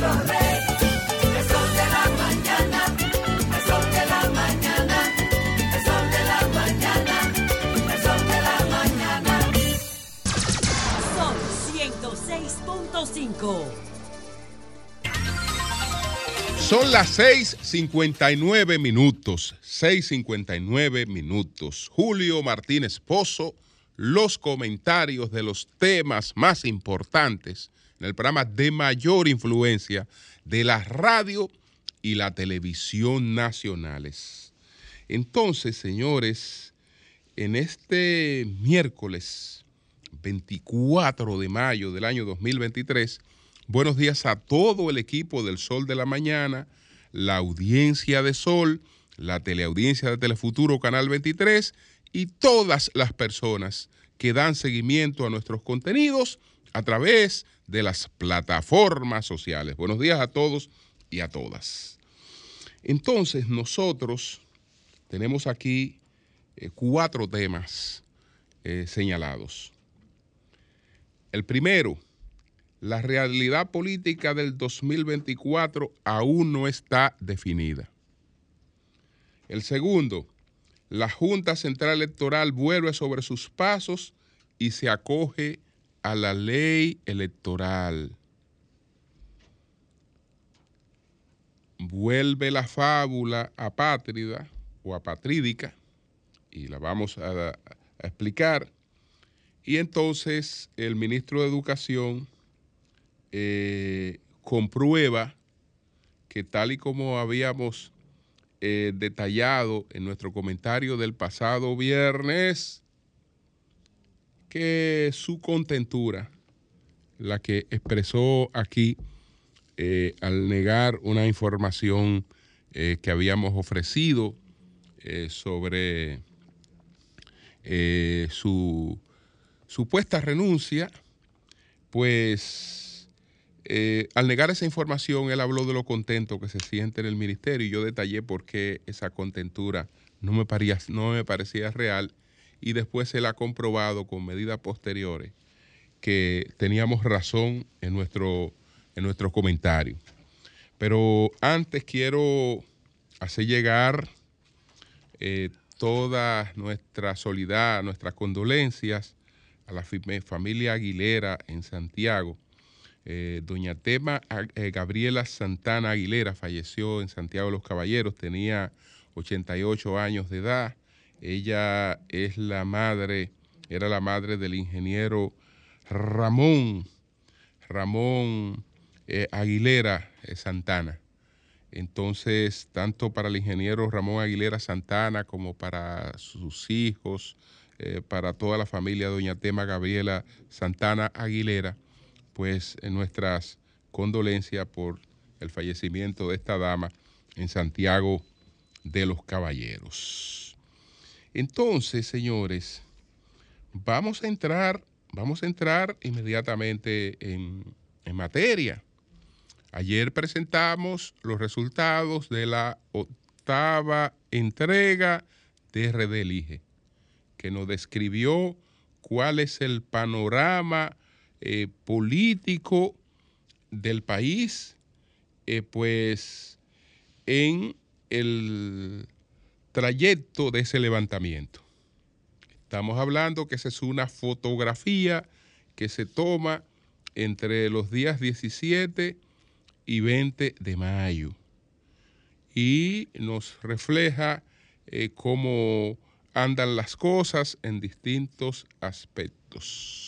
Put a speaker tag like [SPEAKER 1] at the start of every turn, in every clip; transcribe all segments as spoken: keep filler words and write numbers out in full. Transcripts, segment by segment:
[SPEAKER 1] rey, el sol de la mañana, el sol de la mañana, el sol de la mañana, el sol de la mañana.
[SPEAKER 2] Sol ciento seis punto cinco.
[SPEAKER 3] Son las seis cincuenta y nueve minutos, seis cincuenta y nueve minutos. Julio Martínez Pozo, los comentarios de los temas más importantes en el programa de mayor influencia de la radio y la televisión nacionales. Entonces, señores, en este miércoles veinticuatro de mayo del año dos mil veintitrés, buenos días a todo el equipo del Sol de la Mañana, la audiencia de Sol, la teleaudiencia de Telefuturo Canal veintitrés y todas las personas que dan seguimiento a nuestros contenidos a través de las plataformas sociales. Buenos días a todos y a todas. Entonces, nosotros tenemos aquí eh, cuatro temas eh, señalados. El primero, la realidad política del dos mil veinticuatro aún no está definida. El segundo, la Junta Central Electoral vuelve sobre sus pasos y se acoge a la ley electoral. Vuelve la fábula apátrida o apatrídica y la vamos a, a explicar. Y entonces el ministro de Educación Eh, comprueba que tal y como habíamos eh, detallado en nuestro comentario del pasado viernes, que su contentura, la que expresó aquí eh, al negar una información eh, que habíamos ofrecido eh, sobre eh, su supuesta renuncia, pues Eh, al negar esa información, él habló de lo contento que se siente en el ministerio y yo detallé por qué esa contentura no me parecía, no me parecía real y después él ha comprobado con medidas posteriores que teníamos razón en nuestro, en nuestro comentario. Pero antes quiero hacer llegar eh, toda nuestra solidaridad, nuestras condolencias a la familia Aguilera en Santiago. Eh, doña Tema eh, Gabriela Santana Aguilera falleció en Santiago de los Caballeros, tenía ochenta y ocho años de edad. Ella es la madre, era la madre del ingeniero Ramón, Ramón eh, Aguilera eh, Santana. Entonces, tanto para el ingeniero Ramón Aguilera Santana como para sus hijos, eh, para toda la familia de doña Tema Gabriela Santana Aguilera, pues en nuestras condolencias por el fallecimiento de esta dama en Santiago de los Caballeros. Entonces, señores, vamos a entrar, vamos a entrar inmediatamente en, en materia. Ayer presentamos los resultados de la octava entrega de R D Elige, que nos describió cuál es el panorama Eh, político del país, eh, pues en el trayecto de ese levantamiento. Estamos hablando que esa es una fotografía que se toma entre los días diecisiete y veinte de mayo y nos refleja eh, cómo andan las cosas en distintos aspectos.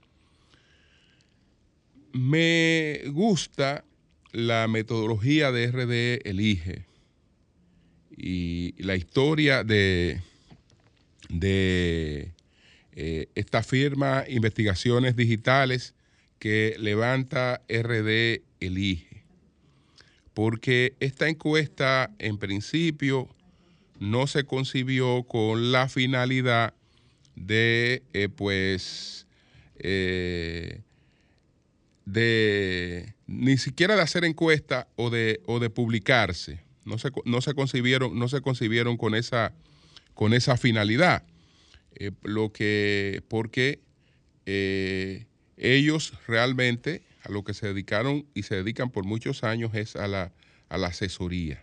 [SPEAKER 3] Me gusta la metodología de R D Elige y la historia de, de eh, esta firma Investigaciones Digitales que levanta R D Elige, porque esta encuesta en principio no se concibió con la finalidad de, eh, pues, eh, de ni siquiera de hacer encuesta o de, o de publicarse. No se, no se concibieron, no se concibieron con esa, con esa finalidad. Eh, lo que, porque eh, ellos realmente a lo que se dedicaron y se dedican por muchos años es a la, a la asesoría.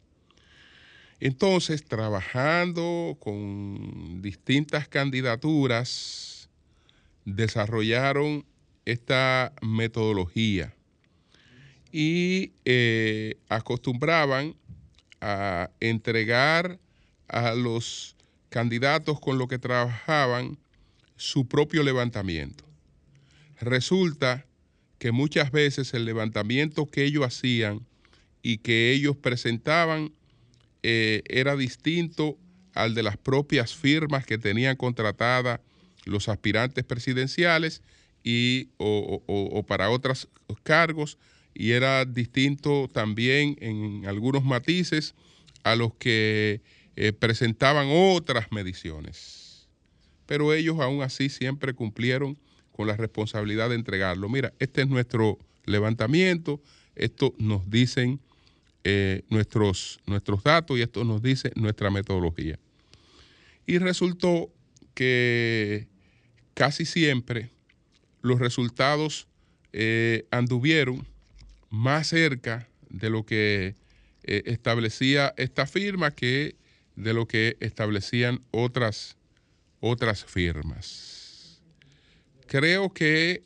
[SPEAKER 3] Entonces, trabajando con distintas candidaturas, desarrollaron esta metodología y eh, acostumbraban a entregar a los candidatos con los que trabajaban su propio levantamiento. Resulta que muchas veces el levantamiento que ellos hacían y que ellos presentaban eh, era distinto al de las propias firmas que tenían contratadas los aspirantes presidenciales y, o, o, o para otros cargos, y era distinto también en algunos matices a los que eh, presentaban otras mediciones. Pero ellos aún así siempre cumplieron con la responsabilidad de entregarlo. Mira, este es nuestro levantamiento, esto nos dicen eh, nuestros, nuestros datos y esto nos dice nuestra metodología. Y resultó que casi siempre los resultados eh, anduvieron más cerca de lo que eh, establecía esta firma que de lo que establecían otras, otras firmas. Creo que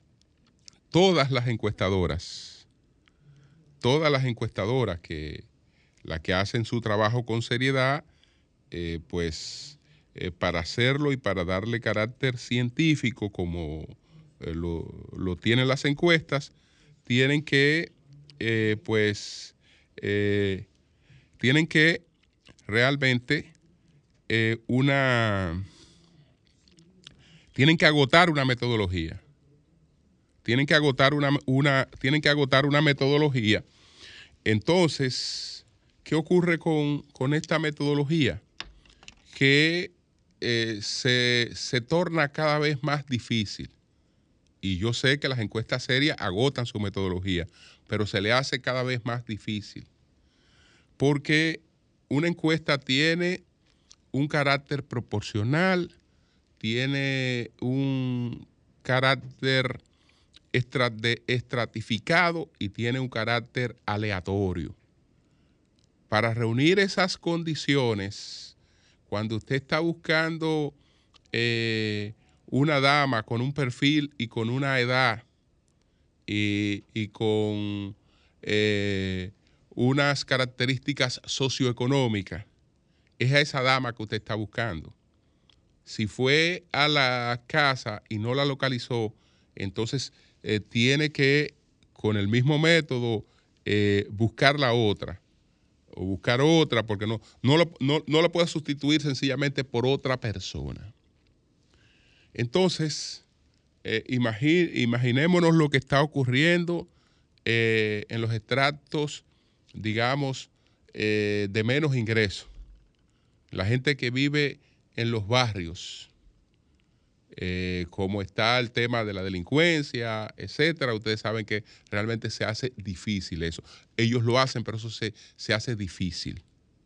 [SPEAKER 3] todas las encuestadoras, todas las encuestadoras que, las que hacen su trabajo con seriedad, eh, pues eh, para hacerlo y para darle carácter científico como eh, lo, lo tienen las encuestas, tienen que, eh, pues, eh, tienen que realmente eh, una, tienen que agotar una metodología, tienen que agotar una, una, tienen que agotar una metodología. Entonces, ¿qué ocurre con, con esta metodología? Que eh, se, se torna cada vez más difícil. Y yo sé que las encuestas serias agotan su metodología, pero se le hace cada vez más difícil. Porque una encuesta tiene un carácter proporcional, tiene un carácter estratificado y tiene un carácter aleatorio. Para reunir esas condiciones, cuando usted está buscando eh, una dama con un perfil y con una edad y, y con eh, unas características socioeconómicas, es a esa dama que usted está buscando. Si fue a la casa y no la localizó, entonces eh, tiene que, con el mismo método, eh, buscar la otra. O buscar otra, porque no, no, lo, no, no la puede sustituir sencillamente por otra persona. Entonces, eh, imagine, imaginémonos lo que está ocurriendo eh, en los estratos, digamos, eh, de menos ingresos. La gente que vive en los barrios, eh, como está el tema de la delincuencia, etcétera. Ustedes saben que realmente se hace difícil eso. Ellos lo hacen, pero eso se, se hace difícil.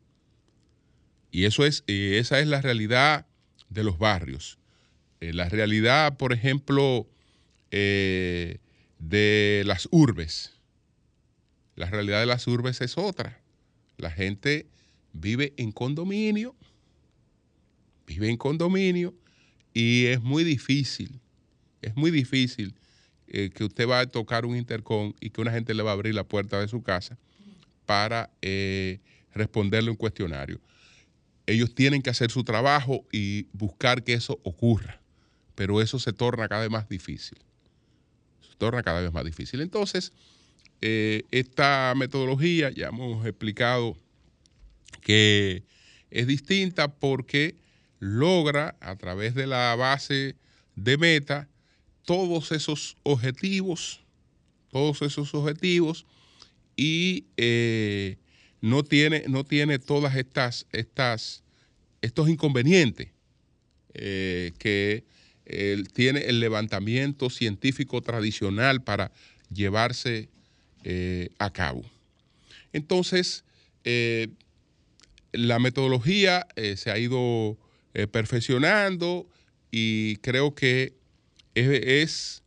[SPEAKER 3] Y eso es, eh, esa es la realidad de los barrios. Eh, la realidad, por ejemplo, eh, de las urbes. La realidad de las urbes es otra. La gente vive en condominio, vive en condominio y es muy difícil, es muy difícil eh, que usted va a tocar un intercom y que una gente le va a abrir la puerta de su casa para eh, responderle un cuestionario. Ellos tienen que hacer su trabajo y buscar que eso ocurra, pero eso se torna cada vez más difícil. Se torna cada vez más difícil. Entonces, eh, esta metodología, ya hemos explicado que es distinta porque logra, a través de la base de meta, todos esos objetivos, todos esos objetivos y eh, no tiene, no tiene todas estas, estas, estos inconvenientes eh, que eh, tiene el levantamiento científico tradicional para llevarse eh, a cabo. Entonces, eh, la metodología eh, se ha ido eh, perfeccionando y creo que es, es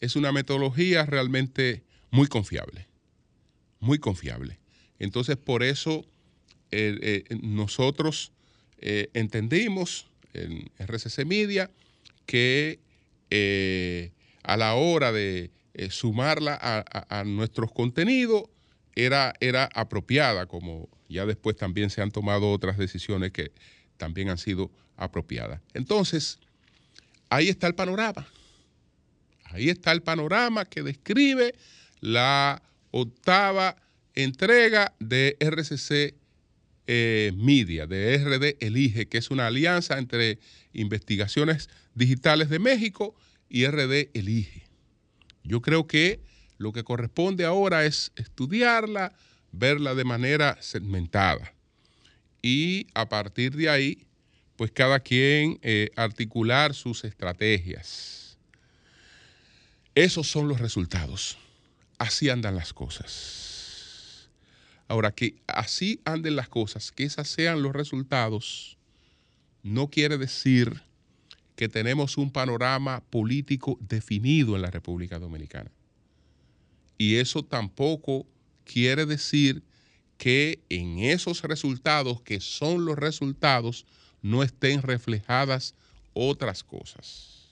[SPEAKER 3] es una metodología realmente muy confiable, muy confiable. Entonces, por eso eh, eh, nosotros eh, entendimos en R C C Media que eh, a la hora de eh, sumarla a, a, a nuestros contenidos era, era apropiada, como ya después también se han tomado otras decisiones que también han sido apropiadas. Entonces, ahí está el panorama. Ahí está el panorama que describe la octava entrega de R C C eh, Media, de R D Elige, que es una alianza entre Investigaciones Digitales de México y R D Elige. Yo creo que lo que corresponde ahora es estudiarla, verla de manera segmentada y a partir de ahí, pues cada quien eh, articular sus estrategias. Esos son los resultados. Así andan las cosas. Ahora, que así anden las cosas, que esos sean los resultados, no quiere decir que tenemos un panorama político definido en la República Dominicana. Y eso tampoco quiere decir que en esos resultados, que son los resultados, no estén reflejadas otras cosas.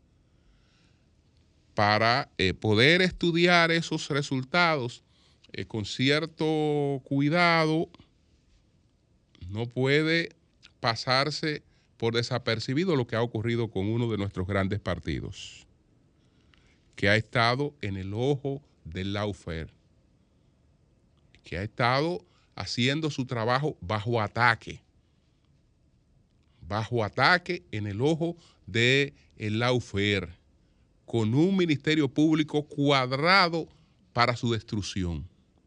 [SPEAKER 3] Para eh, poder estudiar esos resultados eh, con cierto cuidado, no puede pasarse por desapercibido lo que ha ocurrido con uno de nuestros grandes partidos, que ha estado en el ojo del lawfare, que ha estado haciendo su trabajo bajo ataque, bajo ataque en el ojo del lawfare, con un ministerio público cuadrado para su destrucción.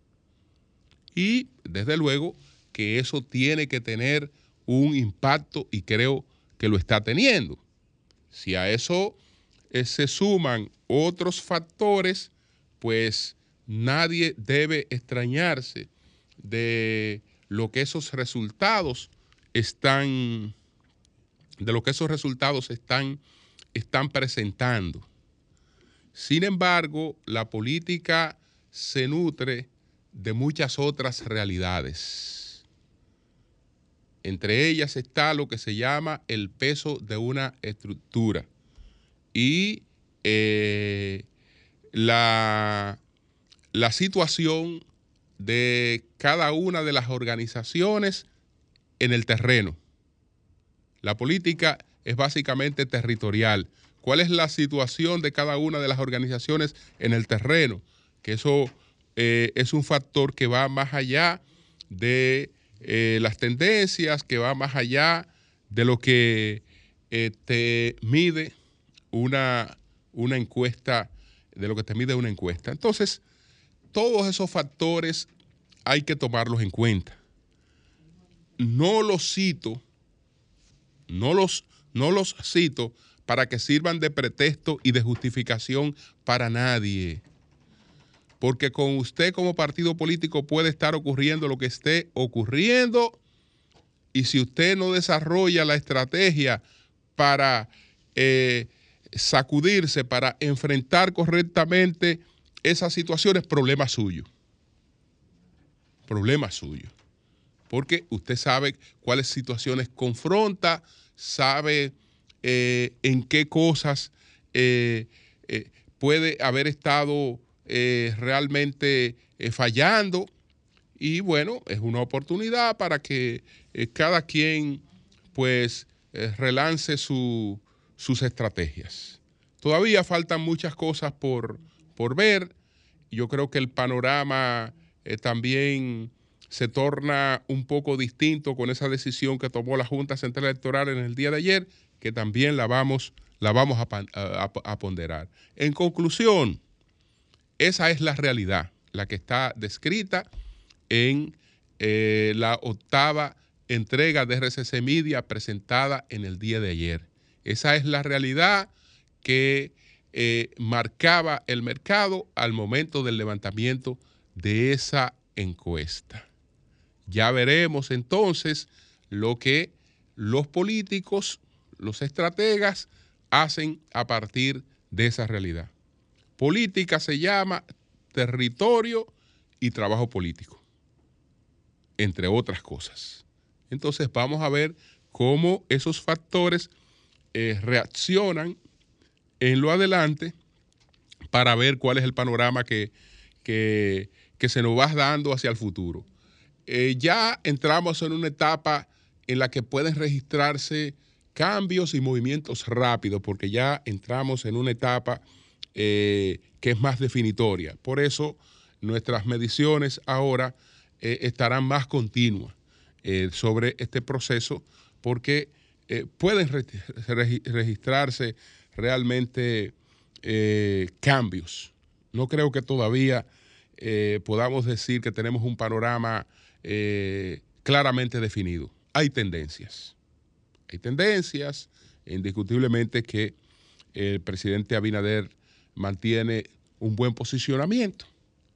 [SPEAKER 3] Y desde luego que eso tiene que tener un impacto y creo que lo está teniendo. Si a eso eh, se suman otros factores, pues nadie debe extrañarse de lo que esos resultados están, de lo que esos resultados están, están presentando. Sin embargo, la política se nutre de muchas otras realidades. Entre ellas está lo que se llama el peso de una estructura y eh, la, la situación de cada una de las organizaciones en el terreno. La política es básicamente territorial. ¿Cuál es la situación de cada una de las organizaciones en el terreno? Que eso eh, es un factor que va más allá de eh, las tendencias, que va más allá de lo que eh, te mide una, una encuesta, de lo que te mide una encuesta. Entonces, todos esos factores hay que tomarlos en cuenta. No los cito, no los, no los cito para que sirvan de pretexto y de justificación para nadie. Porque con usted como partido político puede estar ocurriendo lo que esté ocurriendo y si usted no desarrolla la estrategia para eh, sacudirse, para enfrentar correctamente esas situaciones, problema suyo. Problema suyo. Porque usted sabe cuáles situaciones confronta, sabe eh, en qué cosas eh, eh, puede haber estado eh, realmente eh, fallando. Y bueno, es una oportunidad para que eh, cada quien pues eh, relance su, sus estrategias. Todavía faltan muchas cosas por, por ver. Yo creo que el panorama eh, también se torna un poco distinto con esa decisión que tomó la Junta Central Electoral en el día de ayer, que también la vamos, la vamos a, a, a ponderar. En conclusión, esa es la realidad, la que está descrita en eh, la octava entrega de R C C Media presentada en el día de ayer. Esa es la realidad que eh, marcaba el mercado al momento del levantamiento de esa encuesta. Ya veremos entonces lo que los políticos, los estrategas, hacen a partir de esa realidad. Política se llama territorio y trabajo político, entre otras cosas. Entonces vamos a ver cómo esos factores eh, reaccionan en lo adelante para ver cuál es el panorama que, que, que se nos va dando hacia el futuro. Eh, ya entramos en una etapa en la que pueden registrarse cambios y movimientos rápidos, porque ya entramos en una etapa eh, que es más definitoria. Por eso nuestras mediciones ahora eh, estarán más continuas eh, sobre este proceso, porque eh, pueden re re registrarse realmente eh, cambios. No creo que todavía eh, podamos decir que tenemos un panorama eh, claramente definido. Hay tendencias. Hay tendencias, indiscutiblemente que el presidente Abinader mantiene un buen posicionamiento.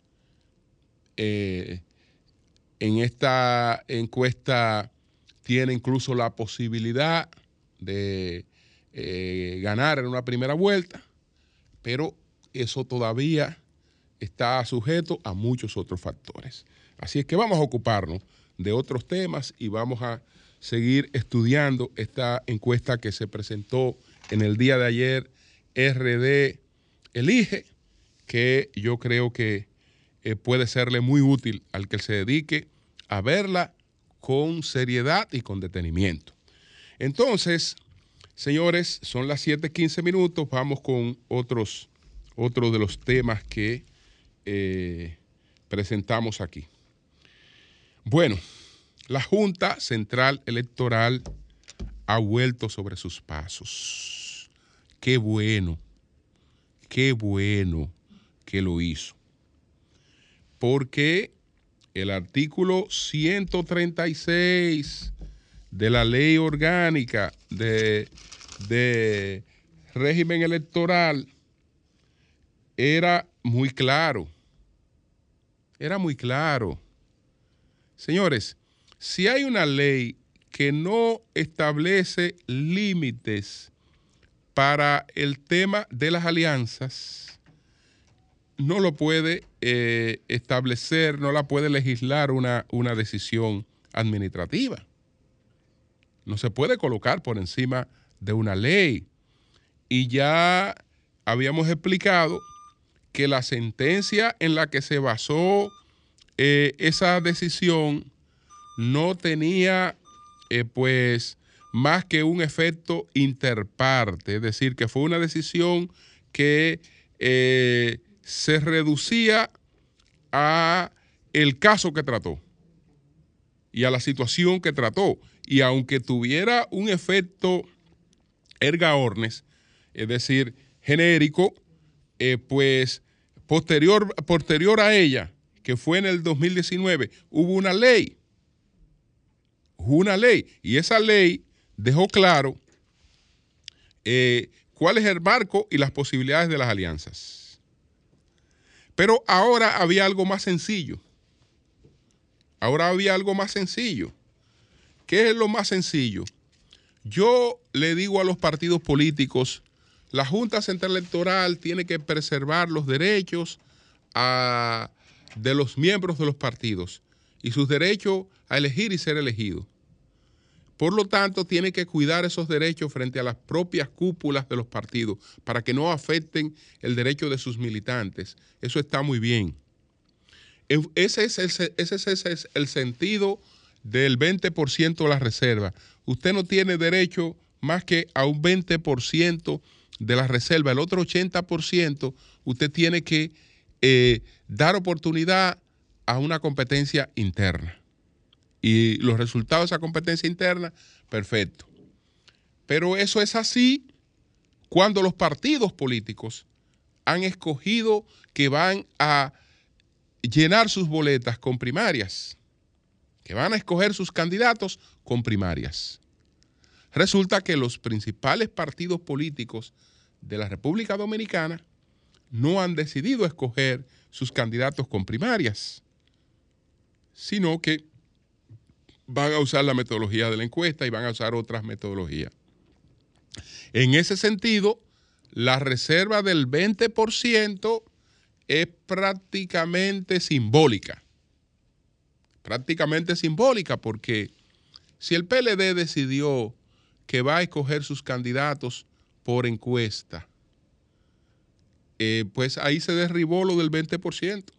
[SPEAKER 3] Eh, en esta encuesta tiene incluso la posibilidad de eh, ganar en una primera vuelta, pero eso todavía está sujeto a muchos otros factores. Así es que vamos a ocuparnos de otros temas y vamos a seguir estudiando esta encuesta que se presentó en el día de ayer, R D Elige, que yo creo que eh, puede serle muy útil al que se dedique a verla con seriedad y con detenimiento. Entonces, señores, son las siete quince minutos, vamos con otros, otros de los temas que eh, presentamos aquí. Bueno, la Junta Central Electoral ha vuelto sobre sus pasos. Qué bueno, qué bueno que lo hizo. Porque el artículo ciento treinta y seis de la Ley Orgánica de, de Régimen Electoral era muy claro. Era muy claro. Señores, si hay una ley que no establece límites para el tema de las alianzas, no lo puede eh, establecer, no la puede legislar una, una decisión administrativa. No se puede colocar por encima de una ley. Y ya habíamos explicado que la sentencia en la que se basó eh, esa decisión no tenía eh, pues más que un efecto interparte, es decir, que fue una decisión que eh, se reducía a el caso que trató y a la situación que trató. Y aunque tuviera un efecto erga omnes, es decir, genérico, eh, pues posterior, posterior a ella, que fue en el dos mil diecinueve, hubo una ley. Hubo una ley. Y esa ley dejó claro eh, cuál es el marco y las posibilidades de las alianzas. Pero ahora había algo más sencillo. Ahora había algo más sencillo. ¿Qué es lo más sencillo? Yo le digo a los partidos políticos, la Junta Central Electoral tiene que preservar los derechos a, de los miembros de los partidos y sus derechos a elegir y ser elegidos. Por lo tanto, tiene que cuidar esos derechos frente a las propias cúpulas de los partidos para que no afecten el derecho de sus militantes. Eso está muy bien. Ese es el, ese es, ese es el sentido del veinte por ciento de la reserva. Usted no tiene derecho más que a un veinte por ciento de la reserva. El otro ochenta por ciento usted tiene que eh, dar oportunidad a una competencia interna. Y los resultados de esa competencia interna, perfecto. Pero eso es así cuando los partidos políticos han escogido que van a llenar sus boletas con primarias, que van a escoger sus candidatos con primarias. Resulta que los principales partidos políticos de la República Dominicana no han decidido escoger sus candidatos con primarias, sino que van a usar la metodología de la encuesta y van a usar otras metodologías. En ese sentido, la reserva del veinte por ciento es prácticamente simbólica. Prácticamente simbólica porque si el P L D decidió que va a escoger sus candidatos por encuesta, eh, pues ahí se derribó lo del veinte por ciento.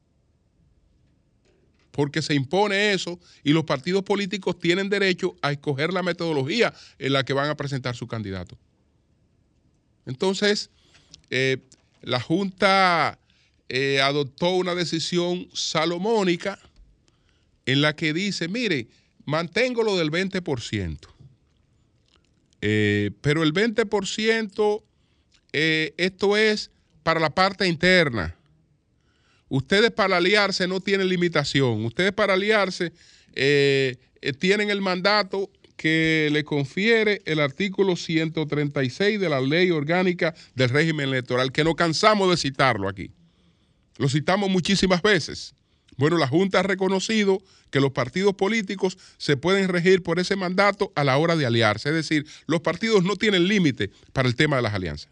[SPEAKER 3] Porque se impone eso y los partidos políticos tienen derecho a escoger la metodología en la que van a presentar su candidato. Entonces, eh, la Junta eh, adoptó una decisión salomónica en la que dice, mire, mantengo lo del veinte por ciento, eh, pero el veinte por ciento eh, esto es para la parte interna. Ustedes para aliarse no tienen limitación. Ustedes para aliarse eh, eh, tienen el mandato que le confiere el artículo ciento treinta y seis de la Ley Orgánica del Régimen Electoral, que no cansamos de citarlo aquí. Lo citamos muchísimas veces. Bueno, la Junta ha reconocido que los partidos políticos se pueden regir por ese mandato a la hora de aliarse. Es decir, los partidos no tienen límite para el tema de las alianzas.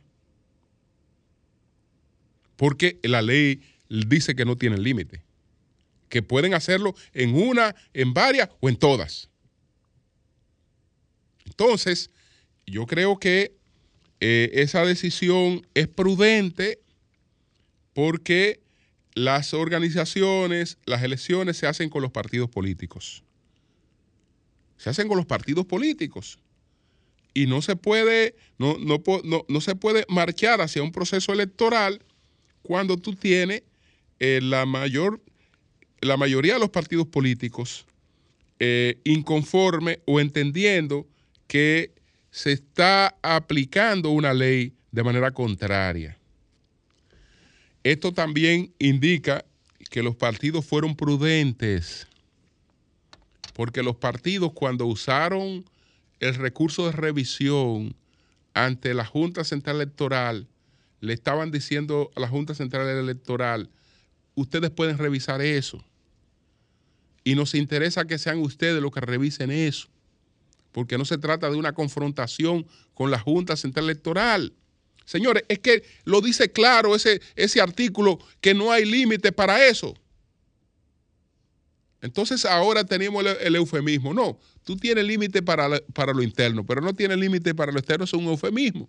[SPEAKER 3] Porque la ley dice que no tienen límite. Que pueden hacerlo en una, en varias o en todas. Entonces, yo creo que eh, esa decisión es prudente porque las organizaciones, las elecciones se hacen con los partidos políticos. Se hacen con los partidos políticos. Y no se puede, no, no, no, no se puede marchar hacia un proceso electoral cuando tú tienes eh, la, mayor, la mayoría de los partidos políticos eh, inconforme o entendiendo que se está aplicando una ley de manera contraria. Esto también indica que los partidos fueron prudentes, porque los partidos cuando usaron el recurso de revisión ante la Junta Central Electoral, le estaban diciendo a la Junta Central Electoral, ustedes pueden revisar eso. Y nos interesa que sean ustedes los que revisen eso, porque no se trata de una confrontación con la Junta Central Electoral. Señores, es que lo dice claro ese, ese artículo, que no hay límite para eso. Entonces ahora tenemos el, el eufemismo. No, tú tienes límite para, para lo interno, pero no tienes límite para lo externo, es un eufemismo.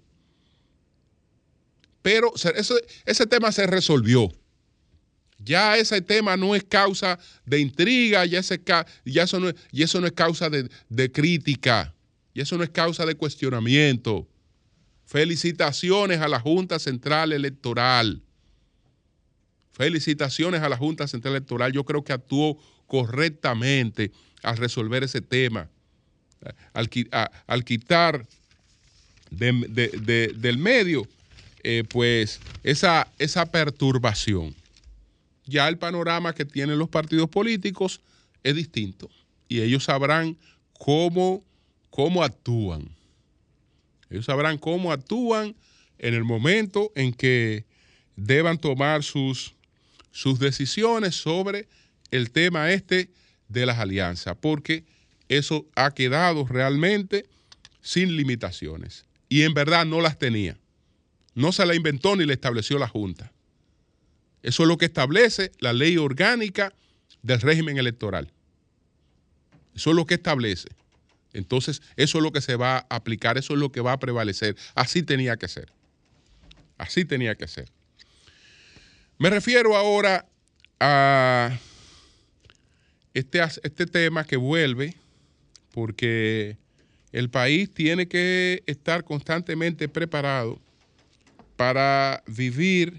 [SPEAKER 3] Pero eso, ese tema se resolvió. Ya ese tema no es causa de intriga, ya, ese, ya eso, no es, y eso no es causa de, de crítica, y eso no es causa de cuestionamiento. Felicitaciones a la Junta Central Electoral. Felicitaciones a la Junta Central Electoral. Yo creo que actuó correctamente al resolver ese tema, al, a, al quitar de, de, de, del medio eh, pues esa, esa perturbación. Ya el panorama que tienen los partidos políticos es distinto y ellos sabrán cómo, cómo actúan. Ellos sabrán cómo actúan en el momento en que deban tomar sus, sus decisiones sobre el tema este de las alianzas, porque eso ha quedado realmente sin limitaciones. Y en verdad no las tenía. No se la inventó ni la estableció la Junta. Eso es lo que establece la Ley Orgánica del Régimen Electoral. Eso es lo que establece. Entonces, eso es lo que se va a aplicar, eso es lo que va a prevalecer. Así tenía que ser. Así tenía que ser. Me refiero ahora a este, este tema que vuelve, porque el país tiene que estar constantemente preparado para vivir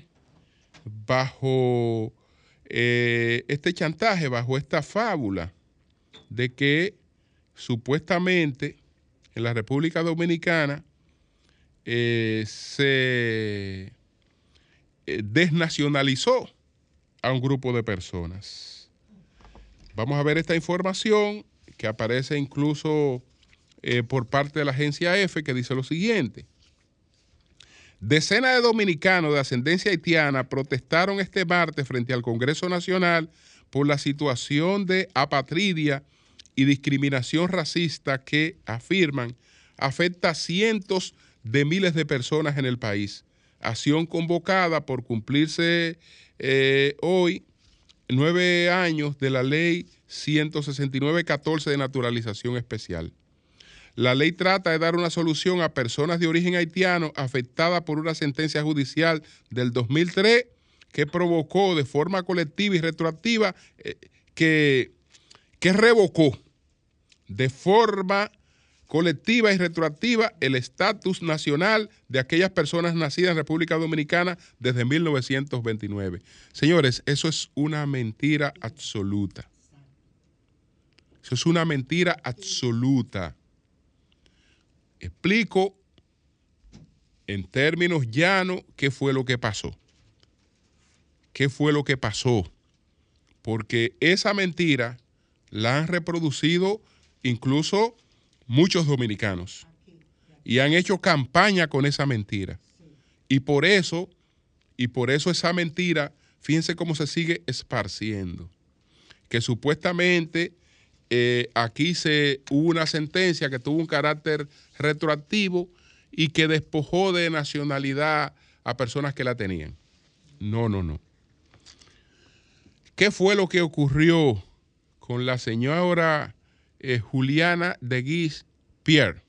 [SPEAKER 3] bajo eh, este chantaje, bajo esta fábula de que supuestamente en la República Dominicana eh, se eh, desnacionalizó a un grupo de personas. Vamos a ver esta información que aparece incluso eh, por parte de la agencia EFE, que dice lo siguiente. Decenas de dominicanos de ascendencia haitiana protestaron este martes frente al Congreso Nacional por la situación de apatridia y discriminación racista que, afirman, afecta a cientos de miles de personas en el país. Acción convocada por cumplirse eh, hoy nueve años de la ley ciento sesenta y nueve catorce de naturalización especial. La ley trata de dar una solución a personas de origen haitiano afectadas por una sentencia judicial del dos mil tres que provocó de forma colectiva y retroactiva, eh, que, que revocó de forma colectiva y retroactiva el estatus nacional de aquellas personas nacidas en República Dominicana desde mil novecientos veintinueve. Señores, eso es una mentira absoluta. Eso es una mentira absoluta. Explico en términos llanos qué fue lo que pasó. ¿Qué fue lo que pasó? Porque esa mentira la han reproducido incluso muchos dominicanos y han hecho campaña con esa mentira. Y por eso, y por eso esa mentira, fíjense cómo se sigue esparciendo. Que supuestamente eh, aquí se hubo una sentencia que tuvo un carácter retroactivo y que despojó de nacionalidad a personas que la tenían. No, no, no. ¿Qué fue lo que ocurrió con la señora eh, Juliana de Guiche Pierre?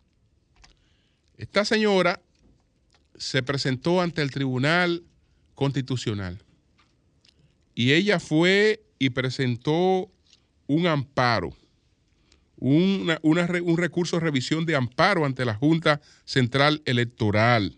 [SPEAKER 3] Esta señora se presentó ante el Tribunal Constitucional y ella fue y presentó un amparo, una, una, un recurso de revisión de amparo ante la Junta Central Electoral,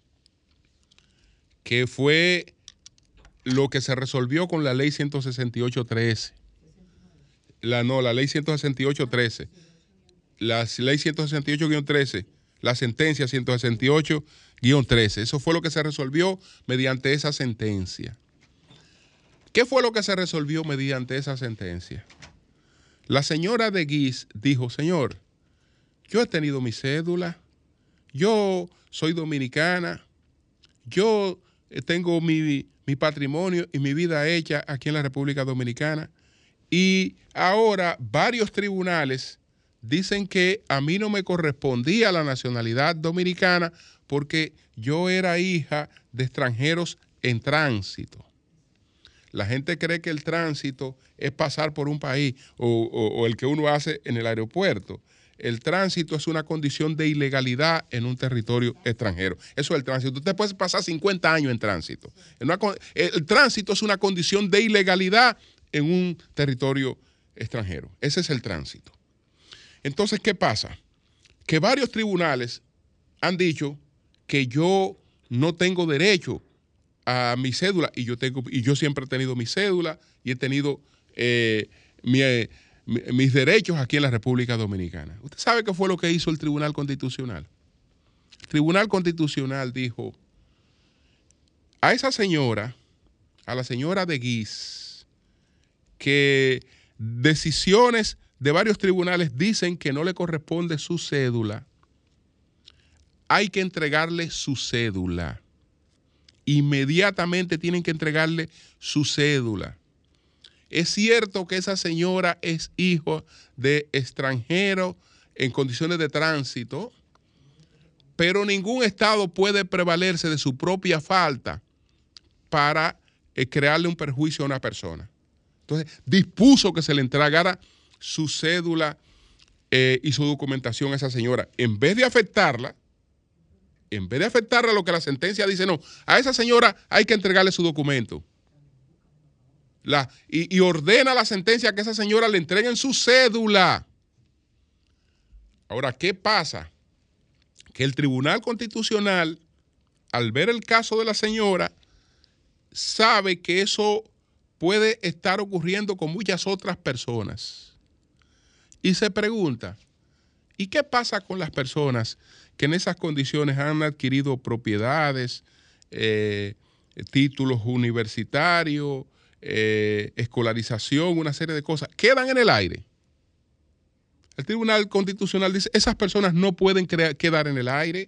[SPEAKER 3] que fue lo que se resolvió con la ley ciento sesenta y ocho trece. La, no, la ley ciento sesenta y ocho trece. La ley ciento sesenta y ocho guión trece, la sentencia ciento sesenta y ocho guión trece. Eso fue lo que se resolvió mediante esa sentencia. ¿Qué fue lo que se resolvió mediante esa sentencia? La señora de Guiche dijo, señor, yo he tenido mi cédula, yo soy dominicana, yo tengo mi, mi patrimonio y mi vida hecha aquí en la República Dominicana, y ahora varios tribunales dicen que a mí no me correspondía la nacionalidad dominicana porque yo era hija de extranjeros en tránsito. La gente cree que el tránsito es pasar por un país o, o, o el que uno hace en el aeropuerto. El tránsito es una condición de ilegalidad en un territorio extranjero. Eso es el tránsito. Usted puede pasar cincuenta años en tránsito. En una, el tránsito es una condición de ilegalidad en un territorio extranjero. Ese es el tránsito. Entonces, ¿qué pasa? Que varios tribunales han dicho que yo no tengo derecho a mi cédula y yo tengo y yo siempre he tenido mi cédula y he tenido eh, mi, eh, mi, mis derechos aquí en la República Dominicana. ¿Usted sabe qué fue lo que hizo el Tribunal Constitucional? El Tribunal Constitucional dijo a esa señora, a la señora de Guiche, que decisiones de varios tribunales dicen que no le corresponde su cédula, hay que entregarle su cédula. Inmediatamente tienen que entregarle su cédula. Es cierto que esa señora es hijo de extranjero en condiciones de tránsito, pero ningún estado puede prevalerse de su propia falta para eh, crearle un perjuicio a una persona. Entonces, dispuso que se le entregara su cédula eh, y su documentación a esa señora. En vez de afectarla, en vez de afectarla a lo que la sentencia dice, no, a esa señora hay que entregarle su documento. La, y, y ordena la sentencia que esa señora le entreguen su cédula. Ahora, ¿qué pasa? Que el Tribunal Constitucional, al ver el caso de la señora, sabe que eso puede estar ocurriendo con muchas otras personas. Y se pregunta, ¿y qué pasa con las personas que en esas condiciones han adquirido propiedades, eh, títulos universitarios, eh, escolarización, una serie de cosas? Quedan en el aire. El Tribunal Constitucional dice, esas personas no pueden quedar en el aire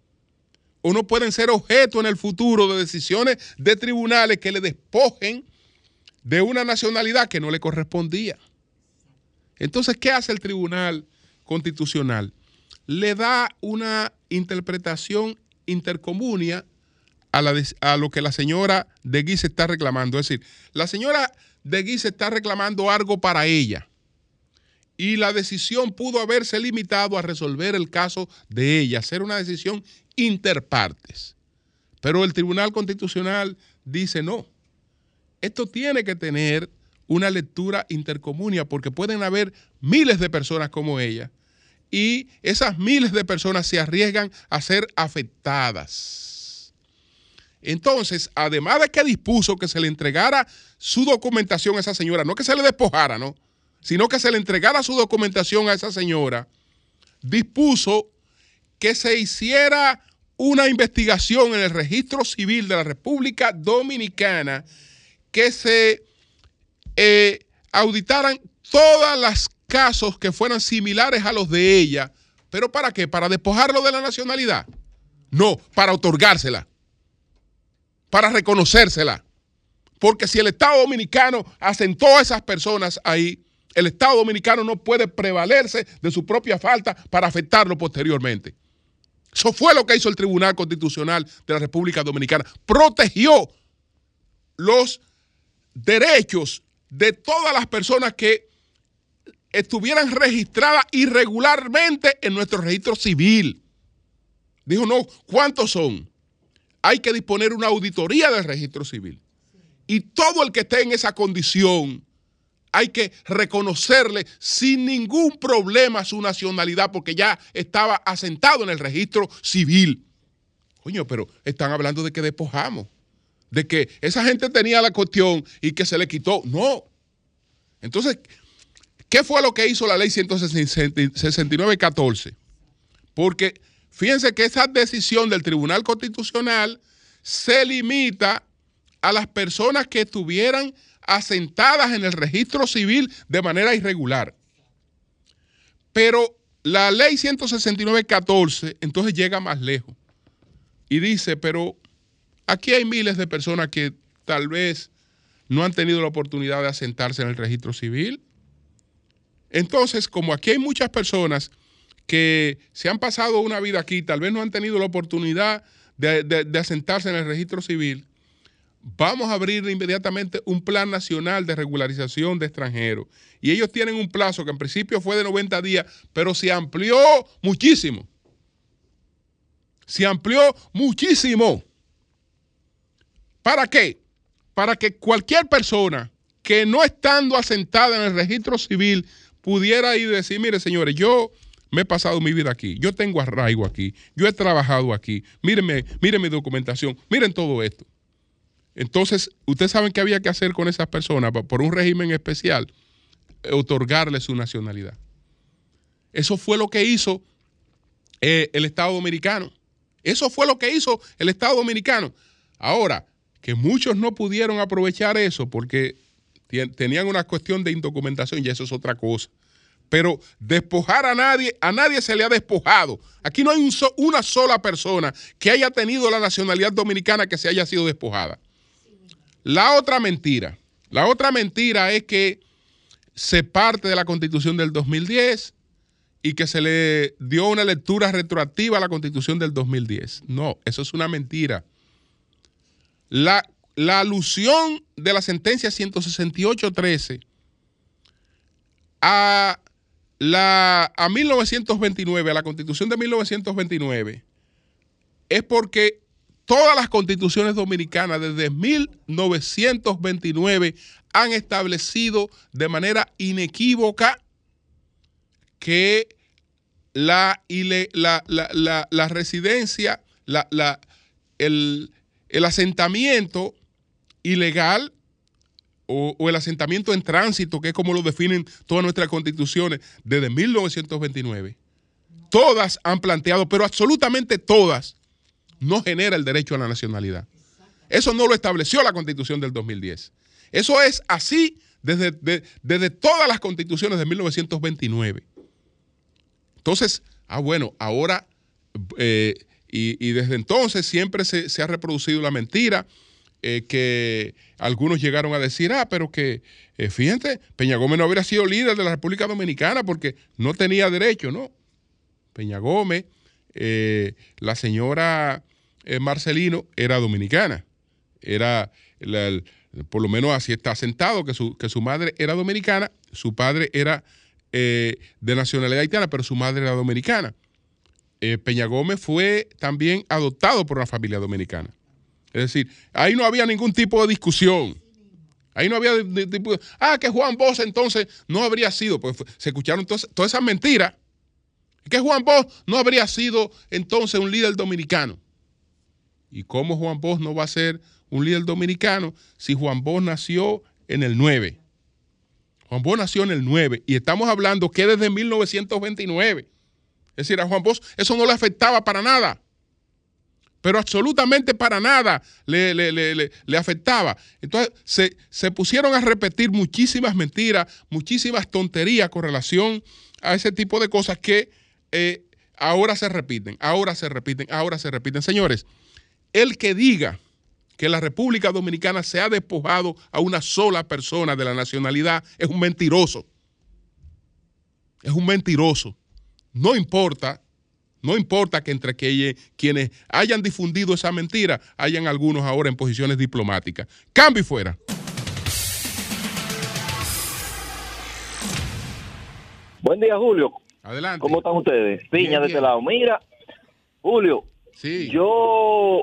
[SPEAKER 3] o no pueden ser objeto en el futuro de decisiones de tribunales que le despojen de una nacionalidad que no le correspondía. Entonces, ¿qué hace el Tribunal Constitucional? Le da una interpretación intercomunia a, la de, a lo que la señora de Guise está reclamando. Es decir, la señora de Guise está reclamando algo para ella y la decisión pudo haberse limitado a resolver el caso de ella, hacer una decisión interpartes. Pero el Tribunal Constitucional dice no, esto tiene que tener una lectura intercomunia porque pueden haber miles de personas como ella y esas miles de personas se arriesgan a ser afectadas. Entonces, además de que dispuso que se le entregara su documentación a esa señora, no que se le despojara, ¿no?, sino que se le entregara su documentación a esa señora, dispuso que se hiciera una investigación en el registro civil de la República Dominicana, que se eh, auditaran todas las casos que fueran similares a los de ella. ¿Pero para qué? ¿Para despojarlo de la nacionalidad? No, para otorgársela, para reconocérsela. Porque si el Estado Dominicano asentó a esas personas ahí, el Estado Dominicano no puede prevalerse de su propia falta para afectarlo posteriormente. Eso fue lo que hizo el Tribunal Constitucional de la República Dominicana. Protegió los derechos de todas las personas que estuvieran registradas irregularmente en nuestro registro civil. Dijo, no, ¿cuántos son? Hay que disponer una auditoría del registro civil. Y todo el que esté en esa condición, hay que reconocerle sin ningún problema su nacionalidad porque ya estaba asentado en el registro civil. Coño, pero están hablando de que despojamos, de que esa gente tenía la cuestión y que se le quitó. No. Entonces, ¿qué fue lo que hizo la ley ciento sesenta y nueve catorce? Porque fíjense que esa decisión del Tribunal Constitucional se limita a las personas que estuvieran asentadas en el registro civil de manera irregular. Pero la ley ciento sesenta y nueve catorce entonces llega más lejos y dice, pero aquí hay miles de personas que tal vez no han tenido la oportunidad de asentarse en el registro civil. Entonces, como aquí hay muchas personas que se han pasado una vida aquí, tal vez no han tenido la oportunidad de, de, de asentarse en el registro civil, vamos a abrir inmediatamente un plan nacional de regularización de extranjeros. Y ellos tienen un plazo que en principio fue de noventa días, pero se amplió muchísimo. Se amplió muchísimo. ¿Para qué? Para que cualquier persona que no estando asentada en el registro civil pudiera ir y decir, mire señores, yo me he pasado mi vida aquí, yo tengo arraigo aquí, yo he trabajado aquí, mírenme, miren mi documentación, miren todo esto. Entonces, ustedes saben qué había que hacer con esas personas por un régimen especial, otorgarles su nacionalidad. Eso fue lo que hizo eh, el Estado Dominicano. Eso fue lo que hizo el Estado Dominicano. Ahora, que muchos no pudieron aprovechar eso porque tenían una cuestión de indocumentación, y eso es otra cosa. Pero despojar a nadie, a nadie se le ha despojado. Aquí no hay un so, una sola persona que haya tenido la nacionalidad dominicana que se haya sido despojada. La otra mentira, la otra mentira es que se parte de la Constitución del dos mil diez y que se le dio una lectura retroactiva a la Constitución del dos mil diez. No, eso es una mentira. La, la alusión de la sentencia ciento sesenta y ocho trece a, la, a mil novecientos veintinueve, a la Constitución de mil novecientos veintinueve, es porque todas las constituciones dominicanas desde mil novecientos veintinueve han establecido de manera inequívoca que la, la, la, la, la residencia, la, la, el, el asentamiento ilegal o, o el asentamiento en tránsito, que es como lo definen todas nuestras constituciones desde mil novecientos veintinueve, todas han planteado, pero absolutamente todas, no genera el derecho a la nacionalidad. Eso no lo estableció la Constitución del dos mil diez. Eso es así desde, de, desde todas las constituciones de mil novecientos veintinueve. Entonces, ah bueno, ahora, eh, y, y desde entonces siempre se, se ha reproducido la mentira, eh, que algunos llegaron a decir, ah, pero que, eh, fíjense, Peña Gómez no hubiera sido líder de la República Dominicana porque no tenía derecho, ¿no? Peña Gómez eh, la señora eh, Marcelino era dominicana. Era, la, el, por lo menos así está sentado, que su, que su madre era dominicana, su padre era eh, de nacionalidad haitiana, pero su madre era dominicana. Eh, Peña Gómez fue también adoptado por una familia dominicana. Es decir, ahí no había ningún tipo de discusión. Ahí no había de, de, de, ah, que Juan Bosch entonces no habría sido, pues se escucharon todas, todas esas mentiras, que Juan Bosch no habría sido entonces un líder dominicano. ¿Y cómo Juan Bosch no va a ser un líder dominicano si Juan Bosch nació en el nueve? Juan Bosch nació en el nueve y estamos hablando que desde mil novecientos veintinueve. Es decir, a Juan Bosch eso no le afectaba para nada, pero absolutamente para nada le, le, le, le, le afectaba. Entonces se, se pusieron a repetir muchísimas mentiras, muchísimas tonterías con relación a ese tipo de cosas que eh, ahora se repiten, ahora se repiten, ahora se repiten. Señores, el que diga que la República Dominicana se ha despojado a una sola persona de la nacionalidad es un mentiroso. Es un mentiroso. No importa, no importa que entre que, quienes hayan difundido esa mentira hayan algunos ahora en posiciones diplomáticas. Cambio y fuera.
[SPEAKER 4] Buen día, Julio.
[SPEAKER 3] Adelante.
[SPEAKER 4] ¿Cómo están ustedes? Piña
[SPEAKER 3] Bien,
[SPEAKER 4] de
[SPEAKER 3] bien.
[SPEAKER 4] este lado. Mira, Julio,
[SPEAKER 3] Sí.
[SPEAKER 4] yo...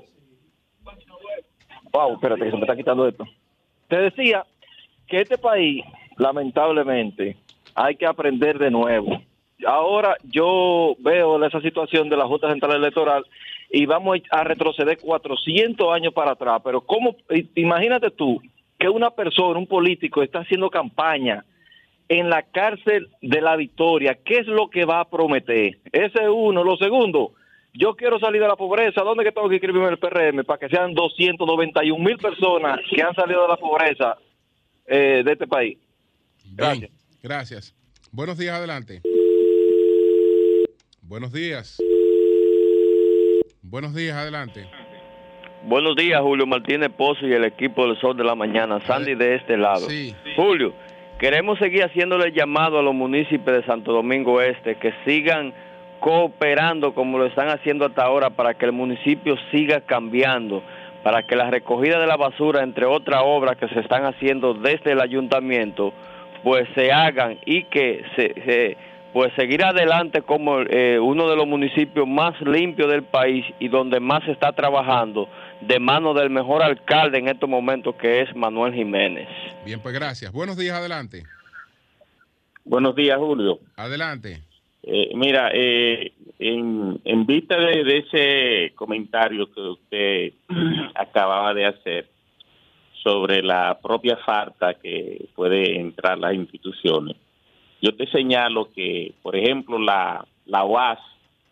[SPEAKER 4] Wow, espérate que se me está quitando esto. Te decía que este país, lamentablemente, hay que aprender de nuevo. Ahora yo veo esa situación de la Junta Central Electoral y vamos a retroceder cuatrocientos años para atrás. Pero cómo, imagínate tú que una persona, un político, está haciendo campaña en la cárcel de La Victoria. ¿Qué es lo que va a prometer? Ese es uno. Lo segundo, yo quiero salir de la pobreza. ¿Dónde que tengo que inscribirme en el P R M para que sean doscientas noventa y un mil personas que han salido de la pobreza eh, de este país? Gracias.
[SPEAKER 3] Bien, gracias. Buenos días, adelante. Buenos días. Buenos días, adelante.
[SPEAKER 5] Buenos días, Julio Martínez Pozo y el equipo del Sol de la Mañana. Sandy de este lado.
[SPEAKER 3] Sí.
[SPEAKER 5] Julio, queremos seguir haciéndole llamado a los municipios de Santo Domingo Este que sigan cooperando como lo están haciendo hasta ahora para que el municipio siga cambiando, para que la recogida de la basura, entre otras obras que se están haciendo desde el ayuntamiento, pues se hagan y que se, se pues seguir adelante como eh, uno de los municipios más limpios del país y donde más se está trabajando de mano del mejor alcalde en estos momentos, que es Manuel Jiménez.
[SPEAKER 3] Bien, pues gracias. Buenos días, adelante.
[SPEAKER 6] Buenos días, Julio.
[SPEAKER 3] Adelante.
[SPEAKER 6] Eh, mira, eh, en, en vista de, de ese comentario que usted acababa de hacer sobre la propia falta que puede entrar las instituciones, yo te señalo que, por ejemplo, la, la U A S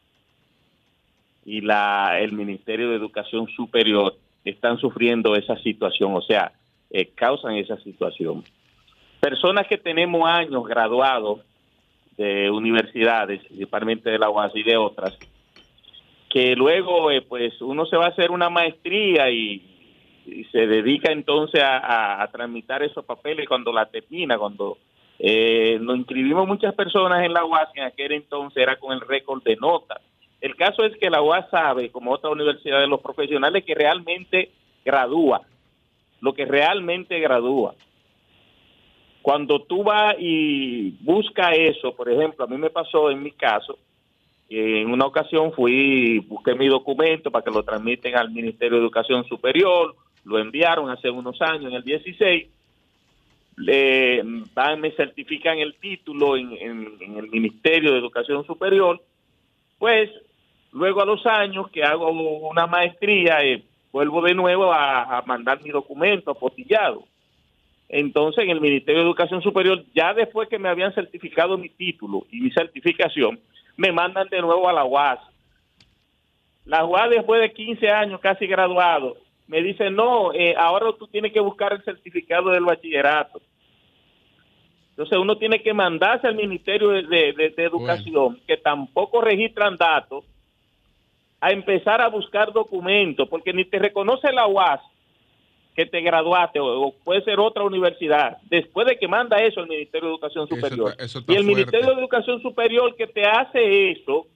[SPEAKER 6] y la, el Ministerio de Educación Superior están sufriendo esa situación, o sea, eh, causan esa situación. Personas que tenemos años graduados de universidades, principalmente de la U A S y de otras, que luego eh, pues uno se va a hacer una maestría y, y se dedica entonces a, a, a tramitar esos papeles cuando la termina, cuando eh, nos inscribimos muchas personas en la U A S, en aquel entonces era con el récord de notas. El caso es que la U A S sabe, como otra universidad de los profesionales, que realmente gradúa, lo que realmente gradúa. Cuando tú vas y buscas eso, por ejemplo, a mí me pasó en mi caso, en una ocasión fui, busqué mi documento para que lo transmiten al Ministerio de Educación Superior, lo enviaron hace unos años, en el dieciséis, le, van, me certifican el título en, en, en el Ministerio de Educación Superior, pues luego a los años que hago una maestría, eh, vuelvo de nuevo a, a mandar mi documento apostillado. Entonces, en el Ministerio de Educación Superior, ya después que me habían certificado mi título y mi certificación, me mandan de nuevo a la U A S. La U A S, después de quince años casi graduado, me dice, no, eh, ahora tú tienes que buscar el certificado del bachillerato. Entonces, uno tiene que mandarse al Ministerio de, de, de, de Educación, bueno, que tampoco registran datos, a empezar a buscar documentos, porque ni te reconoce la U A S que te graduaste, o, o puede ser otra universidad, después de que manda eso al Ministerio de Educación Superior.
[SPEAKER 3] Eso está, eso está
[SPEAKER 6] y el
[SPEAKER 3] fuerte.
[SPEAKER 6] Ministerio de Educación Superior que te hace eso,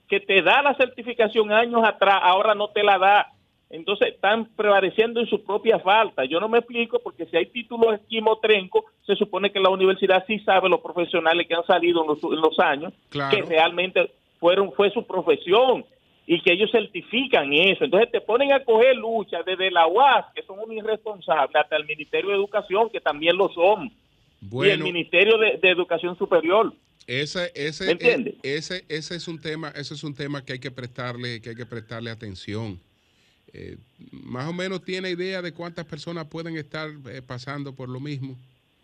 [SPEAKER 6] que te da la certificación años atrás, ahora no te la da. Entonces están prevaleciendo en su propia falta. Yo no me explico, porque si hay títulos esquimotrenco, se supone que la universidad sí sabe, los profesionales que han salido en los, en los años,
[SPEAKER 3] Claro.
[SPEAKER 6] que realmente fueron fue su profesión y que ellos certifican eso. Entonces te ponen a coger lucha desde la U A S, que son un irresponsable, hasta el Ministerio de Educación, que también lo son,
[SPEAKER 3] Bueno,
[SPEAKER 6] y el Ministerio de, de Educación Superior.
[SPEAKER 3] ese, ese,
[SPEAKER 6] ¿Me entiende?
[SPEAKER 3] ese, ese es un tema, ese es un tema que hay que prestarle, que hay que prestarle atención. Eh, más o menos tiene idea de cuántas personas pueden estar eh, pasando por lo mismo.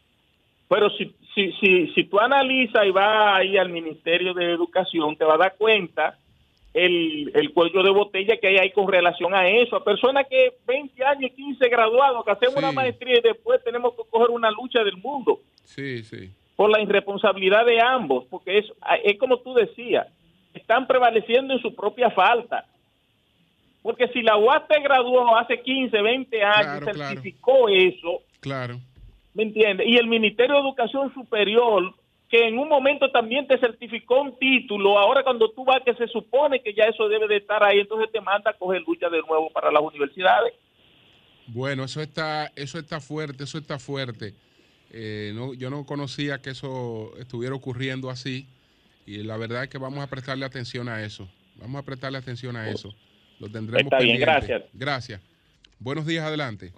[SPEAKER 6] Pero si, si, si, si tú analizas y vas ahí al Ministerio de Educación, te vas a dar cuenta el, el cuello de botella que hay ahí con relación a eso. A personas que veinte años y quince graduados, que hacemos
[SPEAKER 3] Sí.
[SPEAKER 6] una maestría y después tenemos que coger una lucha del mundo
[SPEAKER 3] Sí, sí.
[SPEAKER 6] por la irresponsabilidad de ambos, porque es, es como tú decías, están prevaleciendo en su propia falta. Porque si la U A S te graduó hace quince, veinte años,
[SPEAKER 3] Claro,
[SPEAKER 6] certificó eso,
[SPEAKER 3] Claro.
[SPEAKER 6] ¿me entiendes? Y el Ministerio de Educación Superior, que en un momento también te certificó un título, ahora cuando tú vas, que se supone que ya eso debe de estar ahí, entonces te manda a coger lucha de nuevo para las universidades.
[SPEAKER 3] Bueno, eso está, eso está fuerte, eso está fuerte. Eh, no, yo no conocía que eso estuviera ocurriendo así, y la verdad es que vamos a prestarle atención a eso. Vamos a prestarle atención a eso. Lo tendremos
[SPEAKER 6] Está bien,
[SPEAKER 3] pendiente.
[SPEAKER 6] gracias.
[SPEAKER 3] Gracias. Buenos días, adelante.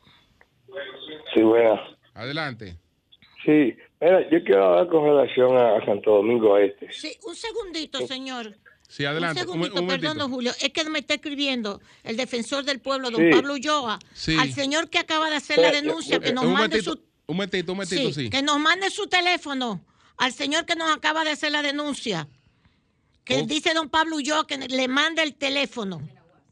[SPEAKER 7] Sí, buenas.
[SPEAKER 3] Adelante.
[SPEAKER 7] Sí, mira, yo quiero hablar con relación a, a Santo Domingo Este.
[SPEAKER 2] Sí, un segundito, señor.
[SPEAKER 3] Sí, adelante.
[SPEAKER 2] Un segundito,
[SPEAKER 3] Un- un
[SPEAKER 2] perdón,
[SPEAKER 3] momentito.
[SPEAKER 2] don Julio. Es que me está escribiendo el defensor del pueblo, don
[SPEAKER 7] Sí.
[SPEAKER 2] Pablo Ulloa,
[SPEAKER 3] Sí.
[SPEAKER 2] al señor que acaba de hacer la
[SPEAKER 7] Eh,
[SPEAKER 2] denuncia,
[SPEAKER 7] eh,
[SPEAKER 2] que
[SPEAKER 3] Eh,
[SPEAKER 2] nos
[SPEAKER 3] un
[SPEAKER 2] mande
[SPEAKER 3] momentito,
[SPEAKER 2] su...
[SPEAKER 3] un momentito, un momentito, sí.
[SPEAKER 2] que nos mande su teléfono al señor que nos acaba de hacer la denuncia. Que
[SPEAKER 3] Ok.
[SPEAKER 2] dice don Pablo Ulloa que le mande el teléfono.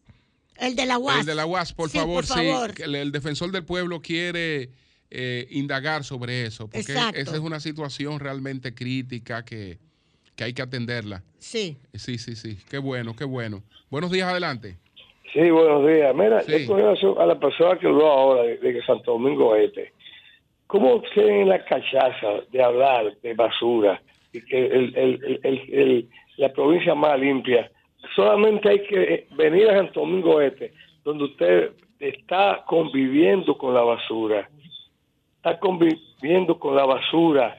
[SPEAKER 2] El de la U A S.
[SPEAKER 3] El de la U A S, por
[SPEAKER 2] Sí,
[SPEAKER 3] favor,
[SPEAKER 2] por favor.
[SPEAKER 3] sí. que El, el defensor del pueblo quiere eh, indagar sobre eso, porque
[SPEAKER 2] Exacto.
[SPEAKER 3] esa es una situación realmente crítica que, que hay que atenderla.
[SPEAKER 2] Sí.
[SPEAKER 3] Sí, sí, sí. Qué bueno, qué bueno. Buenos días, adelante.
[SPEAKER 7] Sí, buenos días. Mira,
[SPEAKER 3] Sí.
[SPEAKER 7] yo con relación a la persona que habló ahora de, de Santo Domingo Este, ¿cómo tienen la cachaza de hablar de basura y que el, el, el, el- el- la provincia más limpia? Solamente hay que venir a Santo Domingo Este, donde usted está conviviendo con la basura. Está conviviendo con la basura.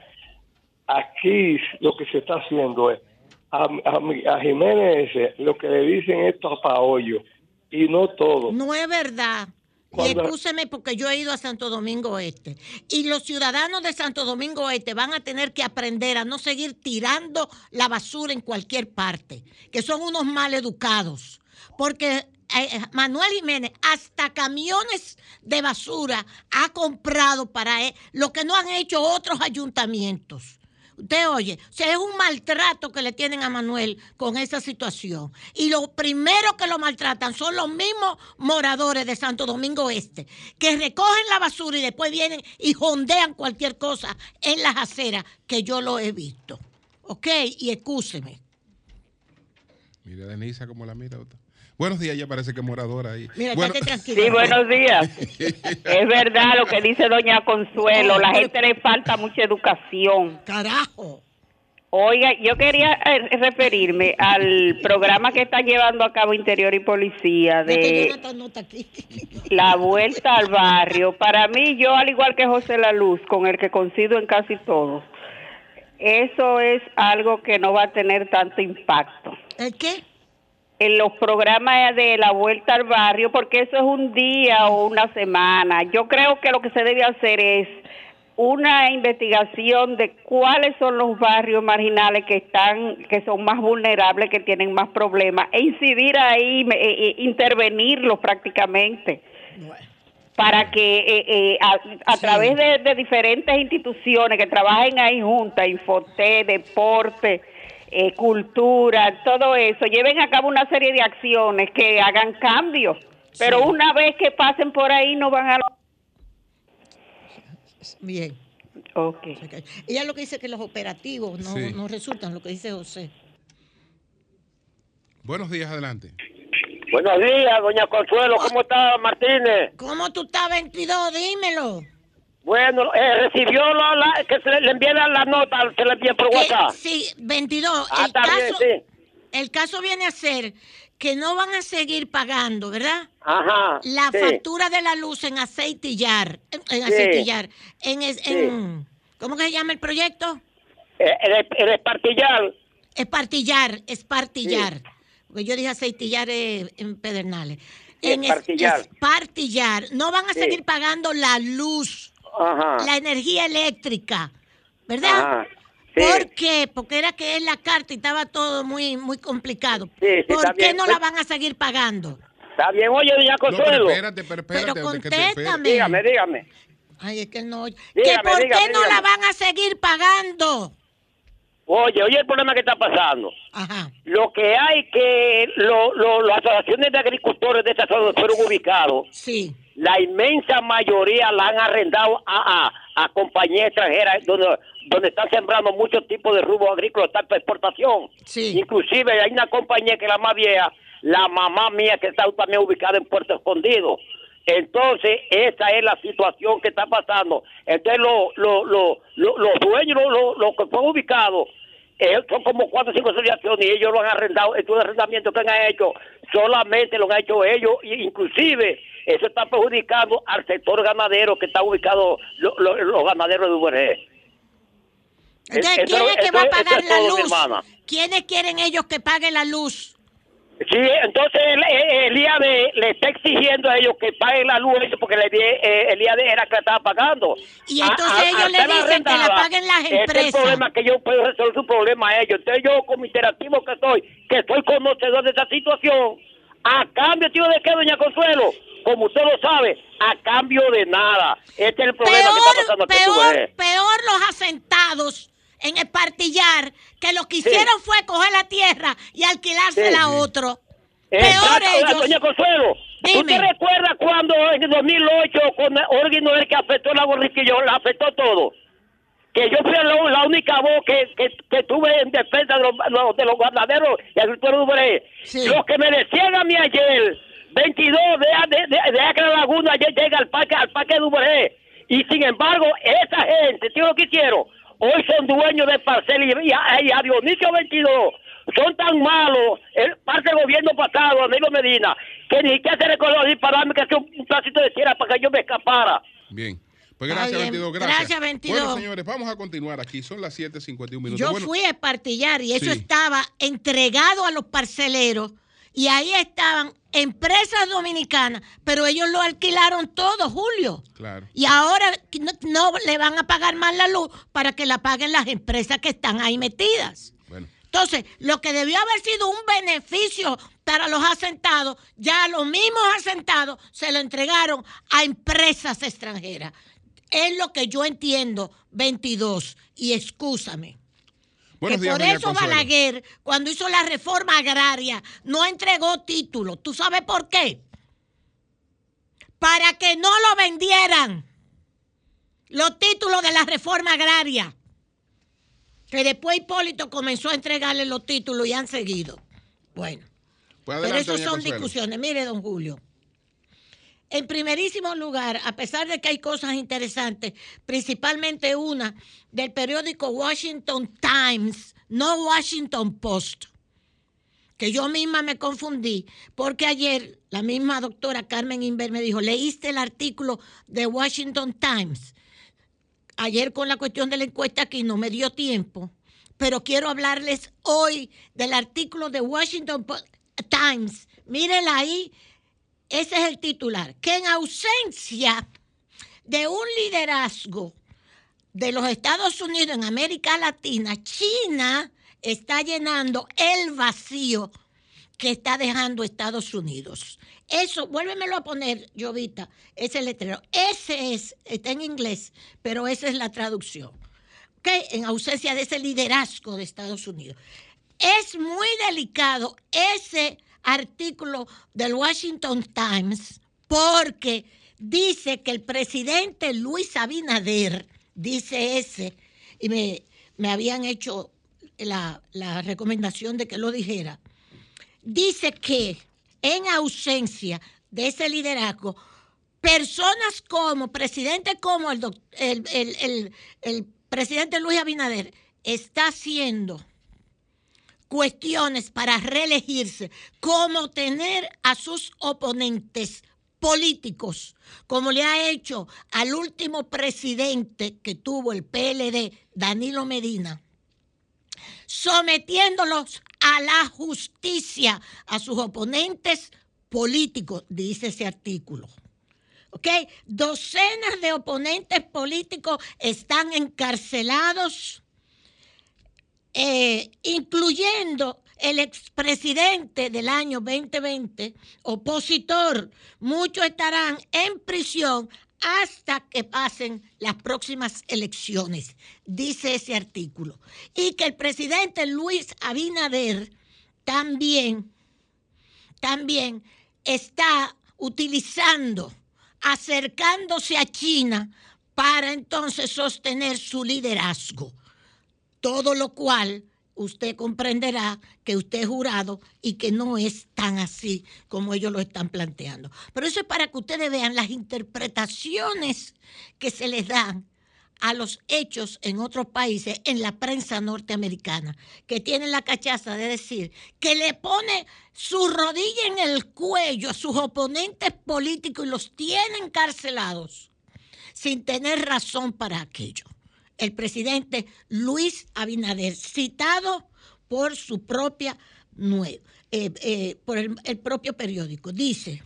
[SPEAKER 7] Aquí lo que se está haciendo es, a, a, a Jiménez ese, lo que le dicen es tapahoyo, y no todo.
[SPEAKER 2] No es verdad. Y
[SPEAKER 7] Cuando-
[SPEAKER 2] escúcheme porque yo he ido a Santo Domingo Este. Y los ciudadanos de Santo Domingo Este van a tener que aprender a no seguir tirando la basura en cualquier parte, que son unos mal educados. Porque eh, Manuel Jiménez hasta camiones de basura ha comprado para él, lo que no han hecho otros ayuntamientos. Usted oye, o sea, es un maltrato que le tienen a Manuel con esa situación. Y lo primero que lo maltratan son los mismos moradores de Santo Domingo Este, que recogen la basura y después vienen y jondean cualquier cosa en las aceras, que yo lo he visto. ¿Ok? Y excúseme.
[SPEAKER 3] Mira, Denisa, como la mira. Otra. Buenos días, ya parece que es moradora ahí.
[SPEAKER 2] Mira,
[SPEAKER 3] Bueno,
[SPEAKER 2] estate tranquilo.
[SPEAKER 8] Sí, buenos días. Es verdad lo que dice doña Consuelo, la gente le falta mucha educación.
[SPEAKER 2] Carajo.
[SPEAKER 8] Oiga, yo quería eh, referirme al programa que está llevando a cabo Interior y Policía
[SPEAKER 2] Ya que
[SPEAKER 8] de
[SPEAKER 2] Jonathan no está aquí.
[SPEAKER 8] la vuelta al barrio. Para mí, yo al igual que José La Luz, con el que coincido en casi todo, eso es algo que no va a tener tanto impacto
[SPEAKER 2] ¿El qué?
[SPEAKER 8] en los programas de la vuelta al barrio, porque eso es un día o una semana. Yo creo que lo que se debe hacer es una investigación de cuáles son los barrios marginales que están, que son más vulnerables, que tienen más problemas, e incidir ahí, e, e, intervenirlos prácticamente, para que eh, eh, a, a
[SPEAKER 2] Sí.
[SPEAKER 8] través de, de diferentes instituciones que trabajen ahí juntas, Infoté, Deporte, eh, Cultura, todo eso, lleven a cabo una serie de acciones que hagan cambios, pero
[SPEAKER 2] Sí.
[SPEAKER 8] una vez que pasen por ahí no van a...
[SPEAKER 2] Bien.
[SPEAKER 8] Ok.
[SPEAKER 2] Ok. Ella lo que dice es que los operativos no,
[SPEAKER 3] Sí.
[SPEAKER 2] no resultan, lo que dice José.
[SPEAKER 3] buenos días, adelante.
[SPEAKER 9] Buenos días, doña Consuelo. ¿Cómo está Martínez?
[SPEAKER 2] ¿Cómo tú estás, veintidós? Dímelo.
[SPEAKER 9] Bueno, eh, recibió la, la- que se le envíe la, la nota, se le envíe por
[SPEAKER 2] ¿Qué?
[SPEAKER 9] WhatsApp.
[SPEAKER 2] Sí, veintidós.
[SPEAKER 9] Ah,
[SPEAKER 2] el
[SPEAKER 9] está bien,
[SPEAKER 2] caso,
[SPEAKER 9] sí.
[SPEAKER 2] El caso viene a ser que no van a seguir pagando, ¿verdad?
[SPEAKER 9] Ajá.
[SPEAKER 2] La
[SPEAKER 9] sí.
[SPEAKER 2] factura de la luz en aceitillar, en, en
[SPEAKER 9] Sí.
[SPEAKER 2] aceitillar, en, es-
[SPEAKER 9] Sí.
[SPEAKER 2] en ¿cómo que se llama el proyecto?
[SPEAKER 9] El, el, el espartillar.
[SPEAKER 2] Espartillar, espartillar. Porque yo dije aceitillar eh, en Pedernales.
[SPEAKER 9] Sí,
[SPEAKER 2] En es-
[SPEAKER 9] espartillar.
[SPEAKER 2] espartillar. No van a
[SPEAKER 9] Sí.
[SPEAKER 2] seguir pagando la luz,
[SPEAKER 9] Ajá.
[SPEAKER 2] la energía eléctrica, ¿verdad?
[SPEAKER 9] Ajá. Sí.
[SPEAKER 2] ¿Por qué? Porque era que es la carta y estaba todo muy muy complicado.
[SPEAKER 9] Sí, sí,
[SPEAKER 2] ¿Por
[SPEAKER 9] está
[SPEAKER 2] qué
[SPEAKER 9] bien.
[SPEAKER 2] no
[SPEAKER 9] Pues-
[SPEAKER 2] la van a seguir pagando?
[SPEAKER 9] Está bien, oye, doña
[SPEAKER 3] No, pero
[SPEAKER 9] Consuelo.
[SPEAKER 3] espérate, pero espérate.
[SPEAKER 2] Pero
[SPEAKER 3] de que te espere.
[SPEAKER 2] contéstame.
[SPEAKER 9] dígame, dígame.
[SPEAKER 2] Ay, es que no. ¿Que
[SPEAKER 9] Dígame,
[SPEAKER 2] por
[SPEAKER 9] dígame,
[SPEAKER 2] qué no la
[SPEAKER 9] dígame.
[SPEAKER 2] van a seguir pagando?
[SPEAKER 9] Oye, oye el problema que está pasando.
[SPEAKER 2] Ajá.
[SPEAKER 9] Lo que hay que, lo, lo, las asociaciones de agricultores de esta zona fueron ubicados.
[SPEAKER 2] Sí.
[SPEAKER 9] La inmensa mayoría la han arrendado a, a, a compañías extranjeras donde, donde están sembrando muchos tipos de rubros agrícolas están para exportación.
[SPEAKER 2] Sí.
[SPEAKER 9] Inclusive hay una compañía que es la más vieja, la mamá mía, que está también ubicada en Puerto Escondido. Entonces, esa es la situación que está pasando. Entonces, lo, lo, lo, lo- los dueños, los lo, lo que fueron ubicados, eh, son como cuatro o cinco asociaciones y ellos lo han arrendado. Estos arrendamientos que han hecho, solamente lo han hecho ellos, e inclusive eso está perjudicando al sector ganadero que está ubicado, lo- lo- los ganaderos de U B R.
[SPEAKER 2] Entonces,
[SPEAKER 9] Eso-
[SPEAKER 2] ¿quién es que
[SPEAKER 9] eso-
[SPEAKER 2] va a
[SPEAKER 9] eso
[SPEAKER 2] pagar
[SPEAKER 9] es
[SPEAKER 2] la
[SPEAKER 9] todo, mi
[SPEAKER 2] luz?
[SPEAKER 9] hermana.
[SPEAKER 2] ¿Quiénes quieren ellos que paguen la luz?
[SPEAKER 9] Sí, entonces el, el I A D le está exigiendo a ellos que paguen la luz porque el, eh, el I A D era que la estaba pagando.
[SPEAKER 2] Y entonces ellos le
[SPEAKER 9] estar
[SPEAKER 2] dicen que la
[SPEAKER 9] arrendada,
[SPEAKER 2] paguen las
[SPEAKER 9] este es
[SPEAKER 2] empresas.
[SPEAKER 9] el problema, que yo puedo resolver su problema a ellos. Entonces yo, como interactivo que soy, que soy conocedor de esa situación, a cambio, tío, ¿de qué, doña Consuelo? Como usted lo sabe, a cambio de nada. Este es el problema que está pasando
[SPEAKER 2] Peor,
[SPEAKER 9] aquí. tú
[SPEAKER 2] peor,
[SPEAKER 9] ves.
[SPEAKER 2] peor los asentados en Espartillar, que lo que hicieron fue coger la tierra y alquilársela
[SPEAKER 9] Sí.
[SPEAKER 2] a otro.
[SPEAKER 9] Exacto,
[SPEAKER 2] Peor ellos.
[SPEAKER 9] doña Consuelo.
[SPEAKER 2] Dime.
[SPEAKER 9] ¿Usted recuerda cuando en el dos mil ocho con Orgui Noel que afectó la borriquillo, la afectó todo? Que yo fui la, la única voz que, que, que tuve en defensa de los, los- de los ganaderos y agricultores de Uberé.
[SPEAKER 2] Sí.
[SPEAKER 9] Los que me decían a mí ayer, veintidós de, de, de, de Acre Laguna, ayer llega al parque, al parque de Uberé. Y sin embargo, esa gente, tío, lo que hicieron, hoy son dueños de parcela y, y, a, y a Dionisio veintidós. Son tan malos, el parte del gobierno pasado, Danilo Medina, que ni siquiera se recordó ni para darme que hacer un, un pedacito de tierra para que yo me escapara.
[SPEAKER 3] Bien. Pues gracias,
[SPEAKER 2] Está bien.
[SPEAKER 3] veintidós. Gracias.
[SPEAKER 2] Gracias, veintidós.
[SPEAKER 3] Bueno, señores, vamos a continuar aquí. Son las siete cincuenta y un minutos.
[SPEAKER 2] Yo
[SPEAKER 3] Bueno,
[SPEAKER 2] fui a Espartillar y eso
[SPEAKER 3] Sí.
[SPEAKER 2] estaba entregado a los parceleros y ahí estaban empresas dominicanas, pero ellos lo alquilaron todo, Julio.
[SPEAKER 3] claro.
[SPEAKER 2] Y ahora no, no le van a pagar más la luz para que la paguen las empresas que están ahí metidas.
[SPEAKER 3] Bueno.
[SPEAKER 2] Entonces, lo que debió haber sido un beneficio para los asentados, ya los mismos asentados se lo entregaron a empresas extranjeras. Es lo que yo entiendo, veintidós, y excúsame.
[SPEAKER 3] Buenos
[SPEAKER 2] que
[SPEAKER 3] días,
[SPEAKER 2] por
[SPEAKER 3] doña
[SPEAKER 2] eso
[SPEAKER 3] Consuelo.
[SPEAKER 2] Balaguer, cuando hizo la reforma agraria, no entregó títulos. ¿Tú sabes por qué? Para que no lo vendieran los títulos de la reforma agraria. Que después Hipólito comenzó a entregarle los títulos y han seguido. Bueno,
[SPEAKER 3] Pues
[SPEAKER 2] pero
[SPEAKER 3] adelante,
[SPEAKER 2] eso
[SPEAKER 3] doña
[SPEAKER 2] son
[SPEAKER 3] Consuelo.
[SPEAKER 2] discusiones. Mire, don Julio. En primerísimo lugar, a pesar de que hay cosas interesantes, principalmente una del periódico Washington Times, no Washington Post, que yo misma me confundí, porque ayer la misma doctora Carmen Inver me dijo, ¿leíste el artículo de Washington Times? Ayer con la cuestión de la encuesta aquí no me dio tiempo, pero quiero hablarles hoy del artículo de Washington Po- Times. Mírenla ahí. Ese es el titular, que en ausencia de un liderazgo de los Estados Unidos en América Latina, China está llenando el vacío que está dejando Estados Unidos. Eso, vuélvemelo a poner, Jovita, ese letrero. Ese es, está en inglés, pero esa es la traducción. ¿Ok? En ausencia de ese liderazgo de Estados Unidos. Es muy delicado ese artículo del Washington Times porque dice que el presidente Luis Abinader, dice ese, y me, me habían hecho la, la recomendación de que lo dijera, dice que en ausencia de ese liderazgo, personas como, presidente como el, doc- el, el, el, el presidente Luis Abinader está haciendo cuestiones para reelegirse, como tener a sus oponentes políticos, como le ha hecho al último presidente que tuvo el P L D, Danilo Medina, sometiéndolos a la justicia, a sus oponentes políticos, dice ese artículo. ¿Ok? Docenas de oponentes políticos están encarcelados, eh, incluyendo el expresidente del año veinte veinte, opositor. Muchos estarán en prisión hasta que pasen las próximas elecciones, dice ese artículo. Y que el presidente Luis Abinader también, también está utilizando, acercándose a China para entonces sostener su liderazgo. Todo lo cual usted comprenderá que usted es jurado y que no es tan así como ellos lo están planteando. Pero eso es para que ustedes vean las interpretaciones que se les dan a los hechos en otros países, en la prensa norteamericana, que tienen la cachaza de decir que le pone su rodilla en el cuello a sus oponentes políticos y los tiene encarcelados sin tener razón para aquello. El presidente Luis Abinader, citado por su propia eh, eh, por el, el propio periódico, dice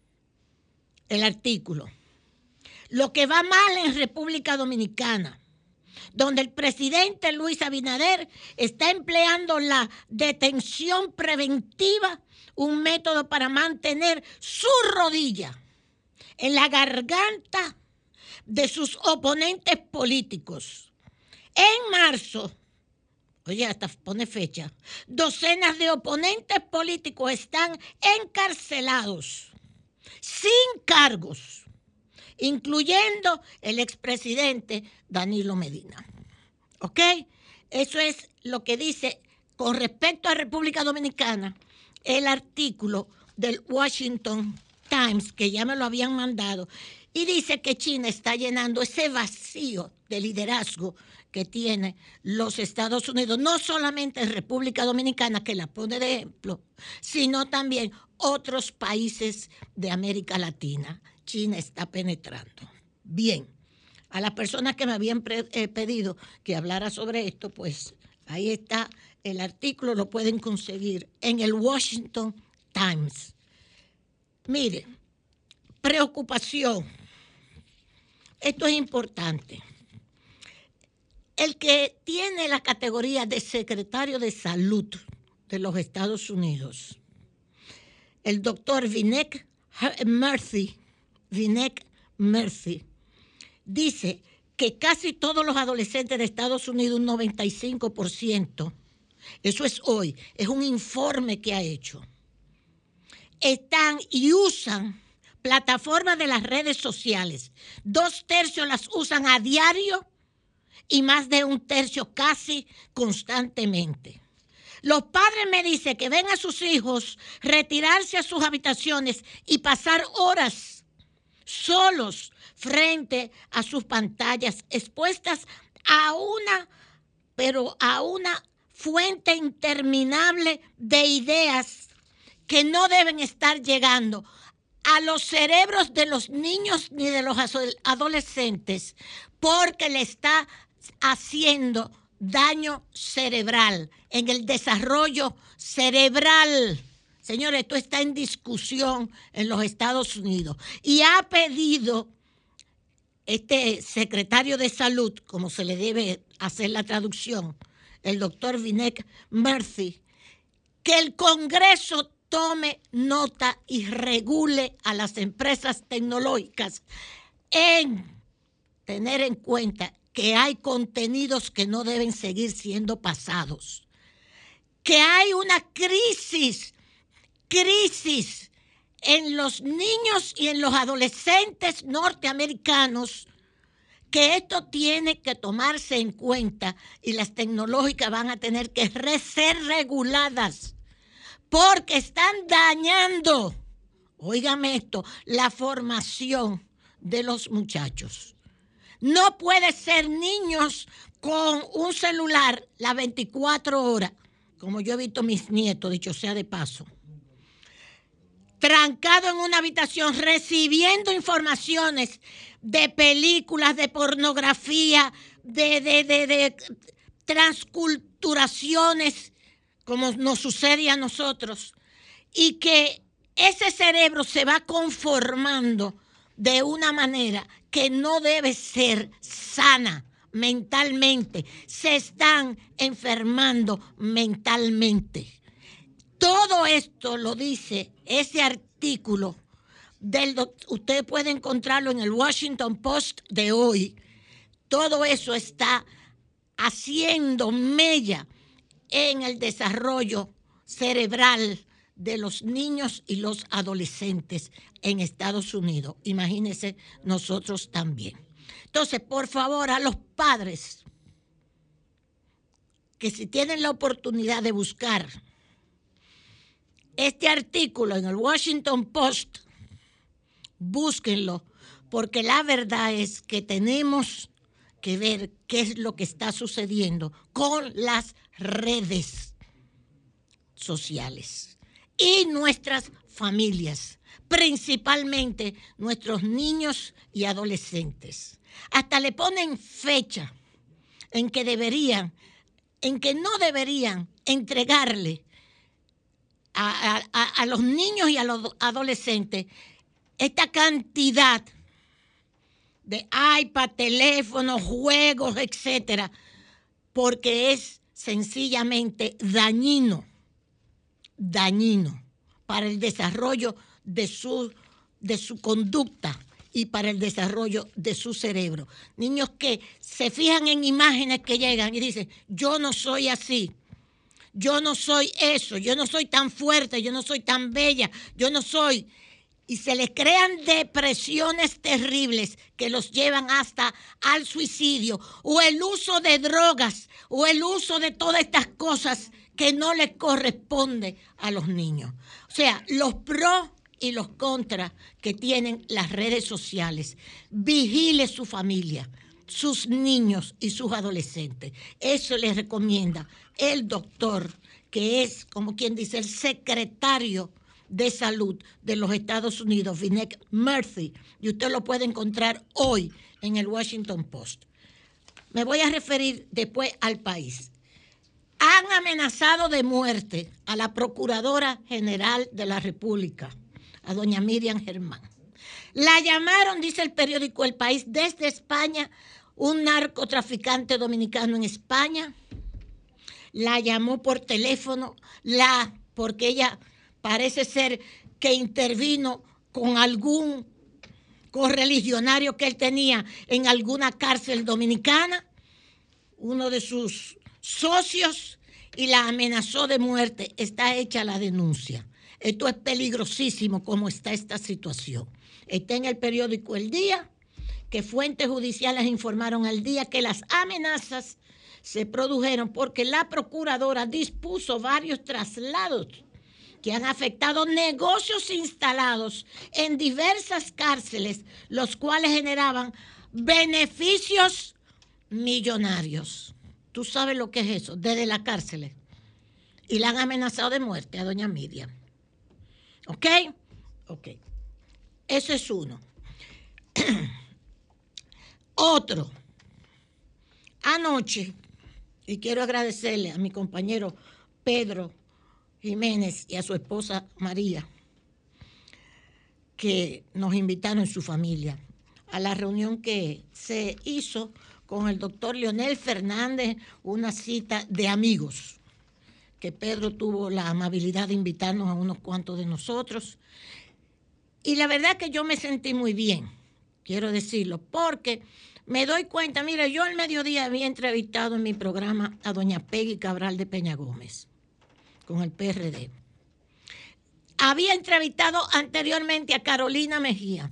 [SPEAKER 2] el artículo: lo que va mal en República Dominicana, donde el presidente Luis Abinader está empleando la detención preventiva, un método para mantener su rodilla en la garganta de sus oponentes políticos. En marzo, oye, hasta pone fecha, docenas de oponentes políticos están encarcelados sin cargos, incluyendo el expresidente Danilo Medina. ¿Ok? Eso es lo que dice con respecto a República Dominicana el artículo del Washington Times, que ya me lo habían mandado, y dice que China está llenando ese vacío de liderazgo que tiene los Estados Unidos, no solamente en República Dominicana, que la pone de ejemplo, sino también otros países de América Latina. China está penetrando. Bien, a las personas que me habían pre- eh, pedido que hablara sobre esto, pues ahí está el artículo, lo pueden conseguir en el Washington Times. Mire, preocupación. Esto es importante. El que tiene la categoría de secretario de Salud de los Estados Unidos, el doctor Vivek Murthy, Vivek Murthy, dice que casi todos los adolescentes de Estados Unidos, un noventa y cinco por ciento, eso es hoy, es un informe que ha hecho, están y usan plataformas de las redes sociales. Dos tercios las usan a diario y más de un tercio casi constantemente. Los padres me dicen que ven a sus hijos retirarse a sus habitaciones y pasar horas solos frente a sus pantallas, expuestas a una, pero a una fuente interminable de ideas que no deben estar llegando a los cerebros de los niños ni de los adolescentes, porque le está haciendo daño cerebral, en el desarrollo cerebral. Señores, esto está en discusión en los Estados Unidos. Y ha pedido este secretario de Salud, como se le debe hacer la traducción, el doctor Vivek Murthy, que el Congreso tome nota y regule a las empresas tecnológicas en tener en cuenta que hay contenidos que no deben seguir siendo pasados, que hay una crisis, crisis en los niños y en los adolescentes norteamericanos, que esto tiene que tomarse en cuenta y las tecnológicas van a tener que re- ser reguladas porque están dañando, óigame esto, la formación de los muchachos. No puede ser niños con un celular las veinticuatro horas, como yo he visto mis nietos, dicho sea de paso, trancado en una habitación recibiendo informaciones de películas, de pornografía, de, de, de, de transculturaciones, como nos sucede a nosotros, y que ese cerebro se va conformando de una manera que no debe ser sana mentalmente. Se están enfermando mentalmente. Todo esto lo dice ese artículo del usted puede encontrarlo en el Washington Post de hoy. Todo eso está haciendo mella en el desarrollo cerebral de los niños y los adolescentes en Estados Unidos. Imagínense nosotros también. Entonces, por favor, a los padres que si tienen la oportunidad de buscar este artículo en el Washington Post, búsquenlo, porque la verdad es que tenemos que ver qué es lo que está sucediendo con las redes sociales y nuestras familias, principalmente nuestros niños y adolescentes. Hasta le ponen fecha en que deberían, en que no deberían entregarle a, a, a los niños y a los adolescentes esta cantidad de iPad, teléfonos, juegos, etcétera, porque es sencillamente dañino, dañino para el desarrollo de su, de su conducta y para el desarrollo de su cerebro. Niños que se fijan en imágenes que llegan y dicen, yo no soy así, yo no soy eso, yo no soy tan fuerte, yo no soy tan bella, yo no soy... Y se les crean depresiones terribles que los llevan hasta al suicidio o el uso de drogas o el uso de todas estas cosas que no les corresponde a los niños. O sea, los pros y los contras que tienen las redes sociales. Vigile su familia, sus niños y sus adolescentes. Eso les recomienda el doctor, que es, como quien dice, el secretario de Salud de los Estados Unidos, Vivek Murthy, y usted lo puede encontrar hoy en el Washington Post. Me voy a referir después al país. Han amenazado de muerte a la Procuradora General de la República, a doña Miriam Germán. La llamaron, dice el periódico El País, desde España, un narcotraficante dominicano en España. La llamó por teléfono, la, porque ella... parece ser que intervino con algún correligionario que él tenía en alguna cárcel dominicana, uno de sus socios, y la amenazó de muerte. Está hecha la denuncia. Esto es peligrosísimo como está esta situación. Está en el periódico El Día, que fuentes judiciales informaron al día que las amenazas se produjeron porque la procuradora dispuso varios traslados que han afectado negocios instalados en diversas cárceles, los cuales generaban beneficios millonarios. ¿Tú sabes lo que es eso? Desde la cárcel. Y la han amenazado de muerte a doña Miriam. ¿Ok? Ok. Eso es uno. Otro. Anoche, y quiero agradecerle a mi compañero Pedro Jiménez y a su esposa María, que nos invitaron en su familia a la reunión que se hizo con el doctor Leonel Fernández, una cita de amigos, que Pedro tuvo la amabilidad de invitarnos a unos cuantos de nosotros. Y la verdad que yo me sentí muy bien, quiero decirlo, porque me doy cuenta, mira, yo al mediodía había entrevistado en mi programa a doña Peggy Cabral de Peña Gómez, con el P R D. Había entrevistado anteriormente a Carolina Mejía,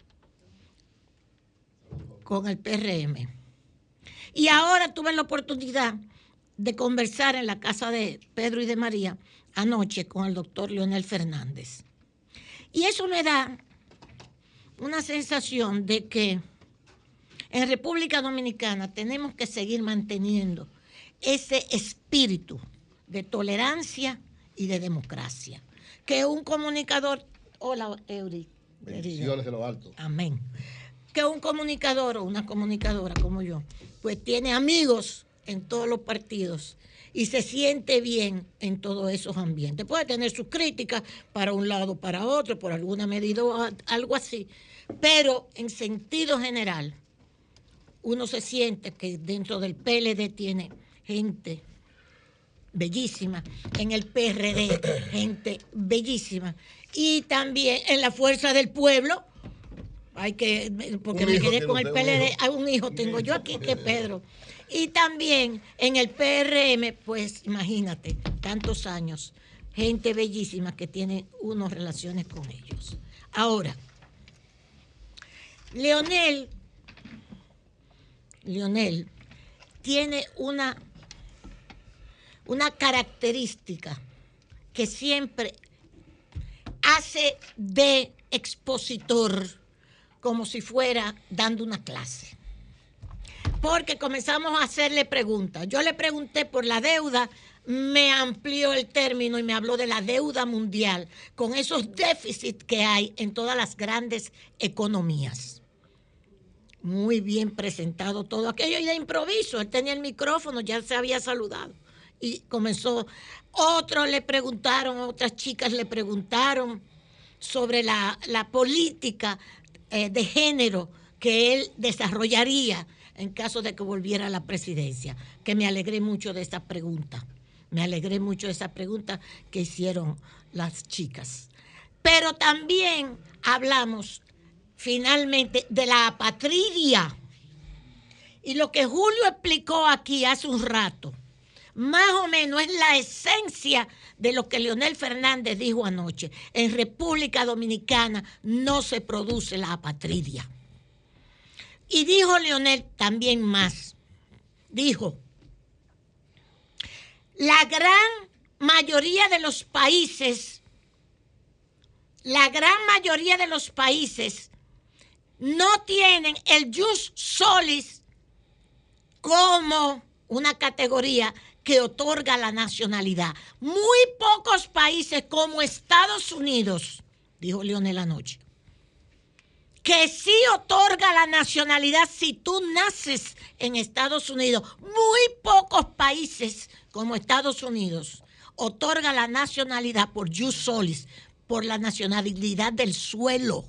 [SPEAKER 2] con el P R M. Y ahora tuve la oportunidad de conversar en la casa de Pedro y de María anoche con el doctor Leonel Fernández. Y eso me da una sensación de que en República Dominicana tenemos que seguir manteniendo ese espíritu de tolerancia y de democracia. Que un comunicador, hola Eury,
[SPEAKER 10] bendiciones de lo alto.
[SPEAKER 2] Amén. Que un comunicador o una comunicadora como yo, pues tiene amigos en todos los partidos y se siente bien en todos esos ambientes. Puede tener sus críticas para un lado, para otro, por alguna medida o algo así, pero en sentido general, uno se siente que dentro del P L D tiene gente bellísima, en el P R D gente bellísima, y también en la Fuerza del Pueblo, hay que, porque me quedé con el P L D, hay un hijo tengo yo aquí que Pedro, y también en el P R M, pues imagínate, tantos años, gente bellísima que tiene unas relaciones con ellos. Ahora, Leonel, Leonel tiene una, una característica que siempre hace de expositor como si fuera dando una clase. Porque comenzamos a hacerle preguntas. Yo le pregunté por la deuda, me amplió el término y me habló de la deuda mundial, con esos déficits que hay en todas las grandes economías. Muy bien presentado todo aquello y de improviso. Él tenía el micrófono, ya se había saludado. Y comenzó. Otros le preguntaron, otras chicas le preguntaron sobre la, la política eh, de género que él desarrollaría en caso de que volviera a la presidencia. Que me alegré mucho de esa pregunta. Me alegré mucho de esa pregunta que hicieron las chicas. Pero también hablamos finalmente de la apatridia. Y lo que Julio explicó aquí hace un rato, más o menos es la esencia de lo que Leonel Fernández dijo anoche. En República Dominicana no se produce la apatridia. Y dijo Leonel también más. Dijo, la gran mayoría de los países, la gran mayoría de los países no tienen el jus solis como una categoría que otorga la nacionalidad. Muy pocos países como Estados Unidos, dijo Leonel anoche, que sí otorga la nacionalidad si tú naces en Estados Unidos. Muy pocos países como Estados Unidos otorga la nacionalidad por jus solis, por la nacionalidad del suelo.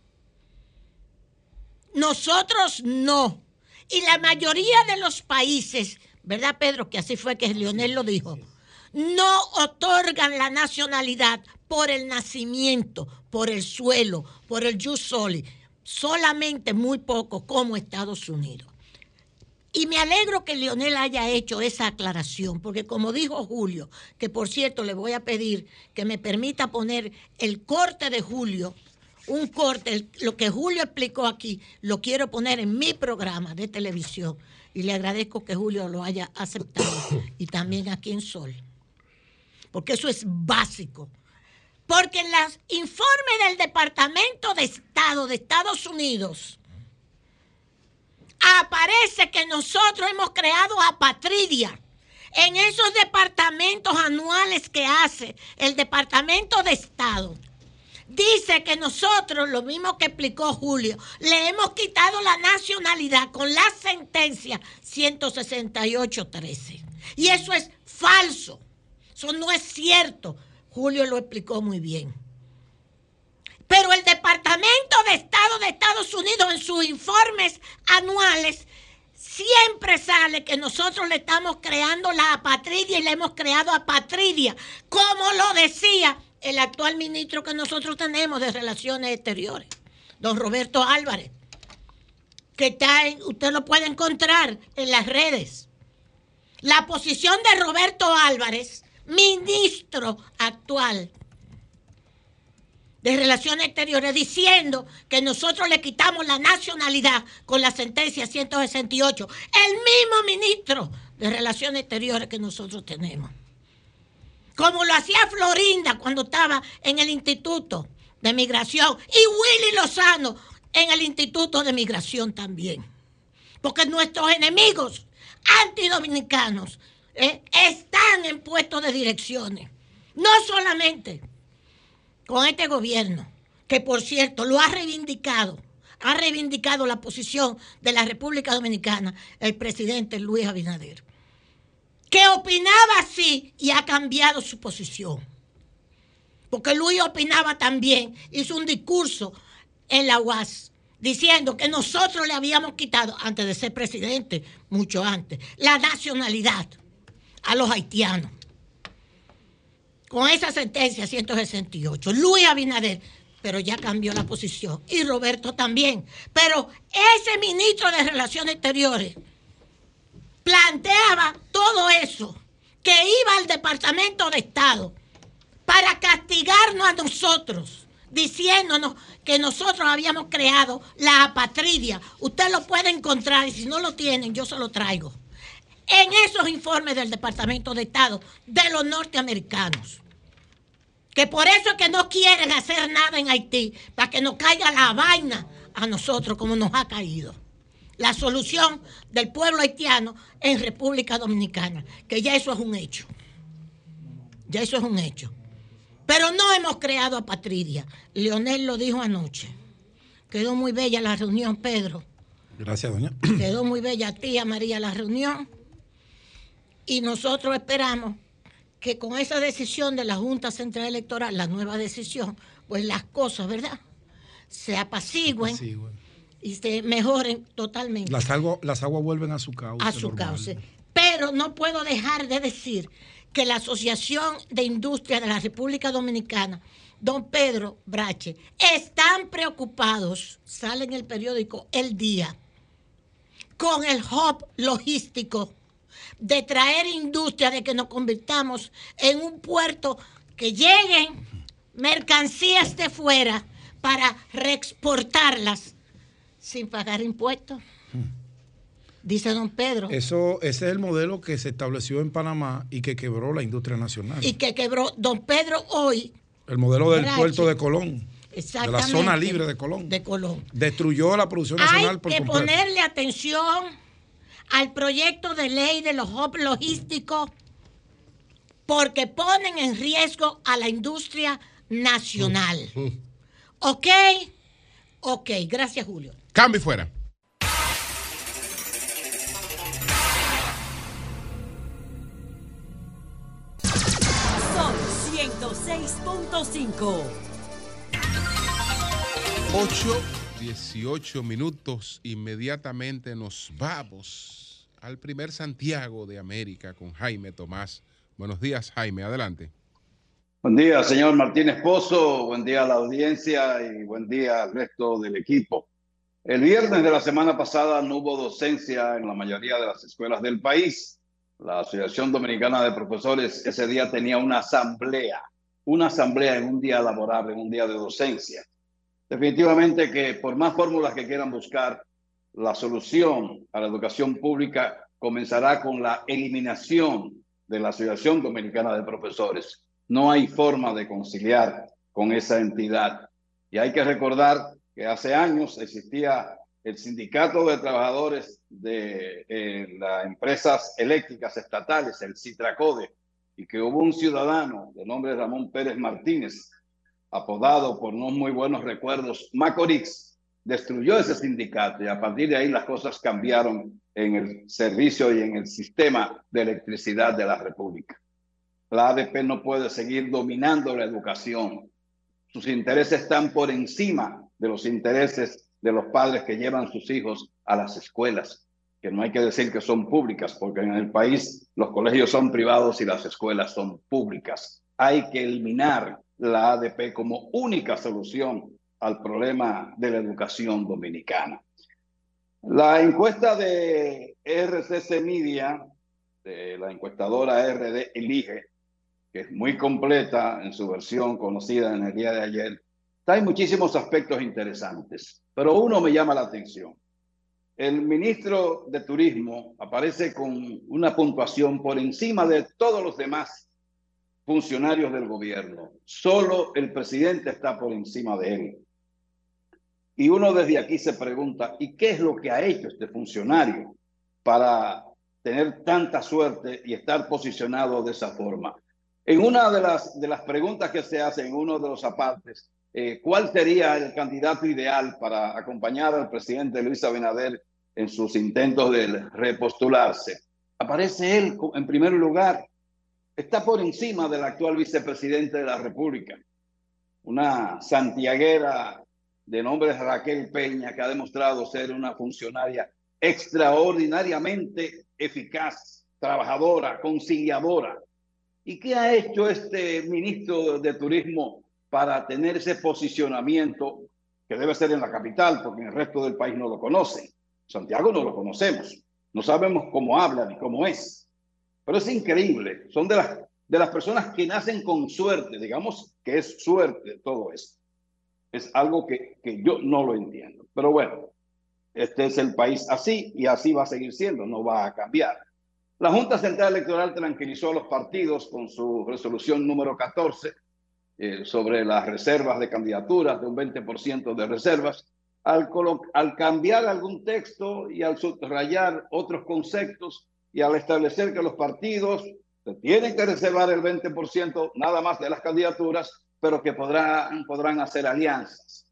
[SPEAKER 2] Nosotros no. Y la mayoría de los países, ¿verdad, Pedro? Que así fue que Leonel lo dijo. No otorgan la nacionalidad por el nacimiento, por el suelo, por el jus solis. Solamente muy poco como Estados Unidos. Y me alegro que Leonel haya hecho esa aclaración, porque como dijo Julio, que por cierto le voy a pedir que me permita poner el corte de Julio, un corte, el, lo que Julio explicó aquí, lo quiero poner en mi programa de televisión y le agradezco que Julio lo haya aceptado y también aquí en Sol, porque eso es básico. Porque en los informes del Departamento de Estado de Estados Unidos aparece que nosotros hemos creado apatridia. En esos departamentos anuales que hace el Departamento de Estado, dice que nosotros, lo mismo que explicó Julio, le hemos quitado la nacionalidad con la sentencia ciento sesenta y ocho trece. Y eso es falso. Eso no es cierto. Julio lo explicó muy bien. Pero el Departamento de Estado de Estados Unidos en sus informes anuales siempre sale que nosotros le estamos creando la apatridia y le hemos creado apatridia, como lo decía el actual ministro que nosotros tenemos de Relaciones Exteriores, don Roberto Álvarez, que está en, usted lo puede encontrar en las redes. La posición de Roberto Álvarez, ministro actual de Relaciones Exteriores, diciendo que nosotros le quitamos la nacionalidad con la sentencia ciento sesenta y ocho. El mismo ministro de Relaciones Exteriores que nosotros tenemos. Como lo hacía Florinda cuando estaba en el Instituto de Migración y Willy Lozano en el Instituto de Migración también. Porque nuestros enemigos antidominicanos ¿eh? están en puestos de direcciones. No solamente con este gobierno, que por cierto lo ha reivindicado, ha reivindicado la posición de la República Dominicana el presidente Luis Abinader, que opinaba así y ha cambiado su posición. Porque Luis opinaba también, hizo un discurso en la U A S diciendo que nosotros le habíamos quitado, antes de ser presidente, mucho antes, la nacionalidad a los haitianos. Con esa sentencia ciento sesenta y ocho, Luis Abinader, pero ya cambió la posición, y Roberto también. Pero ese ministro de Relaciones Exteriores planteaba todo eso, que iba al Departamento de Estado para castigarnos a nosotros, diciéndonos que nosotros habíamos creado la apatridia. Usted lo puede encontrar y si no lo tienen, yo se lo traigo. En esos informes del Departamento de Estado de los norteamericanos. Que por eso es que no quieren hacer nada en Haití, para que nos caiga la vaina a nosotros como nos ha caído. La solución del pueblo haitiano en República Dominicana, que ya eso es un hecho. Ya eso es un hecho. Pero no hemos creado apatridia. Leonel lo dijo anoche. Quedó muy bella la reunión, Pedro.
[SPEAKER 11] Gracias, doña.
[SPEAKER 2] Quedó muy bella tía María la reunión. Y nosotros esperamos que con esa decisión de la Junta Central Electoral, la nueva decisión, pues las cosas, ¿verdad?, se apacigüen, apacigüen. y se mejoren totalmente.
[SPEAKER 11] Las, algo, las aguas vuelven a su cauce.
[SPEAKER 2] A su normal. cauce. Pero no puedo dejar de decir que la Asociación de Industria de la República Dominicana, don Pedro Brache, están preocupados, sale en el periódico El Día, con el hub logístico de traer industria, de que nos convirtamos en un puerto que lleguen mercancías de fuera para reexportarlas sin pagar impuestos. Dice don Pedro.
[SPEAKER 11] Eso, ese es el modelo que se estableció en Panamá y que quebró la industria nacional.
[SPEAKER 2] Y que quebró don Pedro hoy.
[SPEAKER 11] El modelo del Brache, puerto de Colón.
[SPEAKER 2] Exactamente.
[SPEAKER 11] De la zona libre de Colón.
[SPEAKER 2] De Colón.
[SPEAKER 11] Destruyó la producción nacional
[SPEAKER 2] Hay
[SPEAKER 11] por
[SPEAKER 2] que
[SPEAKER 11] completo.
[SPEAKER 2] ponerle atención al proyecto de ley de los hubs logísticos, porque ponen en riesgo a la industria nacional. Mm. ¿Ok? Ok, gracias, Julio.
[SPEAKER 3] Cambio fuera.
[SPEAKER 12] Son ciento seis punto cinco.
[SPEAKER 3] ocho, dieciocho minutos. Inmediatamente nos vamos al primer Santiago de América con Jaime Tomás. Buenos días, Jaime. Adelante.
[SPEAKER 13] Buen día, señor Martínez Pozo. Buen día a la audiencia y buen día al resto del equipo. El viernes de la semana pasada no hubo docencia en la mayoría de las escuelas del país. La Asociación Dominicana de Profesores ese día tenía una asamblea, una asamblea en un día laborable, en un día de docencia. Definitivamente que por más fórmulas que quieran buscar, la solución a la educación pública comenzará con la eliminación de la Asociación Dominicana de Profesores. No hay forma de conciliar con esa entidad. Y hay que recordar que hace años existía el Sindicato de Trabajadores de eh, las Empresas Eléctricas Estatales, el Citracode, y que hubo un ciudadano de nombre Ramón Pérez Martínez, apodado por no muy buenos recuerdos Macorix, destruyó ese sindicato y a partir de ahí las cosas cambiaron en el servicio y en el sistema de electricidad de la República. La A D P no puede seguir dominando la educación. Sus intereses están por encima de los intereses de los padres que llevan sus hijos a las escuelas, que no hay que decir que son públicas, porque en el país los colegios son privados y las escuelas son públicas. Hay que eliminar la A D P como única solución al problema de la educación dominicana. La encuesta de R C C Media, de la encuestadora R D Elige, que es muy completa en su versión conocida en el día de ayer, hay muchísimos aspectos interesantes, pero uno me llama la atención. El ministro de Turismo aparece con una puntuación por encima de todos los demás funcionarios del gobierno. Solo el presidente está por encima de él. Y uno desde aquí se pregunta, ¿y qué es lo que ha hecho este funcionario para tener tanta suerte y estar posicionado de esa forma. En una de las, de las preguntas que se hacen en uno de los apartes, eh, ¿cuál sería el candidato ideal para acompañar al presidente Luis Abinader en sus intentos de repostularse? Aparece él en primer lugar. Está por encima del actual vicepresidente de la República, una santiaguera de nombre Raquel Peña, que ha demostrado ser una funcionaria extraordinariamente eficaz, trabajadora, conciliadora. ¿Y qué ha hecho este ministro de Turismo para tener ese posicionamiento que debe ser en la capital, porque en el resto del país no lo conocen? Santiago no lo conocemos, no sabemos cómo habla ni cómo es. Pero es increíble, son de las, de las personas que nacen con suerte, digamos que es suerte todo esto. Es algo que, que yo no lo entiendo. Pero bueno, este es el país así y así va a seguir siendo, no va a cambiar. La Junta Central Electoral tranquilizó a los partidos con su resolución número catorce eh, sobre las reservas de candidaturas, de un veinte por ciento de reservas. Al, al cambiar algún texto y al subrayar otros conceptos, y al establecer que los partidos se tienen que reservar el veinte por ciento nada más de las candidaturas, pero que podrán, podrán hacer alianzas.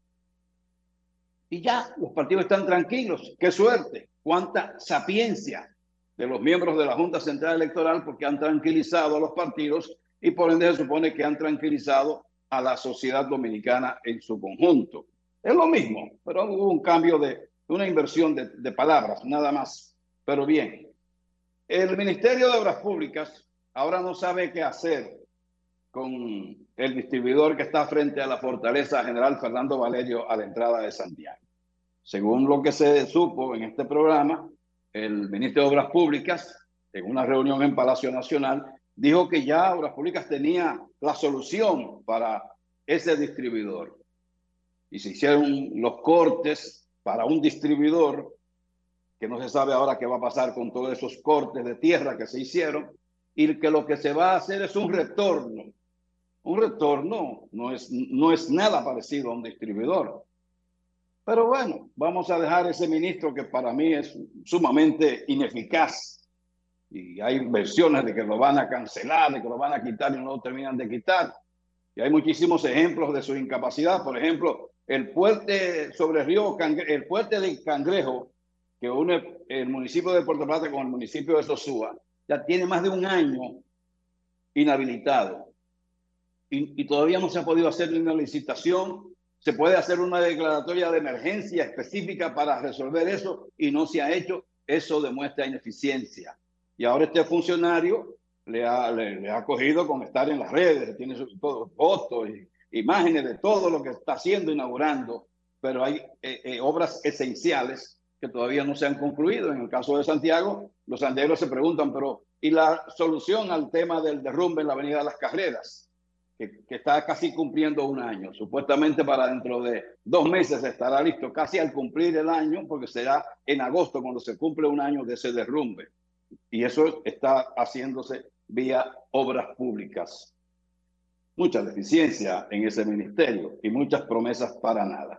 [SPEAKER 13] Y ya los partidos están tranquilos. ¡Qué suerte! ¡Cuánta sapiencia de los miembros de la Junta Central Electoral! Porque han tranquilizado a los partidos y por ende se supone que han tranquilizado a la sociedad dominicana en su conjunto. Es lo mismo, pero hubo un cambio de una inversión de, de palabras, nada más. Pero bien. El Ministerio de Obras Públicas ahora no sabe qué hacer con el distribuidor que está frente a la Fortaleza General Fernando Valerio a la entrada de Santiago. Según lo que se supo en este programa, el ministro de Obras Públicas, en una reunión en Palacio Nacional, dijo que ya Obras Públicas tenía la solución para ese distribuidor. Y se hicieron los cortes para un distribuidor que no se sabe ahora qué va a pasar con todos esos cortes de tierra que se hicieron, y que lo que se va a hacer es un retorno. Un retorno no es, no es nada parecido a un distribuidor. Pero bueno, vamos a dejar ese ministro que para mí es sumamente ineficaz. Y hay versiones de que lo van a cancelar, de que lo van a quitar y no lo terminan de quitar. Y hay muchísimos ejemplos de su incapacidad. Por ejemplo, el puente sobre el río, Cangre, el puente de Cangrejo, que une el municipio de Puerto Plata con el municipio de Sosúa, ya tiene más de un año inhabilitado. Y, y todavía no se ha podido hacer una licitación. Se puede hacer una declaratoria de emergencia específica para resolver eso y no se ha hecho. Eso demuestra ineficiencia. Y ahora este funcionario le ha, le, le ha cogido con estar en las redes, tiene sus fotos y imágenes de todo lo que está haciendo, inaugurando, pero hay eh, eh, obras esenciales que todavía no se han concluido. En el caso de Santiago, los santiagueros se preguntan, pero ¿y la solución al tema del derrumbe en la Avenida de las Carreras? Que, que está casi cumpliendo un año. Supuestamente para dentro de dos meses estará listo, casi al cumplir el año, porque será en agosto cuando se cumple un año de ese derrumbe. Y eso está haciéndose vía obras públicas. Mucha deficiencia en ese ministerio y muchas promesas para nada.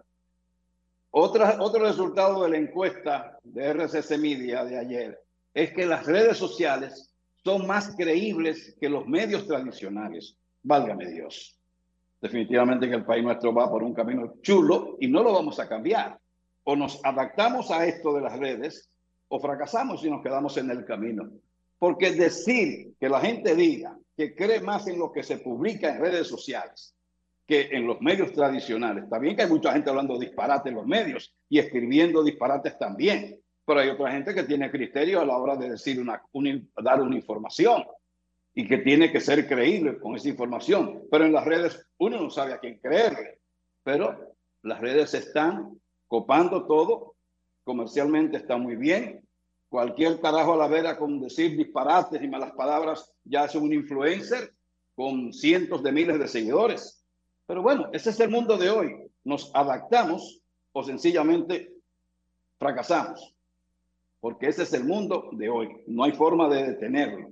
[SPEAKER 13] Otra, otro resultado de la encuesta de R C C Media de ayer es que las redes sociales son más creíbles que los medios tradicionales. Válgame Dios. Definitivamente que el país nuestro va por un camino chulo y no lo vamos a cambiar. O nos adaptamos a esto de las redes o fracasamos y nos quedamos en el camino. Porque decir que la gente diga que cree más en lo que se publica en redes sociales que en los medios tradicionales. Está bien que hay mucha gente hablando disparate en los medios y escribiendo disparates también, pero hay otra gente que tiene criterio a la hora de decir una, una, dar una información y que tiene que ser creíble con esa información. Pero en las redes uno no sabe a quién creerle, pero las redes están copando todo, comercialmente está muy bien. Cualquier carajo a la vera con decir disparates y malas palabras ya es un influencer con cientos de miles de seguidores. Pero bueno, ese es el mundo de hoy. Nos adaptamos o sencillamente fracasamos. Porque ese es el mundo de hoy. No hay forma de detenerlo.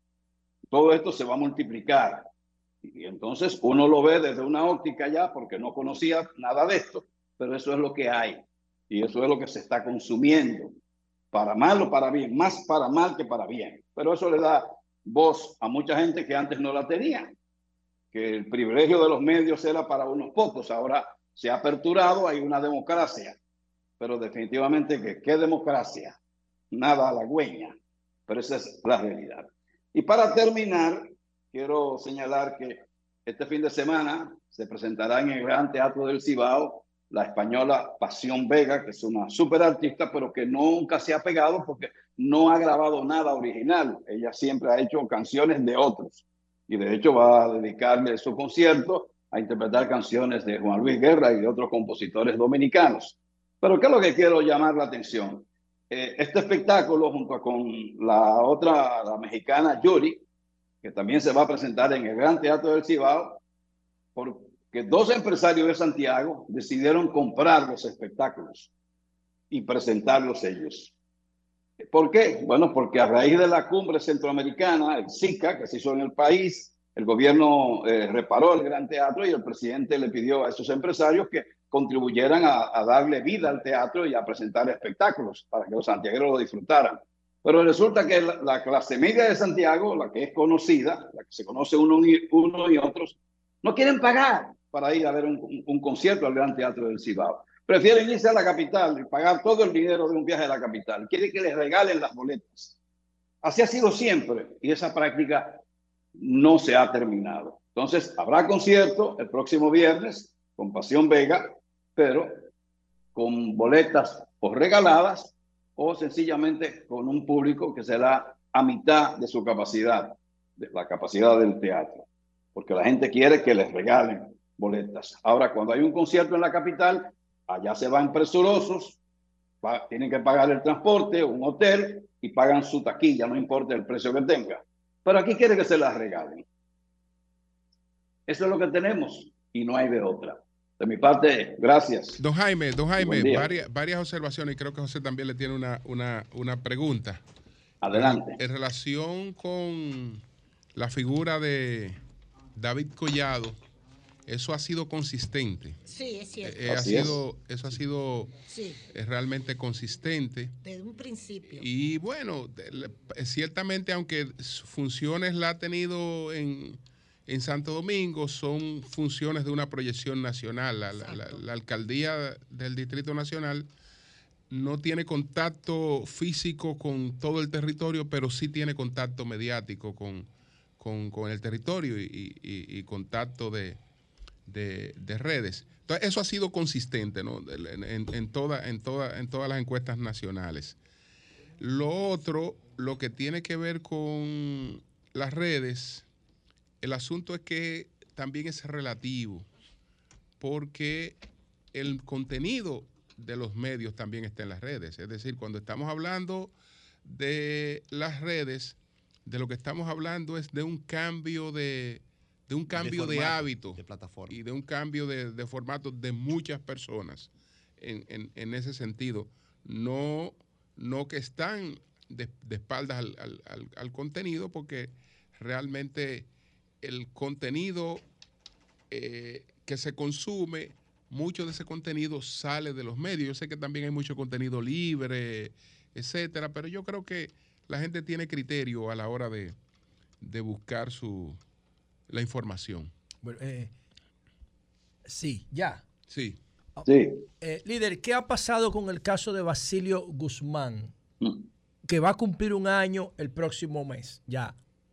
[SPEAKER 13] Todo esto se va a multiplicar. Y entonces uno lo ve desde una óptica ya porque no conocía nada de esto. Pero eso es lo que hay. Y eso es lo que se está consumiendo. para mal o para bien, más para mal que para bien. Pero eso le da voz a mucha gente que antes no la tenía, que el privilegio de los medios era para unos pocos. Ahora se ha aperturado, hay una democracia, pero definitivamente que qué democracia, nada halagüeña, pero esa es la realidad. Y para terminar, quiero señalar que este fin de semana se presentará en el Gran Teatro del Cibao la española Pasión Vega, que es una súper artista, pero que nunca se ha pegado porque no ha grabado nada original. Ella siempre ha hecho canciones de otros. Y de hecho va a dedicarle su concierto a interpretar canciones de Juan Luis Guerra y de otros compositores dominicanos. Pero ¿qué es lo que quiero llamar la atención? Eh, este espectáculo, junto con la otra, la mexicana Yuri, que también se va a presentar en el Gran Teatro del Cibao, porque dos empresarios de Santiago decidieron comprar los espectáculos y presentarlos ellos. ¿Por qué? Bueno, porque a raíz de la cumbre centroamericana, el SICA, que se hizo en el país, el gobierno eh, reparó el Gran Teatro y el presidente le pidió a esos empresarios que contribuyeran a, a darle vida al teatro y a presentar espectáculos para que los santiagueros lo disfrutaran. Pero resulta que la, la clase media de Santiago, la que es conocida, la que se conoce uno y, uno y otros, no quieren pagar para ir a ver un, un, un concierto al Gran Teatro del Cibao. Prefieren irse a la capital y pagar todo el dinero de un viaje a la capital. Quieren que les regalen las boletas. Así ha sido siempre y esa práctica no se ha terminado. Entonces, habrá concierto el próximo viernes con Pasión Vega, pero con boletas o regaladas o sencillamente con un público que será a mitad de su capacidad, de la capacidad del teatro, porque la gente quiere que les regalen boletas. Ahora, cuando hay un concierto en la capital, allá se van presurosos, tienen que pagar el transporte, un hotel y pagan su taquilla, no importa el precio que tenga. Pero aquí quiere que se las regalen. Eso es lo que tenemos y no hay de otra. De mi parte, gracias.
[SPEAKER 3] Don Jaime, don Jaime, varias, varias observaciones y creo que José también le tiene una, una, una pregunta.
[SPEAKER 13] Adelante.
[SPEAKER 3] En, en relación con la figura de David Collado, eso ha sido consistente.
[SPEAKER 2] Sí, es cierto.
[SPEAKER 3] Eh, ha sido, eso ha sido sí. eh, realmente consistente.
[SPEAKER 2] Desde un principio.
[SPEAKER 3] Y bueno, de, de, ciertamente, aunque funciones la ha tenido en... En Santo Domingo son funciones de una proyección nacional. La, la, la, la alcaldía del Distrito Nacional no tiene contacto físico con todo el territorio, pero sí tiene contacto mediático con, con, con el territorio y, y, y contacto de, de, de redes. Entonces, eso ha sido consistente, ¿no? en, en, en, toda, en, toda, en todas las encuestas nacionales. Lo otro, lo que tiene que ver con las redes... El asunto es que también es relativo, porque el contenido de los medios también está en las redes. Es decir, cuando estamos hablando de las redes, de lo que estamos hablando es de un cambio de, de un cambio de, formato, de hábito
[SPEAKER 10] de plataforma.
[SPEAKER 3] Y de un cambio de, de formato de muchas personas en, en, en ese sentido. No, no que están de, de espaldas al, al, al, al contenido, porque realmente el contenido eh, que se consume, mucho de ese contenido sale de los medios. Yo sé que también hay mucho contenido libre, etcétera, pero yo creo que la gente tiene criterio a la hora de, de buscar su la información.
[SPEAKER 14] Bueno, eh, sí, ya.
[SPEAKER 3] Sí.
[SPEAKER 13] Sí.
[SPEAKER 14] Eh, líder, ¿qué ha pasado con el caso de Basilio Guzmán? Mm. Que va a cumplir un año el próximo mes, ya.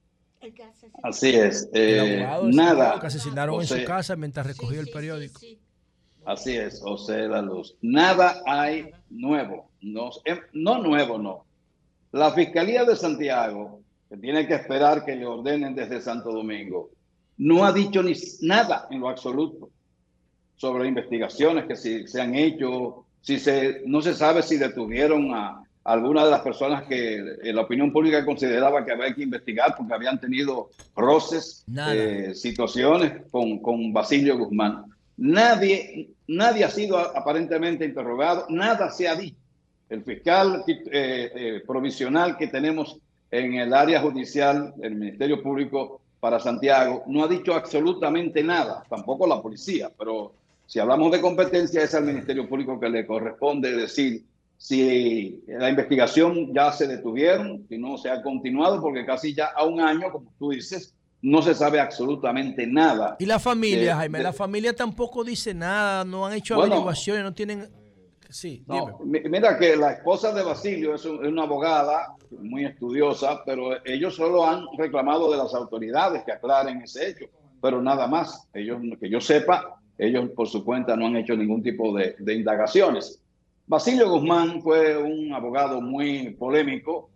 [SPEAKER 13] Así es. Eh,
[SPEAKER 14] el
[SPEAKER 13] nada.
[SPEAKER 14] Que asesinaron
[SPEAKER 13] José,
[SPEAKER 14] en su casa mientras recogía
[SPEAKER 2] sí,
[SPEAKER 14] el periódico.
[SPEAKER 2] Sí, sí, sí.
[SPEAKER 13] Así es, José La Luz. Nada hay nuevo. No, no nuevo, no. La Fiscalía de Santiago, que tiene que esperar que le ordenen desde Santo Domingo, no ha dicho ni nada en lo absoluto sobre investigaciones que si, se han hecho, si se, no se sabe si detuvieron a algunas de las personas que la opinión pública consideraba que había que investigar porque habían tenido roces, eh, situaciones con, con Basilio Guzmán. Nadie, nadie ha sido aparentemente interrogado, nada se ha dicho. El fiscal eh, eh, provisional que tenemos en el área judicial del Ministerio Público para Santiago no ha dicho absolutamente nada, tampoco la policía, pero si hablamos de competencia es al Ministerio Público que le corresponde decir si la investigación ya se detuvieron, si no se ha continuado, porque casi ya a un año, como tú dices, no se sabe absolutamente nada.
[SPEAKER 14] Y la familia,
[SPEAKER 13] de,
[SPEAKER 14] Jaime,
[SPEAKER 13] de,
[SPEAKER 14] la familia tampoco dice nada, no han hecho
[SPEAKER 13] bueno,
[SPEAKER 14] averiguaciones, no tienen... Sí,
[SPEAKER 13] no, mira que la esposa de Basilio es, un, es una abogada muy estudiosa, pero ellos solo han reclamado de las autoridades que aclaren ese hecho, pero nada más. Ellos, que yo sepa, ellos por su cuenta no han hecho ningún tipo de, de indagaciones. Basilio Guzmán fue un abogado muy polémico,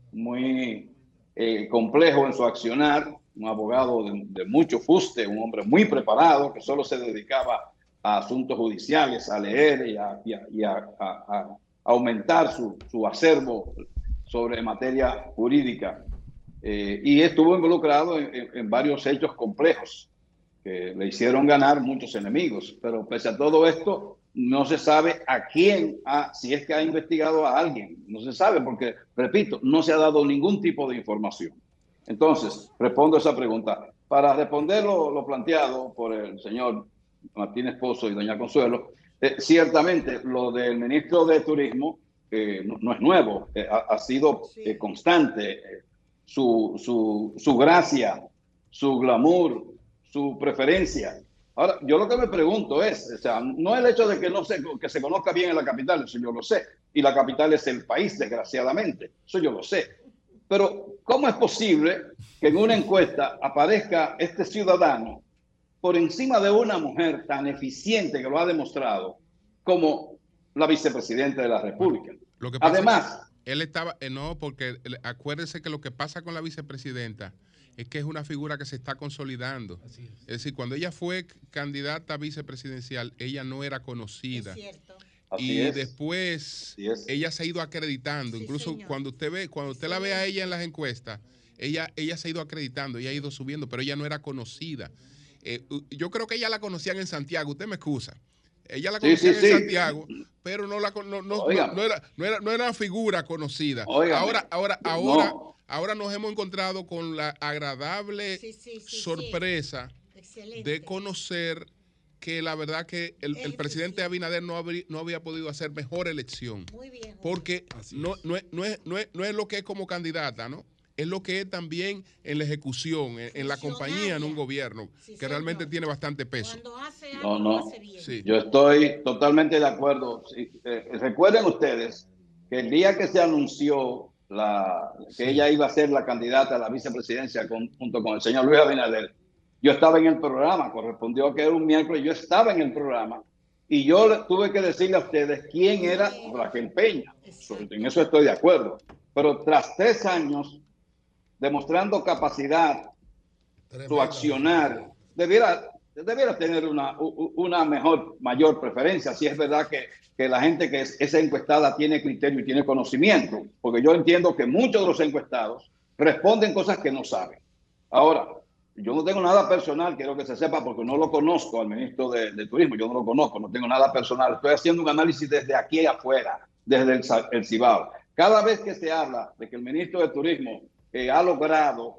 [SPEAKER 13] muy eh, complejo en su accionar, un abogado de, de mucho fuste, un hombre muy preparado que solo se dedicaba a asuntos judiciales, a leer y a, y a, y a, a, a aumentar su, su acervo sobre materia jurídica. Eh, y estuvo involucrado en, en, en varios hechos complejos que le hicieron ganar muchos enemigos. Pero pese a todo esto, no se sabe a quién, ha, si es que ha investigado a alguien. No se sabe porque, repito, no se ha dado ningún tipo de información. Entonces, respondo a esa pregunta. Para responder lo, lo planteado por el señor Martínez Pozo y doña Consuelo, eh, ciertamente lo del ministro de Turismo eh, no, no es nuevo, eh, ha, ha sido eh, constante. Eh, su, su, su gracia, su glamour, su preferencia. Ahora, yo lo que me pregunto es, o sea, no el hecho de que no se, que se conozca bien en la capital, eso yo lo sé, y la capital es el país, desgraciadamente, eso yo lo sé. Pero, ¿cómo es posible que en una encuesta aparezca este ciudadano por encima de una mujer tan eficiente que lo ha demostrado como la vicepresidenta de la República?
[SPEAKER 3] Lo que pasa
[SPEAKER 13] Además,
[SPEAKER 3] es que él estaba, eh, no, porque acuérdense que lo que pasa con la vicepresidenta es que es una figura que se está consolidando. Es. es decir, cuando ella fue candidata vicepresidencial, ella no era conocida. Es cierto. Y
[SPEAKER 13] es.
[SPEAKER 3] después ella se ha ido acreditando. Sí, incluso señor. cuando usted ve, cuando usted sí. la ve a ella en las encuestas, ella, ella se ha ido acreditando, ella ha ido subiendo, pero ella no era conocida. Eh, yo creo que ella la conocían en Santiago, usted me excusa. Ella la conocía sí, sí, en sí. Santiago, pero no la no, no, no, no, era, no, era, no era una figura conocida. Óigame. Ahora, ahora, ahora, no. ahora nos hemos encontrado con la agradable sí, sí, sí, sorpresa sí. de conocer que la verdad que el, el presidente Abinader no había, no había podido hacer mejor elección. Muy bien. Porque no, no, es, no, es, no, es, no es lo que es como candidata, ¿no? Es lo que es también en la ejecución, en, en la compañía, en un gobierno, sí, que realmente tiene bastante peso.
[SPEAKER 13] Cuando hace algo, no, no. Hace bien. Sí. Yo estoy totalmente de acuerdo. Sí, eh, recuerden ustedes que el día que se anunció la, que sí. ella iba a ser la candidata a la vicepresidencia con, junto con el señor Luis Abinader, yo estaba en el programa, correspondió que era un miércoles, yo estaba en el programa y yo tuve que decirle a ustedes quién era Raquel Peña. En eso estoy de acuerdo. Pero tras tres años demostrando capacidad, Tremendo. su accionar, debiera, debiera tener una, una mejor, mayor preferencia, si es verdad que, que la gente que es esa encuestada tiene criterio y tiene conocimiento, porque yo entiendo que muchos de los encuestados responden cosas que no saben. Ahora, yo no tengo nada personal, quiero que se sepa, porque no lo conozco al ministro de, de Turismo, yo no lo conozco, no tengo nada personal, estoy haciendo un análisis desde aquí afuera, desde el, el Cibao. Cada vez que se habla de que el ministro de Turismo Eh, ha logrado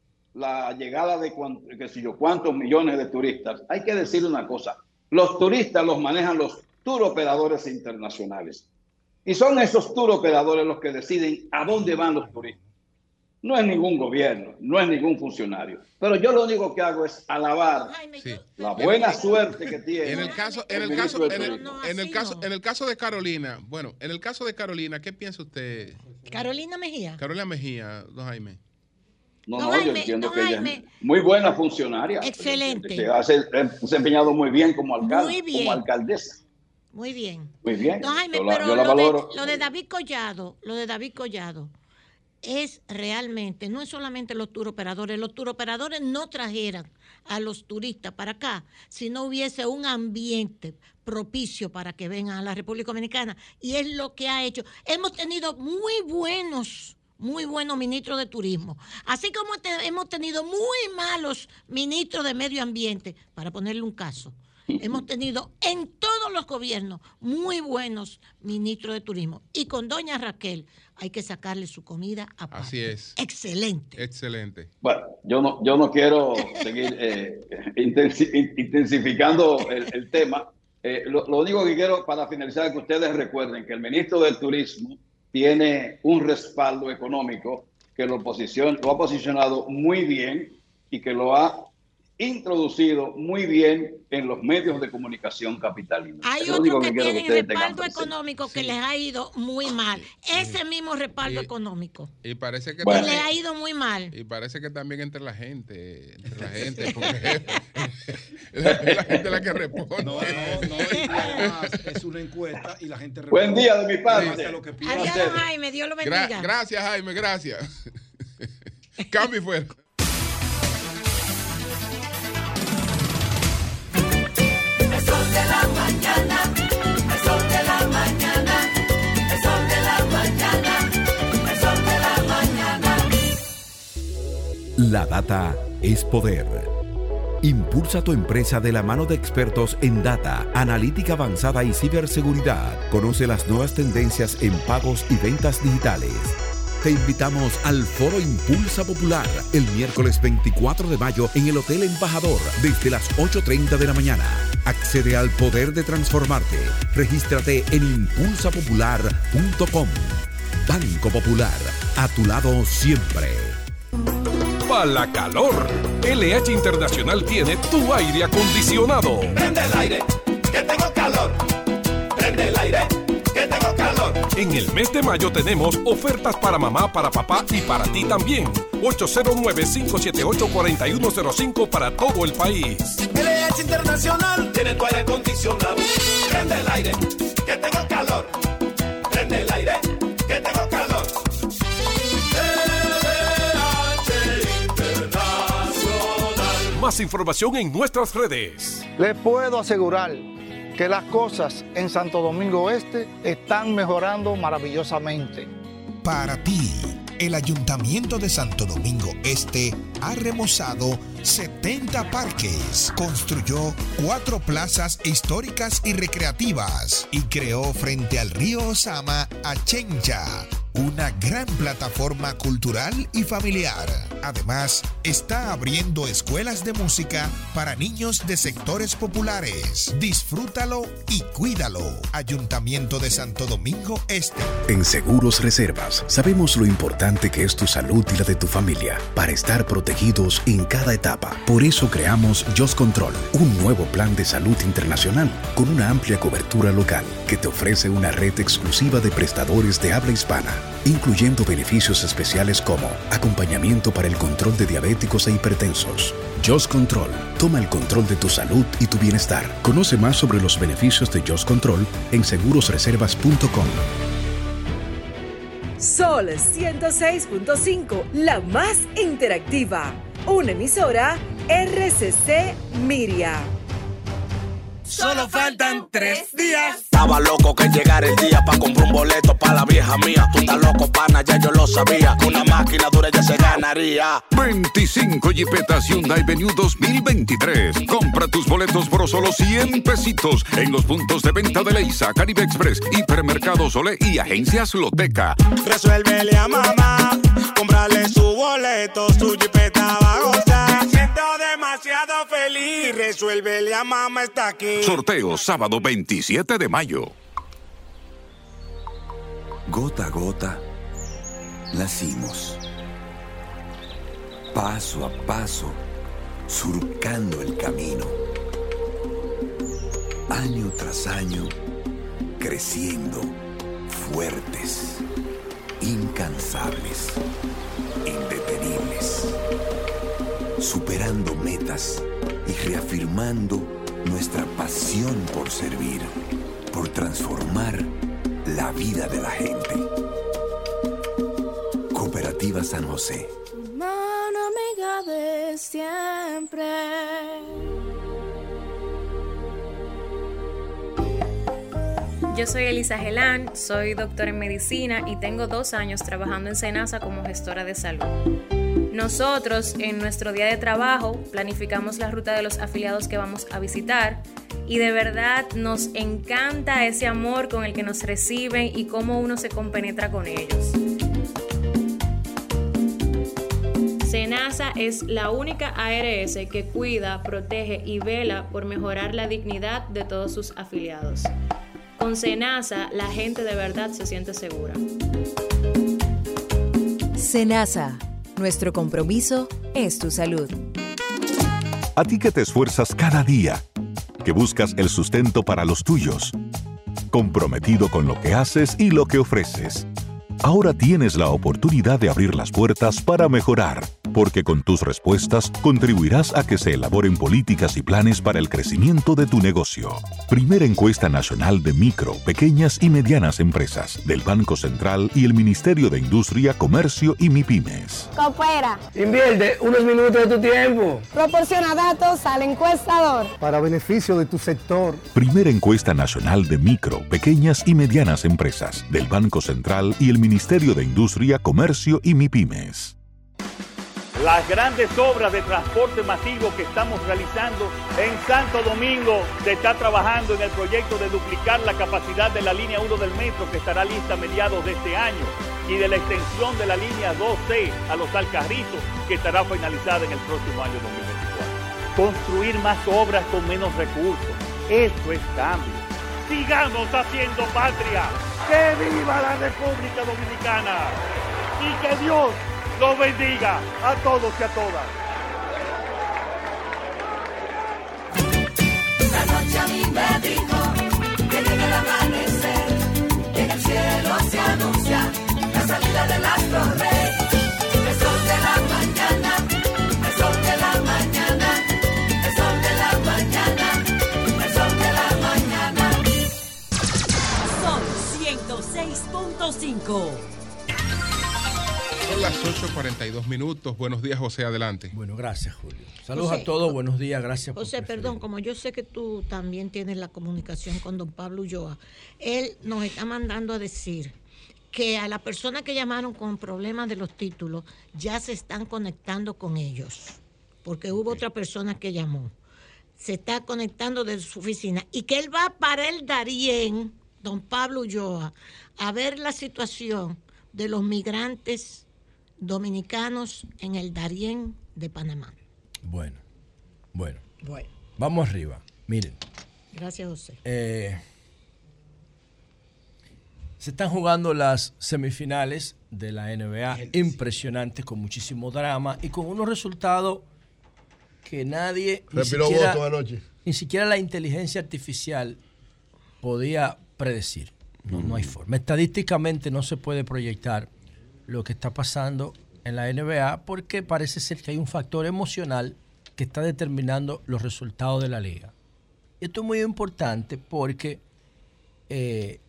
[SPEAKER 13] la llegada de cuanto, que sé yo, cuántos millones de turistas, hay que decir una cosa, los turistas los manejan los tour operadores internacionales y son esos tour operadores los que deciden a dónde van los turistas. No es ningún gobierno, no es ningún funcionario, pero yo lo único que hago es alabar sí. la buena suerte que tiene.
[SPEAKER 3] En el caso, en el caso, en el, en el caso, en el caso de Carolina, bueno, en el caso de Carolina, ¿qué piensa usted?
[SPEAKER 2] Carolina Mejía.
[SPEAKER 3] Carolina Mejía, don Jaime.
[SPEAKER 13] No, no, Jaime, yo entiendo que Jaime. ella es muy buena funcionaria.
[SPEAKER 2] Excelente.
[SPEAKER 13] Se ha desempeñado muy bien como alcalde, muy bien. como alcaldesa.
[SPEAKER 2] Muy bien.
[SPEAKER 13] Muy bien.
[SPEAKER 2] Don Jaime, yo la, pero yo la lo, de, lo de David Collado, lo de David Collado es realmente, no es solamente los turoperadores, los turoperadores no trajeran a los turistas para acá si no hubiese un ambiente propicio para que vengan a la República Dominicana, y es lo que ha hecho. Hemos tenido muy buenos, muy buenos ministros de turismo, así como te, hemos tenido muy malos ministros de medio ambiente, para ponerle un caso. Hemos tenido en todos los gobiernos muy buenos ministros de turismo. Y con doña Raquel hay que sacarle su comida aparte.
[SPEAKER 3] Así es.
[SPEAKER 2] Excelente.
[SPEAKER 3] Excelente.
[SPEAKER 13] Bueno, yo no, yo no quiero seguir eh, intensificando el, el tema, Eh, lo, lo único que quiero para finalizar es que ustedes recuerden que el ministro del Turismo tiene un respaldo económico que lo, posicion, lo ha posicionado muy bien y que lo ha introducido muy bien en los medios de comunicación capitalinos.
[SPEAKER 2] Hay otros que, que tienen que respaldo económico que sí. les ha ido muy mal. Ese mismo respaldo y, económico.
[SPEAKER 3] Y parece que
[SPEAKER 2] bueno. les ha ido muy mal.
[SPEAKER 3] Y parece que también entre la gente, entre la gente, porque la, la gente la que responde.
[SPEAKER 11] No, no, no, y además es una encuesta y la gente responde.
[SPEAKER 13] Buen día de mi parte.
[SPEAKER 11] Lo que
[SPEAKER 2] Adiós, Jaime, Dios lo bendiga.
[SPEAKER 3] Gra gracias, Jaime, gracias. Cambio y fuera.
[SPEAKER 1] El sol de la mañana, el sol de la mañana, el sol de la mañana, el sol de la mañana.
[SPEAKER 15] La data es poder. Impulsa tu empresa de la mano de expertos en data, analítica avanzada y ciberseguridad. Conoce las nuevas tendencias en pagos y ventas digitales. Te invitamos al Foro Impulsa Popular el miércoles veinticuatro de mayo en el Hotel Embajador desde las ocho y treinta de la mañana. Accede al poder de transformarte. Regístrate en impulsa popular punto com. Banco Popular, a tu lado siempre.
[SPEAKER 16] Para la calor, L H Internacional tiene tu aire acondicionado.
[SPEAKER 1] Prende el aire, que tengo calor. Prende el aire, que tengo calor.
[SPEAKER 16] En el mes de mayo tenemos ofertas para mamá, para papá y para ti también. ocho cero nueve, cinco siete ocho, cuatro uno cero cinco para todo el país.
[SPEAKER 1] L H Internacional tiene tu aire acondicionado. Prende el aire, que tengo calor. Prende el aire, que tengo calor.
[SPEAKER 16] Más información en nuestras redes.
[SPEAKER 17] Les puedo asegurar que las cosas en Santo Domingo Este están mejorando maravillosamente.
[SPEAKER 18] Para ti, el Ayuntamiento de Santo Domingo Este ha remozado setenta parques, construyó cuatro plazas históricas y recreativas y creó frente al río Osama a Chencha, una gran plataforma cultural y familiar. Además, está abriendo escuelas de música para niños de sectores populares. Disfrútalo y cuídalo. Ayuntamiento de Santo Domingo Este.
[SPEAKER 15] En Seguros Reservas sabemos lo importante que es tu salud y la de tu familia para estar protegidos en cada etapa. Por eso creamos Just Control, un nuevo plan de salud internacional con una amplia cobertura local que te ofrece una red exclusiva de prestadores de habla hispana, incluyendo beneficios especiales como acompañamiento para el control de diabéticos e hipertensos. Just Control, toma el control de tu salud y tu bienestar. Conoce más sobre los beneficios de Just Control en seguros reservas punto com.
[SPEAKER 19] Sol ciento seis punto cinco, la más interactiva. Una emisora R C C Miria.
[SPEAKER 1] Solo faltan tres días.
[SPEAKER 20] Estaba loco que llegara el día pa' comprar un boleto pa' la vieja mía. Tú estás loco, pana, ya yo lo sabía. Con una máquina dura ya se ganaría.
[SPEAKER 21] veinticinco Jeepetas Hyundai Venue dos mil veintitrés. Compra tus boletos por solo cien pesitos en los puntos de venta de Leisa, Caribe Express, Hipermercados Olé y Agencias Loteca.
[SPEAKER 22] Resuélvele a mamá, cómprale su boleto, su Jeepeta va a gozar. Me siento demasiado feliz, resuélvele a mamá, está aquí.
[SPEAKER 21] Sorteo sábado veintisiete de mayo.
[SPEAKER 23] Gota a gota, nacimos. Paso a paso, surcando el camino. Año tras año, creciendo, fuertes, incansables, indetenibles. Superando metas y reafirmando nuestra pasión por servir, por transformar la vida de la gente. Cooperativa San José.
[SPEAKER 24] Mano amiga de siempre.
[SPEAKER 25] Yo soy Elisa Gelán, soy doctora en medicina y tengo dos años trabajando en SENASA como gestora de salud. Nosotros, en nuestro día de trabajo, planificamos la ruta de los afiliados que vamos a visitar y de verdad nos encanta ese amor con el que nos reciben y cómo uno se compenetra con ellos. SENASA es la única A R S que cuida, protege y vela por mejorar la dignidad de todos sus afiliados. Con SENASA, la gente de verdad se siente segura.
[SPEAKER 4] SENASA, nuestro compromiso es tu salud.
[SPEAKER 5] A ti que te esfuerzas cada día, que buscas el sustento para los tuyos, comprometido con lo que haces y lo que ofreces. Ahora tienes la oportunidad de abrir las puertas para mejorar, porque con tus respuestas contribuirás a que se elaboren políticas y planes para el crecimiento de tu negocio. Primera encuesta nacional de micro, pequeñas y medianas empresas del Banco Central y el Ministerio de Industria, Comercio y MIPYMES.
[SPEAKER 6] Coopera.
[SPEAKER 7] Invierte unos minutos de tu tiempo.
[SPEAKER 6] Proporciona datos al encuestador.
[SPEAKER 7] Para beneficio de tu sector.
[SPEAKER 5] Primera encuesta nacional de micro, pequeñas y medianas empresas del Banco Central y el Ministerio de Industria, Comercio y MIPYMES.
[SPEAKER 8] Las grandes obras de transporte masivo que estamos realizando en Santo Domingo, se está trabajando en el proyecto de duplicar la capacidad de la línea uno del metro, que estará lista a mediados de este año, y de la extensión de la línea dos C a Los Alcarrizos, que estará finalizada en el próximo año dos mil veinticuatro. Construir más obras con menos recursos, esto es cambio. Sigamos haciendo patria. ¡Que viva la República Dominicana! Y que Dios los bendiga a todos y a todas.
[SPEAKER 1] La noche a mí me dijo que llega el amanecer, que en el cielo se anuncia la salida del astro rey. El sol de la mañana, el sol de la mañana, el sol de la mañana, el sol de la mañana.
[SPEAKER 12] Sol ciento seis punto cinco.
[SPEAKER 3] Son las ocho cuarenta y dos minutos. Buenos días, José, adelante.
[SPEAKER 14] Bueno, gracias, Julio. Saludos
[SPEAKER 2] José,
[SPEAKER 14] a todos, buenos días, gracias.
[SPEAKER 2] José, por perdón, como yo sé que tú también tienes la comunicación con don Pablo Ulloa, él nos está mandando a decir que a las personas que llamaron con problemas de los títulos ya se están conectando con ellos, porque hubo otra persona que llamó. Se está conectando desde su oficina y que él va para el Darién, don Pablo Ulloa, a ver la situación de los migrantes dominicanos en el Darién de Panamá.
[SPEAKER 14] Bueno, bueno.
[SPEAKER 2] Bueno.
[SPEAKER 14] Vamos arriba. Miren.
[SPEAKER 2] Gracias, José.
[SPEAKER 14] Eh, se están jugando las semifinales de la N B A, impresionantes, con muchísimo drama y con unos resultados que nadie, ni siquiera, ni siquiera la inteligencia artificial podía predecir. No, no hay forma. Estadísticamente no se puede proyectar lo que está pasando en la N B A porque parece ser que hay un factor emocional que está determinando los resultados de la liga. Y esto es muy importante porque eh,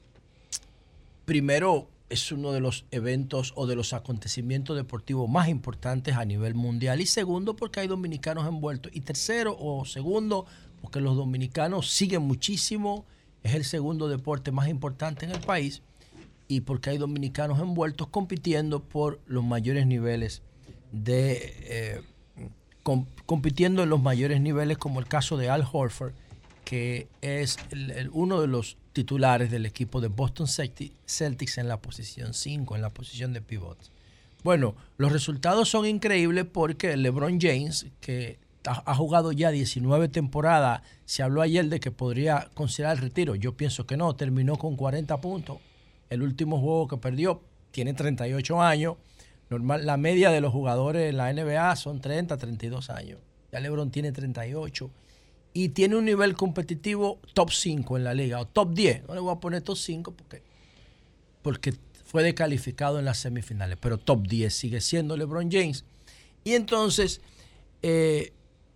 [SPEAKER 14] primero es uno de los eventos o de los acontecimientos deportivos más importantes a nivel mundial, y segundo porque hay dominicanos envueltos, y tercero o segundo porque los dominicanos siguen muchísimo, es el segundo deporte más importante en el país, y porque hay dominicanos envueltos compitiendo por los mayores niveles de eh, com, compitiendo en los mayores niveles, como el caso de Al Horford, que es el, el, uno de los titulares del equipo de Boston Celtics en la posición cinco, en la posición de pivot. Bueno, los resultados son increíbles porque LeBron James, que ha, ha jugado ya diecinueve temporadas, se habló ayer de que podría considerar el retiro. Yo pienso que no, terminó con cuarenta puntos. El último juego que perdió, tiene treinta y ocho años. Normal, la media de los jugadores en la N B A son treinta, treinta y dos años. Ya LeBron tiene treinta y ocho. Y tiene un nivel competitivo top cinco en la liga, o top diez. No le voy a poner top cinco porque, porque fue descalificado en las semifinales. Pero top diez sigue siendo LeBron James. Y entonces, eh,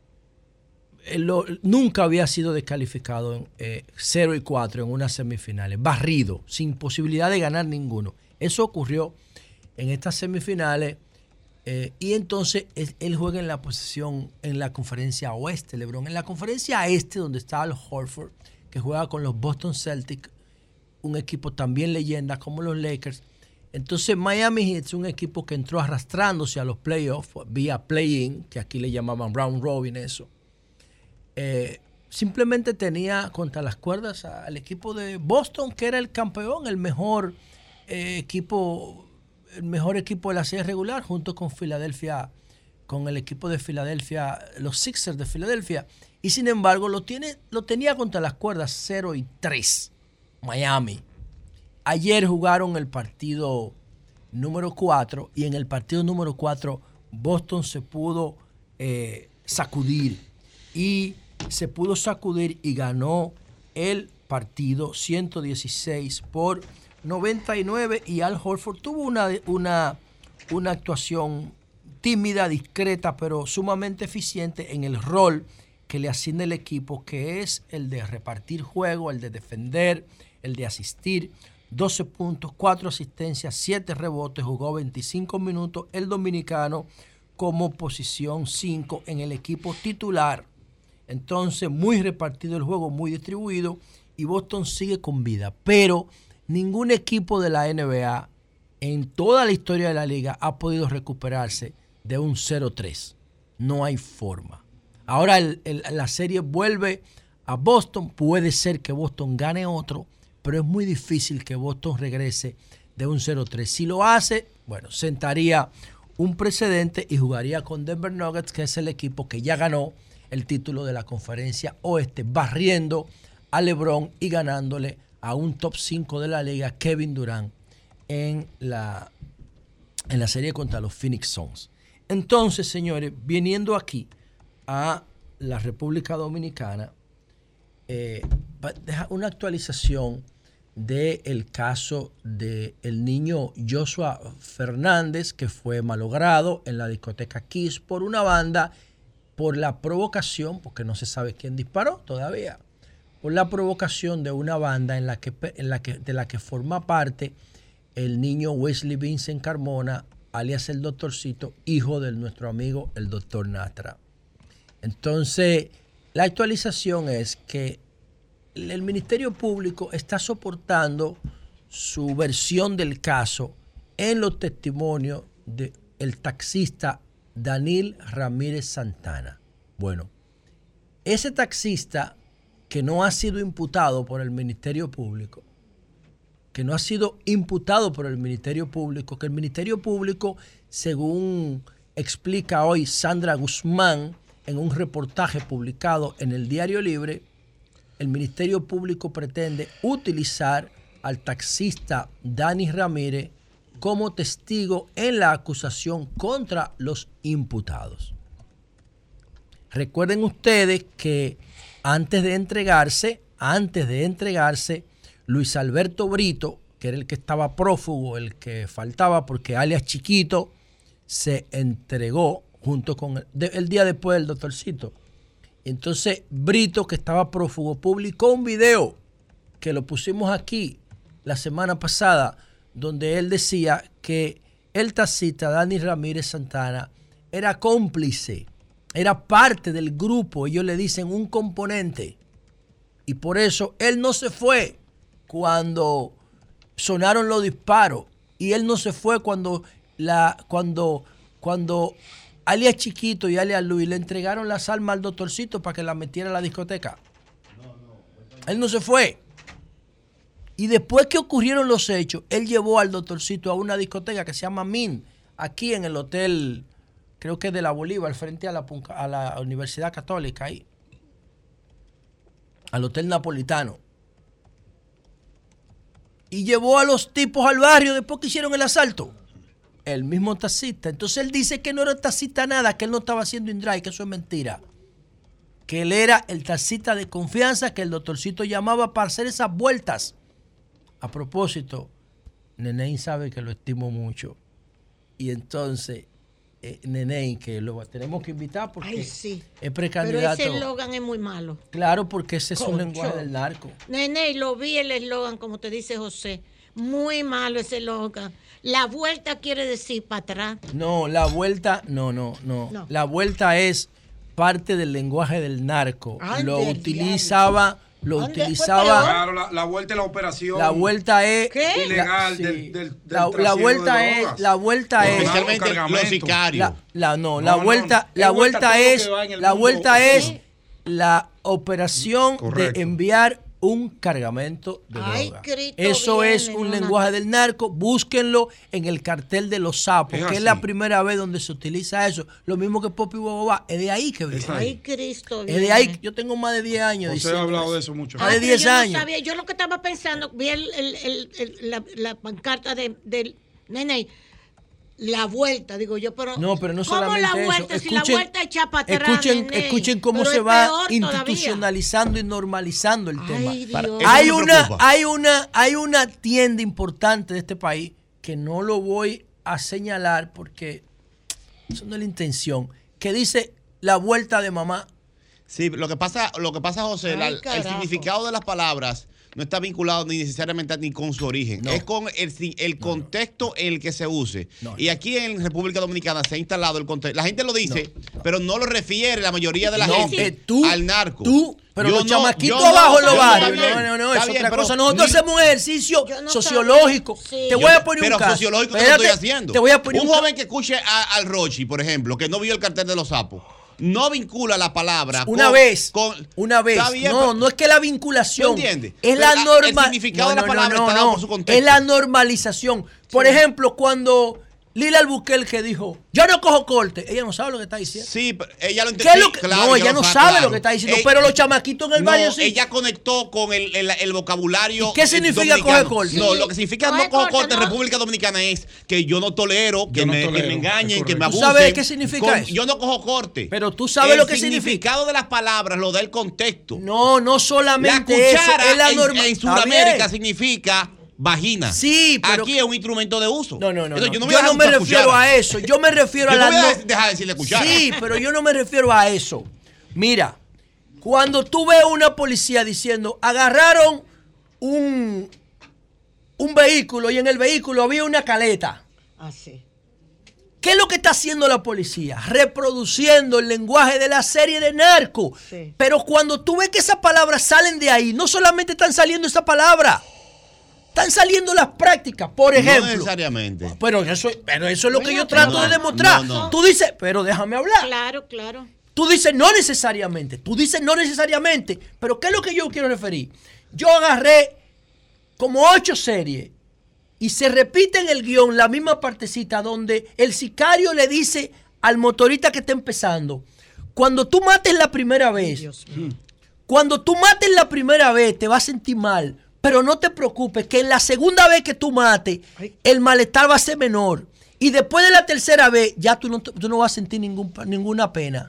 [SPEAKER 14] Lo, nunca había sido descalificado en eh, cero y cuatro en unas semifinales, barrido, sin posibilidad de ganar ninguno. Eso ocurrió en estas semifinales eh, y entonces él, él juega en la posición en la conferencia oeste, LeBron. En la conferencia este, donde está Al Horford, que juega con los Boston Celtics, un equipo también leyenda como los Lakers. Entonces Miami Heat es un equipo que entró arrastrándose a los playoffs vía play-in, que aquí le llamaban round robin eso. Eh, simplemente tenía contra las cuerdas al equipo de Boston, que era el campeón, el mejor eh, equipo, el mejor equipo de la serie regular, junto con Filadelfia con el equipo de Filadelfia, los Sixers de Filadelfia, y sin embargo lo, tiene, lo tenía contra las cuerdas cero y tres, Miami. Ayer jugaron el partido número cuatro y en el partido número cuatro Boston se pudo eh, sacudir y se pudo sacudir y ganó el partido ciento dieciséis por noventa y nueve y Al Horford tuvo una, una, una actuación tímida, discreta, pero sumamente eficiente en el rol que le asigna el equipo, que es el de repartir juego, el de defender, el de asistir. doce puntos, cuatro asistencias, siete rebotes, jugó veinticinco minutos el dominicano como posición cinco en el equipo titular. Entonces, muy repartido el juego, muy distribuido, y Boston sigue con vida. Pero ningún equipo de la N B A en toda la historia de la liga ha podido recuperarse de un cero tres. No hay forma. Ahora el, el, la serie vuelve a Boston. Puede ser que Boston gane otro, pero es muy difícil que Boston regrese de un cero tres. Si lo hace, bueno, sentaría un precedente y jugaría con Denver Nuggets, que es el equipo que ya ganó el título de la Conferencia Oeste, barriendo a LeBron y ganándole a un top cinco de la liga, Kevin Durant, en la, en la serie contra los Phoenix Suns. Entonces, señores, viniendo aquí a la República Dominicana, eh, una actualización del caso del niño Joshua Fernández, que fue malogrado en la discoteca Kiss por una banda por la provocación, porque no se sabe quién disparó todavía, por la provocación de una banda en la que, en la que, de la que forma parte el niño Wesley Vincent Carmona, alias el Doctorcito, hijo de nuestro amigo el Doctor Natra. Entonces, la actualización es que el Ministerio Público está soportando su versión del caso en los testimonios del taxista Daniel Ramírez Santana. Bueno, ese taxista que no ha sido imputado por el Ministerio Público, que no ha sido imputado por el Ministerio Público, que el Ministerio Público, según explica hoy Sandra Guzmán en un reportaje publicado en el Diario Libre, el Ministerio Público pretende utilizar al taxista Dani Ramírez como testigo en la acusación contra los imputados. Recuerden ustedes que antes de entregarse, antes de entregarse, Luis Alberto Brito, que era el que estaba prófugo, el que faltaba, porque alias Chiquito se entregó junto con el, de, el día después del Doctorcito. Entonces Brito, que estaba prófugo, publicó un video que lo pusimos aquí la semana pasada, donde él decía que el taxista Dani Ramírez Santana era cómplice, era parte del grupo, ellos le dicen un componente, y por eso él no se fue cuando sonaron los disparos, y él no se fue cuando la cuando cuando alias Chiquito y alias Luis le entregaron las armas al Doctorcito para que la metiera a la discoteca. Él no se fue. Y después que ocurrieron los hechos, él llevó al Doctorcito a una discoteca que se llama Min, aquí en el hotel, creo que es de la Bolívar, frente a la, a la Universidad Católica, ahí. Al Hotel Napolitano. Y llevó a los tipos al barrio después que hicieron el asalto. El mismo taxista. Entonces él dice que no era taxista nada, que él no estaba haciendo in-drive, que eso es mentira. Que él era el taxista de confianza que el Doctorcito llamaba para hacer esas vueltas. A propósito, Nenén sabe que lo estimo mucho. Y entonces, eh, Nenén, que lo tenemos que invitar porque
[SPEAKER 2] Ay, sí.
[SPEAKER 14] es precandidato.
[SPEAKER 2] Pero ese eslogan es muy malo.
[SPEAKER 14] Claro, porque ese es
[SPEAKER 2] Concho.
[SPEAKER 14] un lenguaje del narco.
[SPEAKER 2] Nenén, lo vi el eslogan, como te dice José. Muy malo ese eslogan. La vuelta quiere decir para atrás.
[SPEAKER 14] No, la vuelta, no, no, no, no. La vuelta es parte del lenguaje del narco. Ay, lo del utilizaba, diablo. lo utilizaba.
[SPEAKER 9] Claro, la, la vuelta es la operación.
[SPEAKER 14] La vuelta es
[SPEAKER 9] ¿Qué? ilegal
[SPEAKER 14] la, sí.
[SPEAKER 9] del, del, del
[SPEAKER 14] la, la vuelta
[SPEAKER 9] de
[SPEAKER 14] es, la vuelta es,
[SPEAKER 10] especialmente los sicarios.
[SPEAKER 14] La, la, no, la no, vuelta, no, la vuelta es, la vuelta es la operación Correcto. de enviar un cargamento de
[SPEAKER 2] Ay,
[SPEAKER 14] droga.
[SPEAKER 2] Cristo
[SPEAKER 14] Eso
[SPEAKER 2] viene,
[SPEAKER 14] es un
[SPEAKER 2] no,
[SPEAKER 14] lenguaje
[SPEAKER 2] no.
[SPEAKER 14] del narco. Búsquenlo en el cartel de los sapos,
[SPEAKER 9] Es
[SPEAKER 14] que
[SPEAKER 9] así.
[SPEAKER 14] es la primera vez donde se utiliza eso. Lo mismo que Popi Bobobá. Es de ahí que viene.
[SPEAKER 2] Ay, Cristo.
[SPEAKER 14] Es de ahí. Yo tengo más de diez años.
[SPEAKER 9] José
[SPEAKER 14] diciendo
[SPEAKER 9] ha hablado
[SPEAKER 14] eso.
[SPEAKER 9] de eso mucho.
[SPEAKER 14] Más de
[SPEAKER 2] Ah, pero
[SPEAKER 14] diez
[SPEAKER 2] yo no
[SPEAKER 14] años.
[SPEAKER 2] sabía. Yo lo que estaba pensando, vi el, el- el- el- la, la pancarta de, del nene, la vuelta, digo yo, pero
[SPEAKER 14] No, pero no
[SPEAKER 2] ¿cómo
[SPEAKER 14] solamente
[SPEAKER 2] la
[SPEAKER 14] eso.
[SPEAKER 2] vuelta? Si la
[SPEAKER 14] Escuchen-
[SPEAKER 2] vuelta echa para atrás,
[SPEAKER 14] Escuchen,
[SPEAKER 2] nene.
[SPEAKER 14] escuchen cómo
[SPEAKER 2] Pero
[SPEAKER 14] se
[SPEAKER 2] es
[SPEAKER 14] va
[SPEAKER 2] peor todavía.
[SPEAKER 14] institucionalizando y normalizando el tema.
[SPEAKER 2] Ay, Dios.
[SPEAKER 14] Hay
[SPEAKER 2] Eso me
[SPEAKER 14] una,
[SPEAKER 2] preocupa.
[SPEAKER 14] hay una, hay una tienda importante de este país que no lo voy a señalar porque eso no es la intención, que dice la vuelta de mamá.
[SPEAKER 10] Sí, lo que pasa, lo que pasa, José,
[SPEAKER 14] Ay,
[SPEAKER 10] la- el
[SPEAKER 14] carajo.
[SPEAKER 10] significado de las palabras no está vinculado ni necesariamente ni con su origen.
[SPEAKER 14] No.
[SPEAKER 10] Es con el, si- el contexto en el que se use. Y aquí en República Dominicana se ha instalado el contexto. La gente lo dice, pero no lo refiere la mayoría de la
[SPEAKER 14] No,
[SPEAKER 10] gente
[SPEAKER 14] eh, tú-
[SPEAKER 10] al narco.
[SPEAKER 14] Tú, pero
[SPEAKER 10] Yo
[SPEAKER 14] los
[SPEAKER 10] no,
[SPEAKER 14] chamaquitos
[SPEAKER 10] yo no,
[SPEAKER 14] abajo en los
[SPEAKER 10] yo
[SPEAKER 14] barrios.
[SPEAKER 10] está bien,
[SPEAKER 14] No, no, no,
[SPEAKER 10] está
[SPEAKER 14] es
[SPEAKER 10] bien,
[SPEAKER 14] otra
[SPEAKER 10] pero
[SPEAKER 14] cosa. Nosotros
[SPEAKER 10] ni-
[SPEAKER 14] hacemos un ejercicio
[SPEAKER 2] no
[SPEAKER 14] sociológico.
[SPEAKER 2] sabía.
[SPEAKER 14] Te
[SPEAKER 2] Sí.
[SPEAKER 14] voy
[SPEAKER 10] Yo-
[SPEAKER 14] a poner
[SPEAKER 10] pero
[SPEAKER 14] un caso.
[SPEAKER 10] sociológico que
[SPEAKER 14] Espérate,
[SPEAKER 10] lo estoy haciendo.
[SPEAKER 14] Te voy a poner
[SPEAKER 10] un
[SPEAKER 14] un ca-
[SPEAKER 10] joven que escuche a- al Rochi, por ejemplo, que no vio el cartel de los sapos, no vincula la palabra
[SPEAKER 14] Una
[SPEAKER 10] con-
[SPEAKER 14] vez,
[SPEAKER 10] con-
[SPEAKER 14] una vez.
[SPEAKER 10] Está bien,
[SPEAKER 14] no,
[SPEAKER 10] pero-
[SPEAKER 14] no es que la vinculación.
[SPEAKER 10] ¿Tú entiendes?
[SPEAKER 14] Es
[SPEAKER 10] Pero
[SPEAKER 14] la
[SPEAKER 10] la-
[SPEAKER 14] norma.
[SPEAKER 10] el significado de la palabra está dado por su contexto.
[SPEAKER 14] Es la normalización. Por ejemplo, cuando Lila Albuquerque dijo, yo no cojo corte, ella no sabe lo que está diciendo.
[SPEAKER 10] Sí, pero ella lo
[SPEAKER 14] ¿Qué es
[SPEAKER 10] entendió.
[SPEAKER 14] lo que- no, ella no sabe lo que está diciendo, pero los chamaquitos en el
[SPEAKER 10] no,
[SPEAKER 14] barrio sí.
[SPEAKER 10] Ella conectó con el, el- el vocabulario.
[SPEAKER 14] ¿Y qué significa
[SPEAKER 10] dominicano.
[SPEAKER 14] coger corte?
[SPEAKER 10] No,
[SPEAKER 14] Sí.
[SPEAKER 10] lo que significa
[SPEAKER 14] Coger
[SPEAKER 10] no cojo
[SPEAKER 14] corte,
[SPEAKER 10] corte en
[SPEAKER 14] no.
[SPEAKER 10] República Dominicana es que yo no tolero que,
[SPEAKER 9] Yo no
[SPEAKER 10] me, que
[SPEAKER 9] tolero,
[SPEAKER 10] me
[SPEAKER 9] es
[SPEAKER 10] engañen, que me
[SPEAKER 14] ¿Tú
[SPEAKER 10] abusen.
[SPEAKER 14] sabes qué significa
[SPEAKER 10] Con-
[SPEAKER 14] eso?
[SPEAKER 10] Yo no cojo corte.
[SPEAKER 14] Pero tú sabes
[SPEAKER 10] El
[SPEAKER 14] lo que significa.
[SPEAKER 10] significado de las palabras lo da el contexto.
[SPEAKER 14] No, no
[SPEAKER 10] La
[SPEAKER 14] solamente eso.
[SPEAKER 10] cuchara
[SPEAKER 14] Es la
[SPEAKER 10] en,
[SPEAKER 14] norma.
[SPEAKER 10] en
[SPEAKER 14] Está
[SPEAKER 10] Sudamérica
[SPEAKER 14] bien.
[SPEAKER 10] significa vagina.
[SPEAKER 14] Sí, pero
[SPEAKER 10] Aquí es un instrumento de uso.
[SPEAKER 14] No, no, no.
[SPEAKER 10] Entonces,
[SPEAKER 14] no.
[SPEAKER 10] yo no,
[SPEAKER 14] Yo no me refiero a eso. Yo me refiero
[SPEAKER 10] Yo
[SPEAKER 14] a
[SPEAKER 10] no
[SPEAKER 14] la
[SPEAKER 10] voy a
[SPEAKER 14] no-
[SPEAKER 10] dejar de decirle cuchara.
[SPEAKER 14] Sí, pero yo no me refiero a eso. Mira, cuando tú ves una policía diciendo, agarraron un, un vehículo y en el vehículo había una caleta.
[SPEAKER 2] Así.
[SPEAKER 14] ¿Qué es lo que está haciendo la policía? Reproduciendo el lenguaje de la serie de narco.
[SPEAKER 2] Sí.
[SPEAKER 14] Pero cuando tú ves que esas palabras salen de ahí, no solamente están saliendo esas palabras, están saliendo las prácticas. Por ejemplo.
[SPEAKER 10] No necesariamente.
[SPEAKER 14] Pero eso, pero eso es lo que
[SPEAKER 2] Bueno,
[SPEAKER 14] yo trato
[SPEAKER 10] no,
[SPEAKER 14] de demostrar.
[SPEAKER 10] no, no.
[SPEAKER 14] Tú dices, pero déjame hablar.
[SPEAKER 2] Claro, claro.
[SPEAKER 14] Tú dices no necesariamente. Tú dices no necesariamente. Pero ¿qué es lo que yo quiero referir? Yo agarré como ocho series y se repite en el guión la misma partecita donde el sicario le dice al motorista que está empezando, cuando tú mates la primera vez, cuando tú mates la primera vez te vas a sentir mal, pero no te preocupes que en la segunda vez que tú mates, el malestar va a ser menor. Y después de la tercera vez, ya tú no, tú no vas a sentir ningún, ninguna pena.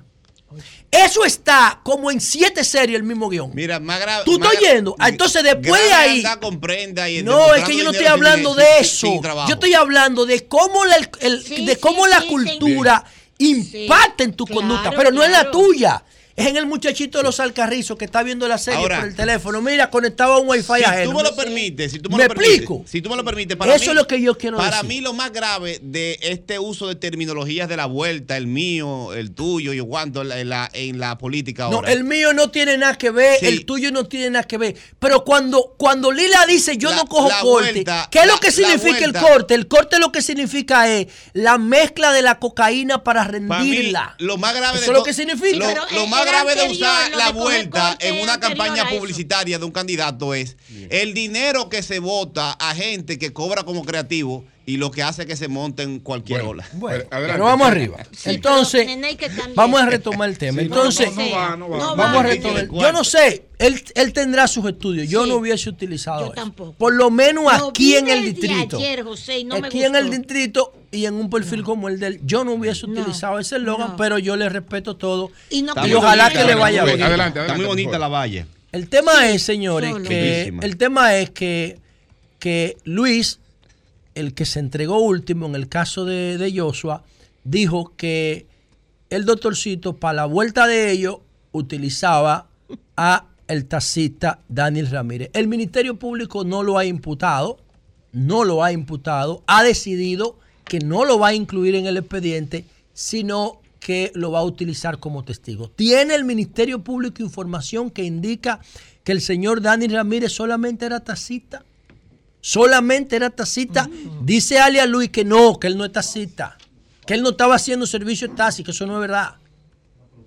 [SPEAKER 14] Eso está como en siete series el mismo guión.
[SPEAKER 10] Mira, más grave.
[SPEAKER 14] ¿Tú estás oyendo? Entonces después de ahí...
[SPEAKER 10] Comprenda y
[SPEAKER 14] No, es que yo no estoy hablando de eso. Yo estoy hablando de cómo la, el- el-
[SPEAKER 2] Sí,
[SPEAKER 14] de
[SPEAKER 2] sí,
[SPEAKER 14] cómo la
[SPEAKER 2] sí,
[SPEAKER 14] cultura impacta en tu
[SPEAKER 2] claro,
[SPEAKER 14] conducta, pero no es la
[SPEAKER 2] claro.
[SPEAKER 14] tuya. Es en el muchachito de los Alcarrizos que está viendo la serie
[SPEAKER 10] Ahora,
[SPEAKER 14] por el teléfono. Mira, conectado a un wifi
[SPEAKER 10] Si
[SPEAKER 14] ajeno.
[SPEAKER 10] tú me lo permites, si tú me,
[SPEAKER 14] ¿Me
[SPEAKER 10] lo permites,
[SPEAKER 14] explico?
[SPEAKER 10] si tú me lo permites, para
[SPEAKER 14] Eso
[SPEAKER 10] mí,
[SPEAKER 14] es lo que yo quiero
[SPEAKER 10] para
[SPEAKER 14] decir.
[SPEAKER 10] mí lo más grave de este uso de terminologías de la vuelta, el mío, el tuyo y cuánto en la, en la, en la política
[SPEAKER 14] No,
[SPEAKER 10] ahora.
[SPEAKER 14] el mío no tiene nada que ver,
[SPEAKER 10] Sí.
[SPEAKER 14] el tuyo no tiene nada que ver. Pero cuando, cuando Lila dice yo
[SPEAKER 10] La-
[SPEAKER 14] no cojo
[SPEAKER 10] la
[SPEAKER 14] corte,
[SPEAKER 10] vuelta,
[SPEAKER 14] ¿qué es
[SPEAKER 10] la-
[SPEAKER 14] lo que
[SPEAKER 10] la
[SPEAKER 14] significa el
[SPEAKER 10] vuelta.
[SPEAKER 14] corte? El corte lo que significa es la mezcla de la cocaína para
[SPEAKER 10] Para mí,
[SPEAKER 14] rendirla.
[SPEAKER 10] lo más grave
[SPEAKER 14] Eso
[SPEAKER 10] de
[SPEAKER 14] es lo
[SPEAKER 10] to-
[SPEAKER 14] que significa.
[SPEAKER 10] Lo,
[SPEAKER 2] Pero
[SPEAKER 10] lo
[SPEAKER 2] el-
[SPEAKER 10] más
[SPEAKER 2] el
[SPEAKER 10] grave de
[SPEAKER 2] anterior,
[SPEAKER 10] usar
[SPEAKER 2] lo
[SPEAKER 10] la
[SPEAKER 2] de coger
[SPEAKER 10] vuelta
[SPEAKER 2] corte
[SPEAKER 10] en una
[SPEAKER 2] anterior
[SPEAKER 10] campaña
[SPEAKER 2] a eso.
[SPEAKER 10] publicitaria de un candidato es el dinero que se vota a gente que cobra como creativo y lo que hace que se monte en cualquier
[SPEAKER 3] Bueno,
[SPEAKER 10] ola.
[SPEAKER 14] Bueno,
[SPEAKER 3] adelante.
[SPEAKER 14] pero vamos arriba.
[SPEAKER 2] Sí,
[SPEAKER 14] Entonces,
[SPEAKER 2] pero, nene, hay que cambiar.
[SPEAKER 14] vamos a retomar el tema.
[SPEAKER 9] Sí, no,
[SPEAKER 14] Entonces,
[SPEAKER 9] no, no va, no va.
[SPEAKER 2] No
[SPEAKER 14] vamos a
[SPEAKER 2] va.
[SPEAKER 14] retomar. Yo no sé, él, él tendrá sus estudios. Yo
[SPEAKER 2] Sí.
[SPEAKER 14] no hubiese utilizado
[SPEAKER 2] Yo
[SPEAKER 14] eso.
[SPEAKER 2] tampoco.
[SPEAKER 14] Por lo menos
[SPEAKER 2] Lo
[SPEAKER 14] aquí
[SPEAKER 2] vi
[SPEAKER 14] en el
[SPEAKER 2] desde
[SPEAKER 14] distrito.
[SPEAKER 2] ayer, José, y no me
[SPEAKER 14] aquí en el
[SPEAKER 2] gustó.
[SPEAKER 14] distrito y en un perfil como el de él, yo no hubiese
[SPEAKER 2] No,
[SPEAKER 14] utilizado ese eslogan,
[SPEAKER 2] no.
[SPEAKER 14] pero yo le respeto todo.
[SPEAKER 2] Y no
[SPEAKER 10] Está
[SPEAKER 14] Y
[SPEAKER 10] muy
[SPEAKER 14] ojalá
[SPEAKER 10] bonita,
[SPEAKER 14] que le
[SPEAKER 10] está
[SPEAKER 14] vaya
[SPEAKER 10] muy
[SPEAKER 14] bien.
[SPEAKER 10] bonita.
[SPEAKER 3] Adelante,
[SPEAKER 10] Está
[SPEAKER 3] adelante,
[SPEAKER 10] muy
[SPEAKER 3] por
[SPEAKER 10] bonita
[SPEAKER 3] favor.
[SPEAKER 10] la valla.
[SPEAKER 14] El tema es, señores,
[SPEAKER 2] solo.
[SPEAKER 14] que
[SPEAKER 10] Bellísima.
[SPEAKER 14] el tema es que, que Luis, el que se entregó último en el caso de, de Joshua, dijo que el doctorcito para la vuelta de ellos utilizaba a el taxista Daniel Ramírez. El Ministerio Público no lo ha imputado, no lo ha imputado, ha decidido que no lo va a incluir en el expediente, sino que lo va a utilizar como testigo. ¿Tiene el Ministerio Público información que indica que el señor Daniel Ramírez solamente era taxista? Solamente era taxista. Dice alias Luis que no, que él no es taxista, que él no estaba haciendo servicio de taxi, que eso no es verdad.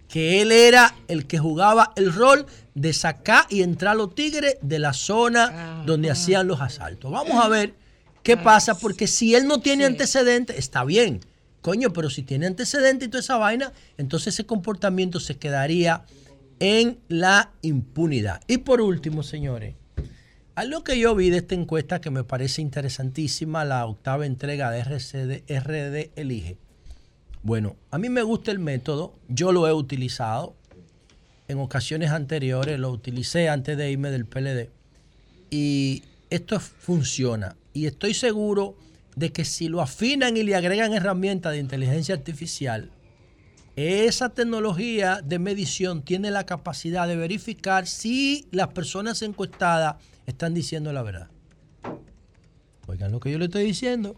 [SPEAKER 14] que él era el que jugaba el rol de sacar y entrar a los tigres de la zona Ajá. donde hacían los asaltos. Vamos a ver qué pasa, porque si él no tiene sí. antecedentes, está bien, coño, pero si tiene antecedentes y toda esa vaina, entonces ese comportamiento se quedaría en la impunidad. Y por último, señores, algo que yo vi de esta encuesta que me parece interesantísima, la octava entrega de R C D, R D Elige. Bueno, a mí me gusta el método, yo lo he utilizado en ocasiones anteriores, lo utilicé antes de irme del P L D y esto funciona y estoy seguro de que si lo afinan y le agregan herramientas de inteligencia artificial, esa tecnología de medición tiene la capacidad de verificar si las personas encuestadas están diciendo la verdad. Oigan lo que yo le estoy diciendo.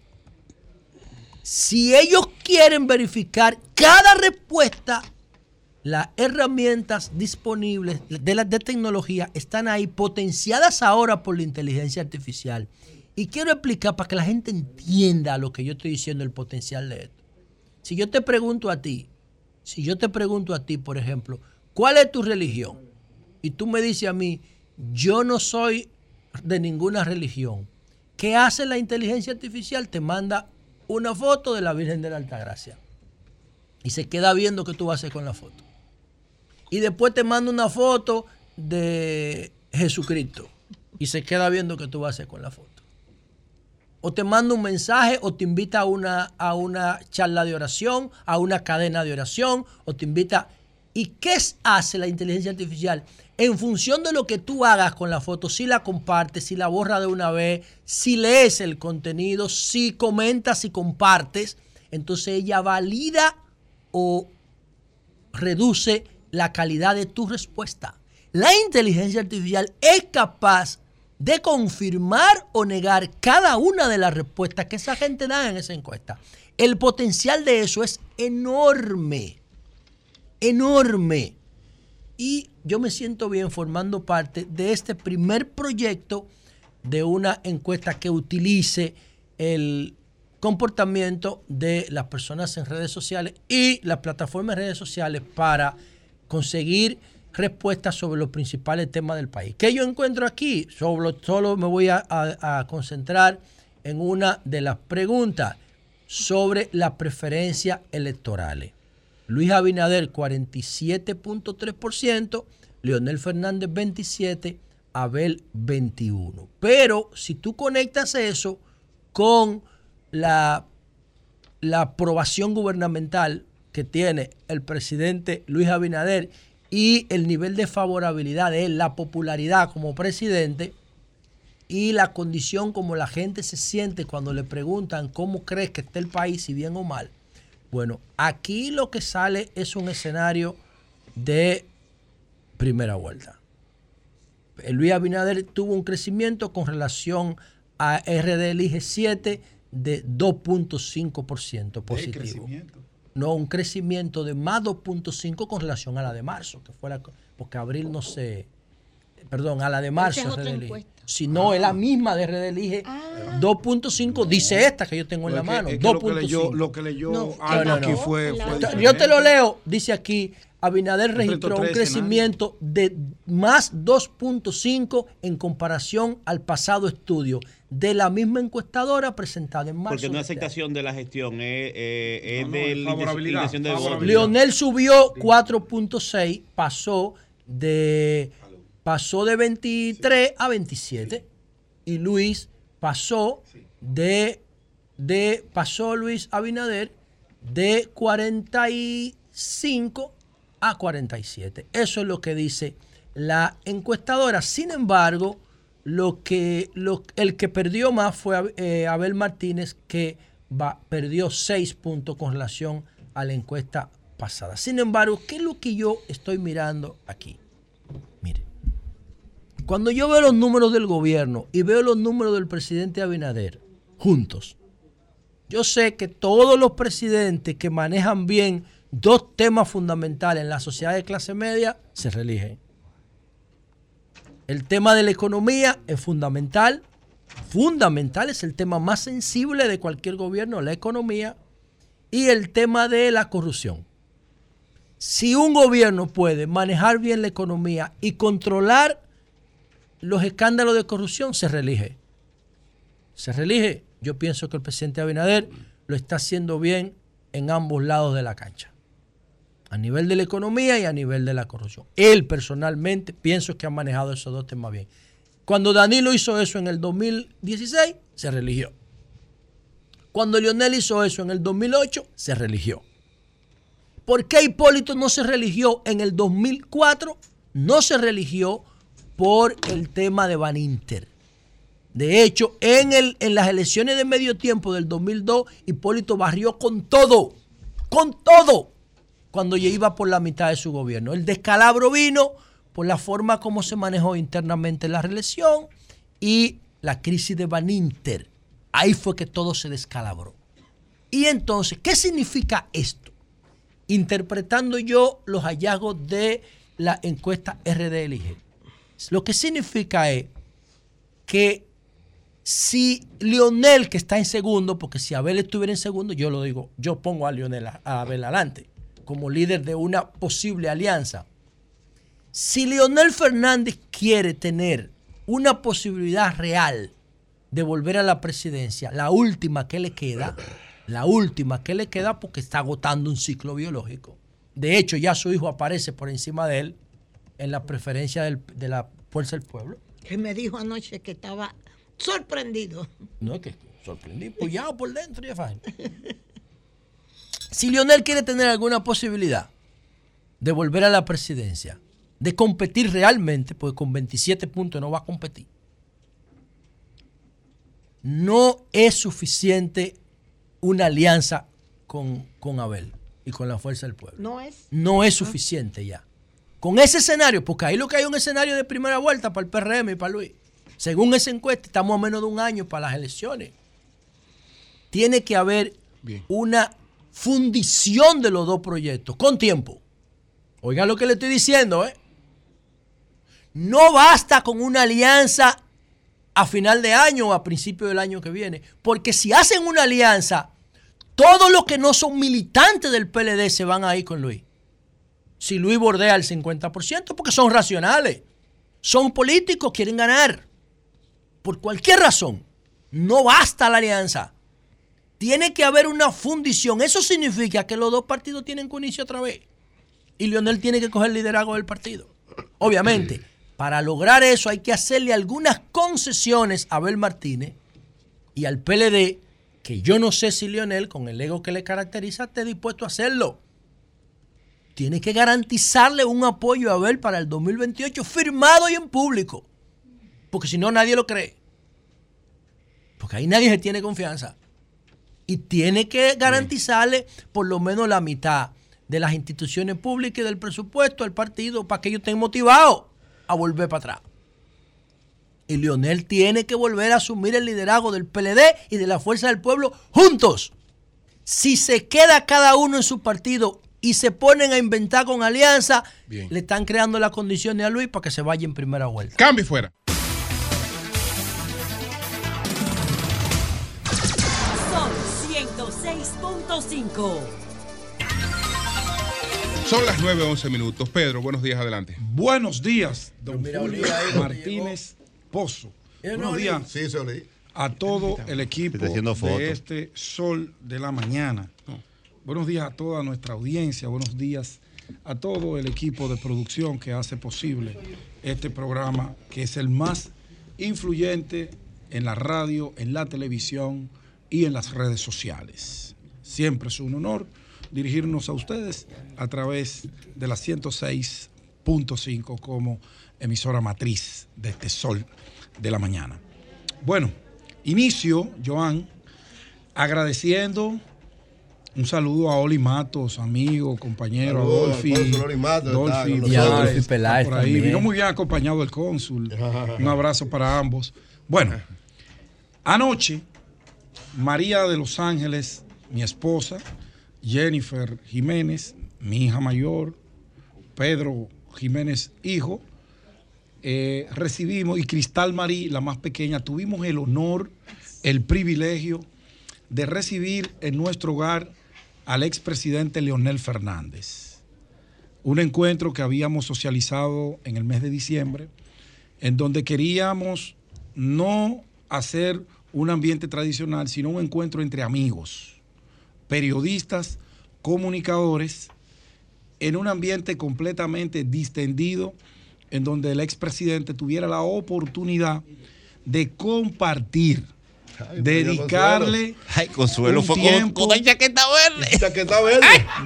[SPEAKER 14] Si ellos quieren verificar cada respuesta, las herramientas disponibles de las de tecnología están ahí, potenciadas ahora por la inteligencia artificial. Y quiero explicar para que la gente entienda lo que yo estoy diciendo, el potencial de esto. Si yo te pregunto a ti, si yo te pregunto a ti, por ejemplo, ¿cuál es tu religión? Y tú me dices a mí, yo no soy de ninguna religión. ¿Qué hace la inteligencia artificial? Te manda una foto de la Virgen de la Altagracia y se queda viendo qué tú vas a hacer con la foto. Y después te manda una foto de Jesucristo y se queda viendo qué tú vas a hacer con la foto. O te manda un mensaje o te invita a una, a una charla de oración, a una cadena de oración, o te invita... ¿Y qué hace la inteligencia artificial? En función de lo que tú hagas con la foto, si la compartes, si la borras de una vez, si lees el contenido, si comentas, si compartes, entonces ella valida o reduce la calidad de tu respuesta. La inteligencia artificial es capaz de confirmar o negar cada una de las respuestas que esa gente da en esa encuesta. El potencial de eso es enorme. enorme. Y yo me siento bien formando parte de este primer proyecto de una encuesta que utilice el comportamiento de las personas en redes sociales y las plataformas de redes sociales para conseguir respuestas sobre los principales temas del país. ¿Qué yo encuentro aquí? Solo, solo me voy a, a, a concentrar en una de las preguntas sobre las preferencias electorales. Luis Abinader, cuarenta y siete punto tres por ciento, Leonel Fernández, veintisiete por ciento, Abel, veintiuno por ciento. Pero si tú conectas eso con la, la aprobación gubernamental que tiene el presidente Luis Abinader y el nivel de favorabilidad de él, la popularidad como presidente y la condición como la gente se siente cuando le preguntan cómo crees que está el país, si bien o mal. Bueno, aquí lo que sale es un escenario de primera vuelta. Luis Abinader tuvo un crecimiento con relación a R D Elige siete de dos punto cinco por ciento positivo. No, un crecimiento de más dos punto cinco con relación a la de marzo, que fue la, porque abril no sé, perdón, a la de marzo R D Elige. Si no, ah. es la misma de R D Elige. Ah. dos punto cinco, dice esta que yo tengo en la mano.
[SPEAKER 9] Es que
[SPEAKER 14] dos
[SPEAKER 9] lo que leyó, lo que leyó
[SPEAKER 14] no,
[SPEAKER 9] Aldo
[SPEAKER 14] no, no,
[SPEAKER 9] aquí
[SPEAKER 14] no.
[SPEAKER 9] fue, fue
[SPEAKER 14] yo te lo leo, dice aquí, Abinader registró un crecimiento de más dos punto cinco en comparación al pasado estudio de la misma encuestadora presentada en marzo.
[SPEAKER 10] Porque no es aceptación de la gestión, es, es, es no, no, de la intención de voto.
[SPEAKER 14] Leonel subió cuatro punto seis, pasó de... pasó de veintitrés a veintisiete y Luis pasó de, de pasó Luis Abinader de cuarenta y cinco a cuarenta y siete. Eso es lo que dice la encuestadora. Sin embargo, lo que lo, el que perdió más fue eh, Abel Martínez, que va, perdió seis puntos con relación a la encuesta pasada. Sin embargo, ¿qué es lo que yo estoy mirando aquí? Mire. Cuando yo veo los números del gobierno y veo los números del presidente Abinader juntos, yo sé que todos los presidentes que manejan bien dos temas fundamentales en la sociedad de clase media se reeligen. El tema de la economía es fundamental, fundamental, es el tema más sensible de cualquier gobierno, la economía, y el tema de la corrupción. si un gobierno puede manejar bien la economía y controlar los escándalos de corrupción, se reelige. Se reelige. Yo pienso que el presidente Abinader lo está haciendo bien en ambos lados de la cancha. A nivel de la economía y a nivel de la corrupción. Él personalmente pienso que ha manejado esos dos temas bien. Cuando Danilo hizo eso en el dos mil dieciséis, se reeligió. Cuando Leonel hizo eso en el dos mil ocho, se reeligió. ¿Por qué Hipólito no se reeligió en el dos mil cuatro? No se reeligió por el tema de Baninter. De hecho, en, el, en las elecciones de medio tiempo del dos mil dos, Hipólito barrió con todo, con todo, cuando ya iba por la mitad de su gobierno. El descalabro vino por la forma como se manejó internamente la reelección y la crisis de Baninter. Ahí fue que todo se descalabró. Y entonces, ¿qué significa esto? Interpretando yo los hallazgos de la encuesta R D L G. Lo que significa es que si Leonel, que está en segundo, porque si Abel estuviera en segundo, yo lo digo, yo pongo a Leonel, a Abel adelante, como líder de una posible alianza. Si Leonel Fernández quiere tener una posibilidad real de volver a la presidencia, la última que le queda, la última que le queda porque está agotando un ciclo biológico. De hecho, ya su hijo aparece por encima de él en la preferencia del, de la Fuerza del Pueblo.
[SPEAKER 2] Que me dijo anoche que estaba sorprendido.
[SPEAKER 14] No es que sorprendido, puñado por dentro, ya saben. Si Leonel quiere tener alguna posibilidad de volver a la presidencia, de competir realmente, porque con veintisiete puntos no va a competir, no es suficiente una alianza con, con Abel y con la Fuerza del Pueblo.
[SPEAKER 2] No es.
[SPEAKER 14] No es suficiente ya. Con ese escenario, porque ahí lo que hay es un escenario de primera vuelta para el P R M y para Luis. Según esa encuesta, estamos a menos de un año para las elecciones. Tiene que haber Bien. una fundición de los dos proyectos con tiempo. Oigan lo que le estoy diciendo, ¿eh? No basta con una alianza a final de año o a principio del año que viene, porque si hacen una alianza, todos los que no son militantes del P L D se van a ir con Luis. Si Luis bordea el cincuenta por ciento, porque son racionales, son políticos, quieren ganar. Por cualquier razón, no basta la alianza. Tiene que haber una fundición. Eso significa que los dos partidos tienen que unirse otra vez. Y Leonel tiene que coger el liderazgo del partido. Obviamente, para lograr eso hay que hacerle algunas concesiones a Abel Martínez y al P L D, que yo no sé si Leonel, con el ego que le caracteriza, esté dispuesto a hacerlo. Tiene que garantizarle un apoyo a Abel para el dos mil veintiocho firmado y en público. Porque si no, nadie lo cree. Porque ahí nadie se tiene confianza. Y tiene que garantizarle por lo menos la mitad de las instituciones públicas y del presupuesto al partido para que ellos estén motivados a volver para atrás. Y Leonel tiene que volver a asumir el liderazgo del P L D y de la Fuerza del Pueblo juntos. Si se queda cada uno en su partido y se ponen a inventar con alianza, Bien. le están creando las condiciones a Luis para que se vaya en primera vuelta.
[SPEAKER 3] Cambio fuera.
[SPEAKER 12] Son ciento seis punto cinco.
[SPEAKER 3] Son las nueve once minutos. Pedro, buenos días, adelante.
[SPEAKER 9] Buenos días, don Julio Martínez Pozo. Buenos días
[SPEAKER 11] sí, se leí.
[SPEAKER 9] a todo el equipo de este Sol de la Mañana. Buenos días a toda nuestra audiencia. Buenos días a todo el equipo de producción que hace posible este programa, que es el más influyente en la radio, en la televisión y en las redes sociales. Siempre es un honor dirigirnos a ustedes a través de la ciento seis punto cinco como emisora matriz de este Sol de la Mañana. Bueno, inicio, Joan, agradeciendo un saludo a Oli Matos, amigo, compañero, a Dolphy. Oli Matos, Dolphy, Dolphy, Dolphy Peláez por ahí. Vino muy bien acompañado el cónsul. Un abrazo para ambos. Bueno, anoche, María de los Ángeles, mi esposa, Jennifer Jiménez, mi hija mayor, Pedro Jiménez, hijo, eh, recibimos, y Cristal Marí, la más pequeña, tuvimos el honor, el privilegio de recibir en nuestro hogar al expresidente Leonel Fernández. un encuentro que habíamos socializado en el mes de diciembre, en donde queríamos no hacer un ambiente tradicional, sino un encuentro entre amigos, periodistas, comunicadores, en un ambiente completamente distendido, en donde el expresidente tuviera la oportunidad de compartir, ay, dedicarle
[SPEAKER 10] ay, Consuelo
[SPEAKER 9] un
[SPEAKER 10] fue
[SPEAKER 9] tiempo,
[SPEAKER 10] con, con la chaqueta verde.
[SPEAKER 11] Chaqueta verde.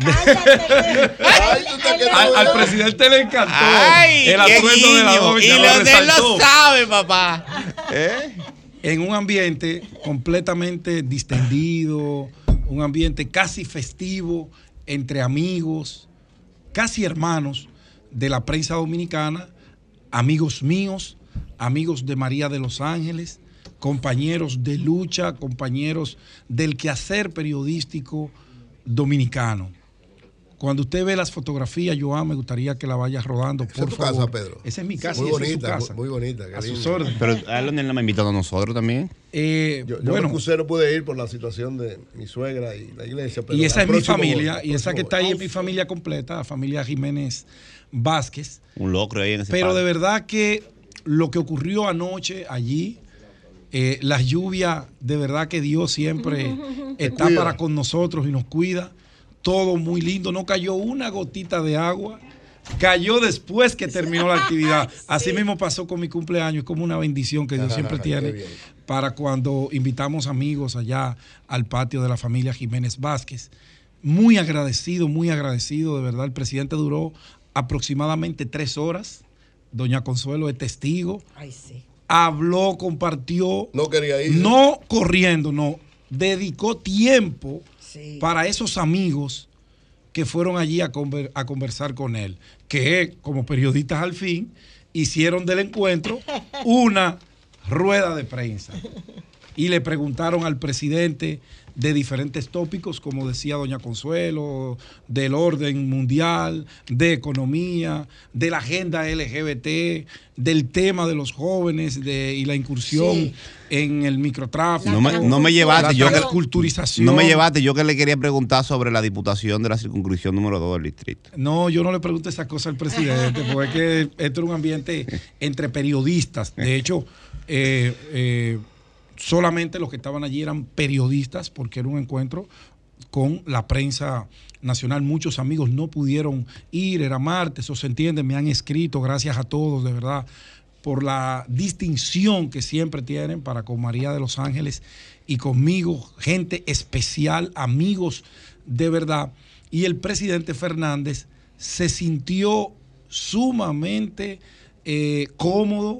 [SPEAKER 9] Ay, al, al presidente le encantó
[SPEAKER 10] ay,
[SPEAKER 9] el atuendo de la doña.
[SPEAKER 10] Y Leonel lo sabe, papá. ¿Eh?
[SPEAKER 9] En un ambiente completamente distendido, un ambiente casi festivo, entre amigos, casi hermanos de la prensa dominicana, amigos míos, amigos de María de los Ángeles, compañeros de lucha, compañeros del quehacer periodístico dominicano. Cuando usted ve las fotografías, Joan, me gustaría que la vayas rodando, por
[SPEAKER 11] ¿Esa es tu
[SPEAKER 9] favor.
[SPEAKER 11] casa, Pedro?
[SPEAKER 9] Esa es mi casa.
[SPEAKER 11] Muy
[SPEAKER 9] y
[SPEAKER 11] bonita,
[SPEAKER 9] esa es su casa.
[SPEAKER 11] muy bonita.
[SPEAKER 9] A sus
[SPEAKER 11] lindo.
[SPEAKER 9] órdenes.
[SPEAKER 10] Pero a él no me ha invitado a nosotros también.
[SPEAKER 9] Eh,
[SPEAKER 11] yo yo
[SPEAKER 9] bueno,
[SPEAKER 11] no, no pude ir por la situación de mi suegra y la iglesia. Pero
[SPEAKER 9] y esa es mi familia,
[SPEAKER 11] voy,
[SPEAKER 9] y esa que está ahí
[SPEAKER 11] voy.
[SPEAKER 9] es mi familia completa, la familia Jiménez Vázquez.
[SPEAKER 10] Un locro ahí en ese
[SPEAKER 9] Pero
[SPEAKER 10] padre.
[SPEAKER 9] de verdad que lo que ocurrió anoche allí, eh, las lluvias, de verdad que Dios siempre está
[SPEAKER 11] cuida.
[SPEAKER 9] para con nosotros y nos cuida. Todo muy lindo, no cayó una gotita de agua, cayó después que terminó la actividad. Así mismo pasó con mi cumpleaños, es como una bendición que Dios siempre tiene para cuando invitamos amigos allá al patio de la familia Jiménez Vázquez. Muy agradecido, muy agradecido, de verdad. El presidente duró aproximadamente tres horas. Doña Consuelo es testigo.
[SPEAKER 2] Ay, sí.
[SPEAKER 9] Habló, compartió.
[SPEAKER 11] No quería ir.
[SPEAKER 9] No corriendo, no. Dedicó tiempo
[SPEAKER 2] sí.
[SPEAKER 9] para esos amigos que fueron allí a, conver, a conversar con él. Que como periodistas al fin hicieron del encuentro una rueda de prensa. Y le preguntaron al presidente de diferentes tópicos, como decía doña Consuelo, del orden mundial, de economía, de la agenda L G B T, del tema de los jóvenes de, y la incursión sí. en el microtráfico.
[SPEAKER 10] No me, no me llevaste,
[SPEAKER 9] la
[SPEAKER 10] yo que,
[SPEAKER 9] culturización.
[SPEAKER 10] No me llevaste, yo que le quería preguntar sobre la diputación de la circunscripción número dos del distrito.
[SPEAKER 9] No, yo no le pregunto esas cosas al presidente, porque es que esto es un ambiente entre periodistas. De hecho, eh, eh, solamente los que estaban allí eran periodistas, porque era un encuentro con la prensa nacional. Muchos amigos no pudieron ir, era martes, eso se entiende, me han escrito, gracias a todos, de verdad, por la distinción que siempre tienen para con María de los Ángeles y conmigo, gente especial, amigos de verdad. Y el presidente Fernández se sintió sumamente eh, cómodo,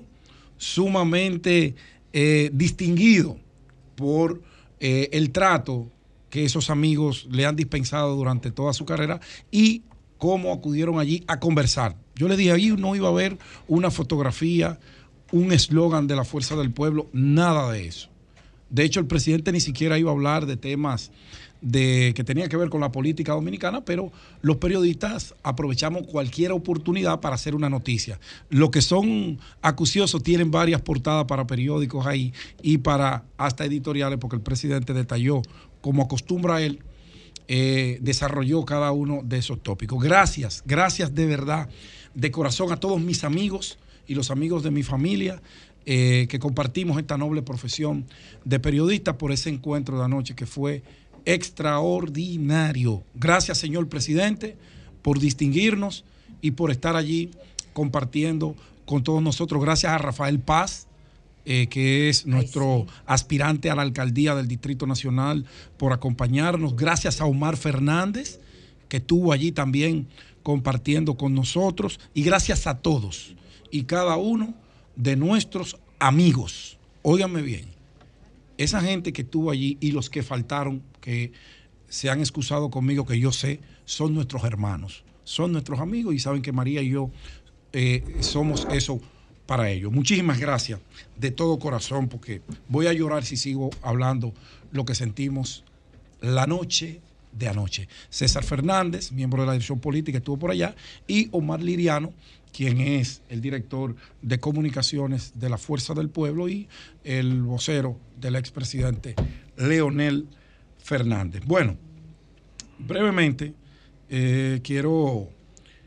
[SPEAKER 9] sumamente Eh, distinguido por eh, el trato que esos amigos le han dispensado durante toda su carrera y cómo acudieron allí a conversar. Yo le dije, allí no iba a haber una fotografía, un eslogan de la Fuerza del Pueblo, nada de eso. De hecho, el presidente ni siquiera iba a hablar de temas de, que tenían que ver con la política dominicana, pero los periodistas aprovechamos cualquier oportunidad para hacer una noticia. Los que son acuciosos tienen varias portadas para periódicos ahí y para hasta editoriales, porque el presidente detalló, como acostumbra él, eh, desarrolló cada uno de esos tópicos. Gracias, gracias de verdad, de corazón a todos mis amigos y los amigos de mi familia, eh, que compartimos esta noble profesión de periodista, por ese encuentro de anoche que fue extraordinario. Gracias, señor presidente, por distinguirnos y por estar allí compartiendo con todos nosotros. Gracias a Rafael Paz, eh, que es nuestro Ay, sí. aspirante a la alcaldía del Distrito Nacional, por acompañarnos. Gracias a Omar Fernández, que estuvo allí también compartiendo con nosotros. Y gracias a todos y cada uno de nuestros amigos. Óiganme bien. Esa gente que estuvo allí y los que faltaron, que se han excusado conmigo, que yo sé, son nuestros hermanos, son nuestros amigos y saben que María y yo eh, somos eso para ellos. Muchísimas gracias de todo corazón, porque voy a llorar si sigo hablando lo que sentimos la noche de anoche. César Fernández, miembro de la dirección política, estuvo por allá, y Omar Liriano, quien es el director de comunicaciones de la Fuerza del Pueblo y el vocero del expresidente Leonel Fernández. Bueno, brevemente eh, quiero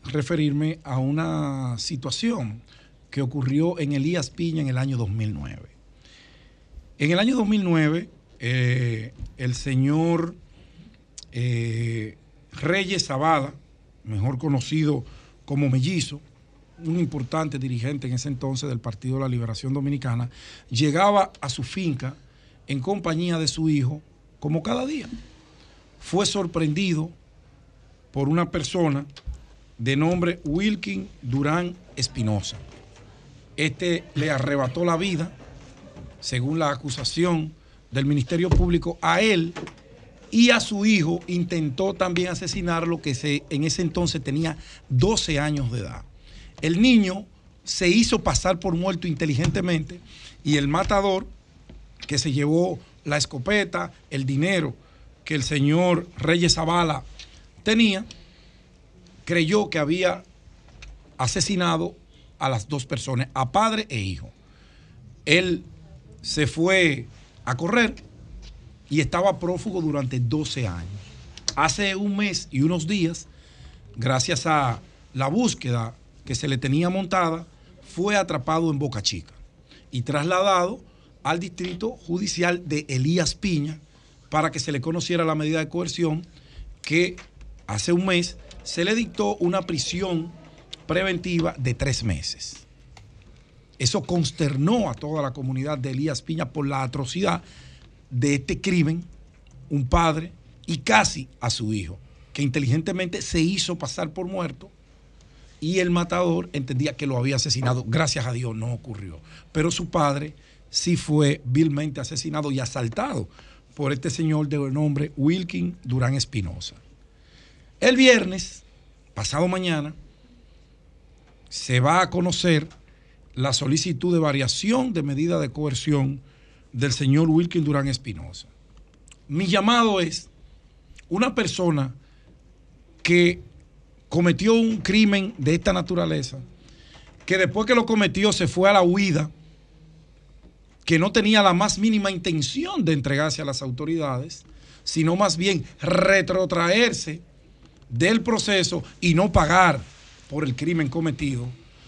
[SPEAKER 9] referirme a una situación que ocurrió en Elías Piña en el año dos mil nueve. En el año dos mil nueve, eh, el señor eh, Reyes Zavala, mejor conocido como Mellizo, un importante dirigente en ese entonces del Partido de la Liberación Dominicana, llegaba a su finca en compañía de su hijo, como cada día. Fue sorprendido por una persona de nombre Wilkin Durán Espinosa. Este le arrebató la vida, según la acusación del Ministerio Público, a él y a su hijo. Intentó también asesinarlo, que se, en ese entonces tenía doce años de edad. El niño se hizo pasar por muerto inteligentemente y el matador, que se llevó la escopeta, el dinero que el señor Reyes Zavala tenía, creyó que había asesinado a las dos personas, a padre e hijo. Él se fue a correr y estaba prófugo durante doce años. Hace un mes y unos días, gracias a la búsqueda que se le tenía montada, fue atrapado en Boca Chica y trasladado al distrito judicial de Elías Piña para que se le conociera la medida de coerción que hace un mes se le dictó una prisión preventiva de tres meses. Eso consternó a toda la comunidad de Elías Piña por la atrocidad de este crimen, un padre y casi a su hijo, que inteligentemente se hizo pasar por muerto y el matador entendía que lo había asesinado. Gracias a Dios no ocurrió, pero su padre sí fue vilmente asesinado y asaltado por este señor de nombre Wilkin Durán Espinosa. El viernes, pasado mañana, se va a conocer la solicitud de variación de medida de coerción del señor Wilkin Durán Espinosa. Mi llamado es una persona que cometió un crimen de esta naturaleza, que después que lo cometió se fue a la huida, que no tenía la más mínima intención de entregarse a las autoridades, sino más bien retrotraerse del proceso y no pagar por el crimen cometido.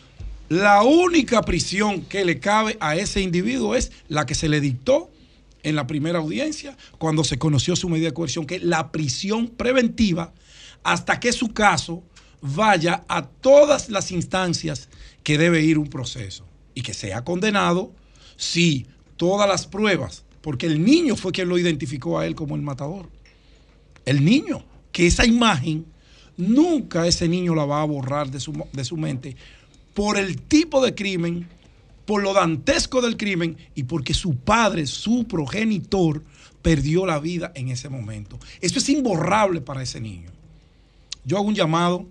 [SPEAKER 9] La única prisión que le cabe a ese individuo es la que se le dictó en la primera audiencia cuando se conoció su medida de coerción, que es la prisión preventiva hasta que su caso vaya a todas las instancias que debe ir un proceso y que sea condenado si todas las pruebas, porque el niño fue quien lo identificó a él como el matador. El niño, que esa imagen nunca ese niño la va a borrar de su, de su mente por el tipo de crimen, por lo dantesco del crimen y porque su padre, su progenitor, perdió la vida en ese momento. Eso es imborrable para ese niño. Yo hago un llamado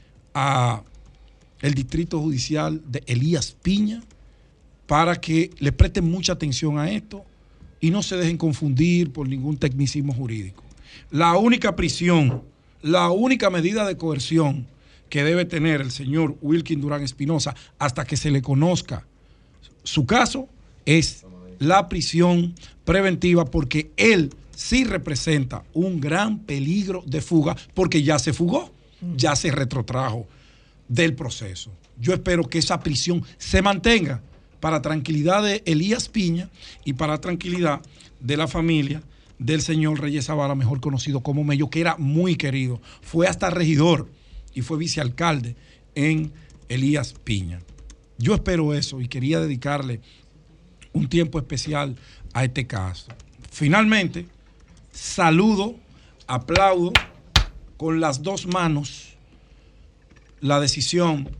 [SPEAKER 9] a el Distrito Judicial de Elías Piña para que le presten mucha atención a esto y no se dejen confundir por ningún tecnicismo jurídico. La única prisión, la única medida de coerción que debe tener el señor Wilkin Durán Espinosa hasta que se le conozca su caso es la prisión preventiva, porque él sí representa un gran peligro de fuga, porque ya se fugó, ya se retrotrajo del proceso. Yo espero que esa prisión se mantenga para tranquilidad de Elías Piña y para tranquilidad de la familia del señor Reyes Zavala, mejor conocido como Mello, que era muy querido. Fue hasta regidor y fue vicealcalde en Elías Piña. Yo espero eso y quería dedicarle un tiempo especial a este caso. Finalmente, saludo, aplaudo con las dos manos la decisión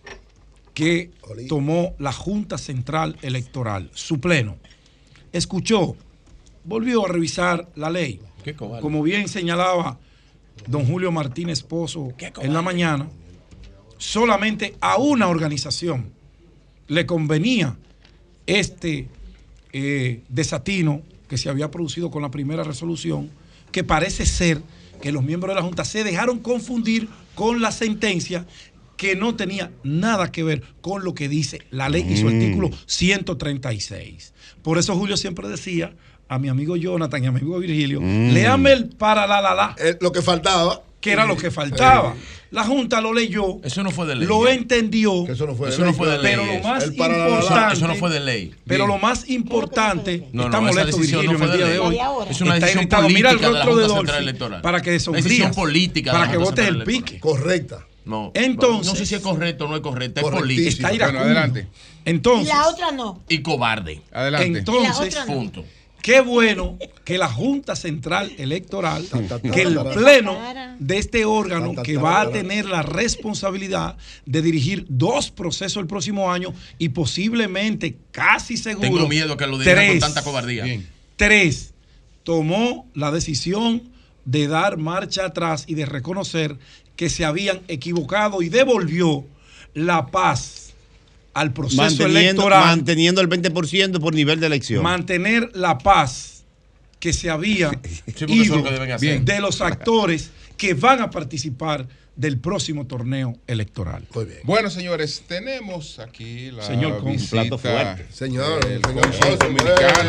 [SPEAKER 9] que tomó la Junta Central Electoral, su pleno. Escuchó, volvió a revisar la ley. Como bien señalaba don Julio Martínez Pozo en la mañana, solamente a una organización le convenía este eh, desatino que se había producido con la primera resolución, que parece ser que los miembros de la Junta se dejaron confundir con la sentencia que no tenía nada que ver con lo que dice la ley y su artículo ciento treinta y seis. Por eso Julio siempre decía a mi amigo Jonathan y a mi amigo Virgilio, mm. léame el para la la la.
[SPEAKER 11] Eh, lo que faltaba.
[SPEAKER 9] que era lo que faltaba. La Junta lo leyó.
[SPEAKER 13] Eso no fue de ley.
[SPEAKER 9] Lo entendió.
[SPEAKER 11] Eso no fue de
[SPEAKER 13] eso
[SPEAKER 11] ley.
[SPEAKER 13] No fue de ley
[SPEAKER 9] pero lo más
[SPEAKER 11] El para la-
[SPEAKER 9] importante.
[SPEAKER 13] Eso no fue de ley.
[SPEAKER 9] Pero lo más importante.
[SPEAKER 13] No,
[SPEAKER 9] está
[SPEAKER 13] no, esa
[SPEAKER 9] molesto
[SPEAKER 13] decisión
[SPEAKER 9] Virgilio
[SPEAKER 13] no fue
[SPEAKER 9] en el
[SPEAKER 13] de
[SPEAKER 9] día de
[SPEAKER 13] ley.
[SPEAKER 9] hoy.
[SPEAKER 13] Es una
[SPEAKER 9] Está
[SPEAKER 13] decisión
[SPEAKER 9] irritado.
[SPEAKER 13] política
[SPEAKER 9] Mira el
[SPEAKER 13] de la
[SPEAKER 9] rostro de
[SPEAKER 13] Junta Central
[SPEAKER 9] Dolphy
[SPEAKER 13] Electoral.
[SPEAKER 9] para que
[SPEAKER 13] Una
[SPEAKER 9] sonrías.
[SPEAKER 13] decisión política de
[SPEAKER 9] Para
[SPEAKER 13] la
[SPEAKER 9] que
[SPEAKER 13] Junta
[SPEAKER 9] votes el
[SPEAKER 13] Central
[SPEAKER 9] pique.
[SPEAKER 11] Correcta.
[SPEAKER 13] No,
[SPEAKER 9] Entonces-
[SPEAKER 13] no sé si es correcto o no es correcto, es
[SPEAKER 11] Correctísimo.
[SPEAKER 13] política.
[SPEAKER 9] Está iracundo.
[SPEAKER 3] Bueno, adelante.
[SPEAKER 9] Entonces,
[SPEAKER 2] Y la otra no.
[SPEAKER 13] Y cobarde.
[SPEAKER 3] Adelante.
[SPEAKER 2] Y la
[SPEAKER 9] entonces
[SPEAKER 2] otra no.
[SPEAKER 13] Punto.
[SPEAKER 9] qué bueno que la Junta Central Electoral,
[SPEAKER 11] ta, ta,
[SPEAKER 9] que el
[SPEAKER 11] ta, ta.
[SPEAKER 9] pleno de este órgano
[SPEAKER 11] Ta, ta,
[SPEAKER 9] que
[SPEAKER 11] ta,
[SPEAKER 9] va a
[SPEAKER 11] ta, ta.
[SPEAKER 9] tener la responsabilidad de dirigir dos procesos el próximo año y posiblemente, casi seguro,
[SPEAKER 13] Tengo miedo que lo dirija
[SPEAKER 9] tres,
[SPEAKER 13] con tanta cobardía.
[SPEAKER 3] Bien.
[SPEAKER 9] Tres, tomó la decisión de dar marcha atrás y de reconocer que se habían equivocado y devolvió la paz al proceso
[SPEAKER 10] Manteniendo,
[SPEAKER 9] electoral.
[SPEAKER 10] manteniendo el veinte por ciento por nivel de elección.
[SPEAKER 9] Mantener la paz que se había
[SPEAKER 13] Sí, porque eso es
[SPEAKER 9] ido
[SPEAKER 13] lo que deben hacer.
[SPEAKER 9] de los actores que van a participar del próximo torneo electoral.
[SPEAKER 11] Muy bien.
[SPEAKER 3] Bueno, señores, tenemos aquí la
[SPEAKER 9] Señor Consul.
[SPEAKER 3] visita
[SPEAKER 10] Plato fuerte.
[SPEAKER 11] Señor,
[SPEAKER 3] del
[SPEAKER 11] señor
[SPEAKER 3] cónsul
[SPEAKER 11] Consul,
[SPEAKER 3] dominicano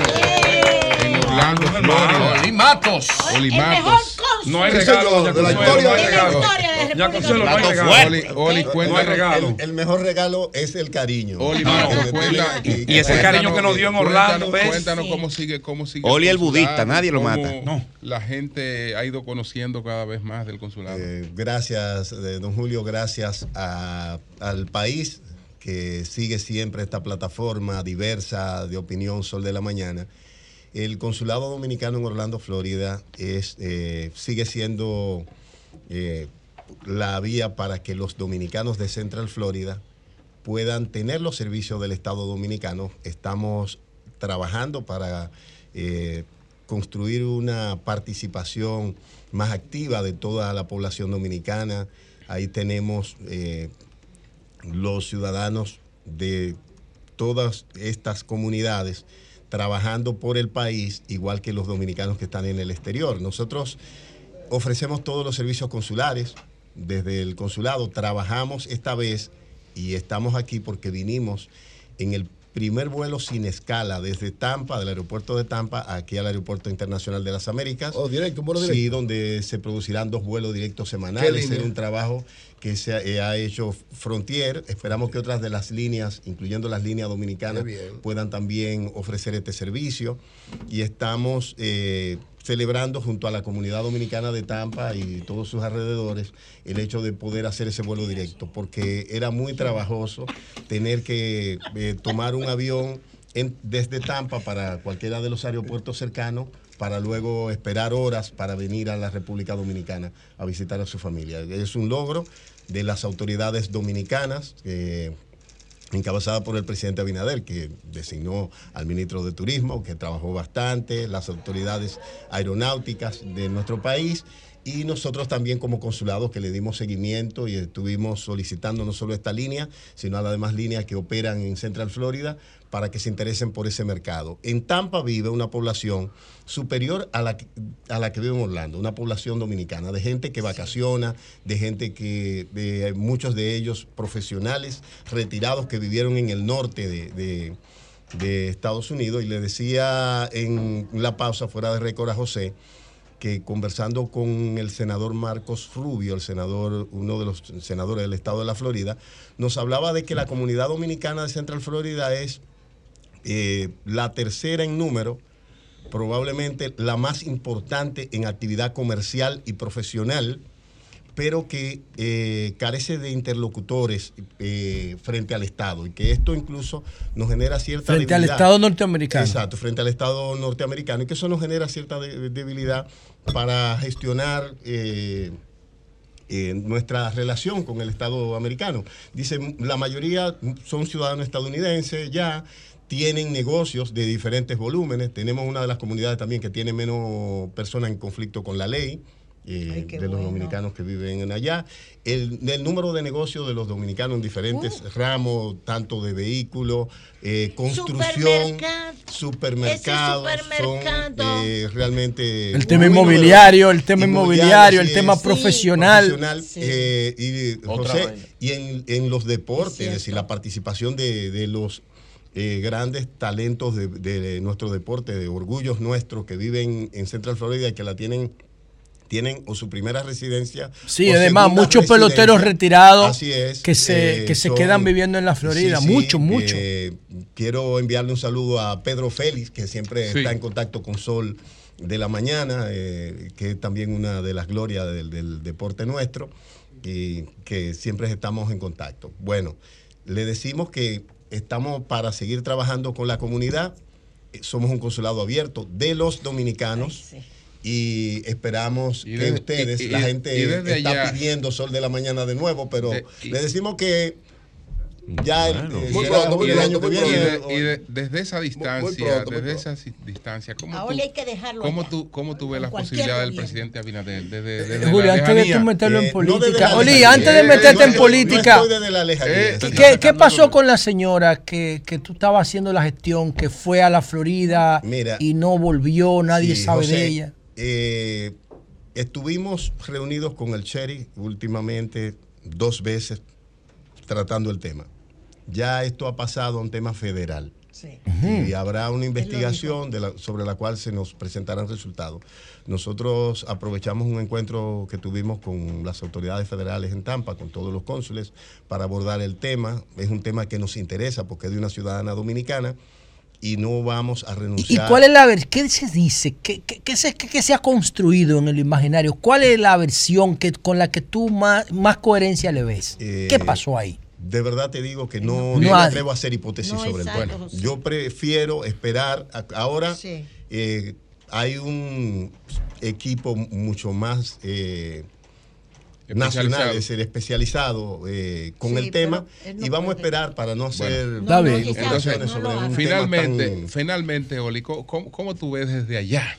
[SPEAKER 3] en Orlando, Florida.
[SPEAKER 13] Oli Matos.
[SPEAKER 3] Oli
[SPEAKER 2] El mejor
[SPEAKER 3] Matos.
[SPEAKER 2] cónsul.
[SPEAKER 9] No hay
[SPEAKER 11] Sí,
[SPEAKER 9] regalo,
[SPEAKER 11] señor,
[SPEAKER 9] doña
[SPEAKER 11] de la
[SPEAKER 9] Consuelo,
[SPEAKER 11] historia
[SPEAKER 9] no hay
[SPEAKER 11] de la
[SPEAKER 9] regalo.
[SPEAKER 2] historia de la
[SPEAKER 9] Doña
[SPEAKER 2] República
[SPEAKER 9] Consuelo, no hay
[SPEAKER 10] Plato
[SPEAKER 9] regalo.
[SPEAKER 10] fuerte.
[SPEAKER 3] Oli, Oli,
[SPEAKER 9] No hay
[SPEAKER 3] cuéntanos.
[SPEAKER 9] regalo.
[SPEAKER 11] El, el mejor regalo es el cariño.
[SPEAKER 3] Oli
[SPEAKER 11] Ah,
[SPEAKER 3] Matos,
[SPEAKER 11] que
[SPEAKER 3] cuenta-
[SPEAKER 11] tiene-
[SPEAKER 9] Y ese cariño que nos dio en Orlando,
[SPEAKER 3] Cuéntanos,
[SPEAKER 9] ¿ves?
[SPEAKER 3] cuéntanos
[SPEAKER 2] Sí.
[SPEAKER 3] cómo sigue, cómo sigue.
[SPEAKER 10] Oli el
[SPEAKER 3] consulado,
[SPEAKER 10] budista, nadie lo
[SPEAKER 3] cómo
[SPEAKER 10] mata.
[SPEAKER 9] No.
[SPEAKER 3] La gente ha ido conociendo cada vez más del consulado.
[SPEAKER 11] Eh, gracias, eh, don Julio, gracias a- al país que sigue siempre esta plataforma diversa de opinión Sol de la Mañana. El Consulado Dominicano en Orlando, Florida, es, eh, sigue siendo eh, la vía para que los dominicanos de Central Florida puedan tener los servicios del Estado Dominicano. Estamos trabajando para eh, construir una participación más activa de toda la población dominicana. Ahí tenemos eh, los ciudadanos de todas estas comunidades trabajando por el país, igual que los dominicanos que están en el exterior. Nosotros ofrecemos todos los servicios consulares desde el consulado. Trabajamos esta vez y estamos aquí porque vinimos en el primer vuelo sin escala desde Tampa, del aeropuerto de Tampa, aquí al Aeropuerto Internacional de las Américas. Oh, directo, un vuelo directo. Sí, donde se producirán dos vuelos directos ¿Qué semanales. línea? Es un trabajo que se ha, eh, ha hecho Frontier. Esperamos que otras de las líneas, incluyendo las líneas dominicanas, Qué bien. puedan también ofrecer este servicio. Y estamos eh, celebrando junto a la comunidad dominicana de Tampa y todos sus alrededores el hecho de poder hacer ese vuelo directo, porque era muy trabajoso tener que eh, tomar un avión en- desde Tampa para cualquiera de los aeropuertos cercanos, para luego esperar horas para venir a la República Dominicana a visitar a su familia. Es un logro de las autoridades dominicanas, eh, encabezada por el presidente Abinader, que designó al ministro de Turismo, que trabajó bastante, las autoridades aeronáuticas de nuestro país, y nosotros también como consulados que le dimos seguimiento y estuvimos solicitando no solo esta línea, sino a las demás líneas que operan en Central Florida para que se interesen por ese mercado. En Tampa vive una población superior a la, que- a la que vive en Orlando, una población dominicana, de gente que vacaciona, de gente que, de, muchos de ellos profesionales retirados que vivieron en el norte de, de- de Estados Unidos. Y le decía en la pausa fuera de récord a José, que conversando con el senador Marcos Rubio, el senador, uno de los senadores del estado de la Florida, nos hablaba de que la comunidad dominicana de Central Florida es eh, la tercera en número, probablemente la más importante en actividad comercial y profesional, pero que eh, carece de interlocutores eh, frente al Estado, y que esto incluso nos genera cierta
[SPEAKER 14] Frente al
[SPEAKER 11] debilidad.
[SPEAKER 14] Estado norteamericano.
[SPEAKER 11] Exacto, frente al Estado norteamericano, y que eso nos genera cierta de- debilidad para gestionar eh, eh, nuestra relación con el Estado americano. Dice, la mayoría son ciudadanos estadounidenses ya, tienen negocios de diferentes volúmenes. Tenemos una de las comunidades también que tiene menos personas en conflicto con la ley, eh,
[SPEAKER 2] Ay, qué
[SPEAKER 11] de los
[SPEAKER 2] bueno.
[SPEAKER 11] dominicanos que viven allá. El, el número de negocios de los dominicanos en diferentes
[SPEAKER 2] Uh.
[SPEAKER 11] ramos, tanto de vehículos, eh, construcción,
[SPEAKER 2] Supermercado.
[SPEAKER 11] supermercados,
[SPEAKER 2] Ese supermercado.
[SPEAKER 11] son eh, realmente...
[SPEAKER 14] El tema
[SPEAKER 11] muy
[SPEAKER 14] inmobiliario,
[SPEAKER 11] numerosos.
[SPEAKER 14] el tema inmobiliario, el
[SPEAKER 11] sí
[SPEAKER 14] tema
[SPEAKER 11] es.
[SPEAKER 14] profesional.
[SPEAKER 11] Profesional,
[SPEAKER 2] Sí.
[SPEAKER 11] eh, y,
[SPEAKER 13] Otra
[SPEAKER 11] José,
[SPEAKER 13] vaina.
[SPEAKER 11] y en, en los deportes,
[SPEAKER 2] Es
[SPEAKER 11] es decir, la participación de, de los eh, grandes talentos de, de nuestro deporte, de orgullos nuestros que viven en Central Florida y que la tienen tienen o su primera residencia.
[SPEAKER 14] Sí,
[SPEAKER 11] o
[SPEAKER 14] además muchos
[SPEAKER 11] residencia.
[SPEAKER 14] Peloteros retirados
[SPEAKER 11] Así es,
[SPEAKER 14] que se,
[SPEAKER 11] eh,
[SPEAKER 14] que se
[SPEAKER 11] son,
[SPEAKER 14] quedan viviendo en la Florida.
[SPEAKER 11] Sí, sí,
[SPEAKER 14] mucho, mucho.
[SPEAKER 11] Eh, quiero enviarle un saludo a Pedro Félix, que siempre
[SPEAKER 3] Sí.
[SPEAKER 11] está en contacto con Sol de la Mañana, eh, que es también una de las glorias del, del deporte nuestro, y que siempre estamos en contacto. Bueno, le decimos que estamos para seguir trabajando con la comunidad. Somos un consulado abierto de los dominicanos. Ay, sí. Y esperamos
[SPEAKER 3] y
[SPEAKER 11] que
[SPEAKER 3] de,
[SPEAKER 11] ustedes,
[SPEAKER 3] y, y,
[SPEAKER 11] la gente
[SPEAKER 3] y
[SPEAKER 11] está
[SPEAKER 3] allá,
[SPEAKER 11] pidiendo Sol de la Mañana de nuevo, pero
[SPEAKER 3] de, y,
[SPEAKER 11] le decimos que ya el,
[SPEAKER 3] bueno,
[SPEAKER 11] eh,
[SPEAKER 3] muy
[SPEAKER 11] será
[SPEAKER 3] pronto,
[SPEAKER 11] el
[SPEAKER 3] muy
[SPEAKER 11] año que
[SPEAKER 3] pronto,
[SPEAKER 11] viene.
[SPEAKER 3] y de, y de, desde esa distancia,
[SPEAKER 11] muy pronto, muy
[SPEAKER 3] desde
[SPEAKER 11] pronto.
[SPEAKER 3] esa distancia, ¿cómo
[SPEAKER 2] Ahora
[SPEAKER 3] tú,
[SPEAKER 2] hay que dejarlo
[SPEAKER 3] cómo
[SPEAKER 2] allá,
[SPEAKER 3] tú, cómo tú ves las
[SPEAKER 2] cualquier
[SPEAKER 3] posibilidades del
[SPEAKER 2] gobierno.
[SPEAKER 3] presidente Abinader? Desde, desde,
[SPEAKER 14] Eh,
[SPEAKER 3] desde
[SPEAKER 14] Julio,
[SPEAKER 3] la
[SPEAKER 14] antes de
[SPEAKER 3] lejanía.
[SPEAKER 14] tú meterlo
[SPEAKER 11] Eh,
[SPEAKER 14] en política.
[SPEAKER 11] no
[SPEAKER 14] Oli,
[SPEAKER 11] lejanía.
[SPEAKER 14] antes de
[SPEAKER 11] Eh,
[SPEAKER 14] meterte
[SPEAKER 11] no
[SPEAKER 14] en
[SPEAKER 11] estoy-
[SPEAKER 14] política.
[SPEAKER 11] no estoy desde la lejanía,
[SPEAKER 3] Eh,
[SPEAKER 11] sí.
[SPEAKER 14] ¿Qué, ¿Qué pasó con la señora que, que tú estabas haciendo la gestión, que fue a la Florida
[SPEAKER 11] Mira,
[SPEAKER 14] y no volvió, nadie
[SPEAKER 11] sí,
[SPEAKER 14] sabe
[SPEAKER 11] José,
[SPEAKER 14] de ella?
[SPEAKER 11] Eh, estuvimos reunidos con el sheriff últimamente dos veces tratando el tema. Ya esto ha pasado a un tema federal.
[SPEAKER 2] Sí.
[SPEAKER 11] Y habrá una investigación de la, sobre la cual se nos presentarán resultados. Nosotros aprovechamos un encuentro que tuvimos con las autoridades federales en Tampa, con todos los cónsules, para abordar el tema. Es un tema que nos interesa porque es de una ciudadana dominicana y no vamos a
[SPEAKER 14] ¿Y
[SPEAKER 11] renunciar.
[SPEAKER 14] cuál es la ver- qué se dice? ¿Qué, qué, qué se, qué- qué se ha construido en el imaginario? ¿Cuál es la versión que, con la que tú más, más coherencia le ves?
[SPEAKER 11] Eh,
[SPEAKER 14] ¿Qué pasó ahí?
[SPEAKER 11] De verdad te digo que no,
[SPEAKER 14] No
[SPEAKER 11] no me
[SPEAKER 14] hay.
[SPEAKER 11] atrevo a hacer hipótesis
[SPEAKER 2] No,
[SPEAKER 11] sobre
[SPEAKER 2] exacto,
[SPEAKER 11] el tema.
[SPEAKER 2] José.
[SPEAKER 11] Yo prefiero esperar. A- ahora
[SPEAKER 2] Sí.
[SPEAKER 11] eh, hay un equipo mucho más eh,
[SPEAKER 3] Especializado.
[SPEAKER 11] nacional, es decir, especializado eh, con
[SPEAKER 2] Sí,
[SPEAKER 11] el tema
[SPEAKER 2] pero él no
[SPEAKER 11] y vamos
[SPEAKER 2] puede.
[SPEAKER 11] a esperar para no hacer
[SPEAKER 2] No,
[SPEAKER 14] Está
[SPEAKER 2] no,
[SPEAKER 14] bien.
[SPEAKER 2] exacto,
[SPEAKER 3] Entonces,
[SPEAKER 2] no lo
[SPEAKER 11] sobre
[SPEAKER 2] haga.
[SPEAKER 11] un
[SPEAKER 3] finalmente,
[SPEAKER 11] tema tan-
[SPEAKER 3] finalmente, Oli, ¿cómo, cómo tú ves desde allá?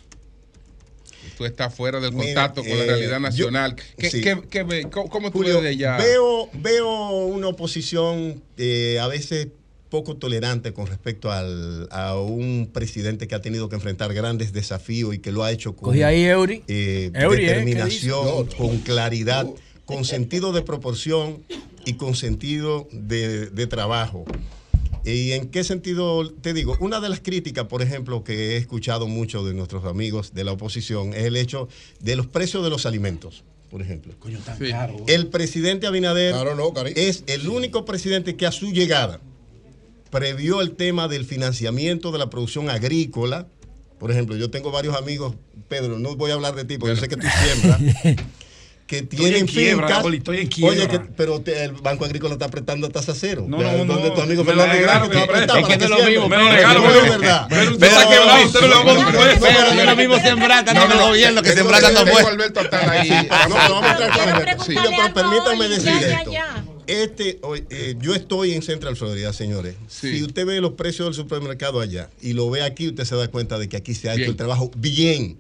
[SPEAKER 3] Tú estás fuera del
[SPEAKER 11] Mira,
[SPEAKER 3] contacto con la
[SPEAKER 11] eh,
[SPEAKER 3] realidad
[SPEAKER 11] yo-
[SPEAKER 3] nacional. ¿Qué,
[SPEAKER 11] sí.
[SPEAKER 3] qué- qué ve- cómo, cómo tú
[SPEAKER 11] Julio,
[SPEAKER 3] ves desde allá?
[SPEAKER 11] Veo, veo una oposición eh, a veces poco tolerante con respecto al, a un presidente que ha tenido que enfrentar grandes desafíos y que lo ha hecho con
[SPEAKER 14] Cogí ahí Eury.
[SPEAKER 11] eh,
[SPEAKER 14] Eury, ¿eh?
[SPEAKER 11] determinación, con claridad, con sentido de proporción y con sentido de, de trabajo. ¿Y en qué sentido? Te digo, una de las críticas, por ejemplo, que he escuchado mucho de nuestros amigos de la oposición es el hecho de los precios de los alimentos, por ejemplo.
[SPEAKER 9] Coño, tan
[SPEAKER 3] Sí.
[SPEAKER 9] caro.
[SPEAKER 11] El presidente Abinader
[SPEAKER 15] Claro, no, cari-
[SPEAKER 11] es el único presidente que a su llegada previó el tema del financiamiento de la producción agrícola. Por ejemplo, yo tengo varios amigos, Pedro, no voy a hablar de ti porque yo sé que tú siembras, que tienen
[SPEAKER 9] en quiebra,
[SPEAKER 11] fincas.
[SPEAKER 9] Oli, estoy en quiebra.
[SPEAKER 11] Oye, que- pero te- el Banco Agrícola está apretando tasa cero.
[SPEAKER 9] No,
[SPEAKER 11] Vea,
[SPEAKER 9] no, no.
[SPEAKER 11] donde tu amigo
[SPEAKER 9] Me lo
[SPEAKER 11] Fernando
[SPEAKER 9] negaron
[SPEAKER 11] Grande te va a
[SPEAKER 9] que-
[SPEAKER 11] prestar
[SPEAKER 9] es
[SPEAKER 11] para
[SPEAKER 9] que no es lo
[SPEAKER 11] siembre.
[SPEAKER 9] mismo, me
[SPEAKER 11] No,
[SPEAKER 9] lo negaron,
[SPEAKER 11] no
[SPEAKER 9] pero-
[SPEAKER 11] es verdad.
[SPEAKER 9] pero
[SPEAKER 10] Usted está
[SPEAKER 11] No,
[SPEAKER 10] quebrado, usted no le vamos a
[SPEAKER 11] no,
[SPEAKER 10] poner.
[SPEAKER 11] no,
[SPEAKER 10] No es lo mismo sembrar que andar en el gobierno que sembrar andando
[SPEAKER 3] Tengo a
[SPEAKER 10] afuera.
[SPEAKER 3] Alberto hasta ahí.
[SPEAKER 11] No, pero vamos a entrar con
[SPEAKER 2] Quiero
[SPEAKER 11] Alberto.
[SPEAKER 2] preguntarle
[SPEAKER 11] Julio, pero
[SPEAKER 2] algo,
[SPEAKER 11] permítanme
[SPEAKER 2] Oli,
[SPEAKER 11] decir
[SPEAKER 2] ya, ya,
[SPEAKER 11] esto.
[SPEAKER 2] ya.
[SPEAKER 11] Este, hoy, eh, yo estoy en Central Florida, señores.
[SPEAKER 3] Sí.
[SPEAKER 11] Si usted ve los precios del supermercado allá y lo ve aquí, usted se da cuenta de que aquí se ha
[SPEAKER 3] Bien.
[SPEAKER 11] hecho el trabajo bien.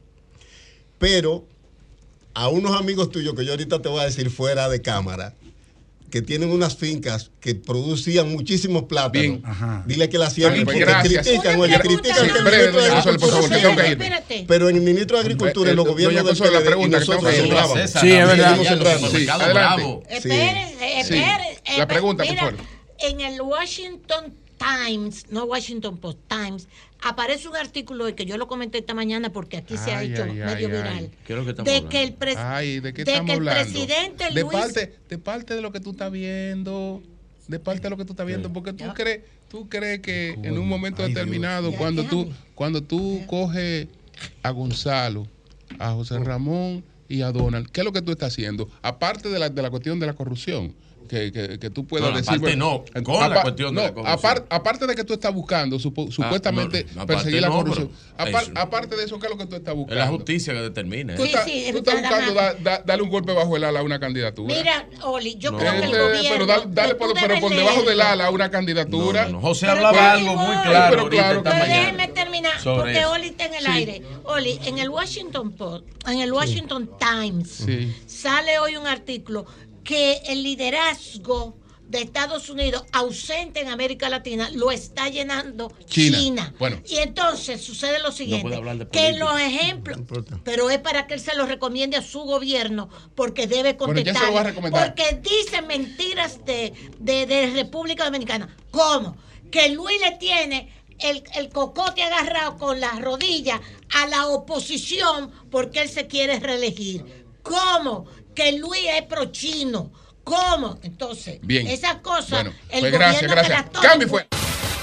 [SPEAKER 11] Pero a unos amigos tuyos, que yo ahorita te voy a decir fuera de cámara, que tienen unas fincas que producían muchísimos plátanos.
[SPEAKER 3] Bien.
[SPEAKER 9] Ajá.
[SPEAKER 11] Dile que la siembren
[SPEAKER 3] Pues
[SPEAKER 11] porque
[SPEAKER 3] gracias.
[SPEAKER 11] critican,
[SPEAKER 2] Una
[SPEAKER 11] oye,
[SPEAKER 2] pregunta
[SPEAKER 11] critican
[SPEAKER 2] más.
[SPEAKER 11] que el
[SPEAKER 3] Breve,
[SPEAKER 11] ministro de
[SPEAKER 3] doña Consuelo, por favor,
[SPEAKER 11] Agricultura
[SPEAKER 3] tengo que
[SPEAKER 11] siembre.
[SPEAKER 3] irme.
[SPEAKER 2] Espérate.
[SPEAKER 11] Pero en el ministro de Agricultura, en los
[SPEAKER 3] Eh,
[SPEAKER 11] gobiernos
[SPEAKER 3] doña
[SPEAKER 11] del
[SPEAKER 3] Consuelo, la
[SPEAKER 11] P L D, y
[SPEAKER 3] pregunta que
[SPEAKER 11] nosotros
[SPEAKER 3] tengo que hacer.
[SPEAKER 11] sembrábamos.
[SPEAKER 15] César,
[SPEAKER 14] Sí, es
[SPEAKER 15] también,
[SPEAKER 14] verdad.
[SPEAKER 15] ya, los
[SPEAKER 11] Sí,
[SPEAKER 15] supermercados
[SPEAKER 3] adelante.
[SPEAKER 15] bravos.
[SPEAKER 2] Espérense,
[SPEAKER 3] Sí.
[SPEAKER 2] espérense.
[SPEAKER 3] La
[SPEAKER 2] espe-
[SPEAKER 3] pregunta, por
[SPEAKER 2] mira,
[SPEAKER 3] favor.
[SPEAKER 2] En el Washington Times, no Washington Post, Times, aparece un artículo hoy que yo lo comenté esta mañana porque aquí se ha
[SPEAKER 3] Ay,
[SPEAKER 2] hecho
[SPEAKER 3] ay,
[SPEAKER 2] medio
[SPEAKER 3] ay,
[SPEAKER 2] viral.
[SPEAKER 3] ay.
[SPEAKER 15] ¿Qué es lo que estamos
[SPEAKER 2] de
[SPEAKER 15] hablando?
[SPEAKER 2] que el, pres-
[SPEAKER 3] Ay, ¿de qué
[SPEAKER 2] de
[SPEAKER 3] estamos
[SPEAKER 2] que el
[SPEAKER 3] hablando?
[SPEAKER 2] presidente
[SPEAKER 3] de
[SPEAKER 2] Luis...
[SPEAKER 3] parte, de parte de lo que tú estás viendo, de parte de lo que tú estás viendo, porque tú crees, tú crees que en un momento
[SPEAKER 9] Ay,
[SPEAKER 3] determinado,
[SPEAKER 2] Dios.
[SPEAKER 3] cuando
[SPEAKER 2] Ya,
[SPEAKER 3] tú,
[SPEAKER 2] déjame.
[SPEAKER 3] cuando tú coges a Gonzalo, a José Ramón y a Donald, ¿qué es lo que tú estás haciendo? Aparte de la, de la cuestión de la corrupción. Que, que, que tú puedas
[SPEAKER 15] No,
[SPEAKER 3] decir.
[SPEAKER 15] aparte
[SPEAKER 3] bueno,
[SPEAKER 15] no, con la
[SPEAKER 3] apa-
[SPEAKER 15] cuestión de
[SPEAKER 3] no,
[SPEAKER 15] la corrupción.
[SPEAKER 3] apar- aparte de que tú estás buscando, supo- supuestamente,
[SPEAKER 15] no, no, aparte
[SPEAKER 3] perseguir la
[SPEAKER 15] no,
[SPEAKER 3] corrupción.
[SPEAKER 15] pero
[SPEAKER 3] Apar-
[SPEAKER 15] eso-
[SPEAKER 3] aparte de eso, ¿qué es lo que tú estás
[SPEAKER 15] Es
[SPEAKER 3] buscando?
[SPEAKER 15] la justicia que determina.
[SPEAKER 3] Tú
[SPEAKER 15] ¿eh?
[SPEAKER 3] estás,
[SPEAKER 2] Sí, sí,
[SPEAKER 3] tú estás
[SPEAKER 2] nada
[SPEAKER 3] buscando
[SPEAKER 2] más.
[SPEAKER 3] da- da- darle un golpe bajo el ala a una candidatura.
[SPEAKER 2] Mira, Oli, yo
[SPEAKER 15] No.
[SPEAKER 2] creo que el
[SPEAKER 3] Este,
[SPEAKER 2] gobierno...
[SPEAKER 3] pero dale, dale
[SPEAKER 2] tú
[SPEAKER 3] por, pero
[SPEAKER 2] debes
[SPEAKER 3] por debajo del
[SPEAKER 2] leerlo.
[SPEAKER 3] ala a una candidatura.
[SPEAKER 15] No, no, no. José
[SPEAKER 2] Pero
[SPEAKER 15] hablaba
[SPEAKER 2] yo
[SPEAKER 15] algo
[SPEAKER 2] voy.
[SPEAKER 15] muy claro
[SPEAKER 3] Pero
[SPEAKER 15] ahorita
[SPEAKER 3] claro
[SPEAKER 15] esta
[SPEAKER 3] que-
[SPEAKER 2] Pero
[SPEAKER 15] mañana.
[SPEAKER 2] déjeme terminar,
[SPEAKER 15] sobre
[SPEAKER 2] porque
[SPEAKER 15] eso.
[SPEAKER 2] Oli está en el
[SPEAKER 3] Sí.
[SPEAKER 2] aire. Oli, en el Washington Post, en el Washington Times,
[SPEAKER 3] Sí.
[SPEAKER 2] sale hoy un artículo que el liderazgo de Estados Unidos ausente en América Latina lo está llenando
[SPEAKER 3] China.
[SPEAKER 2] China.
[SPEAKER 3] Bueno.
[SPEAKER 2] Y entonces sucede lo siguiente,
[SPEAKER 15] puede hablar de
[SPEAKER 2] que
[SPEAKER 15] política.
[SPEAKER 2] los ejemplos, pero es para que él se lo recomiende a su gobierno, porque debe
[SPEAKER 3] Bueno, ya
[SPEAKER 2] contestar.
[SPEAKER 3] se lo va a recomendar.
[SPEAKER 2] Porque dice mentiras de, de, de República Dominicana. ¿Cómo? Que Luis le tiene el, el cocote agarrado con las rodillas a la oposición porque él se quiere reelegir. ¿Cómo? Que Luis es pro-chino. ¿Cómo? Entonces,
[SPEAKER 3] bien.
[SPEAKER 2] Esas cosas,
[SPEAKER 3] bueno,
[SPEAKER 2] el
[SPEAKER 3] pues
[SPEAKER 2] gobierno
[SPEAKER 3] gracias,
[SPEAKER 2] que
[SPEAKER 3] gracias.
[SPEAKER 2] las toma.
[SPEAKER 3] Cambio fue.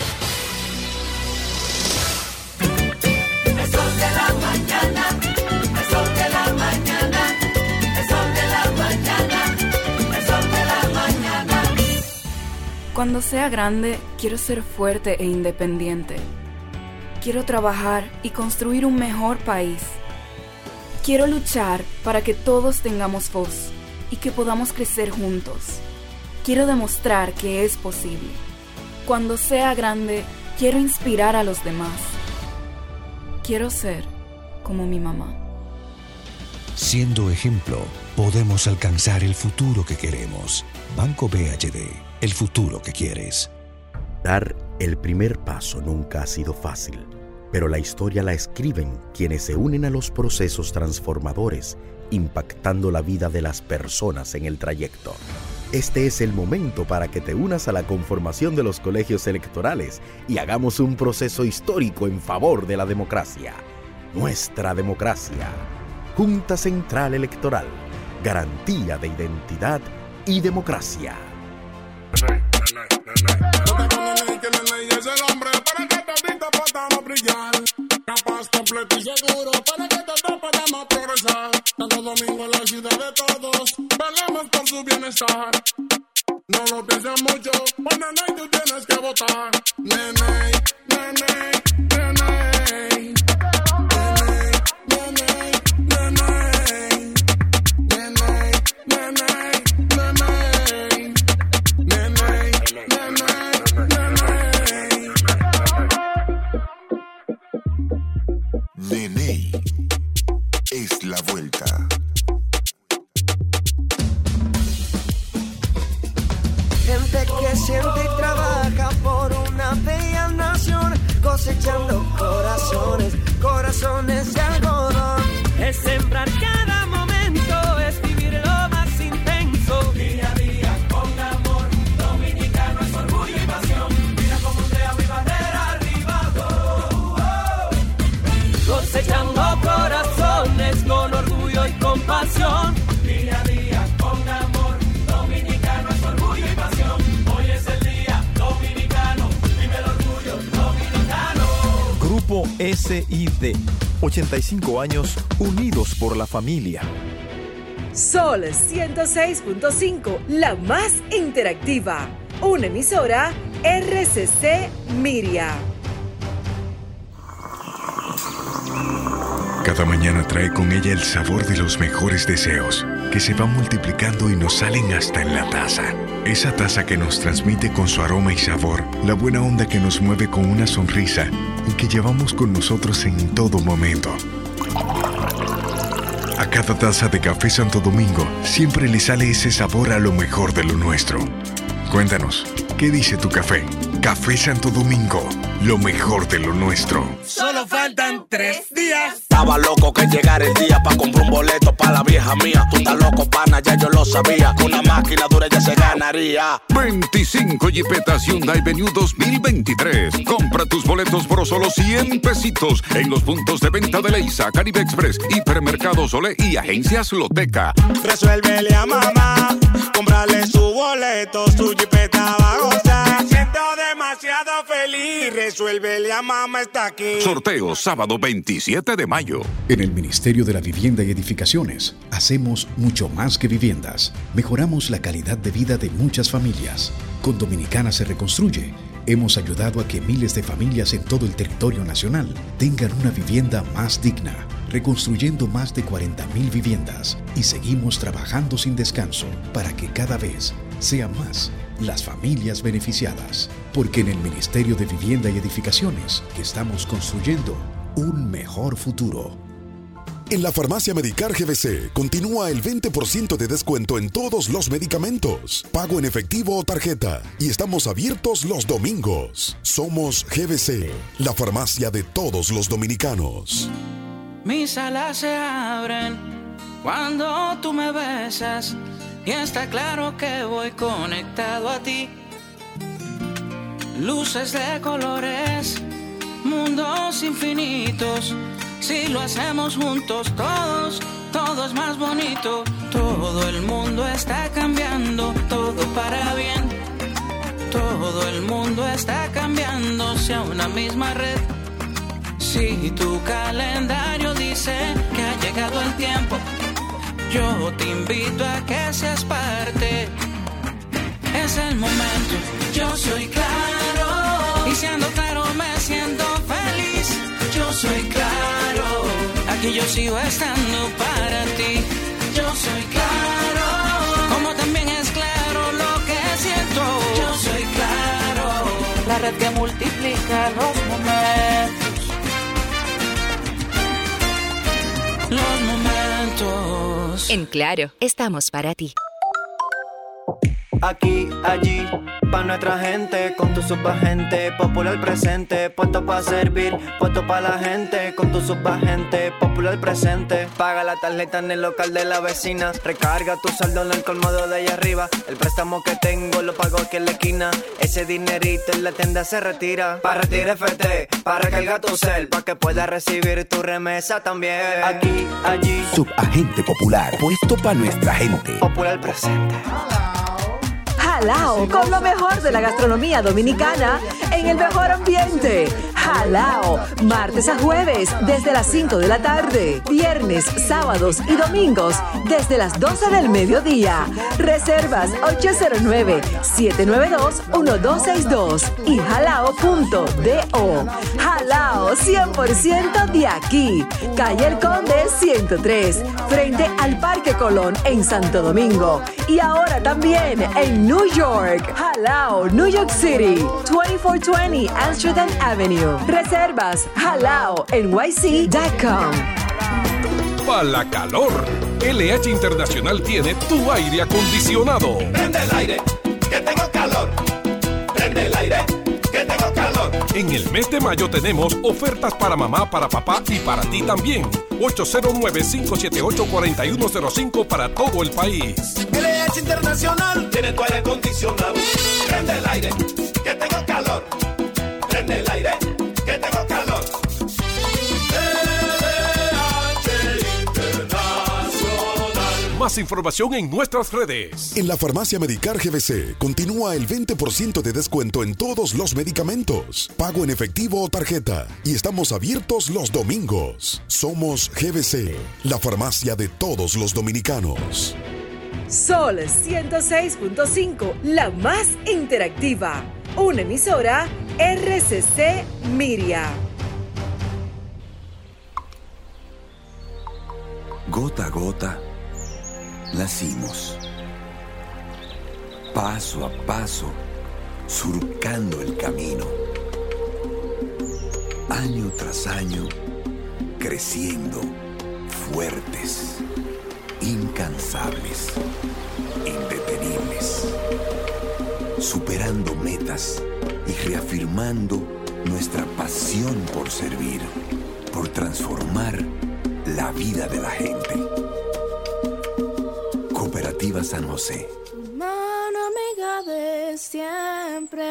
[SPEAKER 1] El sol de la mañana, el sol de la mañana, el sol de la mañana, el sol de la mañana.
[SPEAKER 24] Cuando sea grande, quiero ser fuerte e independiente. Quiero trabajar y construir un mejor país. Quiero luchar para que todos tengamos voz y que podamos crecer juntos. Quiero demostrar que es posible. Cuando sea grande, quiero inspirar a los demás. Quiero ser como mi mamá.
[SPEAKER 15] Siendo ejemplo, podemos alcanzar el futuro que queremos. Banco B H D, el futuro que quieres.
[SPEAKER 16] Dar el primer paso nunca ha sido fácil, pero la historia la escriben quienes se unen a los procesos transformadores, impactando la vida de las personas en el trayecto. Este es el momento para que te unas a la conformación de los colegios electorales y hagamos un proceso histórico en favor de la democracia. Nuestra democracia. Junta Central Electoral. Garantía de identidad y democracia.
[SPEAKER 22] Capaz, completo y seguro para que todos podamos progresar. Santo Domingo, la ciudad de todos, velamos por su bienestar. No lo pienses mucho, pues nene, tú tienes que votar. Nene, nene, nene.
[SPEAKER 23] Nene es la vuelta.
[SPEAKER 17] Gente que siente y trabaja por una bella nación, cosechando corazones, corazones de algodón.
[SPEAKER 1] Es sembrar cada momento, es vivir lo más intenso. Día a día con amor, dominicano es orgullo y pasión. Mira cómo sea mi bandera arriba. Oh, oh. Cosechando corazones con orgullo y compasión. Día a día con amor, dominicano es orgullo y pasión. Hoy es el día dominicano, vive el orgullo dominicano.
[SPEAKER 18] Grupo S I D, ochenta y cinco años unidos por la familia.
[SPEAKER 12] Sol ciento seis punto cinco, la más interactiva. Una emisora R C C Miria.
[SPEAKER 19] Cada mañana trae con ella el sabor de los mejores deseos, que se van multiplicando y nos salen hasta en la taza. Esa taza que nos transmite con su aroma y sabor, la buena onda que nos mueve con una sonrisa y que llevamos con nosotros en todo momento. A cada taza de Café Santo Domingo siempre le sale ese sabor a lo mejor de lo nuestro. Cuéntanos, ¿qué dice tu café? Café Santo Domingo, lo mejor de lo nuestro.
[SPEAKER 22] Solo faltan tres días.
[SPEAKER 20] Estaba loco que llegara el día pa' comprar un boleto pa' la vieja mía. Tú estás loco, pana, ya yo lo sabía. Con una máquina dura ya se ganaría.
[SPEAKER 21] veinticinco Jeepetas Hyundai Venue dos mil veintitrés. Compra tus boletos por solo cien pesitos en los puntos de venta de Leisa, Caribe Express, Hipermercados Olé y Agencias Loteca.
[SPEAKER 22] Resuélvele a mamá, cómprale su boleto, su Jeepeta va a gozar. Me siento demasiado feliz, resuélvele a mamá, está aquí.
[SPEAKER 21] Sorteo sábado veintisiete de mayo.
[SPEAKER 26] En el Ministerio de la Vivienda y Edificaciones hacemos mucho más que viviendas. Mejoramos la calidad de vida de muchas familias. Con Dominicana se reconstruye. Hemos ayudado a que miles de familias en todo el territorio nacional tengan una vivienda más digna, reconstruyendo más de cuarenta mil viviendas, y seguimos trabajando sin descanso para que cada vez sean más las familias beneficiadas. Porque en el Ministerio de Vivienda y Edificaciones estamos construyendo un mejor futuro.
[SPEAKER 27] En la farmacia Medicar G B C continúa el veinte por ciento de descuento en todos los medicamentos, pago en efectivo o tarjeta, y estamos abiertos los domingos. Somos G B C, la farmacia de todos los dominicanos.
[SPEAKER 28] Mis alas se abren cuando tú me besas y está claro que voy conectado a ti. Luces de colores mundos infinitos. Si lo hacemos juntos todos, todo es más bonito. Todo el mundo está cambiando, todo para bien. Todo el mundo está cambiándose a una misma red. Si tu calendario dice que ha llegado el tiempo, yo te invito a que seas parte. Es el momento, yo soy claro. Y siendo claro me siento feliz. Yo soy claro, aquí yo sigo estando para ti. Yo soy claro, como también es claro lo que siento. Yo soy claro, la red que multiplica los momentos. Los momentos.
[SPEAKER 4] En Claro, estamos para ti.
[SPEAKER 5] Aquí, allí, pa' nuestra gente, con tu subagente, popular presente, puesto pa' servir, puesto pa' la gente, con tu subagente, popular presente. Paga la tarjeta en el local de la vecina, recarga tu saldo en el colmado de allá arriba, el préstamo que tengo lo pago aquí en la esquina, ese dinerito en la tienda se retira. Pa' retirar F T, pa' recargar tu cel, pa' que puedas recibir tu remesa también. Aquí, allí,
[SPEAKER 16] subagente popular, puesto pa' nuestra gente,
[SPEAKER 5] popular presente.
[SPEAKER 12] Jalao, con lo mejor de la gastronomía dominicana en el mejor ambiente. Jalao, martes a jueves desde las cinco de la tarde, viernes, sábados y domingos desde las doce del mediodía. Reservas ocho cero nueve, siete nueve dos, uno dos seis dos y jalao punto do. Jalao, cien por ciento de aquí. Calle El Conde ciento tres, frente al Parque Colón en Santo Domingo. Y ahora también en New York. Jalao, New York City, veinticuatro veinte Amsterdam Avenue. Reservas jalao n y c punto com.
[SPEAKER 6] Para la calor, L H Internacional tiene tu aire acondicionado.
[SPEAKER 7] Prende el aire, que tengo calor. Prende el aire, que tengo calor.
[SPEAKER 6] En el mes de mayo tenemos ofertas para mamá, para papá y para ti también. ocho cero nueve, cinco siete ocho, cuatro uno cero cinco para todo el país.
[SPEAKER 7] L H Internacional tiene tu aire acondicionado. Prende el aire, que tengo calor. Prende el aire, que tengo calor. L H Internacional.
[SPEAKER 6] Más información en nuestras redes.
[SPEAKER 27] En la farmacia Medicar G B C continúa el veinte por ciento de descuento en todos los medicamentos. Pago en efectivo o tarjeta. Y estamos abiertos los domingos. Somos G B C, la farmacia de todos los dominicanos.
[SPEAKER 12] Sol ciento seis punto cinco, la más interactiva. Una emisora R C C Miria.
[SPEAKER 23] Gota a gota, nacimos. Paso a paso, surcando el camino. Año tras año, creciendo, fuertes, incansables, indetenibles. Superando metas y reafirmando nuestra pasión por servir, por transformar la vida de la gente. Cooperativa San José.
[SPEAKER 24] Mano amiga de siempre.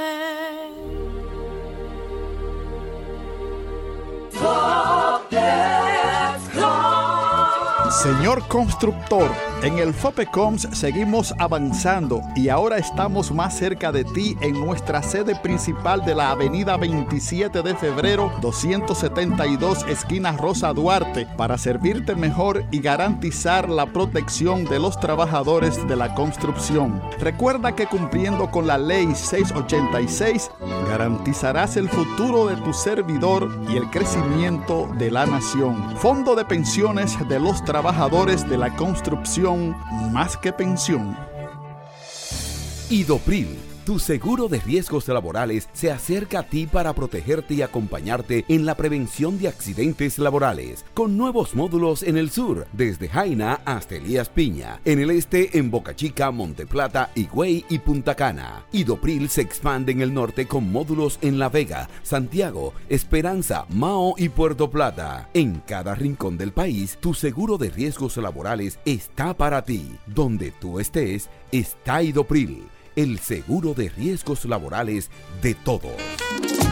[SPEAKER 8] Señor constructor, en el FOPECOMS seguimos avanzando y ahora estamos más cerca de ti en nuestra sede principal de la avenida veintisiete de febrero, doscientos setenta y dos, esquina Rosa Duarte, para servirte mejor y garantizar la protección de los trabajadores de la construcción. Recuerda que cumpliendo con la ley seiscientos ochenta y seis, garantizarás el futuro de tu servidor y el crecimiento de la nación. Fondo de Pensiones de los Trabajadores de la Construcción, más que pensión.
[SPEAKER 16] Idopril, tu seguro de riesgos laborales, se acerca a ti para protegerte y acompañarte en la prevención de accidentes laborales, con nuevos módulos en el sur, desde Jaina hasta Elías Piña, en el este en Boca Chica, Monteplata, Higüey y Punta Cana. Idopril se expande en el norte con módulos en La Vega, Santiago, Esperanza, Mao y Puerto Plata. En cada rincón del país, tu seguro de riesgos laborales está para ti. Donde tú estés, está Idopril, el seguro de riesgos laborales de todos.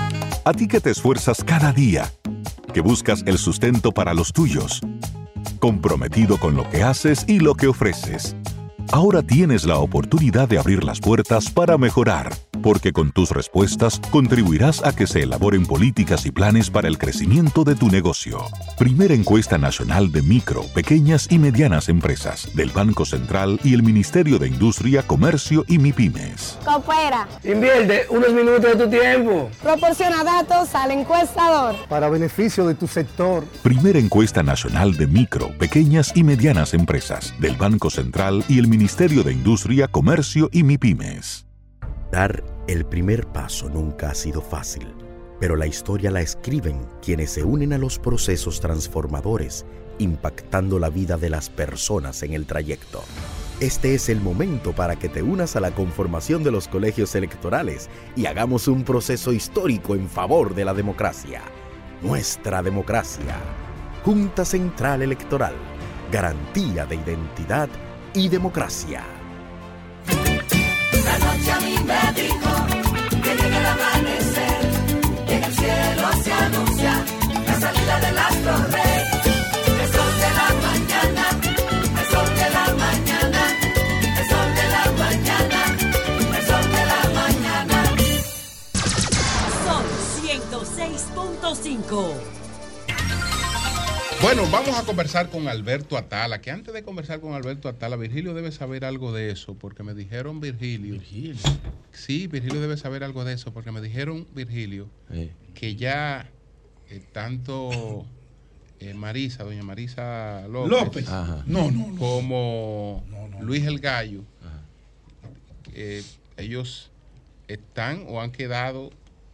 [SPEAKER 2] A ti que te esfuerzas cada día, que buscas el sustento para los tuyos, comprometido con lo que haces y lo que ofreces. Ahora tienes la oportunidad de abrir las puertas para mejorar, porque con tus respuestas contribuirás a que se elaboren políticas y planes para el crecimiento de tu negocio. Primera encuesta nacional de micro, pequeñas y medianas empresas del Banco Central y el Ministerio de Industria, Comercio y MIPYMES.
[SPEAKER 3] Coopera.
[SPEAKER 9] Invierte unos minutos de tu tiempo.
[SPEAKER 3] Proporciona datos al encuestador.
[SPEAKER 9] Para beneficio de tu sector.
[SPEAKER 2] Primera encuesta nacional de micro, pequeñas y medianas empresas del Banco Central y el Ministerio de Industria, Comercio y MIPYMES.
[SPEAKER 16] Dar el primer paso nunca ha sido fácil, pero la historia la escriben quienes se unen a los procesos transformadores, impactando la vida de las personas en el trayecto. Este es el momento para que te unas a la conformación de los colegios electorales y hagamos un proceso histórico en favor de la democracia. Nuestra democracia. Junta Central Electoral. Garantía de identidad y democracia.
[SPEAKER 1] La noche a mí me dijo que llega el amanecer, que en el cielo se anuncia la salida del astro rey. El sol de la mañana, el sol de la mañana, el sol de la mañana, el sol de la mañana.
[SPEAKER 12] Sol ciento seis punto cinco.
[SPEAKER 10] Bueno, vamos a conversar con Alberto Atala, que antes de conversar con Alberto Atala, Virgilio debe saber algo de eso, porque me dijeron Virgilio. Virgilio. Sí, Virgilio debe saber algo de eso, porque me dijeron Virgilio eh. que ya eh, tanto eh, Marisa, doña Marisa López,
[SPEAKER 11] López. Ajá. No, no, no.
[SPEAKER 10] como
[SPEAKER 11] no, no,
[SPEAKER 10] Luis El Gallo, eh, ellos están o han quedado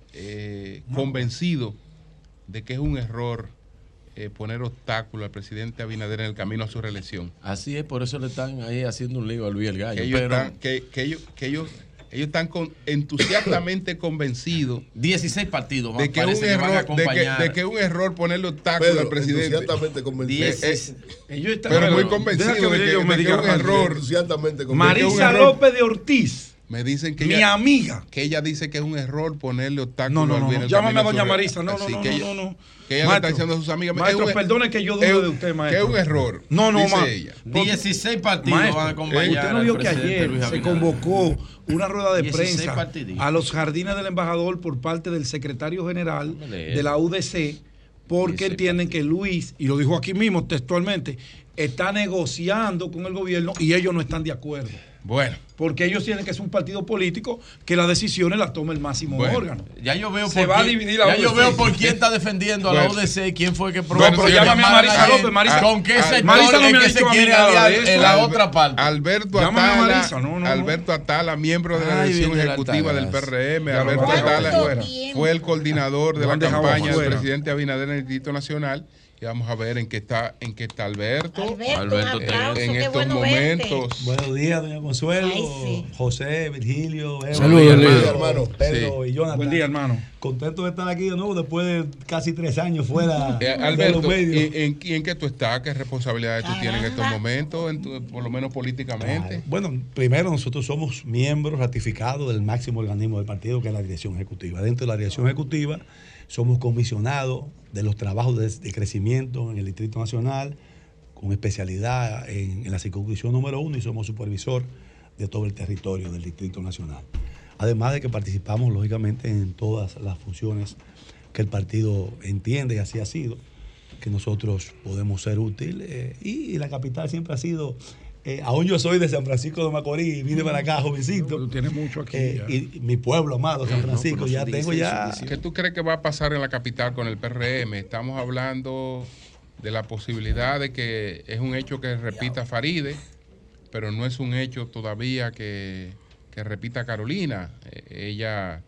[SPEAKER 10] eh, no. convencidos de que es un error Eh, poner obstáculo al presidente Abinader en el camino a su reelección.
[SPEAKER 11] Así es, por eso le están ahí haciendo un lío a Luis El Gallo.
[SPEAKER 10] Que ellos,
[SPEAKER 11] pero...
[SPEAKER 10] están, que, que ellos, que ellos, ellos están con, entusiastamente convencidos
[SPEAKER 11] dieciséis partidos
[SPEAKER 10] de que, un error, de, que, de que es un error ponerle obstáculo Pedro, al presidente.
[SPEAKER 13] Entusiastamente convencidos.
[SPEAKER 10] Eh, eh, ellos están pero muy convencidos de que, de que, de que es un error.
[SPEAKER 13] Entusiastamente
[SPEAKER 11] Marisa López de Ortiz.
[SPEAKER 10] Me dicen que
[SPEAKER 11] mi
[SPEAKER 10] ella,
[SPEAKER 11] amiga.
[SPEAKER 10] Que ella dice que es un error ponerle obstáculos
[SPEAKER 11] no, no, no,
[SPEAKER 10] al bien.
[SPEAKER 11] No, llámame a doña Marisa. No, no, no,
[SPEAKER 10] que
[SPEAKER 11] no,
[SPEAKER 10] ella,
[SPEAKER 11] no, no.
[SPEAKER 10] Que ella maestro, le está diciendo a sus amigas.
[SPEAKER 11] Maestro,
[SPEAKER 10] es un,
[SPEAKER 11] perdone que yo dudo
[SPEAKER 10] es,
[SPEAKER 11] de usted, maestro.
[SPEAKER 10] Que es un error.
[SPEAKER 11] No, no,
[SPEAKER 10] dice
[SPEAKER 11] ma,
[SPEAKER 10] ella.
[SPEAKER 11] dieciséis partidos maestro, van a acompañar. Usted no vio que ayer se convocó una rueda de prensa partidistas. A los jardines del embajador por parte del secretario general de la U D C, porque entienden que Luis, y lo dijo aquí mismo textualmente, está negociando con el gobierno y ellos no están de acuerdo.
[SPEAKER 10] Bueno.
[SPEAKER 11] Porque ellos tienen que ser un partido político que las decisiones las tome el máximo bueno, órgano.
[SPEAKER 14] Ya yo veo
[SPEAKER 11] Se
[SPEAKER 14] por
[SPEAKER 11] va
[SPEAKER 14] quién,
[SPEAKER 11] a dividir la
[SPEAKER 14] ya
[SPEAKER 11] U D C.
[SPEAKER 14] yo veo por quién está defendiendo bueno. a la U D C, quién fue que probó.
[SPEAKER 11] Bueno, pero llámame a Marisa López. Marisa,
[SPEAKER 14] ¿con qué sector
[SPEAKER 11] Marisa no
[SPEAKER 14] es
[SPEAKER 11] me
[SPEAKER 14] que se quiere aliar en la otra parte?
[SPEAKER 10] Alberto Atala, no, no, Alberto Atala, miembro de la Ay, dirección ejecutiva del P R M. Alberto Atala fue el coordinador de la campaña del presidente Abinader en el Distrito Nacional. Y vamos a ver en qué está, en qué está Alberto.
[SPEAKER 14] Alberto, Alberto
[SPEAKER 10] aplauso, en estos bueno momentos.
[SPEAKER 25] Verte. Buenos días, doña Consuelo, Ay, sí. José, Virgilio,
[SPEAKER 14] saludos,
[SPEAKER 25] hermano, Pedro sí. y Jonathan.
[SPEAKER 11] Buen día, hermano.
[SPEAKER 25] Contento de estar aquí de nuevo después de casi tres años fuera
[SPEAKER 10] eh, Alberto,
[SPEAKER 25] de los medios.
[SPEAKER 10] ¿y en, en qué tú estás? ¿Qué responsabilidades tú tienes en estos momentos, en tu, por lo menos políticamente?
[SPEAKER 25] Claro. Bueno, primero nosotros somos miembros ratificados del máximo organismo del partido, que es la dirección ejecutiva. Dentro de la dirección ejecutiva somos comisionados de los trabajos de, de crecimiento en el Distrito Nacional, con especialidad en, en la circunscripción número uno, y somos supervisor de todo el territorio del Distrito Nacional. Además de que participamos, lógicamente, en todas las funciones que el partido entiende, y así ha sido, que nosotros podemos ser útiles. Eh, y, y la capital siempre ha sido... Eh, aún yo soy de San Francisco de Macorís, vine para acá, jovencito.
[SPEAKER 11] Tú tienes mucho aquí.
[SPEAKER 25] Eh, y mi pueblo amado, San Francisco, no, ya tengo ya...
[SPEAKER 10] ¿Qué tú crees que va a pasar en la capital con el P R M? Estamos hablando de la posibilidad de que es un hecho que repita Faride, pero no es un hecho todavía que, que repita Carolina. Eh, ella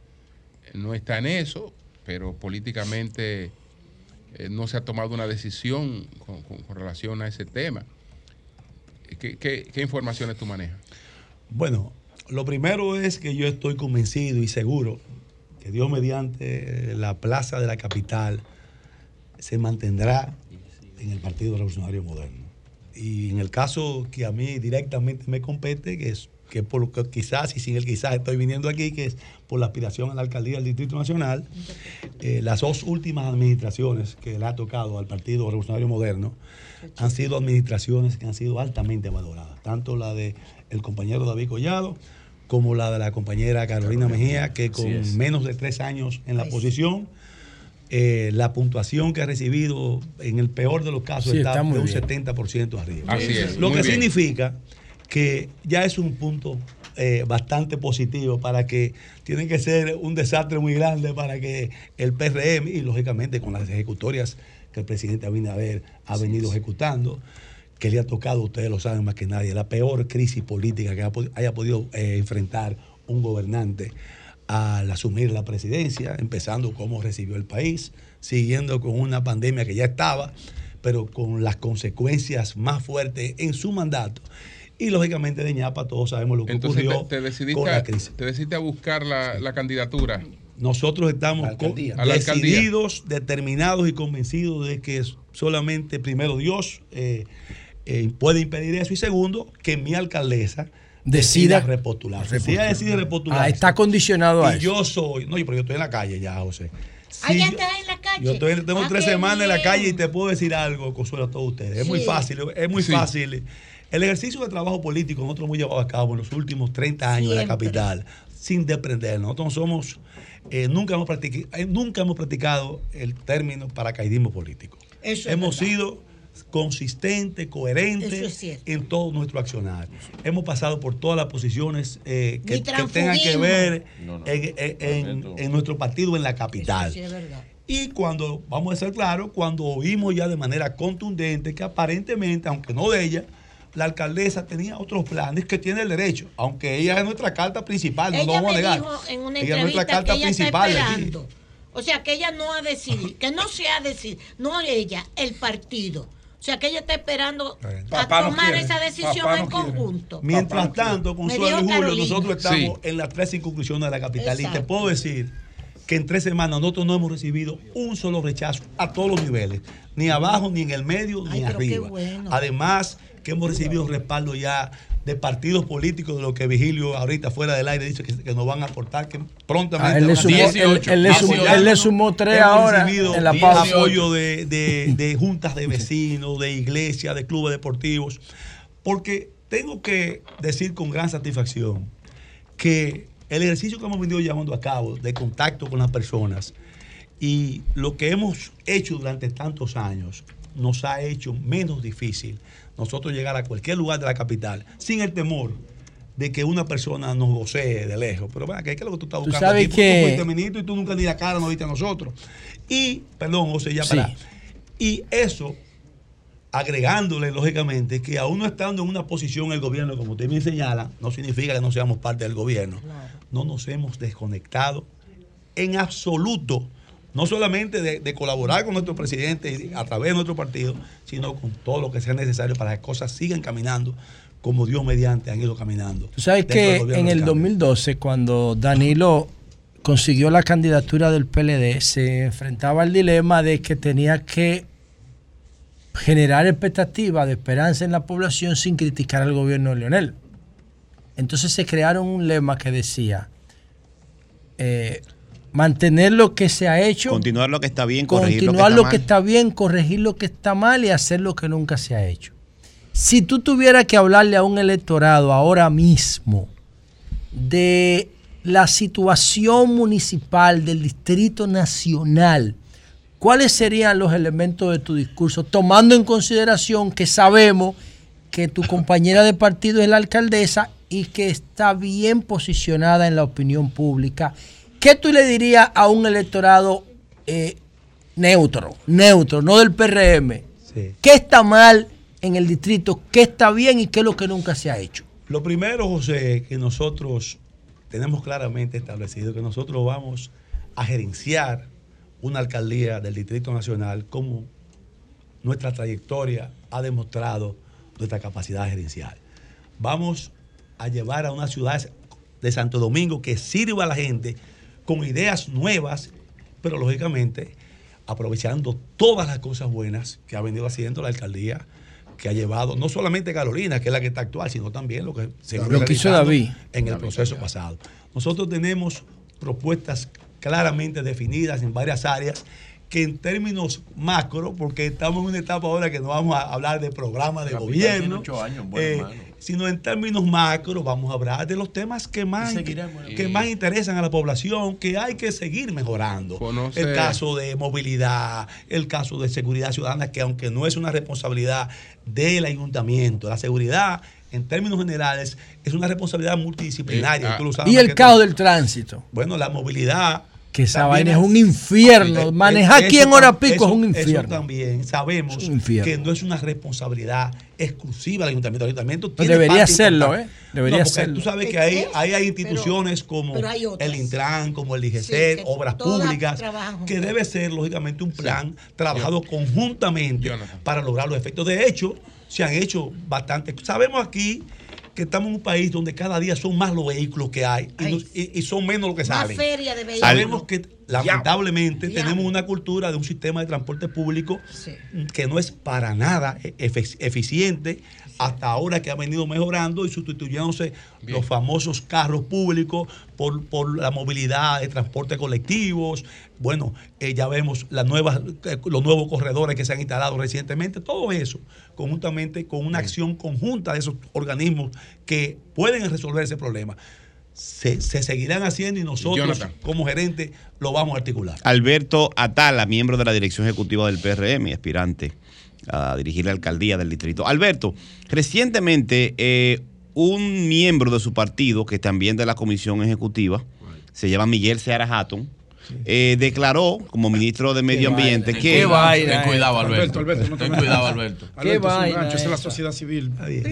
[SPEAKER 10] no está en eso, pero políticamente eh, no se ha tomado una decisión con, con, con relación a ese tema. ¿Qué, qué, ¿Qué informaciones tú manejas?
[SPEAKER 25] Bueno, lo primero es que yo estoy convencido y seguro que Dios mediante la plaza de la capital se mantendrá en el Partido Revolucionario Moderno. Y en el caso que a mí directamente me compete, que es que por lo que quizás, y sin el quizás estoy viniendo aquí, que es por la aspiración a la alcaldía del Distrito Nacional. Eh, las dos últimas administraciones que le ha tocado al Partido Revolucionario Moderno han sido administraciones que han sido altamente valoradas, tanto la de el compañero David Collado como la de la compañera Carolina Mejía, que con menos de tres años en la posición, eh, la puntuación que ha recibido en el peor de los casos sí, está, está de un bien. setenta por ciento arriba.
[SPEAKER 10] Así es,
[SPEAKER 25] lo que
[SPEAKER 10] bien.
[SPEAKER 25] significa que ya es un punto eh, bastante positivo para que tiene que ser un desastre muy grande para que el P R M, y lógicamente con las ejecutorias que el presidente Abinader ha venido ejecutando, que le ha tocado, ustedes lo saben más que nadie, la peor crisis política que haya podido eh, enfrentar un gobernante al asumir la presidencia, empezando cómo recibió el país, siguiendo con una pandemia que ya estaba, pero con las consecuencias más fuertes en su mandato. Y lógicamente de ñapa todos sabemos lo que
[SPEAKER 10] Entonces,
[SPEAKER 25] ocurrió
[SPEAKER 10] te, te decidiste
[SPEAKER 25] con la crisis.
[SPEAKER 10] Te decidiste a buscar la, sí. la candidatura.
[SPEAKER 25] Nosotros estamos con, decididos, determinados y convencidos de que solamente, primero, Dios eh, eh, puede impedir eso, y segundo, que mi alcaldesa decida, decida repostularse. Si ella decide repostularse.
[SPEAKER 9] Ah, está condicionado a
[SPEAKER 25] y
[SPEAKER 9] eso.
[SPEAKER 25] yo soy, no, pero yo estoy en la calle ya, José.
[SPEAKER 13] Si Allá está en la calle.
[SPEAKER 25] Yo estoy, tengo
[SPEAKER 13] ah,
[SPEAKER 25] tres semanas
[SPEAKER 13] bien.
[SPEAKER 25] en la calle y te puedo decir algo, Consuelo, a todos ustedes. Es sí. muy fácil, es muy sí. fácil. El ejercicio de trabajo político nosotros hemos llevado a cabo en los últimos treinta años Siempre. en la capital, sin desprender. Nosotros somos, eh, nunca, hemos practicado, eh, nunca hemos practicado el término paracaidismo político.
[SPEAKER 13] Eso
[SPEAKER 25] hemos
[SPEAKER 13] es
[SPEAKER 25] sido consistentes, coherentes en todo nuestro accionar. Hemos pasado por todas las posiciones eh, que, que tengan que ver no, no. En, en, en, en nuestro partido en la capital.
[SPEAKER 13] Eso sí es verdad.
[SPEAKER 25] Y cuando, vamos a ser claros, cuando oímos ya de manera contundente que aparentemente, aunque no de ella, la alcaldesa tenía otros planes, que tiene el derecho, aunque ella es nuestra carta principal, no
[SPEAKER 13] ella
[SPEAKER 25] lo vamos a negar.
[SPEAKER 13] Dijo en una
[SPEAKER 25] ella es nuestra
[SPEAKER 13] entrevista
[SPEAKER 25] carta
[SPEAKER 13] que ella
[SPEAKER 25] principal.
[SPEAKER 13] está esperando. O sea, que ella no ha decidido, que no se ha decidido, no ella, el partido. O sea, que ella está esperando
[SPEAKER 25] Papá
[SPEAKER 13] a tomar
[SPEAKER 25] no
[SPEAKER 13] esa decisión
[SPEAKER 25] Papá
[SPEAKER 13] en
[SPEAKER 25] no
[SPEAKER 13] conjunto.
[SPEAKER 25] Mientras tanto, Consuelo y Julio,
[SPEAKER 13] Carolina.
[SPEAKER 25] nosotros estamos
[SPEAKER 10] sí.
[SPEAKER 25] en las tres circunscripciones de la capital.
[SPEAKER 13] Exacto.
[SPEAKER 25] Y te puedo decir que en tres semanas nosotros no hemos recibido un solo rechazo a todos los niveles, ni abajo, ni en el medio,
[SPEAKER 13] Ay,
[SPEAKER 25] ni
[SPEAKER 13] pero
[SPEAKER 25] arriba.
[SPEAKER 13] qué bueno.
[SPEAKER 25] Además, que hemos recibido respaldo ya de partidos políticos, de lo que Vigilio ahorita fuera del aire dice que, que nos van a aportar, que prontamente
[SPEAKER 9] ah, él, le sumó, él, él, le sumó, él le sumó tres ahora en la pausa.
[SPEAKER 25] Apoyo de, de, de juntas de vecinos, de iglesias, de clubes deportivos, porque tengo que decir con gran satisfacción que el ejercicio que hemos venido llevando a cabo de contacto con las personas y lo que hemos hecho durante tantos años nos ha hecho menos difícil nosotros llegar a cualquier lugar de la capital sin el temor de que una persona nos vocee de lejos. Pero bueno, ¿qué es lo que tú estás buscando?
[SPEAKER 9] Tú sabes
[SPEAKER 25] aquí?
[SPEAKER 9] que...
[SPEAKER 25] Tú fuiste ministro y tú nunca ni la cara nos viste a nosotros. Y, perdón, José, ya para. Sí. Y eso, agregándole, lógicamente, que aún no estando en una posición el gobierno, como usted me señala, no significa que no seamos parte del gobierno. Claro. No nos hemos desconectado en absoluto, no solamente de, de colaborar con nuestro presidente a través de nuestro partido, sino con todo lo que sea necesario para que las cosas sigan caminando como Dios mediante han ido caminando.
[SPEAKER 9] Tú sabes que en el dos mil doce, cuando Danilo consiguió la candidatura del P L D, se enfrentaba al dilema de que tenía que generar expectativa de esperanza en la población sin criticar al gobierno de Leonel. Entonces se crearon un lema que decía eh, mantener lo que se ha hecho,
[SPEAKER 15] continuar lo que está bien, corregir lo que
[SPEAKER 9] continuar
[SPEAKER 15] está
[SPEAKER 9] lo
[SPEAKER 15] mal.
[SPEAKER 9] que está bien, corregir lo que está mal y hacer lo que nunca se ha hecho. Si tú tuvieras que hablarle a un electorado ahora mismo de la situación municipal del Distrito Nacional, ¿cuáles serían los elementos de tu discurso? Tomando en consideración que sabemos que tu compañera de partido es la alcaldesa y que está bien posicionada en la opinión pública. ¿Qué tú le dirías a un electorado eh, neutro, neutro, no del P R M? Sí. ¿Qué está mal en el distrito? ¿Qué está bien y qué es lo que nunca se ha hecho?
[SPEAKER 25] Lo primero, José, que nosotros tenemos claramente establecido que nosotros vamos a gerenciar una alcaldía del Distrito Nacional como nuestra trayectoria ha demostrado nuestra capacidad gerencial. Vamos a llevar a una ciudad de Santo Domingo que sirva a la gente con ideas nuevas, pero lógicamente aprovechando todas las cosas buenas que ha venido haciendo la alcaldía que ha llevado no solamente Carolina, que es la que está actual, sino también lo que se
[SPEAKER 9] lo que hizo David
[SPEAKER 25] en el proceso pasado. Nosotros tenemos propuestas claramente definidas en varias áreas que en términos macro, porque estamos en una etapa ahora que no vamos a hablar de programas de gobierno, años, eh, sino en términos macro vamos a hablar de los temas que más, que más interesan a la población, que hay que seguir mejorando. Conoce. El caso de movilidad, el caso de seguridad ciudadana, que aunque no es una responsabilidad del ayuntamiento, la seguridad en términos generales es una responsabilidad multidisciplinaria.
[SPEAKER 9] Eh, ah,
[SPEAKER 25] tú lo sabes
[SPEAKER 9] y el caos del tránsito.
[SPEAKER 25] Bueno, la movilidad.
[SPEAKER 9] Que esa vaina es un infierno. Manejar aquí en hora pico
[SPEAKER 25] eso,
[SPEAKER 9] es un infierno.
[SPEAKER 25] Eso también sabemos que no es una responsabilidad exclusiva del ayuntamiento. El ayuntamiento tiene
[SPEAKER 9] debería serlo, ¿eh? Debería
[SPEAKER 25] no,
[SPEAKER 9] serlo.
[SPEAKER 25] Tú sabes que hay, hay, hay instituciones pero, como pero hay el Intran, como el I G C, sí, Obras Públicas, que debe ser, lógicamente, un plan sí. trabajado sí. conjuntamente Jonathan. para lograr los efectos. De hecho, se han hecho bastante. Sabemos aquí que estamos en un país donde cada día son más los vehículos que hay y, nos, y, y son menos los que salen.
[SPEAKER 13] Más feria de vehículos.
[SPEAKER 25] Sabemos que lamentablemente ya. tenemos una cultura de un sistema de transporte público sí. que no es para nada efe- eficiente hasta ahora, que ha venido mejorando y sustituyéndose Bien. los famosos carros públicos por, por la movilidad de transporte colectivos. Bueno, eh, ya vemos las nuevas, eh, los nuevos corredores que se han instalado recientemente. Todo eso, conjuntamente con una Bien. acción conjunta de esos organismos que pueden resolver ese problema. Se, se seguirán haciendo y nosotros, Jonathan. como gerente, lo vamos a articular.
[SPEAKER 15] Alberto Atala, miembro de la dirección ejecutiva del P R M y aspirante a dirigir la alcaldía del distrito. Alberto, recientemente eh, un miembro de su partido, que también de la comisión ejecutiva, se llama Miguel Seara Hatton, eh, declaró como ministro de Medio Ambiente que...
[SPEAKER 14] ¿Qué vaina? Ten cuidado, Alberto. Alberto, Alberto, no ten cuidado, Alberto.
[SPEAKER 11] ¿Qué vaina? Es la sociedad civil.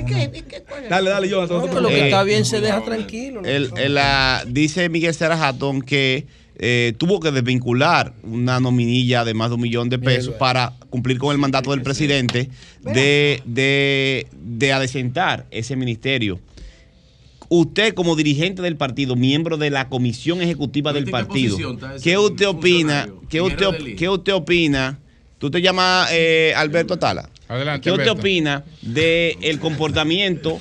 [SPEAKER 25] Dale, dale, yo.
[SPEAKER 9] No, pero lo que está bien se deja tranquilo.
[SPEAKER 15] El, el, la, dice Miguel Seara Hatton que eh, tuvo que desvincular una nominilla de más de un millón de pesos para cumplir con el mandato del presidente de, de, de adecentar ese ministerio. Usted, como dirigente del partido, miembro de la comisión ejecutiva del partido, ¿qué usted opina? ¿Qué usted, ¿Qué usted opina? Tú te llamas eh, Alberto Atala.
[SPEAKER 10] Adelante,
[SPEAKER 15] ¿Qué usted
[SPEAKER 10] Alberto.
[SPEAKER 15] opina del comportamiento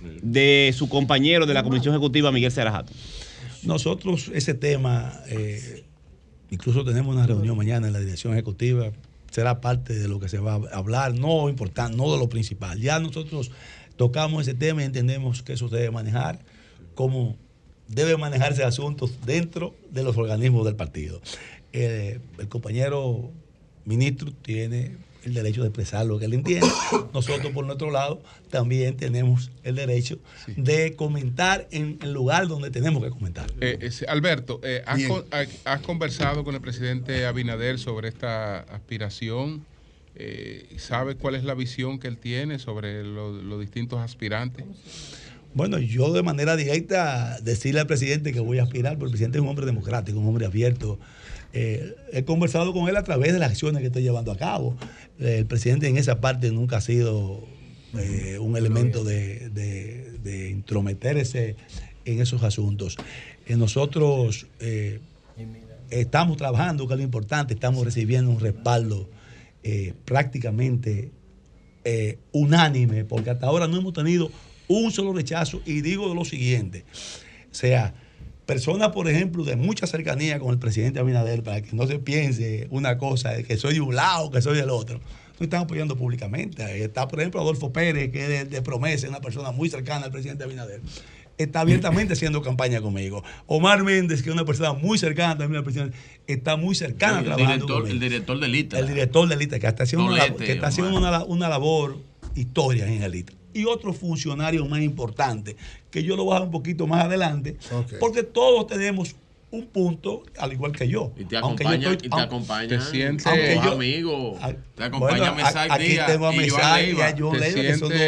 [SPEAKER 15] de su compañero de la comisión ejecutiva, Miguel Seara Hatton?
[SPEAKER 25] Nosotros ese tema, eh, incluso tenemos una reunión mañana en la dirección ejecutiva, será parte de lo que se va a hablar, no importante, no de lo principal. Ya nosotros tocamos ese tema y entendemos que eso se debe manejar como debe manejarse asuntos dentro de los organismos del partido. Eh, el compañero ministro tiene el derecho de expresar lo que él entiende. Nosotros, por nuestro lado, también tenemos el derecho sí. de comentar en el lugar donde tenemos que comentar.
[SPEAKER 10] Eh, eh, Alberto, eh, ¿has, con, ¿has conversado con el presidente Abinader sobre esta aspiración? Eh, ¿Sabe cuál es la visión que él tiene sobre los lo distintos aspirantes?
[SPEAKER 25] Bueno, yo de manera directa decirle al presidente que voy a aspirar, porque el presidente es un hombre democrático, un hombre abierto. Eh, he conversado con él a través de las acciones que estoy llevando a cabo. Eh, el presidente en esa parte nunca ha sido eh, un elemento de, de, de intrometerse en esos asuntos. Eh, nosotros eh, estamos trabajando, que es lo importante, estamos recibiendo un respaldo eh, prácticamente eh, unánime, porque hasta ahora no hemos tenido un solo rechazo, y digo lo siguiente, o sea, personas, por ejemplo, de mucha cercanía con el presidente Abinader, para que no se piense una cosa, de que soy de un lado, que soy del otro, no están apoyando públicamente. Está, por ejemplo, Adolfo Pérez, que es de, de Promesa, una persona muy cercana al presidente Abinader, está abiertamente haciendo campaña conmigo. Omar Méndez, que es una persona muy cercana también al presidente, está muy cercana
[SPEAKER 14] el
[SPEAKER 25] trabajando
[SPEAKER 14] director,
[SPEAKER 25] conmigo.
[SPEAKER 14] El director del I T A.
[SPEAKER 25] El director del I T A, que está haciendo, Tolete, una, que está haciendo una, una labor histórica en el I T A. Y otros funcionarios más importantes, que yo lo voy a dar un poquito más adelante, okay. porque todos tenemos un punto, al igual que yo.
[SPEAKER 14] Y te acompaña,
[SPEAKER 25] yo estoy,
[SPEAKER 14] y te acompaña
[SPEAKER 10] te sientes
[SPEAKER 14] yo, amigo, te acompaña
[SPEAKER 25] bueno,
[SPEAKER 14] a Mesac
[SPEAKER 25] aquí
[SPEAKER 14] Díaz
[SPEAKER 25] tengo a Mesac y a John Leiva, que son dos.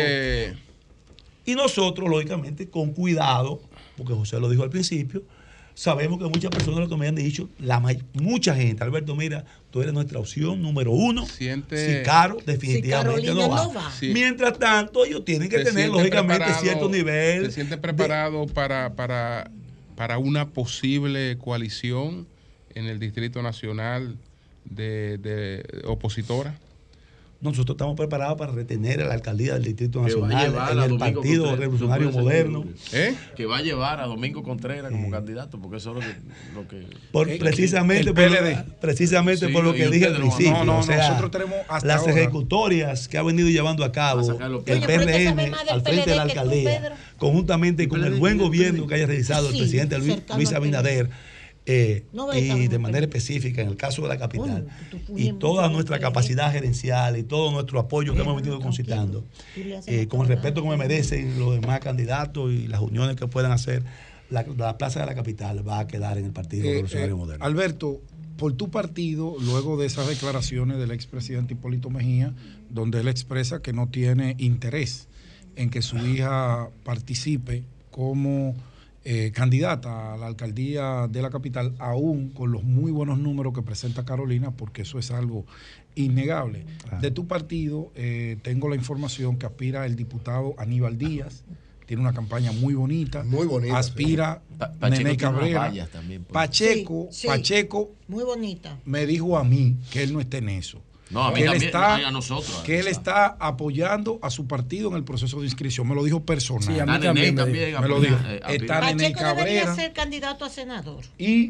[SPEAKER 25] Y nosotros, lógicamente, con cuidado, porque José lo dijo al principio, sabemos que muchas personas lo que me han dicho, la mucha gente, Alberto, mira, tú eres nuestra opción número uno.
[SPEAKER 10] Siente...
[SPEAKER 25] Si Caro definitivamente
[SPEAKER 13] si
[SPEAKER 25] no va.
[SPEAKER 13] no va.
[SPEAKER 25] Sí. Mientras tanto, ellos tienen que tener, lógicamente, cierto nivel.
[SPEAKER 10] ¿Se siente preparado de... para, para, para una posible coalición en el Distrito Nacional de, de opositora?
[SPEAKER 25] nosotros estamos preparados para retener a la alcaldía del Distrito Nacional en el Partido Revolucionario Moderno.
[SPEAKER 14] ¿Eh? Que va a llevar a Domingo Contreras como candidato, porque eso es lo que... Lo que
[SPEAKER 25] por,
[SPEAKER 14] ¿qué,
[SPEAKER 25] precisamente
[SPEAKER 14] el
[SPEAKER 25] por,
[SPEAKER 14] P L D?
[SPEAKER 25] precisamente
[SPEAKER 14] Sí,
[SPEAKER 25] por lo que dije al principio.
[SPEAKER 11] No, no,
[SPEAKER 25] o sea,
[SPEAKER 11] nosotros tenemos hasta
[SPEAKER 25] las
[SPEAKER 11] ahora.
[SPEAKER 25] ejecutorias que ha venido llevando a cabo el
[SPEAKER 13] Oye,
[SPEAKER 25] P R
[SPEAKER 13] pero
[SPEAKER 25] M
[SPEAKER 13] tú sabes más del
[SPEAKER 25] al frente de la
[SPEAKER 13] P L D que tú,
[SPEAKER 25] alcaldía,
[SPEAKER 13] Pedro.
[SPEAKER 25] conjuntamente con el buen gobierno que haya realizado el
[SPEAKER 13] Sí,
[SPEAKER 25] presidente Luis,
[SPEAKER 13] cercano
[SPEAKER 25] Luis
[SPEAKER 13] al P L D.
[SPEAKER 25] Abinader, eh,
[SPEAKER 13] No ves
[SPEAKER 25] y
[SPEAKER 13] tan
[SPEAKER 25] de manera específica en el caso de la capital, y
[SPEAKER 13] mucho
[SPEAKER 25] toda
[SPEAKER 13] del
[SPEAKER 25] nuestra
[SPEAKER 13] P L D.
[SPEAKER 25] capacidad gerencial y todo nuestro apoyo que hemos venido concitando, eh, con el respeto que me merecen los demás candidatos y las uniones que puedan hacer, la, la plaza de la capital va a quedar en el Partido
[SPEAKER 11] Eh,
[SPEAKER 25] Revolucionario
[SPEAKER 11] eh,
[SPEAKER 25] Moderno.
[SPEAKER 11] Alberto, por tu partido, luego de esas declaraciones del expresidente Hipólito Mejía, donde él expresa que no tiene interés en que su hija participe como eh, candidata a la alcaldía de la capital, aún con los muy buenos números que presenta Carolina, porque eso es algo innegable.
[SPEAKER 25] Claro.
[SPEAKER 11] De tu partido, eh, tengo la información que aspira el diputado Aníbal Díaz. Tiene una campaña muy bonita.
[SPEAKER 17] Muy bonita.
[SPEAKER 11] Aspira
[SPEAKER 14] Pa- Pacheco
[SPEAKER 11] Nene
[SPEAKER 14] tiene unas
[SPEAKER 11] Cabrera.
[SPEAKER 14] vallas también, pues.
[SPEAKER 11] Pacheco,
[SPEAKER 13] Sí, sí.
[SPEAKER 11] Pacheco
[SPEAKER 13] Muy bonita.
[SPEAKER 11] me dijo a mí que él no está en eso.
[SPEAKER 14] No, a mí
[SPEAKER 11] que él
[SPEAKER 14] también,
[SPEAKER 11] está,
[SPEAKER 14] a nosotros.
[SPEAKER 11] que él está apoyando a su partido en el proceso de inscripción. Me lo dijo personal.
[SPEAKER 9] Sí, a mí
[SPEAKER 14] A Nene
[SPEAKER 9] también me
[SPEAKER 14] también.
[SPEAKER 9] dijo.
[SPEAKER 11] me lo dijo.
[SPEAKER 14] eh,
[SPEAKER 11] Está Nene
[SPEAKER 13] Pacheco debería
[SPEAKER 11] Cabrera
[SPEAKER 13] ser candidato a senador.
[SPEAKER 11] y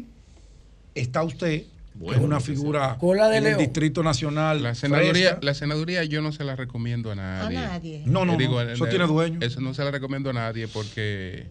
[SPEAKER 11] está usted, que es una figura
[SPEAKER 9] Cola de
[SPEAKER 11] en el
[SPEAKER 9] león.
[SPEAKER 11] Distrito Nacional.
[SPEAKER 10] La senaduría,
[SPEAKER 11] fresca.
[SPEAKER 10] la senaduría yo no se la recomiendo a
[SPEAKER 13] A
[SPEAKER 10] nadie.
[SPEAKER 13] nadie.
[SPEAKER 11] No, no,
[SPEAKER 10] Eh, digo,
[SPEAKER 11] no,
[SPEAKER 10] eh,
[SPEAKER 11] eso
[SPEAKER 10] eh,
[SPEAKER 11] tiene dueño.
[SPEAKER 10] Eso no se la recomiendo a nadie porque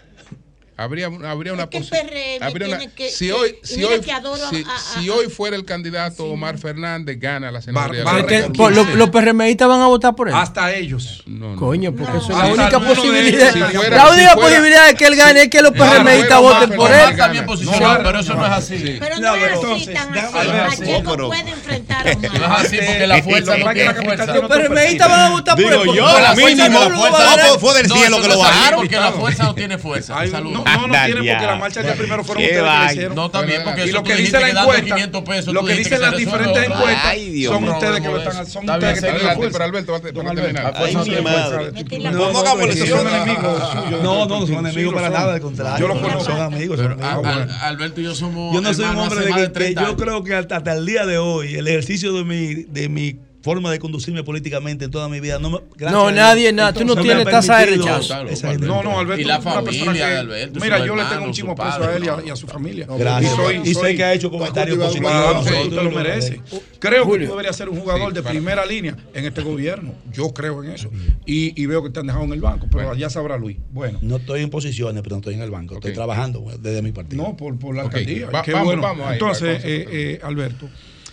[SPEAKER 10] habría, habría una
[SPEAKER 13] Es que el
[SPEAKER 10] posi-
[SPEAKER 13] P R M
[SPEAKER 10] habría una-
[SPEAKER 13] tiene que-
[SPEAKER 10] si
[SPEAKER 13] que-
[SPEAKER 10] hoy,
[SPEAKER 13] y
[SPEAKER 10] si
[SPEAKER 13] mira
[SPEAKER 10] hoy,
[SPEAKER 13] que adoro a-
[SPEAKER 10] si,
[SPEAKER 13] a-
[SPEAKER 10] si
[SPEAKER 13] a-
[SPEAKER 10] hoy fuera el candidato Omar Fernández, gana la senaduría.
[SPEAKER 11] Bar-
[SPEAKER 9] Este,
[SPEAKER 11] Barre-
[SPEAKER 9] por- lo- los PRMistas van a votar por él.
[SPEAKER 11] Hasta ellos.
[SPEAKER 10] No, no.
[SPEAKER 9] Coño, porque
[SPEAKER 13] No.
[SPEAKER 9] eso es la
[SPEAKER 11] Hasta
[SPEAKER 9] única
[SPEAKER 11] alguno de
[SPEAKER 9] posibilidad.
[SPEAKER 11] ellos, si
[SPEAKER 10] fuera-
[SPEAKER 9] la única
[SPEAKER 10] si fuera-
[SPEAKER 9] posibilidad de que él gane es que los
[SPEAKER 10] Claro,
[SPEAKER 9] PRMistas
[SPEAKER 10] fuera
[SPEAKER 9] voten
[SPEAKER 10] Omar
[SPEAKER 9] por
[SPEAKER 10] Fernández,
[SPEAKER 9] él.
[SPEAKER 14] Está bien
[SPEAKER 10] gana.
[SPEAKER 14] posicionado,
[SPEAKER 11] No,
[SPEAKER 14] pero eso no es
[SPEAKER 11] no,
[SPEAKER 14] así.
[SPEAKER 10] Sí.
[SPEAKER 13] Pero no,
[SPEAKER 11] No,
[SPEAKER 13] es
[SPEAKER 11] pero
[SPEAKER 13] así
[SPEAKER 11] entonces,
[SPEAKER 13] tan
[SPEAKER 11] déjame
[SPEAKER 13] así.
[SPEAKER 11] ver,
[SPEAKER 13] Pacheco
[SPEAKER 15] pero-
[SPEAKER 13] puede enfrentar a
[SPEAKER 14] No es
[SPEAKER 13] Omar.
[SPEAKER 14] así porque la fuerza
[SPEAKER 11] Lo
[SPEAKER 14] no
[SPEAKER 11] que
[SPEAKER 14] tiene
[SPEAKER 11] la capital
[SPEAKER 14] fuerza.
[SPEAKER 11] tiene
[SPEAKER 9] Los PRMistas van a votar por él.
[SPEAKER 15] Digo
[SPEAKER 9] porque
[SPEAKER 15] yo,
[SPEAKER 9] la
[SPEAKER 15] la
[SPEAKER 9] fuerza
[SPEAKER 15] mínima,
[SPEAKER 9] no
[SPEAKER 15] la
[SPEAKER 9] lo
[SPEAKER 15] fuerza
[SPEAKER 9] va a dar.
[SPEAKER 15] no fue del
[SPEAKER 14] No,
[SPEAKER 15] cielo
[SPEAKER 14] eso
[SPEAKER 15] que
[SPEAKER 14] no
[SPEAKER 15] lo
[SPEAKER 14] es así,
[SPEAKER 15] bajaron.
[SPEAKER 14] porque la fuerza no tiene fuerza.
[SPEAKER 11] Ay,
[SPEAKER 14] Saludos.
[SPEAKER 11] no, no, no
[SPEAKER 15] Anda
[SPEAKER 11] tiene porque
[SPEAKER 15] ya.
[SPEAKER 11] la marcha que primero fueron
[SPEAKER 15] Qué
[SPEAKER 11] ustedes que la
[SPEAKER 15] vaina.
[SPEAKER 11] hicieron.
[SPEAKER 14] No, también, porque
[SPEAKER 11] Y
[SPEAKER 14] eso
[SPEAKER 11] lo
[SPEAKER 14] tú
[SPEAKER 11] que dice
[SPEAKER 14] dijiste
[SPEAKER 11] la
[SPEAKER 14] que dando
[SPEAKER 11] encuesta,
[SPEAKER 14] quinientos pesos,
[SPEAKER 11] lo
[SPEAKER 14] tú
[SPEAKER 11] que
[SPEAKER 14] dijiste
[SPEAKER 11] dicen
[SPEAKER 14] que
[SPEAKER 11] las
[SPEAKER 14] se
[SPEAKER 11] diferentes
[SPEAKER 14] resuelve.
[SPEAKER 11] encuestas
[SPEAKER 15] Ay, Dios
[SPEAKER 11] son
[SPEAKER 15] mío.
[SPEAKER 11] ustedes que lo
[SPEAKER 14] Está
[SPEAKER 11] están, son
[SPEAKER 14] bien,
[SPEAKER 11] ustedes que
[SPEAKER 14] está
[SPEAKER 11] tienen
[SPEAKER 14] bien,
[SPEAKER 11] la
[SPEAKER 10] Pero
[SPEAKER 11] fuerza.
[SPEAKER 10] Alberto, para
[SPEAKER 11] Don
[SPEAKER 10] para terminar.
[SPEAKER 11] Alberto,
[SPEAKER 15] Ay,
[SPEAKER 11] no
[SPEAKER 15] mi
[SPEAKER 11] tiene
[SPEAKER 15] madre.
[SPEAKER 11] fuerza.
[SPEAKER 13] Metí la
[SPEAKER 11] No,
[SPEAKER 15] ¿Cómo
[SPEAKER 11] no,
[SPEAKER 15] hagamos
[SPEAKER 11] no,
[SPEAKER 15] elecciones?
[SPEAKER 11] son enemigos suyos.
[SPEAKER 25] No, no, no son enemigos
[SPEAKER 11] Sí, lo
[SPEAKER 25] para
[SPEAKER 11] son.
[SPEAKER 25] nada, al contrario.
[SPEAKER 11] Yo los conozco.
[SPEAKER 25] Son amigos.
[SPEAKER 14] Pero
[SPEAKER 25] son
[SPEAKER 14] a-
[SPEAKER 25] amigos.
[SPEAKER 14] a- Alberto y yo somos
[SPEAKER 25] Yo no soy un
[SPEAKER 14] hermanos
[SPEAKER 25] hombre
[SPEAKER 14] hace
[SPEAKER 25] de
[SPEAKER 14] más
[SPEAKER 25] que,
[SPEAKER 14] de
[SPEAKER 25] que
[SPEAKER 14] treinta
[SPEAKER 25] yo
[SPEAKER 14] años.
[SPEAKER 25] creo que hasta, hasta el día de hoy el ejercicio de mi de mi forma de conducirme políticamente en toda mi vida no me, gracias
[SPEAKER 9] No,
[SPEAKER 25] a Dios,
[SPEAKER 9] nadie, nada, tú no
[SPEAKER 25] me ha
[SPEAKER 9] tienes tasa de
[SPEAKER 25] permitido
[SPEAKER 9] rechazo.
[SPEAKER 14] Claro,
[SPEAKER 25] esa
[SPEAKER 14] Alberto.
[SPEAKER 25] gente.
[SPEAKER 11] No, no, Alberto
[SPEAKER 14] Y la
[SPEAKER 11] es una persona
[SPEAKER 14] familia
[SPEAKER 11] que-
[SPEAKER 14] de Alberto,
[SPEAKER 11] Mira,
[SPEAKER 14] sus
[SPEAKER 11] yo le tengo
[SPEAKER 14] hermanos,
[SPEAKER 11] muchísimo
[SPEAKER 14] su
[SPEAKER 11] aprecio a él y a,
[SPEAKER 14] padre,
[SPEAKER 11] y a su familia.
[SPEAKER 25] Gracias.
[SPEAKER 11] Y, soy,
[SPEAKER 25] y
[SPEAKER 11] soy-
[SPEAKER 25] sé que ha hecho comentarios
[SPEAKER 17] cultivado
[SPEAKER 25] positivos.
[SPEAKER 11] Claro,
[SPEAKER 25] nosotros
[SPEAKER 11] sí, tú te lo
[SPEAKER 25] lo
[SPEAKER 11] mereces.
[SPEAKER 25] agradecemos.
[SPEAKER 11] Creo que
[SPEAKER 9] Julio.
[SPEAKER 11] tú deberías ser un jugador
[SPEAKER 10] Sí,
[SPEAKER 11] de
[SPEAKER 10] para-
[SPEAKER 11] primera línea en este gobierno. Yo creo en eso. Y, y veo que te han dejado en el banco, pero
[SPEAKER 10] Bueno.
[SPEAKER 11] ya sabrá Luis. Bueno,
[SPEAKER 25] No estoy en posiciones, pero no estoy en el banco. Estoy
[SPEAKER 10] Ok.
[SPEAKER 25] trabajando desde mi partido.
[SPEAKER 11] no por, por la
[SPEAKER 10] Ok,
[SPEAKER 11] alcaldía.
[SPEAKER 10] va-
[SPEAKER 11] Qué
[SPEAKER 10] vamos,
[SPEAKER 11] bueno.
[SPEAKER 10] vamos ahí,
[SPEAKER 11] Entonces,
[SPEAKER 10] para
[SPEAKER 11] eh,
[SPEAKER 10] cosas.
[SPEAKER 11] eh, Alberto,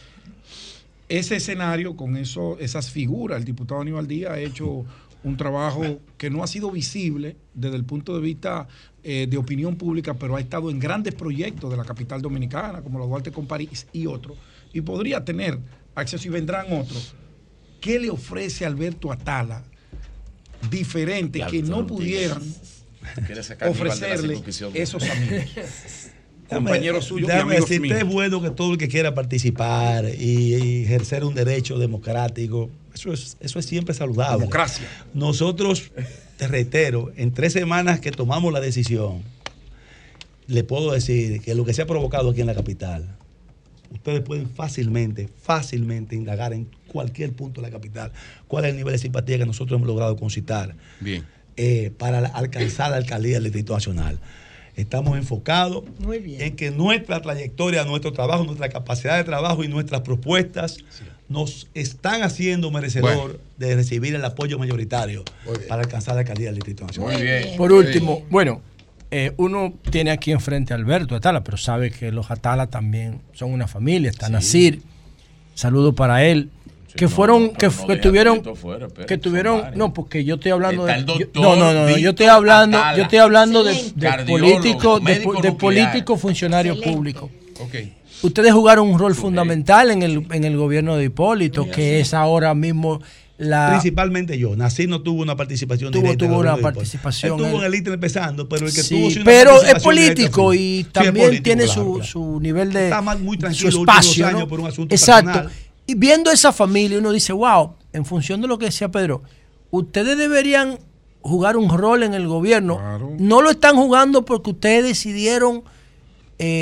[SPEAKER 11] ese escenario con eso, esas figuras, el diputado Aníbal Díaz ha hecho un trabajo que no ha sido visible desde el punto de vista eh, de opinión pública, pero ha estado en grandes proyectos de la capital dominicana, como la Duarte con París y otros, y podría tener acceso y vendrán otros. ¿Qué le ofrece Alberto Atala diferente que no pudieran
[SPEAKER 14] Quiere sacar Aníbal de la
[SPEAKER 11] ofrecerle
[SPEAKER 14] circuncisión.
[SPEAKER 11] esos amigos? Compañeros suyos y
[SPEAKER 25] Déjame
[SPEAKER 11] amigos
[SPEAKER 25] decirte,
[SPEAKER 11] míos.
[SPEAKER 25] es bueno que todo el que quiera participar y, y ejercer un derecho democrático, eso es, eso es siempre saludable.
[SPEAKER 11] Democracia.
[SPEAKER 25] Nosotros, te reitero, en tres semanas que tomamos la decisión, le puedo decir que lo que se ha provocado aquí en la capital, ustedes pueden fácilmente, fácilmente indagar en cualquier punto de la capital cuál es el nivel de simpatía que nosotros hemos logrado concitar
[SPEAKER 10] Bien.
[SPEAKER 25] eh, para la- alcanzar la alcaldía del Distrito Nacional. Estamos enfocados
[SPEAKER 13] Muy bien.
[SPEAKER 25] en que nuestra trayectoria, nuestro trabajo, nuestra capacidad de trabajo y nuestras propuestas nos están haciendo merecedor
[SPEAKER 10] Bueno.
[SPEAKER 25] de recibir el apoyo mayoritario
[SPEAKER 17] Muy bien.
[SPEAKER 25] para alcanzar la alcaldía del Distrito Nacional.
[SPEAKER 14] Muy bien.
[SPEAKER 9] Por último, bueno, eh, uno tiene aquí enfrente a Alberto Atala, pero sabe que los Atala también son una familia. Está Nasir, saludo para él. que
[SPEAKER 14] no,
[SPEAKER 9] fueron,
[SPEAKER 14] no,
[SPEAKER 9] que,
[SPEAKER 14] pero
[SPEAKER 9] fu-
[SPEAKER 14] no
[SPEAKER 9] que
[SPEAKER 14] deja
[SPEAKER 9] tuvieron,
[SPEAKER 14] Tito fuera, espera,
[SPEAKER 9] que
[SPEAKER 14] son
[SPEAKER 9] tuvieron,
[SPEAKER 14] varios.
[SPEAKER 9] no, porque yo estoy hablando
[SPEAKER 14] Está
[SPEAKER 9] de,
[SPEAKER 14] el
[SPEAKER 9] yo-
[SPEAKER 14] doctor
[SPEAKER 9] no, no, no, yo
[SPEAKER 14] Víctor
[SPEAKER 9] estoy hablando,
[SPEAKER 14] Atala,
[SPEAKER 9] yo estoy hablando de, de
[SPEAKER 14] cardiólogo,
[SPEAKER 9] político, de,
[SPEAKER 14] médico
[SPEAKER 9] po- de
[SPEAKER 14] nuclear.
[SPEAKER 9] político funcionario público.
[SPEAKER 10] Ok.
[SPEAKER 9] Ustedes jugaron un rol fundamental en el, en el gobierno de Hipólito, que es ahora mismo la...
[SPEAKER 25] Principalmente yo. Nací no tuvo una participación
[SPEAKER 9] Tuvo-
[SPEAKER 25] directa. en el
[SPEAKER 9] tuvo una
[SPEAKER 25] gobierno de Hipólito.
[SPEAKER 9] participación
[SPEAKER 25] Él tuvo
[SPEAKER 9] en-
[SPEAKER 25] en el I T E empezando, pero el que
[SPEAKER 9] Sí,
[SPEAKER 25] tuvo sí una
[SPEAKER 9] pero es
[SPEAKER 25] participación directa
[SPEAKER 9] político
[SPEAKER 25] fue-
[SPEAKER 9] y
[SPEAKER 25] Sí, es
[SPEAKER 9] también
[SPEAKER 25] político,
[SPEAKER 9] tiene
[SPEAKER 25] claro,
[SPEAKER 9] su,
[SPEAKER 25] claro.
[SPEAKER 9] su nivel de
[SPEAKER 25] Está más- muy
[SPEAKER 9] su
[SPEAKER 25] tranquilo los últimos
[SPEAKER 9] espacio,
[SPEAKER 25] años
[SPEAKER 9] ¿no?
[SPEAKER 25] por un asunto
[SPEAKER 9] Exacto.
[SPEAKER 25] personal.
[SPEAKER 9] Y viendo esa familia uno dice, wow, en función de lo que decía Pedro, ustedes deberían jugar un rol en el gobierno. No lo están jugando porque ustedes decidieron eh,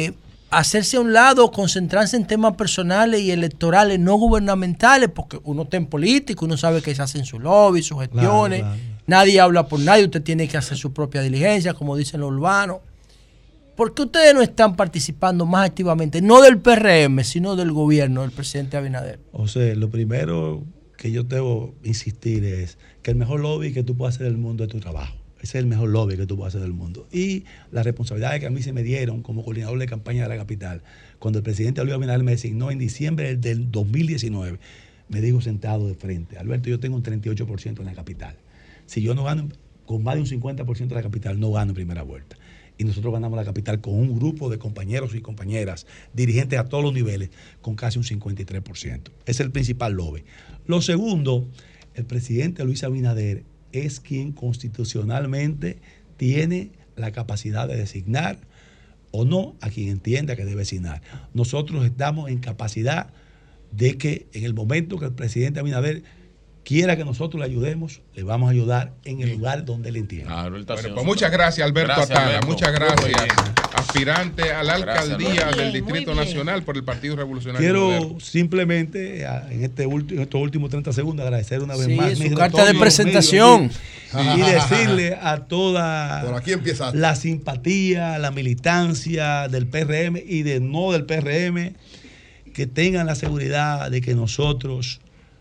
[SPEAKER 9] hacerse a un lado, concentrarse en temas personales y electorales, no gubernamentales, porque uno está en política, uno sabe que se hacen su lobby, sus gestiones, claro, claro. Nadie habla por nadie, usted tiene que hacer su propia diligencia, como dicen los urbanos. ¿Por qué ustedes no están participando más activamente, no del P R M, sino del gobierno del presidente Abinader?
[SPEAKER 25] O sea, lo primero que yo debo insistir es que el mejor lobby que tú puedas hacer del mundo es tu trabajo. Ese es el mejor lobby que tú puedes hacer del mundo. Y las responsabilidades que a mí se me dieron como coordinador de campaña de la capital, cuando el presidente Luis Abinader me designó en diciembre del dos mil diecinueve, me dijo sentado de frente: Alberto, yo tengo un treinta y ocho por ciento en la capital. Si yo no gano con más de un cincuenta por ciento de la capital, no gano en primera vuelta. Y nosotros ganamos la capital con un grupo de compañeros y compañeras, dirigentes a todos los niveles, con casi un cincuenta y tres por ciento. Es el principal lobby. Lo segundo, el presidente Luis Abinader es quien constitucionalmente tiene la capacidad de designar o no a quien entienda que debe designar. Nosotros estamos en capacidad de que en el momento que el presidente Abinader quiera que nosotros le ayudemos, le vamos a ayudar en el lugar donde él entienda.
[SPEAKER 10] Claro, bueno, pues muchas gracias, Alberto gracias, Atala. Alberto. Muchas gracias, aspirante a la alcaldía gracias, del Distrito Nacional por el Partido Revolucionario
[SPEAKER 25] Quiero
[SPEAKER 10] Moderno.
[SPEAKER 25] simplemente, en, este en estos últimos treinta segundos, agradecer una vez sí, más
[SPEAKER 9] su carta de presentación
[SPEAKER 25] y decirle a toda
[SPEAKER 17] por aquí empieza
[SPEAKER 25] la simpatía, la militancia del P R M y de no del P R M, que tengan la seguridad de que nosotros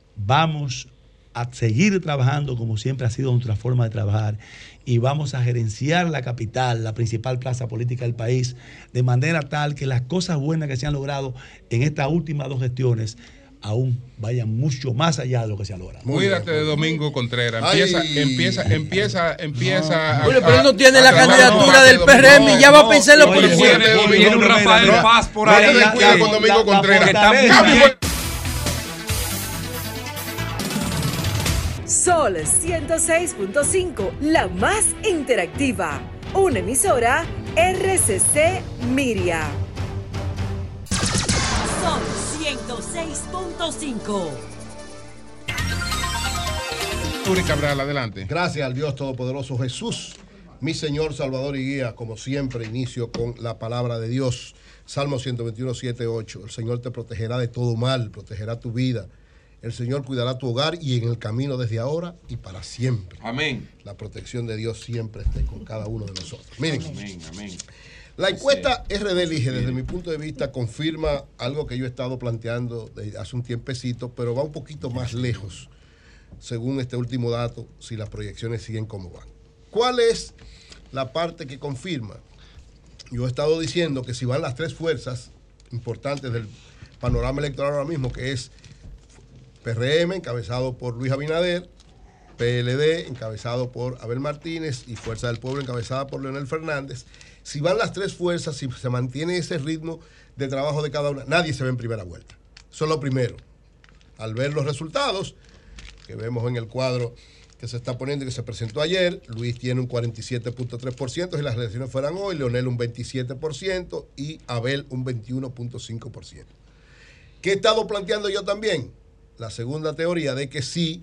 [SPEAKER 25] vamos a seguir trabajando como siempre ha sido nuestra forma de trabajar y vamos a gerenciar la capital, la principal plaza política del país, de manera tal que las cosas buenas que se han logrado en estas últimas dos gestiones aún vayan mucho más allá de lo que se ha logrado.
[SPEAKER 10] Cuídate de Domingo Contreras. Empieza, Ay. empieza, empieza, empieza.
[SPEAKER 9] No. A, pero él no tiene a, la a candidatura del P R M y ya va a pensar en lo que
[SPEAKER 10] tiene un Rafael Paz por ahí. Cuidado con Domingo Contreras.
[SPEAKER 12] Sol ciento seis punto cinco, la más interactiva. Una emisora R C C Miria.
[SPEAKER 18] Sol ciento seis punto cinco.
[SPEAKER 10] Uri Cabral, adelante.
[SPEAKER 17] Gracias al Dios Todopoderoso Jesús, mi Señor, Salvador y Guía. Como siempre, inicio con la palabra de Dios. Salmo ciento veintiuno, siete, ocho. El Señor te protegerá de todo mal, protegerá tu vida. El Señor cuidará tu hogar y en el camino desde ahora y para siempre.
[SPEAKER 14] Amén.
[SPEAKER 17] La protección de Dios siempre esté con cada uno de nosotros. Miren,
[SPEAKER 14] amén, amén.
[SPEAKER 17] La encuesta R D Elige, desde mi punto de vista, confirma algo que yo he estado planteando desde hace un tiempecito, pero va un poquito más lejos, según este último dato, si las proyecciones siguen como van. ¿Cuál es la parte que confirma? Yo he estado diciendo que si van las tres fuerzas importantes del panorama electoral ahora mismo, que es P R M, encabezado por Luis Abinader, P L D, encabezado por Abel Martínez, y Fuerza del Pueblo, encabezada por Leonel Fernández. Si van las tres fuerzas, si se mantiene ese ritmo de trabajo de cada una, nadie se ve en primera vuelta. Eso es lo primero. Al ver los resultados que vemos en el cuadro que se está poniendo y que se presentó ayer, Luis tiene un cuarenta y siete punto tres por ciento, si las elecciones fueran hoy, Leonel un veintisiete por ciento y Abel un veintiuno punto cinco por ciento. ¿Qué he estado planteando yo también? La segunda teoría de que si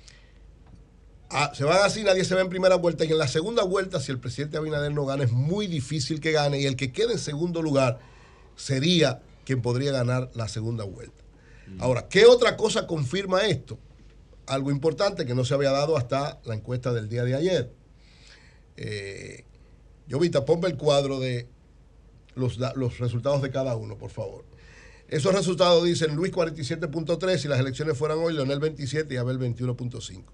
[SPEAKER 17] ah, se van así, nadie se va en primera vuelta, y en la segunda vuelta, si el presidente Abinader no gana, es muy difícil que gane, y el que quede en segundo lugar sería quien podría ganar la segunda vuelta. Mm. Ahora, ¿qué otra cosa confirma esto? Algo importante que no se había dado hasta la encuesta del día de ayer. Eh, Jovita, ponme el cuadro de los, los resultados de cada uno, por favor. Esos resultados dicen Luis cuarenta y siete punto tres, si las elecciones fueran hoy, Leonel veintisiete y Abel veintiuno punto cinco.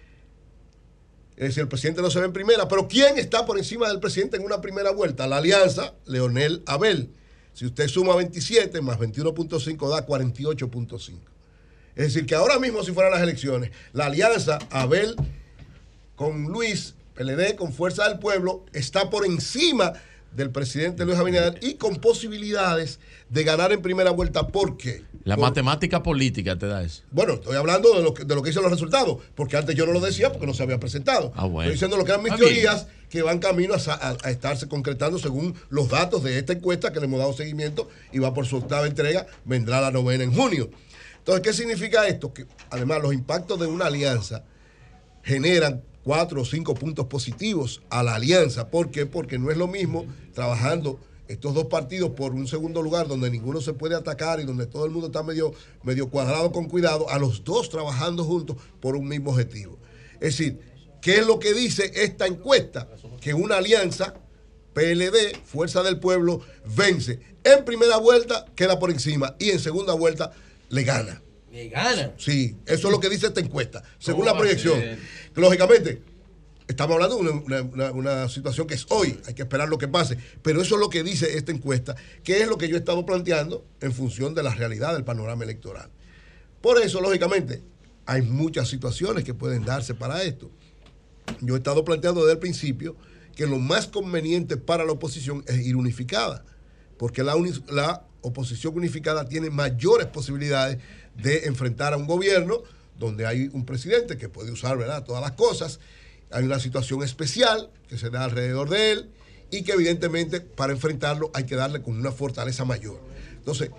[SPEAKER 17] Es decir, el presidente no se ve en primera, pero ¿quién está por encima del presidente en una primera vuelta? La alianza Leonel-Abel. Si usted suma veintisiete más veintiuno punto cinco da cuarenta y ocho punto cinco. Es decir, que ahora mismo, si fueran las elecciones, la alianza Abel con Luis, P L D con Fuerza del Pueblo, está por encima del presidente Luis Abinader y con posibilidades de ganar en primera vuelta. ¿Por qué?
[SPEAKER 14] La
[SPEAKER 17] por,
[SPEAKER 14] matemática política te da eso.
[SPEAKER 17] Bueno, estoy hablando de lo que, de lo que dicen los resultados, porque antes yo no lo decía porque no se había presentado.
[SPEAKER 14] Ah, bueno.
[SPEAKER 17] Estoy diciendo lo que eran mis
[SPEAKER 14] Está
[SPEAKER 17] teorías
[SPEAKER 14] bien.
[SPEAKER 17] que van camino a, a, a estarse concretando según los datos de esta encuesta que le hemos dado seguimiento y va por su octava entrega, vendrá la novena en junio. Entonces, ¿qué significa esto? Que además los impactos de una alianza generan cuatro o cinco puntos positivos a la alianza. ¿Por qué? Porque no es lo mismo trabajando estos dos partidos por un segundo lugar donde ninguno se puede atacar y donde todo el mundo está medio, medio cuadrado con cuidado, a los dos trabajando juntos por un mismo objetivo. Es decir, ¿qué es lo que dice esta encuesta? Que una alianza, P L D, Fuerza del Pueblo, vence. En primera vuelta queda por encima y en segunda vuelta le gana.
[SPEAKER 9] ¿Le gana?
[SPEAKER 17] Sí, eso es lo que dice esta encuesta, según la proyección. Lógicamente, estamos hablando de una, una, una situación que es hoy, hay que esperar lo que pase, pero eso es lo que dice esta encuesta, que es lo que yo he estado planteando en función de la realidad del panorama electoral. Por eso, lógicamente, hay muchas situaciones que pueden darse para esto. Yo he estado planteando desde el principio que lo más conveniente para la oposición es ir unificada, porque la, uni- la oposición unificada tiene mayores posibilidades de enfrentar a un gobierno donde hay un presidente que puede usar, ¿verdad?, todas las cosas. Hay una situación especial que se da alrededor de él y que evidentemente para enfrentarlo hay que darle con una fortaleza mayor. Entonces,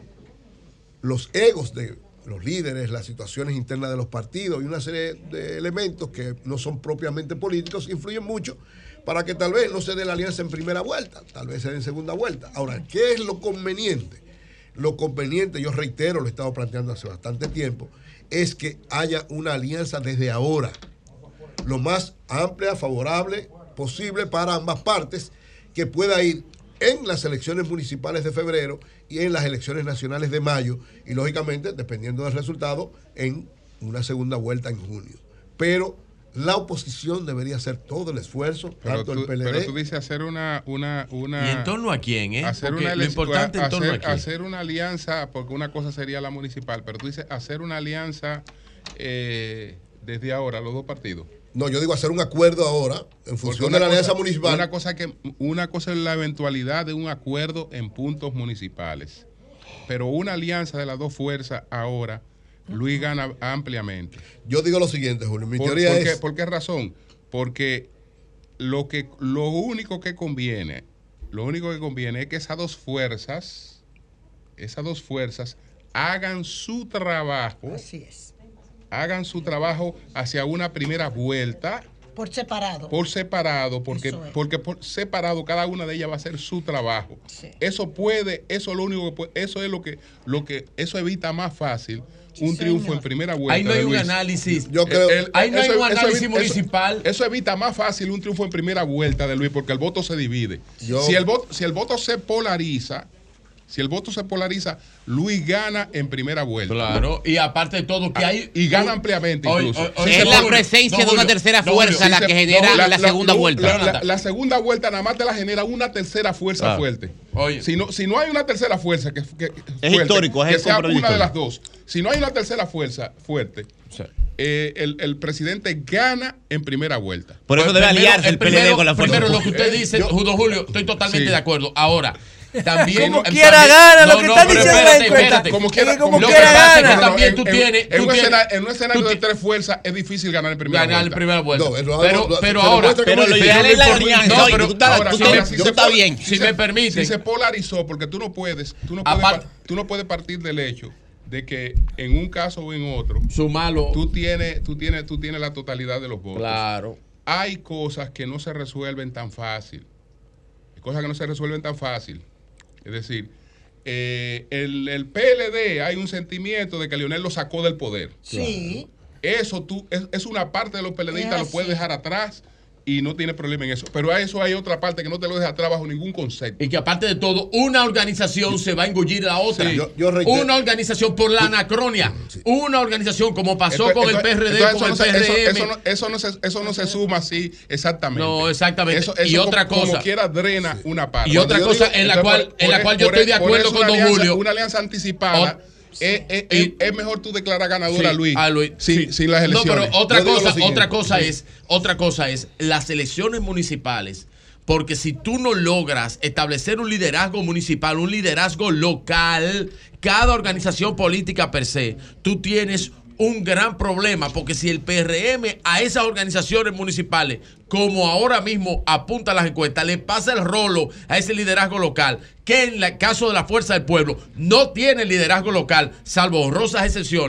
[SPEAKER 17] los egos de los líderes, las situaciones internas de los partidos y una serie de elementos que no son propiamente políticos influyen mucho para que tal vez no se dé la alianza en primera vuelta, tal vez se dé en segunda vuelta. Ahora, ¿qué es lo conveniente? Lo conveniente, yo reitero, lo he estado planteando hace bastante tiempo, es que haya una alianza desde ahora, lo más amplia, favorable posible para ambas partes, que pueda ir en las elecciones municipales de febrero y en las elecciones nacionales de mayo, y lógicamente, dependiendo del resultado, en una segunda vuelta en junio. Pero la oposición debería hacer todo el esfuerzo,
[SPEAKER 10] pero
[SPEAKER 17] tanto
[SPEAKER 10] tú,
[SPEAKER 17] el P L D.
[SPEAKER 10] Pero tú dices hacer una, una, una...
[SPEAKER 14] ¿Y en torno a quién? Eh?
[SPEAKER 10] Hacer
[SPEAKER 14] Porque
[SPEAKER 10] una,
[SPEAKER 14] lo importante en torno
[SPEAKER 10] hacer,
[SPEAKER 14] a quién.
[SPEAKER 10] Hacer una alianza, porque una cosa sería la municipal, pero tú dices hacer una alianza eh, desde ahora, los dos partidos.
[SPEAKER 17] No, yo digo hacer un acuerdo ahora en función de la alianza
[SPEAKER 10] cosa,
[SPEAKER 17] municipal.
[SPEAKER 10] Una cosa, que, una cosa es la eventualidad de un acuerdo en puntos municipales, pero una alianza de las dos fuerzas ahora, Luis gana ampliamente.
[SPEAKER 17] Yo digo lo siguiente, Julio, mi
[SPEAKER 10] por,
[SPEAKER 17] teoría
[SPEAKER 10] porque,
[SPEAKER 17] es...
[SPEAKER 10] ¿Por qué razón? Porque lo, que, lo único que conviene, lo único que conviene es que esas dos fuerzas, esas dos fuerzas hagan su trabajo.
[SPEAKER 13] Así es.
[SPEAKER 10] Hagan su trabajo hacia una primera vuelta.
[SPEAKER 13] Por separado.
[SPEAKER 10] Por separado, porque,
[SPEAKER 13] Eso es.
[SPEAKER 10] porque por separado cada una de ellas va a hacer su trabajo.
[SPEAKER 13] Sí.
[SPEAKER 10] Eso puede, eso es lo único que puede, eso es lo que, lo que, eso evita más fácil un
[SPEAKER 13] Sí,
[SPEAKER 10] triunfo
[SPEAKER 13] señor.
[SPEAKER 10] en primera vuelta.
[SPEAKER 14] Ahí no hay
[SPEAKER 10] de
[SPEAKER 14] un
[SPEAKER 10] Luis.
[SPEAKER 14] análisis.
[SPEAKER 10] Yo creo, el, el,
[SPEAKER 14] ahí no hay
[SPEAKER 10] eso,
[SPEAKER 14] un análisis
[SPEAKER 10] eso,
[SPEAKER 14] municipal.
[SPEAKER 10] Eso, eso evita más fácil un triunfo en primera vuelta de Luis, porque el voto se divide.
[SPEAKER 17] Yo,
[SPEAKER 10] si el voto, si el voto se polariza, si el voto se polariza, Luis gana en primera vuelta.
[SPEAKER 14] Claro, y aparte de todo que hay...
[SPEAKER 10] Y gana ampliamente incluso.
[SPEAKER 14] Hoy, hoy,
[SPEAKER 4] es la presencia de una tercera fuerza la que genera la, la segunda vuelta.
[SPEAKER 10] La, la, la segunda vuelta nada más te la genera una tercera fuerza claro. fuerte.
[SPEAKER 14] Oye.
[SPEAKER 10] Si no, si no hay una tercera fuerza que, que,
[SPEAKER 15] es
[SPEAKER 10] fuerte,
[SPEAKER 15] histórico, es
[SPEAKER 10] que sea una
[SPEAKER 15] histórico.
[SPEAKER 10] de las dos. Si no hay una tercera fuerza fuerte, sí. eh, el, el presidente gana en primera vuelta.
[SPEAKER 15] Por eso debe aliarse el P L D con la fuerza.
[SPEAKER 14] Primero lo que usted dice, eh, Judo Julio, estoy totalmente sí. de acuerdo. Ahora, también
[SPEAKER 9] como quiera también, gana lo no, que no, está diciendo
[SPEAKER 14] espérate, espérate,
[SPEAKER 10] como quiera,
[SPEAKER 9] como
[SPEAKER 10] como
[SPEAKER 9] quiera
[SPEAKER 14] gana.
[SPEAKER 10] No, no,
[SPEAKER 14] también
[SPEAKER 10] en,
[SPEAKER 14] tú
[SPEAKER 10] en,
[SPEAKER 14] tienes,
[SPEAKER 10] en,
[SPEAKER 14] tú
[SPEAKER 10] un
[SPEAKER 14] tienes,
[SPEAKER 10] escenario, en un escenario
[SPEAKER 14] tú
[SPEAKER 10] de tres fuerzas es difícil ganar en primera
[SPEAKER 14] ganar
[SPEAKER 10] vuelta.
[SPEAKER 14] en primera vuelta.
[SPEAKER 17] No,
[SPEAKER 14] pero, pero,
[SPEAKER 17] lo,
[SPEAKER 14] pero
[SPEAKER 17] lo,
[SPEAKER 14] ahora,
[SPEAKER 15] pero lo ideal es la alianza.
[SPEAKER 14] No, pero
[SPEAKER 15] tú está bien.
[SPEAKER 14] Si me permiten,
[SPEAKER 10] si se polarizó, porque tú no puedes, tú no puedes, tú no puedes partir del hecho de que en un caso o en otro,
[SPEAKER 14] sumalo,
[SPEAKER 10] tú tienes, tú tienes, tú tienes la totalidad de los votos.
[SPEAKER 14] Claro.
[SPEAKER 10] Hay cosas que no se resuelven tan fácil. Hay cosas que no se resuelven tan fácil. Es decir, eh, el, el P L D hay un sentimiento de que Leonel lo sacó del poder.
[SPEAKER 13] Sí.
[SPEAKER 10] Eso tú, es, es una parte de los PLDistas, lo puedes dejar atrás y no tiene problema en eso. Pero a eso hay otra parte que no te lo deja atrás bajo ningún concepto.
[SPEAKER 14] Y que aparte de todo, una organización se va a engullir a la otra.
[SPEAKER 10] Sí.
[SPEAKER 17] Yo, yo
[SPEAKER 14] una organización por la anacronia. Sí. Una organización como pasó
[SPEAKER 10] entonces,
[SPEAKER 14] con el P R D,
[SPEAKER 10] entonces,
[SPEAKER 14] con
[SPEAKER 10] eso
[SPEAKER 14] el
[SPEAKER 10] no
[SPEAKER 14] P R M.
[SPEAKER 10] Eso, eso, no, eso, no se, eso no se suma así exactamente.
[SPEAKER 14] No, exactamente.
[SPEAKER 10] Eso, eso
[SPEAKER 14] y otra
[SPEAKER 10] como,
[SPEAKER 14] cosa.
[SPEAKER 10] Como quiera drena sí. una parte.
[SPEAKER 14] Y otra
[SPEAKER 10] yo
[SPEAKER 14] cosa
[SPEAKER 10] digo,
[SPEAKER 14] en la cual, por, en la cual yo estoy de acuerdo con Don Julio.
[SPEAKER 10] Una alianza anticipada. O, Es, es, es, es mejor tú declarar ganador sí, a Luis,
[SPEAKER 14] a Luis.
[SPEAKER 10] Sin,
[SPEAKER 14] Sí.
[SPEAKER 10] sin las elecciones.
[SPEAKER 14] No, pero otra cosa, otra cosa es, otra cosa es las elecciones municipales, porque si tú no logras establecer un liderazgo municipal, un liderazgo local, cada organización política per se, tú tienes un gran problema, porque si el P R M a esas organizaciones municipales, como ahora mismo apuntan las encuestas, le pasa el rolo a ese liderazgo local, que en el caso de la Fuerza del Pueblo no tiene liderazgo local, salvo honrosas excepciones,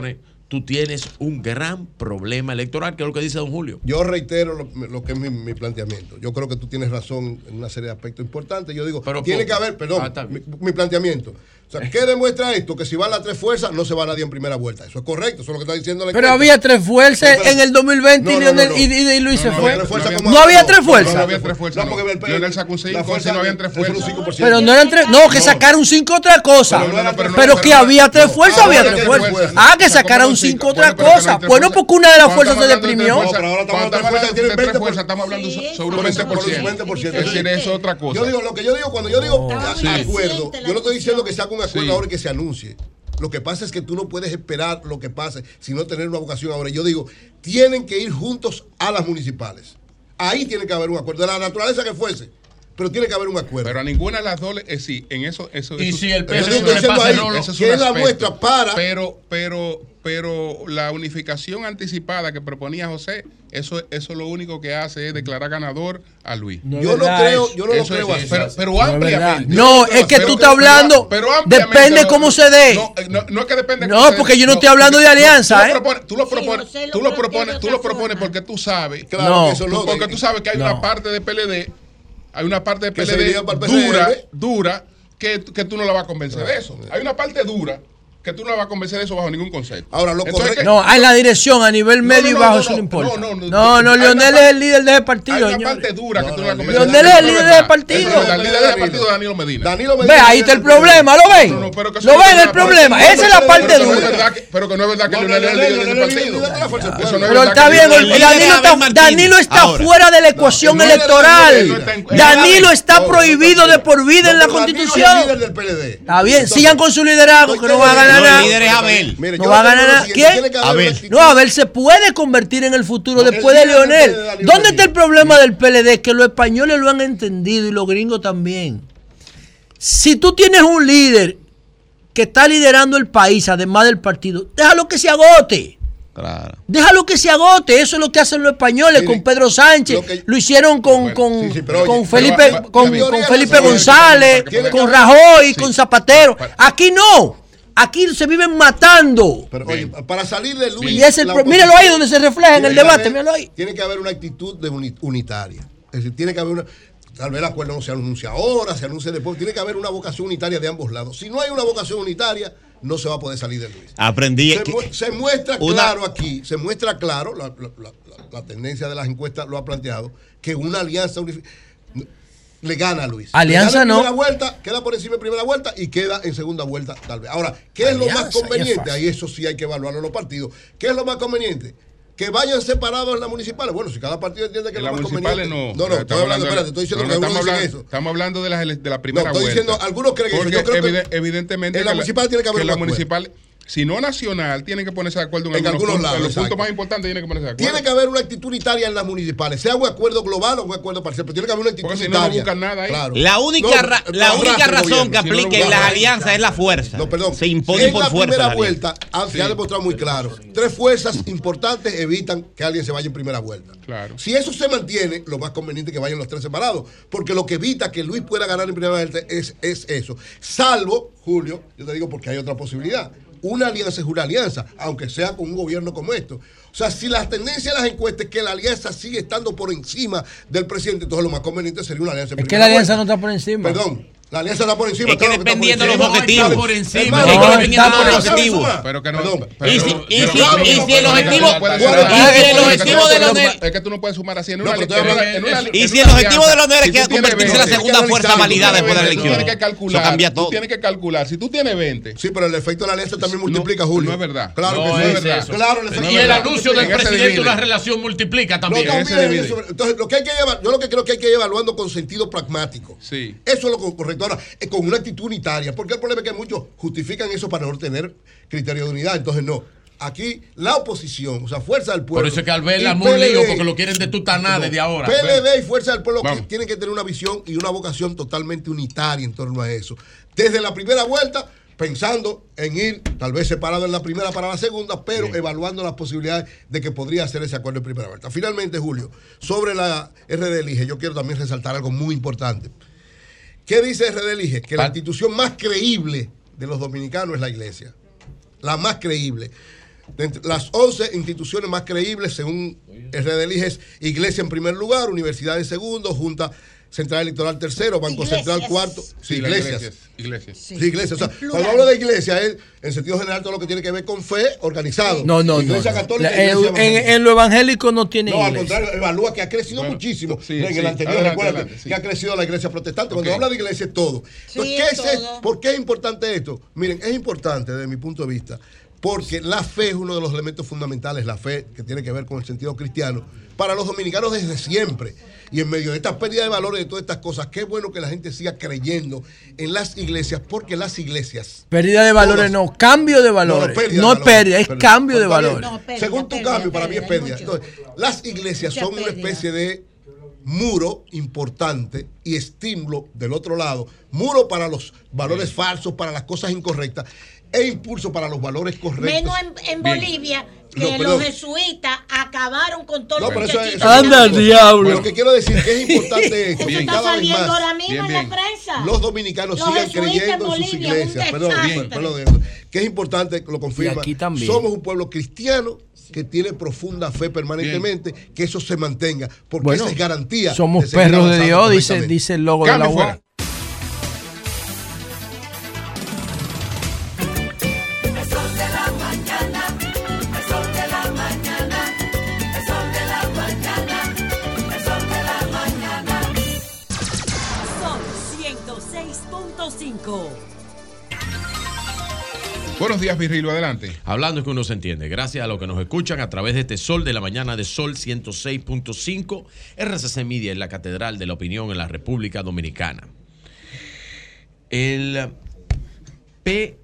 [SPEAKER 14] tú tienes un gran problema electoral, que es lo que dice don Julio.
[SPEAKER 17] Yo reitero lo, lo que es mi, mi planteamiento. Yo creo que tú tienes razón en una serie de aspectos importantes. Yo digo, Pero tiene que haber, perdón, ah, mi, mi planteamiento. O sea, ¿qué demuestra esto? Que si van las tres fuerzas, no se va nadie en primera vuelta. Eso es correcto, eso es lo que está diciendo la
[SPEAKER 9] Pero había tres fuerzas no, pero, en el dos mil veinte no, no, no, no. y, y, y Luis no, no, se fue. No, no, no había tres fuerzas.
[SPEAKER 10] No había tres fuerzas. No, porque Lionel sacó un cinco, si no habían tres fuerzas.
[SPEAKER 9] Pero no eran tres, no, que sacaron cinco otra cosa. Pero que había tres fuerzas, había tres fuerzas. Ah, que sacaron cinco otra cosa. Bueno, porque una de las fuerzas se deprimió.
[SPEAKER 10] Cuando estamos hablando sobre un veinte por ciento. Es decir, eso es otra cosa.
[SPEAKER 17] Yo digo, lo que yo digo, cuando yo digo acuerdo, yo no estoy diciendo que se haga un acuerdo ahora y que se anuncie. Lo que pasa es que tú no puedes esperar lo que pase, sino tener una vocación ahora. Yo digo, tienen que ir juntos a las municipales. Ahí tiene que haber un acuerdo, de la naturaleza que fuese, pero tiene que haber un acuerdo.
[SPEAKER 10] Pero a ninguna de las dos, eh, sí, en eso, eso.
[SPEAKER 14] Y
[SPEAKER 10] eso,
[SPEAKER 14] si el
[SPEAKER 10] P S
[SPEAKER 14] no le pasa,
[SPEAKER 17] ahí,
[SPEAKER 14] no,
[SPEAKER 17] eso es que es la muestra para.
[SPEAKER 10] Pero, pero, pero la unificación anticipada que proponía José, eso, eso lo único que hace es declarar ganador a Luis.
[SPEAKER 17] No yo no creo, yo no lo creo
[SPEAKER 10] así. Pero, pero no ampliamente.
[SPEAKER 9] No, es que tú estás hablando.
[SPEAKER 10] Pero
[SPEAKER 9] depende cómo se dé.
[SPEAKER 10] No, no, no es que depende.
[SPEAKER 9] No, porque yo no estoy hablando de alianza, ¿eh?
[SPEAKER 10] Tú lo propones, tú lo propones, tú lo propones porque tú sabes.
[SPEAKER 17] Claro que eso no.
[SPEAKER 10] Porque tú sabes que hay una parte de P L D. Hay una parte de P L D dura, dura que, que tú no la vas a convencer de eso. Hay una parte dura que tú no la vas a convencer de eso bajo ningún concepto.
[SPEAKER 17] Ahora, lo correcto.
[SPEAKER 9] Que, no, hay la dirección a nivel medio no, no, y bajo, no, no, eso no importa. No, no, no, no, no Lionel es el líder de ese partido.
[SPEAKER 10] Hay una señores. parte dura que tú no la convences.
[SPEAKER 9] Lionel es el líder de ese partido.
[SPEAKER 10] El líder del partido es Danilo Medina.
[SPEAKER 17] Danilo Medina.
[SPEAKER 9] Ve, ahí está el problema, ¿lo ven? No, no, ¿Lo ven el problema? Esa es la parte dura.
[SPEAKER 10] Pero que no es verdad que Lionel es el líder del partido.
[SPEAKER 9] Pero está bien, Danilo está fuera de la ecuación electoral. Danilo está prohibido de por vida en la Constitución. Está bien, sigan con su liderazgo, que no va a ganar nada.
[SPEAKER 17] Mire,
[SPEAKER 9] no va a ganar nada. ¿Quién? Abel. No, Abel se puede convertir en el futuro no, después de Leonel. De ¿Dónde está el problema del P L D? Que los españoles lo han entendido y los gringos también. Si tú tienes un líder que está liderando el país, además del partido, déjalo que se agote.
[SPEAKER 15] Claro.
[SPEAKER 9] Déjalo que se agote. Eso es lo que hacen los españoles. Mire, con Pedro Sánchez. Lo, que, lo hicieron con, bueno, con, sí, sí, con oye, Felipe, va, va, con, con Felipe González, con Rajoy, sí, con Zapatero. Para, para, Aquí no. Aquí se viven matando.
[SPEAKER 17] Pero oye, para salir de Luis.
[SPEAKER 9] Y es el pro, míralo ahí donde se refleja en el debate.
[SPEAKER 17] Haber,
[SPEAKER 9] míralo ahí.
[SPEAKER 17] Tiene que haber una actitud de unitaria. Es decir, tiene que haber una. Tal vez el acuerdo no se anuncia ahora, se anuncia después. Tiene que haber una vocación unitaria de ambos lados. Si no hay una vocación unitaria, no se va a poder salir de Luis.
[SPEAKER 15] Aprendí.
[SPEAKER 17] Se,
[SPEAKER 15] que
[SPEAKER 17] mu se muestra una... claro aquí, se muestra claro, la, la, la, la tendencia de las encuestas lo ha planteado, que una alianza unificada le gana a Luis.
[SPEAKER 9] Alianza
[SPEAKER 17] no.
[SPEAKER 9] No.
[SPEAKER 17] Vuelta, queda por encima en primera vuelta y queda en segunda vuelta tal vez. Ahora, ¿qué es Alianza, lo más conveniente? Ahí eso sí hay que evaluarlo en los partidos. ¿Qué es lo más conveniente? Que vayan separados en las municipales. Bueno, si cada partido entiende que es lo más conveniente.
[SPEAKER 10] No,
[SPEAKER 17] no, no, estoy hablando, espérate, estoy diciendo
[SPEAKER 10] no,
[SPEAKER 17] que
[SPEAKER 10] no,
[SPEAKER 17] algunos
[SPEAKER 10] estamos
[SPEAKER 17] dicen
[SPEAKER 10] hablando,
[SPEAKER 17] eso.
[SPEAKER 10] Estamos hablando de la, de la primera
[SPEAKER 17] no, estoy
[SPEAKER 10] vuelta.
[SPEAKER 17] Diciendo, algunos creen que yo creo
[SPEAKER 10] evide,
[SPEAKER 17] que
[SPEAKER 10] evidentemente
[SPEAKER 17] en la municipal tiene que haber
[SPEAKER 10] que
[SPEAKER 17] un
[SPEAKER 10] la municipal, si no nacional, tienen que ponerse de acuerdo en,
[SPEAKER 17] en algunos
[SPEAKER 10] puntos,
[SPEAKER 17] lados.
[SPEAKER 10] En los puntos más importantes tienen que ponerse de acuerdo.
[SPEAKER 17] Tiene que haber una actitud unitaria en las municipales, sea un acuerdo global o un acuerdo parcial, pero tiene que haber una actitud
[SPEAKER 10] Porque
[SPEAKER 17] unitaria.
[SPEAKER 10] Si no, no buscan nada ahí.
[SPEAKER 15] Claro. La única, no, ra la única razón que aplique si no, no en las alianzas es la fuerza.
[SPEAKER 17] No, perdón.
[SPEAKER 15] Se impone
[SPEAKER 17] en
[SPEAKER 15] por
[SPEAKER 17] la
[SPEAKER 15] fuerza.
[SPEAKER 17] En la primera vuelta sí. se ha demostrado muy claro. Tres fuerzas importantes evitan que alguien se vaya en primera vuelta.
[SPEAKER 10] Claro.
[SPEAKER 17] Si eso se mantiene, lo más conveniente es que vayan los tres separados, porque lo que evita que Luis pueda ganar en primera vuelta es, es eso. Salvo, Julio, yo te digo porque hay otra posibilidad. Una alianza es una alianza, aunque sea con un gobierno como esto. O sea, si la tendencia de las encuestas es que la alianza sigue estando por encima del presidente, entonces lo más conveniente sería una alianza.
[SPEAKER 9] Es que la alianza no está por encima.
[SPEAKER 17] Perdón. La alianza está por encima.
[SPEAKER 15] Es que
[SPEAKER 17] claro
[SPEAKER 15] dependiendo de los
[SPEAKER 14] objetivos. Por encima.
[SPEAKER 15] Es que dependiendo de los objetivos.
[SPEAKER 10] Pero que no.
[SPEAKER 15] Y si el objetivo.
[SPEAKER 14] Y el objetivo de los.
[SPEAKER 10] Es que tú no puedes sumar así en
[SPEAKER 15] una. Y si el objetivo de los N E R es convertirse en la segunda fuerza válida después de la elección.
[SPEAKER 10] Tienes que calcular.
[SPEAKER 15] Cambia todo.
[SPEAKER 10] Tienes que calcular. Si tú tienes veinte.
[SPEAKER 17] Sí, pero el efecto de la alianza también multiplica, Julio.
[SPEAKER 10] No es verdad.
[SPEAKER 17] Claro que no es verdad. Claro,
[SPEAKER 14] y el anuncio del presidente una relación multiplica también.
[SPEAKER 17] Entonces, lo que hay que llevar, yo lo que creo que hay que ir evaluando con sentido pragmático.
[SPEAKER 10] Sí.
[SPEAKER 17] Eso es lo correcto. Ahora, con una actitud unitaria, porque el problema es que muchos justifican eso para no tener criterio de unidad. Entonces, no. Aquí la oposición, o sea, Fuerza del Pueblo.
[SPEAKER 14] Por eso es que al verla muy lío, porque lo quieren de tutaná desde ahora.
[SPEAKER 17] P L D y Fuerza del Pueblo que tienen que tener una visión y una vocación totalmente unitaria en torno a eso. Desde la primera vuelta, pensando en ir tal vez separado en la primera para la segunda, pero sí. evaluando las posibilidades de que podría hacer ese acuerdo en primera vuelta. Finalmente, Julio, sobre la R D Elige, yo quiero también resaltar algo muy importante. ¿Qué dice R D Elige? Que la institución más creíble de los dominicanos es la iglesia. La más creíble. De entre las once instituciones más creíbles, según R D Elige, es Iglesia en primer lugar, Universidad en segundo, Junta Central Electoral tercero, Banco
[SPEAKER 13] Iglesias.
[SPEAKER 17] Central cuarto. Sí,
[SPEAKER 10] Sí,
[SPEAKER 17] iglesias.
[SPEAKER 10] iglesias. Iglesias.
[SPEAKER 17] Sí, iglesias. O sea, cuando hablo de iglesia, es en sentido general todo lo que tiene que ver con fe organizado.
[SPEAKER 9] No, no,
[SPEAKER 17] iglesia
[SPEAKER 9] no.
[SPEAKER 17] católica.
[SPEAKER 9] La-
[SPEAKER 17] iglesia
[SPEAKER 9] en, en- en lo evangélico no tiene
[SPEAKER 17] No, al
[SPEAKER 9] iglesia.
[SPEAKER 17] contrario, evalúa que ha crecido
[SPEAKER 10] Bueno,
[SPEAKER 17] muchísimo.
[SPEAKER 10] sí,
[SPEAKER 17] en
[SPEAKER 10] sí.
[SPEAKER 17] el anterior,
[SPEAKER 10] Adelante,
[SPEAKER 17] recuerda
[SPEAKER 10] adelante,
[SPEAKER 17] que,
[SPEAKER 10] sí.
[SPEAKER 17] que ha crecido la iglesia protestante. Cuando
[SPEAKER 10] Ok.
[SPEAKER 17] habla de iglesia es todo.
[SPEAKER 13] Sí,
[SPEAKER 17] Entonces, ¿qué
[SPEAKER 13] es
[SPEAKER 17] es esto?
[SPEAKER 13] todo.
[SPEAKER 17] ¿Por qué es importante esto? Miren, es importante desde mi punto de vista, porque la fe es uno de los elementos fundamentales, la fe que tiene que ver con el sentido cristiano, para los dominicanos desde siempre. Y en medio de esta pérdida de valores, de todas estas cosas, qué bueno que la gente siga creyendo en las iglesias, porque las iglesias...
[SPEAKER 9] Pérdida de valores,
[SPEAKER 17] todas-
[SPEAKER 9] no, cambio de valores.
[SPEAKER 17] pérdida
[SPEAKER 9] No,
[SPEAKER 17] de
[SPEAKER 9] es
[SPEAKER 17] valores,
[SPEAKER 9] pérdida, es
[SPEAKER 17] pérdida.
[SPEAKER 9] cambio de
[SPEAKER 17] Pero está bien.
[SPEAKER 9] valores.
[SPEAKER 13] No, pérdida,
[SPEAKER 17] Según tu
[SPEAKER 13] pérdida,
[SPEAKER 17] cambio, para mí es
[SPEAKER 13] pérdida,
[SPEAKER 17] pérdida.
[SPEAKER 13] mucho.
[SPEAKER 17] Entonces, las iglesias
[SPEAKER 13] Mucha
[SPEAKER 17] son una
[SPEAKER 13] pérdida.
[SPEAKER 17] especie de muro importante y estímulo del otro lado, muro para los valores falsos, para las cosas incorrectas, e impulso para los valores correctos.
[SPEAKER 13] Menos en, en
[SPEAKER 17] Bien.
[SPEAKER 13] Bolivia, que
[SPEAKER 17] No,
[SPEAKER 13] los
[SPEAKER 17] perdón.
[SPEAKER 13] jesuitas acabaron con todos
[SPEAKER 17] No,
[SPEAKER 13] los
[SPEAKER 17] pero eso es-
[SPEAKER 13] muchachitos.
[SPEAKER 17] eso es
[SPEAKER 9] Anda,
[SPEAKER 17] otra cosa.
[SPEAKER 9] diablo.
[SPEAKER 17] Pero lo que quiero decir que es importante esto,
[SPEAKER 13] Eso
[SPEAKER 17] que
[SPEAKER 13] está
[SPEAKER 17] cada vez
[SPEAKER 13] saliendo
[SPEAKER 17] más
[SPEAKER 13] ahora mismo
[SPEAKER 10] Bien,
[SPEAKER 13] en la
[SPEAKER 10] bien.
[SPEAKER 13] prensa.
[SPEAKER 17] los dominicanos
[SPEAKER 13] Los
[SPEAKER 17] sigan
[SPEAKER 13] jesuitas
[SPEAKER 17] creyendo
[SPEAKER 13] en
[SPEAKER 17] en sus
[SPEAKER 13] Bolivia, un
[SPEAKER 17] iglesias. Perdón,
[SPEAKER 13] desastre.
[SPEAKER 17] perdón, perdón. Que es importante, lo confirma.
[SPEAKER 9] Y aquí también.
[SPEAKER 17] Somos un pueblo cristiano que tiene profunda fe permanentemente, que eso se mantenga, porque
[SPEAKER 9] Bueno,
[SPEAKER 17] esa es garantía.
[SPEAKER 9] somos
[SPEAKER 17] de seguir
[SPEAKER 9] perros de
[SPEAKER 17] avanzando
[SPEAKER 9] Dios, dice,
[SPEAKER 17] correctamente.
[SPEAKER 9] dice el logo de
[SPEAKER 10] Cambio
[SPEAKER 9] la U A.
[SPEAKER 10] fuera.
[SPEAKER 1] El sol de la mañana, el sol de la mañana, el sol de la mañana, el sol de la mañana.
[SPEAKER 18] Son ciento seis punto cinco.
[SPEAKER 10] Buenos días, Virrilo, adelante.
[SPEAKER 14] Hablando es que uno se entiende. Gracias a los que nos escuchan a través de este Sol de la Mañana de Sol ciento seis punto cinco. R C C Media es la catedral de la opinión en la República Dominicana. El P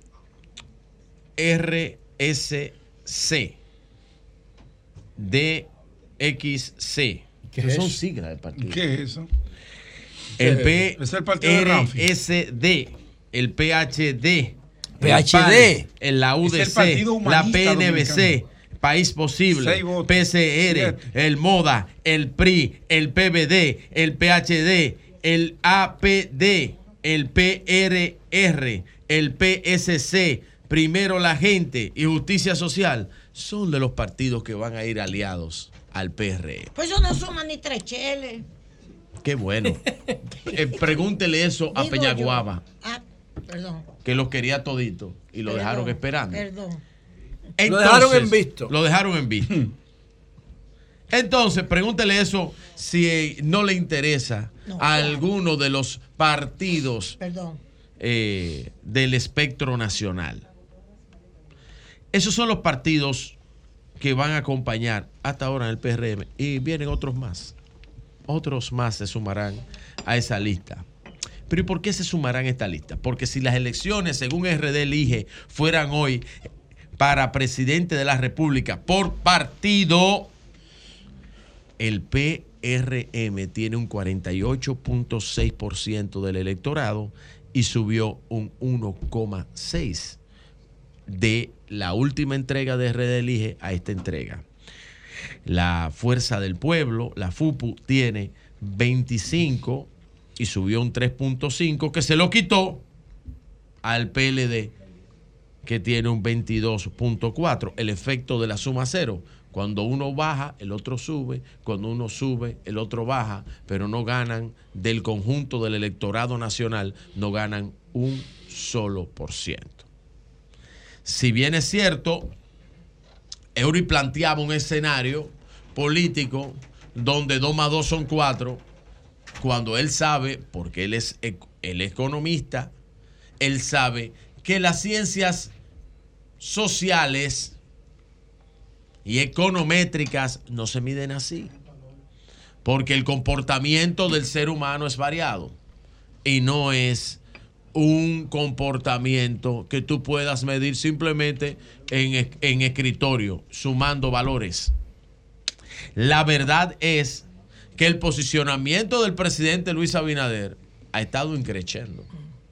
[SPEAKER 14] R S C D X C.
[SPEAKER 11] ¿Qué
[SPEAKER 14] Esas
[SPEAKER 11] es
[SPEAKER 14] son
[SPEAKER 11] eso?
[SPEAKER 14] siglas del partido.
[SPEAKER 11] ¿Qué es eso?
[SPEAKER 14] El
[SPEAKER 11] ¿Qué
[SPEAKER 14] P
[SPEAKER 11] es? Es el partido de
[SPEAKER 14] R
[SPEAKER 11] Ramfi.
[SPEAKER 14] S D, el P H D,
[SPEAKER 9] P H D.
[SPEAKER 14] el P A N, el la U D
[SPEAKER 11] Es el
[SPEAKER 14] C,
[SPEAKER 11] Partido
[SPEAKER 14] la
[SPEAKER 11] Humanista
[SPEAKER 14] P N B C,
[SPEAKER 11] Dominicano.
[SPEAKER 14] País Posible,
[SPEAKER 11] Seis votos.
[SPEAKER 14] P C R,
[SPEAKER 11] Siete.
[SPEAKER 14] el MODA, el P R I, el P V D, el P H D, el A P D, el P R R, el P S C, Primero la Gente y Justicia Social son de los partidos que van a ir aliados al P R M.
[SPEAKER 13] Pues eso no suma ni tres cheles.
[SPEAKER 14] Qué bueno. Eh, pregúntele eso a
[SPEAKER 13] Digo
[SPEAKER 14] Peñaguaba,
[SPEAKER 13] yo. Ah, perdón.
[SPEAKER 14] que los quería todito y lo
[SPEAKER 13] Perdón,
[SPEAKER 14] dejaron esperando.
[SPEAKER 13] Perdón.
[SPEAKER 14] Entonces,
[SPEAKER 9] Lo dejaron en visto.
[SPEAKER 14] Lo dejaron en visto. Entonces, pregúntele eso si eh, no le interesa
[SPEAKER 13] No,
[SPEAKER 14] a
[SPEAKER 13] claro.
[SPEAKER 14] alguno de los partidos
[SPEAKER 13] Perdón.
[SPEAKER 14] eh, del espectro nacional. Esos son los partidos que van a acompañar hasta ahora en el P R M y vienen otros más. Otros más se sumarán a esa lista. Pero ¿y por qué se sumarán a esta lista? Porque si las elecciones, según R D Elige, fueran hoy para presidente de la República por partido, el P R M tiene un cuarenta y ocho punto seis por ciento del electorado y subió un uno coma seis por ciento de la última entrega de R D Elige a esta entrega. La Fuerza del Pueblo, la F U P U, tiene veinticinco y subió un tres punto cinco, que se lo quitó al P L D, que tiene un veintidós punto cuatro. El efecto de la suma cero. Cuando uno baja, el otro sube. Cuando uno sube, el otro baja. Pero no ganan del conjunto del electorado nacional, no ganan un solo por ciento. Si bien es cierto, Eury planteaba un escenario político donde dos más dos son cuatro, cuando él sabe, porque él es, él es economista, él sabe que las ciencias sociales y econométricas no se miden así, porque el comportamiento del ser humano es variado y no es un comportamiento que tú puedas medir simplemente en, en escritorio, sumando valores. La verdad es que el posicionamiento del presidente Luis Abinader ha estado increciendo.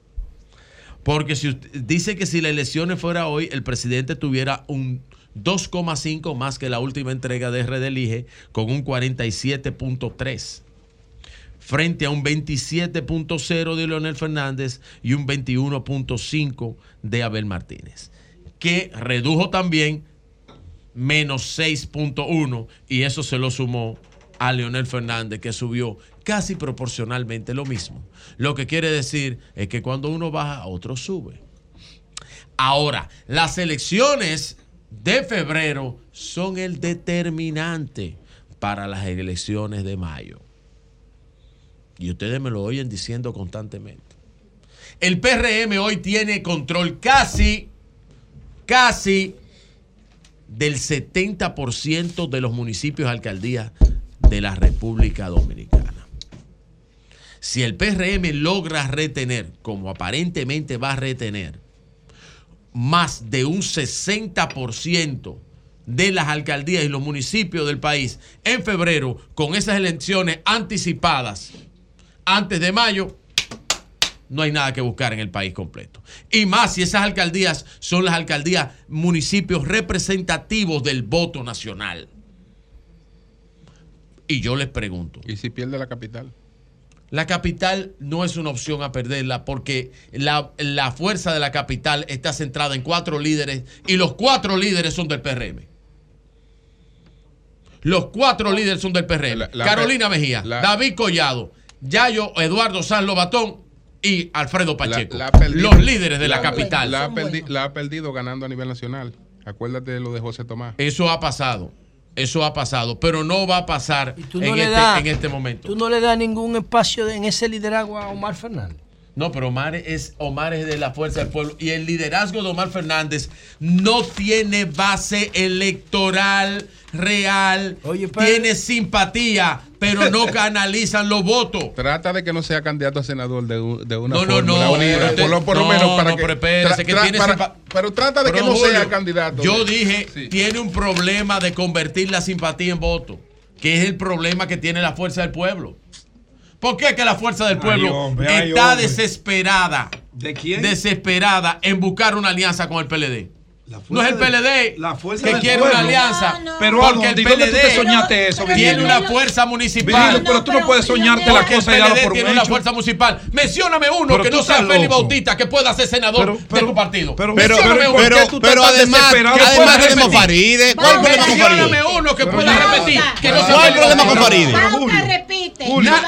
[SPEAKER 14] Porque si usted dice que si las elecciones fuera hoy, el presidente tuviera un dos coma cinco más que la última entrega de R D Elige, con un cuarenta y siete punto tres, frente a un veintisiete punto cero de Leonel Fernández y un veintiuno punto cinco de Abel Martínez, que redujo también menos seis punto uno, y eso se lo sumó a Leonel Fernández, que subió casi proporcionalmente lo mismo. Lo que quiere decir es que cuando uno baja, otro sube. Ahora, las elecciones de febrero son el determinante para las elecciones de mayo. Y ustedes me lo oyen diciendo constantemente. El P R M hoy tiene control casi, casi del setenta por ciento de los municipios y alcaldías de la República Dominicana. Si el P R M logra retener, como aparentemente va a retener, más de un sesenta por ciento de las alcaldías y los municipios del país en febrero, con esas elecciones anticipadas antes de mayo, no hay nada que buscar en el país completo. Y más si esas alcaldías son las alcaldías, municipios representativos del voto nacional. Y yo les pregunto.
[SPEAKER 10] ¿Y si pierde la capital?
[SPEAKER 14] La capital no es una opción a perderla, porque la, la fuerza de la capital está centrada en cuatro líderes, y los cuatro líderes son del P R M. Los cuatro líderes son del P R M. La, la, Carolina Mejía, la, David Collado, Yayo Eduardo Sanz Lobatón y Alfredo Pacheco. La, la perdido, los líderes de la, la capital.
[SPEAKER 10] La ha, perdi, la ha perdido ganando a nivel nacional. Acuérdate de lo de José Tomás.
[SPEAKER 14] Eso ha pasado. Eso ha pasado, pero no va a pasar
[SPEAKER 9] no
[SPEAKER 14] en, este,
[SPEAKER 9] da,
[SPEAKER 14] en este momento.
[SPEAKER 9] ¿Tú no le das ningún espacio de, en ese liderazgo a Omar Fernández?
[SPEAKER 14] No, pero Omar es, Omar es de la Fuerza del Pueblo, y el liderazgo de Omar Fernández no tiene base electoral real. Oye, pero... tiene simpatía, pero no canalizan los votos.
[SPEAKER 10] Trata de que no sea candidato a senador de, de una
[SPEAKER 14] no,
[SPEAKER 10] fórmula
[SPEAKER 14] no, no,
[SPEAKER 10] unida,
[SPEAKER 14] usted,
[SPEAKER 10] por lo, por
[SPEAKER 14] no,
[SPEAKER 10] lo menos para
[SPEAKER 14] no,
[SPEAKER 10] que,
[SPEAKER 14] pero espérese, que tiene
[SPEAKER 10] para,
[SPEAKER 14] simpa...
[SPEAKER 10] pero trata de pero que no Julio, sea candidato.
[SPEAKER 14] Yo dije, sí. Tiene un problema de convertir la simpatía en voto, que es el problema que tiene la Fuerza del Pueblo. ¿Por qué que la Fuerza del Pueblo ay, hombre, ay, está hombre. desesperada?
[SPEAKER 11] ¿De quién?
[SPEAKER 14] Desesperada en buscar una alianza con el P L D. No es el P L D
[SPEAKER 11] la fuerza
[SPEAKER 14] que
[SPEAKER 11] del
[SPEAKER 14] quiere
[SPEAKER 11] pueblo.
[SPEAKER 14] una alianza,
[SPEAKER 11] no, no. Pero
[SPEAKER 14] porque el P L D
[SPEAKER 11] tú te soñaste eso,
[SPEAKER 14] tiene una fuerza municipal.
[SPEAKER 11] Virgilio, pero tú no puedes soñarte la cosa y darlo por
[SPEAKER 14] tiene
[SPEAKER 11] hecho.
[SPEAKER 14] una fuerza municipal. Mencióname uno pero que no sea Félix Bautista que pueda ser senador pero, pero, de tu partido.
[SPEAKER 15] Pero, pero, pero, pero, pero además, además tenemos Faride. ¿Cuál es el problema con Faride?
[SPEAKER 14] Mencióname uno que pueda repetir.
[SPEAKER 15] ¿Cuál es el problema con Faride?
[SPEAKER 13] Bauta repite.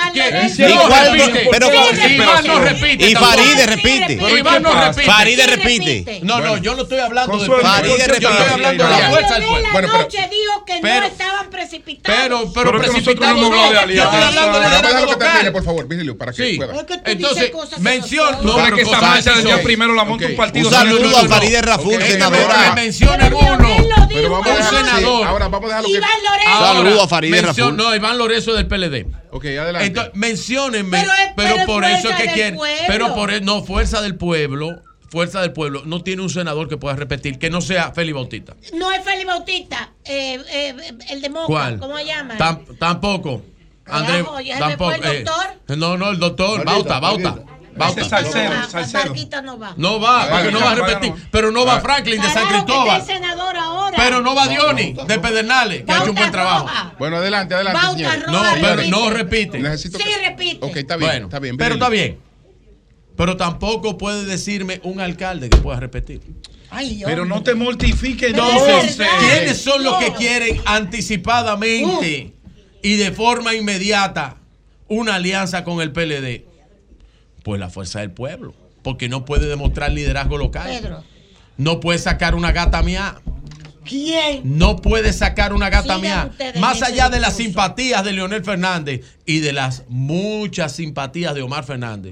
[SPEAKER 14] Iván no repite.
[SPEAKER 15] Y Faride repite.
[SPEAKER 14] Iván no repite.
[SPEAKER 15] Faride repite.
[SPEAKER 14] No, no, yo no estoy hablando de
[SPEAKER 15] Faride repite.
[SPEAKER 14] Yo estoy hablando de la fuerza del pueblo.
[SPEAKER 13] Bueno, pero dijo que
[SPEAKER 14] pero,
[SPEAKER 13] no estaban precipitados.
[SPEAKER 14] Pero, pero, pero
[SPEAKER 10] precipitados
[SPEAKER 14] no,
[SPEAKER 10] no,
[SPEAKER 14] no,
[SPEAKER 10] de yo
[SPEAKER 14] estoy hablando de
[SPEAKER 10] liderazgo local. Por favor, Virgilio, para que
[SPEAKER 14] sí.
[SPEAKER 10] pueda.
[SPEAKER 14] Entonces, mención,
[SPEAKER 11] no, para que esa marcha del día primero la monte un partido.
[SPEAKER 15] Un saludo a Faride Raful, senadora.
[SPEAKER 14] Mencionen uno.
[SPEAKER 10] Pero vamos a
[SPEAKER 14] senador.
[SPEAKER 10] Ahora vamos a dejarlo.
[SPEAKER 13] Iván Lorenzo.
[SPEAKER 15] Saludo a Faride Raful.
[SPEAKER 14] No, Iván Lorenzo del P L D.
[SPEAKER 10] Ok, adelante.
[SPEAKER 14] Entonces, menciónenme, pero por eso es que quieren, pero por no, Fuerza del Pueblo. Fuerza del Pueblo no tiene un senador que pueda repetir, que no sea Félix Bautista.
[SPEAKER 13] No es Félix Bautista, eh, eh, el de Moca.
[SPEAKER 14] ¿Cuál?
[SPEAKER 13] ¿Cómo se llama?
[SPEAKER 14] Tam, tampoco. Andrés, tampoco.
[SPEAKER 13] ¿El doctor?
[SPEAKER 14] Eh, no, no, el doctor. Bauta, Bauta.
[SPEAKER 11] Bauta. Salcero, Salcero.
[SPEAKER 13] No va.
[SPEAKER 14] No va, porque no va a repetir. Pero no va Franklin de San Cristóbal.
[SPEAKER 13] Senador ahora.
[SPEAKER 14] Pero no va Diony de Pedernales, que ha hecho un buen trabajo.
[SPEAKER 10] Bueno, adelante, adelante, señor.
[SPEAKER 14] No, pero no repite.
[SPEAKER 10] Necesito
[SPEAKER 13] sí, repite.
[SPEAKER 10] Ok, está bien,
[SPEAKER 14] bueno,
[SPEAKER 10] está bien.
[SPEAKER 14] Pero está bien. Pero tampoco puede decirme un alcalde que pueda repetir.
[SPEAKER 11] Ay, pero no te mortifiques.
[SPEAKER 14] Entonces, ¿quiénes son los que quieren anticipadamente uh. y de forma inmediata una alianza con el P L D? Pues la Fuerza del Pueblo. Porque no puede demostrar liderazgo local. Pedro. No puede sacar una gata mía.
[SPEAKER 13] ¿Quién?
[SPEAKER 14] No puede sacar una gata mía. Más allá de las simpatías de Leonel Fernández y de las muchas simpatías de Omar Fernández,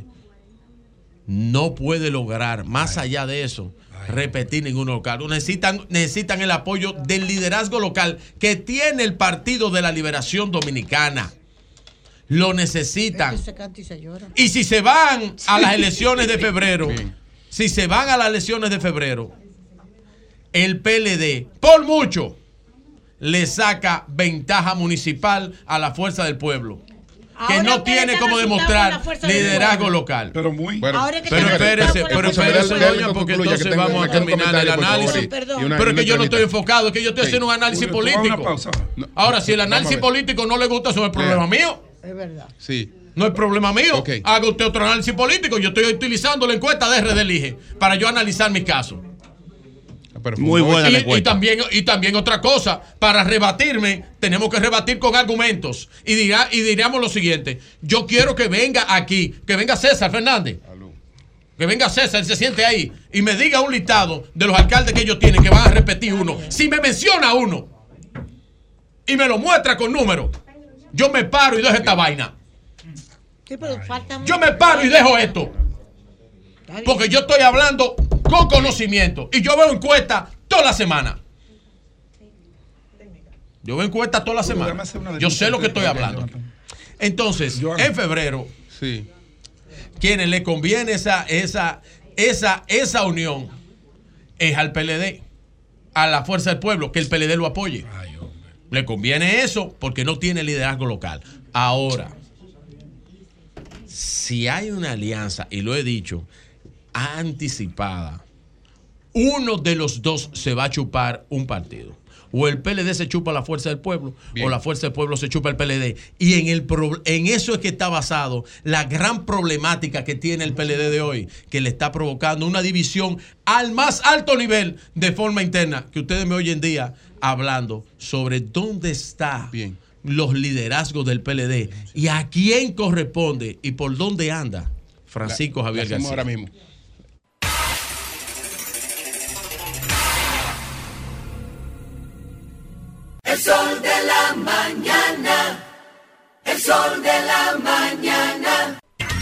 [SPEAKER 14] no puede lograr, más allá de eso, Ay. repetir ninguno local. Necesitan, necesitan el apoyo del liderazgo local que tiene el Partido de la Liberación Dominicana. Lo necesitan.
[SPEAKER 13] Es que se canta y se llora.
[SPEAKER 14] Y si se van a las elecciones de febrero, sí. si se van a las elecciones de febrero, el P L D, por mucho, le saca ventaja municipal a la Fuerza del Pueblo. Que no tiene como demostrar liderazgo local.
[SPEAKER 11] Pero muy
[SPEAKER 14] bueno. Pero espérese, pero espérese, doña, porque entonces vamos a terminar el análisis. Pero es que yo no estoy enfocado, es que yo estoy haciendo un análisis político. Ahora, si el análisis político no le gusta, eso es problema mío.
[SPEAKER 13] Es verdad.
[SPEAKER 10] Sí.
[SPEAKER 14] No es problema mío. Haga usted otro análisis político. Yo estoy utilizando la encuesta de R D Elige para yo analizar mi caso. Muy buena y, y también y también otra cosa, para rebatirme, tenemos que rebatir con argumentos. Y dirá, y diríamos lo siguiente: yo quiero que venga aquí, que venga César Fernández. Que venga César y se siente ahí y me diga un listado de los alcaldes que ellos tienen, que van a repetir uno. Si me menciona uno y me lo muestra con números, yo me paro y dejo esta vaina. Yo me paro y dejo esto. Porque yo estoy hablando con conocimiento y yo veo encuestas toda la semana. Yo veo encuestas toda la semana. Yo sé lo que estoy hablando. Entonces, en febrero, sí. Quienes le conviene esa, esa, esa, esa unión es al P L D, a la Fuerza del Pueblo, que el P L D lo apoye. Ay, le conviene eso porque no tiene liderazgo local. Ahora, si hay una alianza, y lo he dicho, anticipada, uno de los dos se va a chupar un partido. O el P L D se chupa a la Fuerza del Pueblo, bien, o la Fuerza del Pueblo se chupa al P L D. Y en, el pro, en eso es que está basado la gran problemática que tiene el P L D de hoy, que le está provocando una división al más alto nivel de forma interna, que ustedes me oyen día hablando sobre dónde está bien los liderazgos del P L D y a quién corresponde y por dónde anda Francisco la, Javier la García. Ahora mismo.
[SPEAKER 1] El sol de la mañana, el sol de la mañana.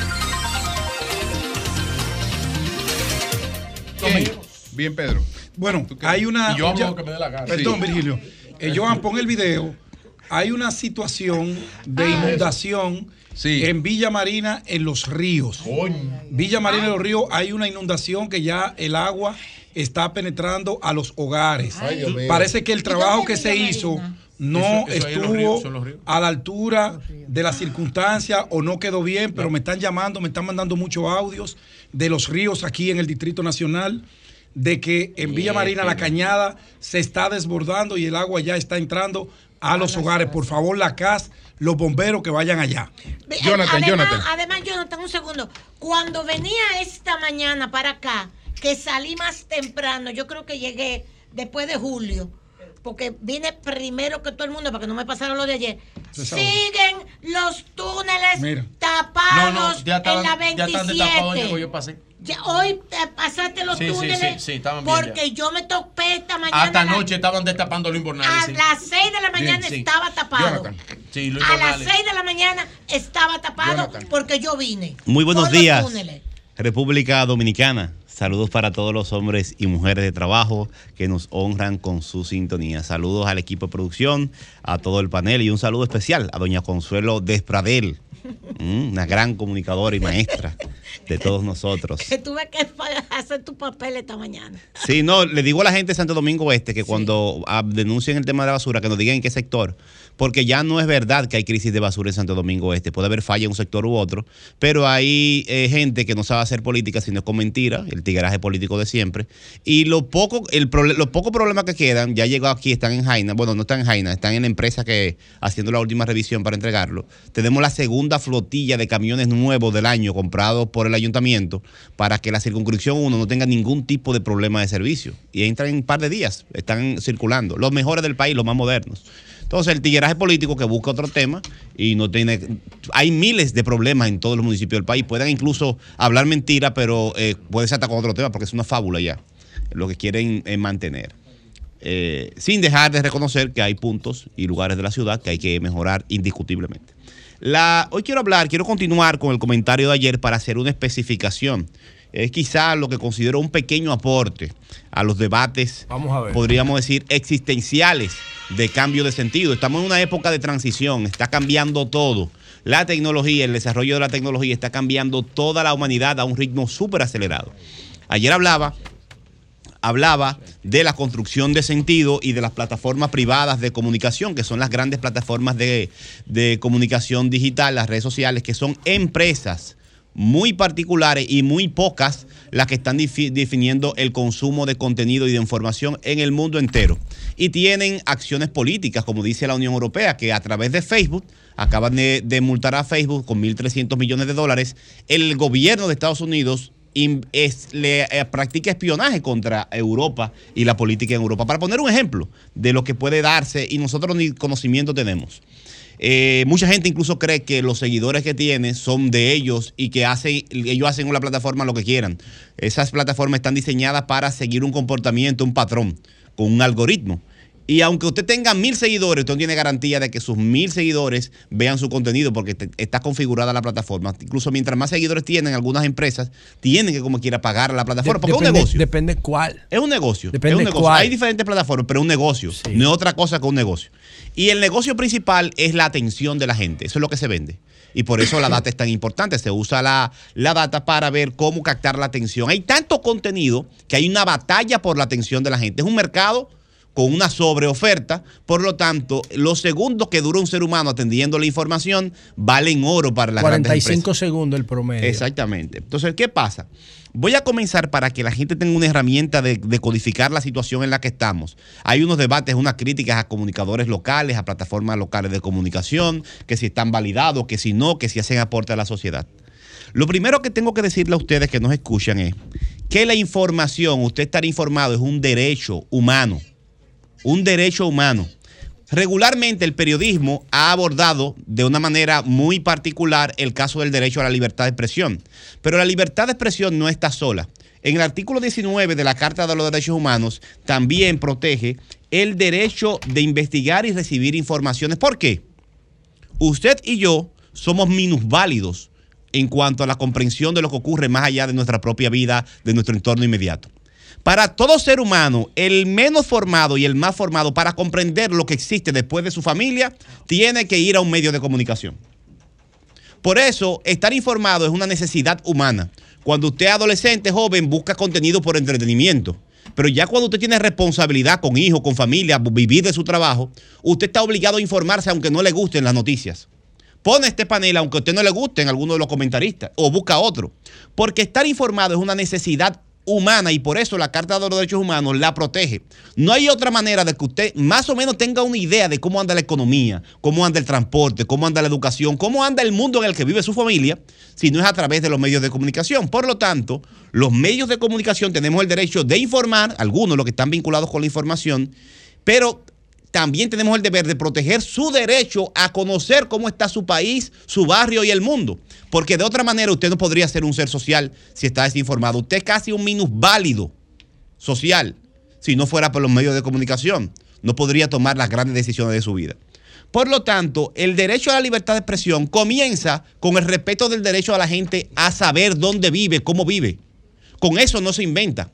[SPEAKER 11] Bien,
[SPEAKER 10] bien Pedro.
[SPEAKER 11] Bueno, hay una...
[SPEAKER 10] Y yo hago lo que me dé la gana.
[SPEAKER 11] Perdón,
[SPEAKER 10] sí.
[SPEAKER 11] Virgilio. Eh, Johan, pon el video. Hay una situación de inundación sí. en Villa Marina, en los ríos. Oh. Villa Marina, en los ríos, hay una inundación que ya el agua está penetrando a los hogares. Ay, parece que el trabajo que se hizo no eso, eso estuvo ríos, a la altura de las circunstancias o no quedó bien, pero no. me están llamando, me están mandando muchos audios de los ríos aquí en el Distrito Nacional, de que en Villa Marina la cañada se está desbordando y el agua ya está entrando a los hogares. Por favor, la C A S, los bomberos que vayan allá.
[SPEAKER 13] Jonathan, además, Jonathan. Además, Jonathan, un segundo. Cuando venía esta mañana para acá, que salí más temprano, yo creo que llegué después de julio, porque vine primero que todo el mundo para que no me pasara lo de ayer. Siguen los túneles Mira. tapados no, no, ya estaban, en la veintisiete. Ya están tapados, yo, yo pasé. Ya, hoy te pasaste los sí, túneles sí, sí, sí, estaban bien porque ya. Yo me topé esta mañana.
[SPEAKER 14] Hasta anoche estaban destapando los invernales.
[SPEAKER 13] A sí. las seis de la mañana bien, estaba sí. tapado. Sí, a las seis de la mañana estaba tapado Jonathan. Porque yo vine.
[SPEAKER 15] Muy buenos días, República Dominicana. Saludos para todos los hombres y mujeres de trabajo que nos honran con su sintonía. Saludos al equipo de producción, a todo el panel y un saludo especial a doña Consuelo Despradel, una gran comunicadora y maestra de todos nosotros.
[SPEAKER 13] Que tuve que hacer tu papel esta mañana.
[SPEAKER 15] Sí, no, le digo a la gente de Santo Domingo Este que cuando sí. denuncien el tema de la basura, que nos digan en qué sector, porque ya no es verdad que hay crisis de basura en Santo Domingo Este. Puede haber falla en un sector u otro, pero hay eh, gente que no sabe hacer política sino con mentira, el tigueraje político de siempre. Y lo poco, el los pocos problemas que quedan, ya llegó aquí, están en Jaina, bueno, no están en Jaina, están en la empresa que haciendo la última revisión para entregarlo. Tenemos la segunda flotilla de camiones nuevos del año comprados por el ayuntamiento para que la circunscripción uno no tenga ningún tipo de problema de servicio. Y entran en un par de días, están circulando. Los mejores del país, los más modernos. Entonces, el tigueraje político que busca otro tema y no tiene... Hay miles de problemas en todos los municipios del país. Pueden incluso hablar mentira, pero eh, puede ser hasta con otro tema porque es una fábula ya, lo que quieren eh, mantener. Eh, sin dejar de reconocer que hay puntos y lugares de la ciudad que hay que mejorar indiscutiblemente. La, hoy quiero hablar, quiero continuar con el comentario de ayer para hacer una especificación. Es quizá lo que considero un pequeño aporte a los debates, Vamos a ver. podríamos decir, existenciales de cambio de sentido. Estamos en una época de transición, está cambiando todo. La tecnología, el desarrollo de la tecnología está cambiando toda la humanidad a un ritmo súper acelerado. Ayer hablaba, hablaba de la construcción de sentido y de las plataformas privadas de comunicación, que son las grandes plataformas de, de comunicación digital, las redes sociales, que son empresas muy particulares y muy pocas las que están defi- definiendo el consumo de contenido y de información en el mundo entero. Y tienen acciones políticas, como dice la Unión Europea, que a través de Facebook, acaban de, de multar a Facebook con mil trescientos millones de dólares. El gobierno de Estados Unidos es, le eh, practica espionaje contra Europa y la política en Europa. Para poner un ejemplo de lo que puede darse y nosotros ni conocimiento tenemos. Eh, mucha gente incluso cree que los seguidores que tiene son de ellos y que hacen, ellos hacen en la plataforma lo que quieran. Esas plataformas están diseñadas para seguir un comportamiento, un patrón, con un algoritmo. Y aunque usted tenga mil seguidores, usted no tiene garantía de que sus mil seguidores vean su contenido porque te, está configurada la plataforma. Incluso mientras más seguidores tienen, algunas empresas tienen que como quiera pagar a la plataforma. Porque
[SPEAKER 9] depende,
[SPEAKER 15] es un negocio.
[SPEAKER 9] Depende cuál.
[SPEAKER 15] Es un negocio.
[SPEAKER 9] Depende
[SPEAKER 15] es un negocio.
[SPEAKER 9] cuál.
[SPEAKER 15] Hay diferentes plataformas, pero es un negocio. Sí. No es otra cosa que un negocio. Y el negocio principal es la atención de la gente. Eso es lo que se vende. Y por eso la data es tan importante. Se usa la, la data para ver cómo captar la atención. Hay tanto contenido que hay una batalla por la atención de la gente. Es un mercado con una sobreoferta, por lo tanto, los segundos que dura un ser humano atendiendo la información valen oro para las grandes empresas.
[SPEAKER 9] cuarenta y cinco segundos el promedio.
[SPEAKER 15] Exactamente. Entonces, ¿qué pasa? Voy a comenzar para que la gente tenga una herramienta de, de codificar la situación en la que estamos. Hay unos debates, unas críticas a comunicadores locales, a plataformas locales de comunicación, que si están validados, que si no, que si hacen aporte a la sociedad. Lo primero que tengo que decirle a ustedes que nos escuchan es que la información, usted estar informado es un derecho humano. Un derecho humano. Regularmente el periodismo ha abordado de una manera muy particular el caso del derecho a la libertad de expresión. Pero la libertad de expresión no está sola. En el artículo diecinueve de la Carta de los Derechos Humanos también protege el derecho de investigar y recibir informaciones. ¿Por qué? Usted y yo somos minusválidos en cuanto a la comprensión de lo que ocurre más allá de nuestra propia vida, de nuestro entorno inmediato. Para todo ser humano, el menos formado y el más formado, para comprender lo que existe después de su familia, tiene que ir a un medio de comunicación. Por eso, estar informado es una necesidad humana. Cuando usted es adolescente, joven, busca contenido por entretenimiento. Pero ya cuando usted tiene responsabilidad con hijos, con familia, vivir de su trabajo, usted está obligado a informarse aunque no le gusten las noticias. Pone este panel aunque a usted no le gusten algunos de los comentaristas o busca otro. Porque estar informado es una necesidad humana y por eso la Carta de los Derechos Humanos la protege. No hay otra manera de que usted más o menos tenga una idea de cómo anda la economía, cómo anda el transporte, cómo anda la educación, cómo anda el mundo en el que vive su familia, si no es a través de los medios de comunicación. Por lo tanto, los medios de comunicación tenemos el derecho de informar, algunos los que están vinculados con la información, pero también tenemos el deber de proteger su derecho a conocer cómo está su país, su barrio y el mundo. Porque de otra manera usted no podría ser un ser social si está desinformado. Usted es casi un minusválido social si no fuera por los medios de comunicación. No podría tomar las grandes decisiones de su vida. Por lo tanto, el derecho a la libertad de expresión comienza con el respeto del derecho a la gente a saber dónde vive, cómo vive. Con eso no se inventa.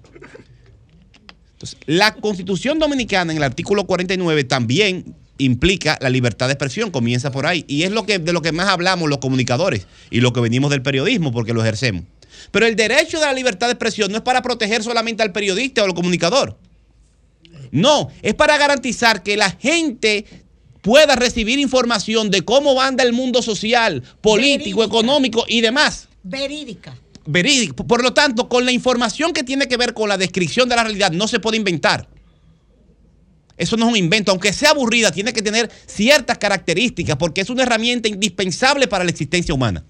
[SPEAKER 15] Entonces, la Constitución Dominicana en el artículo cuarenta y nueve también implica la libertad de expresión, comienza por ahí. Y es lo que, de lo que más hablamos los comunicadores y lo que venimos del periodismo porque lo ejercemos. Pero el derecho de la libertad de expresión no es para proteger solamente al periodista o al comunicador. No, es para garantizar que la gente pueda recibir información de cómo anda el mundo social, político, verídica, económico y demás.
[SPEAKER 13] Verídica.
[SPEAKER 15] Verídico. Por lo tanto, con la información que tiene que ver con la descripción de la realidad no se puede inventar. Eso no es un invento, aunque sea aburrida, tiene que tener ciertas características porque es una herramienta indispensable para la existencia humana.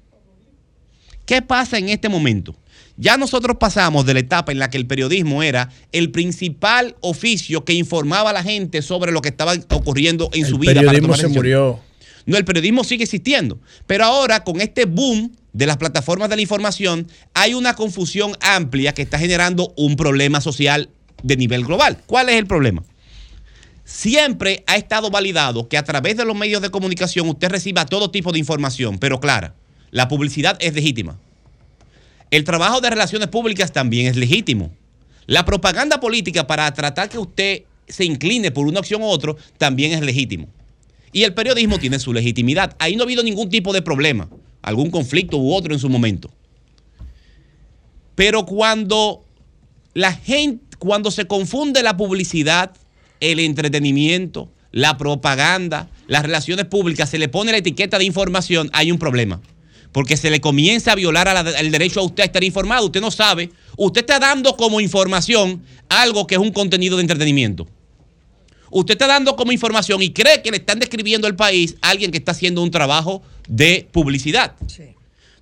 [SPEAKER 15] ¿Qué pasa en este momento? Ya nosotros pasamos de la etapa en la que el periodismo era el principal oficio que informaba a la gente sobre lo que estaba ocurriendo en su vida.
[SPEAKER 9] El periodismo se murió.
[SPEAKER 15] No, el periodismo sigue existiendo, pero ahora con este boom de las plataformas de la información hay una confusión amplia que está generando un problema social de nivel global. ¿Cuál es el problema? Siempre ha estado validado que a través de los medios de comunicación usted reciba todo tipo de información, pero clara, la publicidad es legítima. El trabajo de relaciones públicas también es legítimo. La propaganda política para tratar que usted se incline por una opción u otra también es legítimo. Y el periodismo tiene su legitimidad. Ahí no ha habido ningún tipo de problema, algún conflicto u otro en su momento. Pero cuando la gente, cuando se confunde la publicidad, el entretenimiento, la propaganda, las relaciones públicas, se le pone la etiqueta de información, hay un problema. Porque se le comienza a violar a la, el derecho a usted a estar informado. Usted no sabe. Usted está dando como información algo que es un contenido de entretenimiento. Usted está dando como información y cree que le están describiendo el país a alguien que está haciendo un trabajo de publicidad. Sí.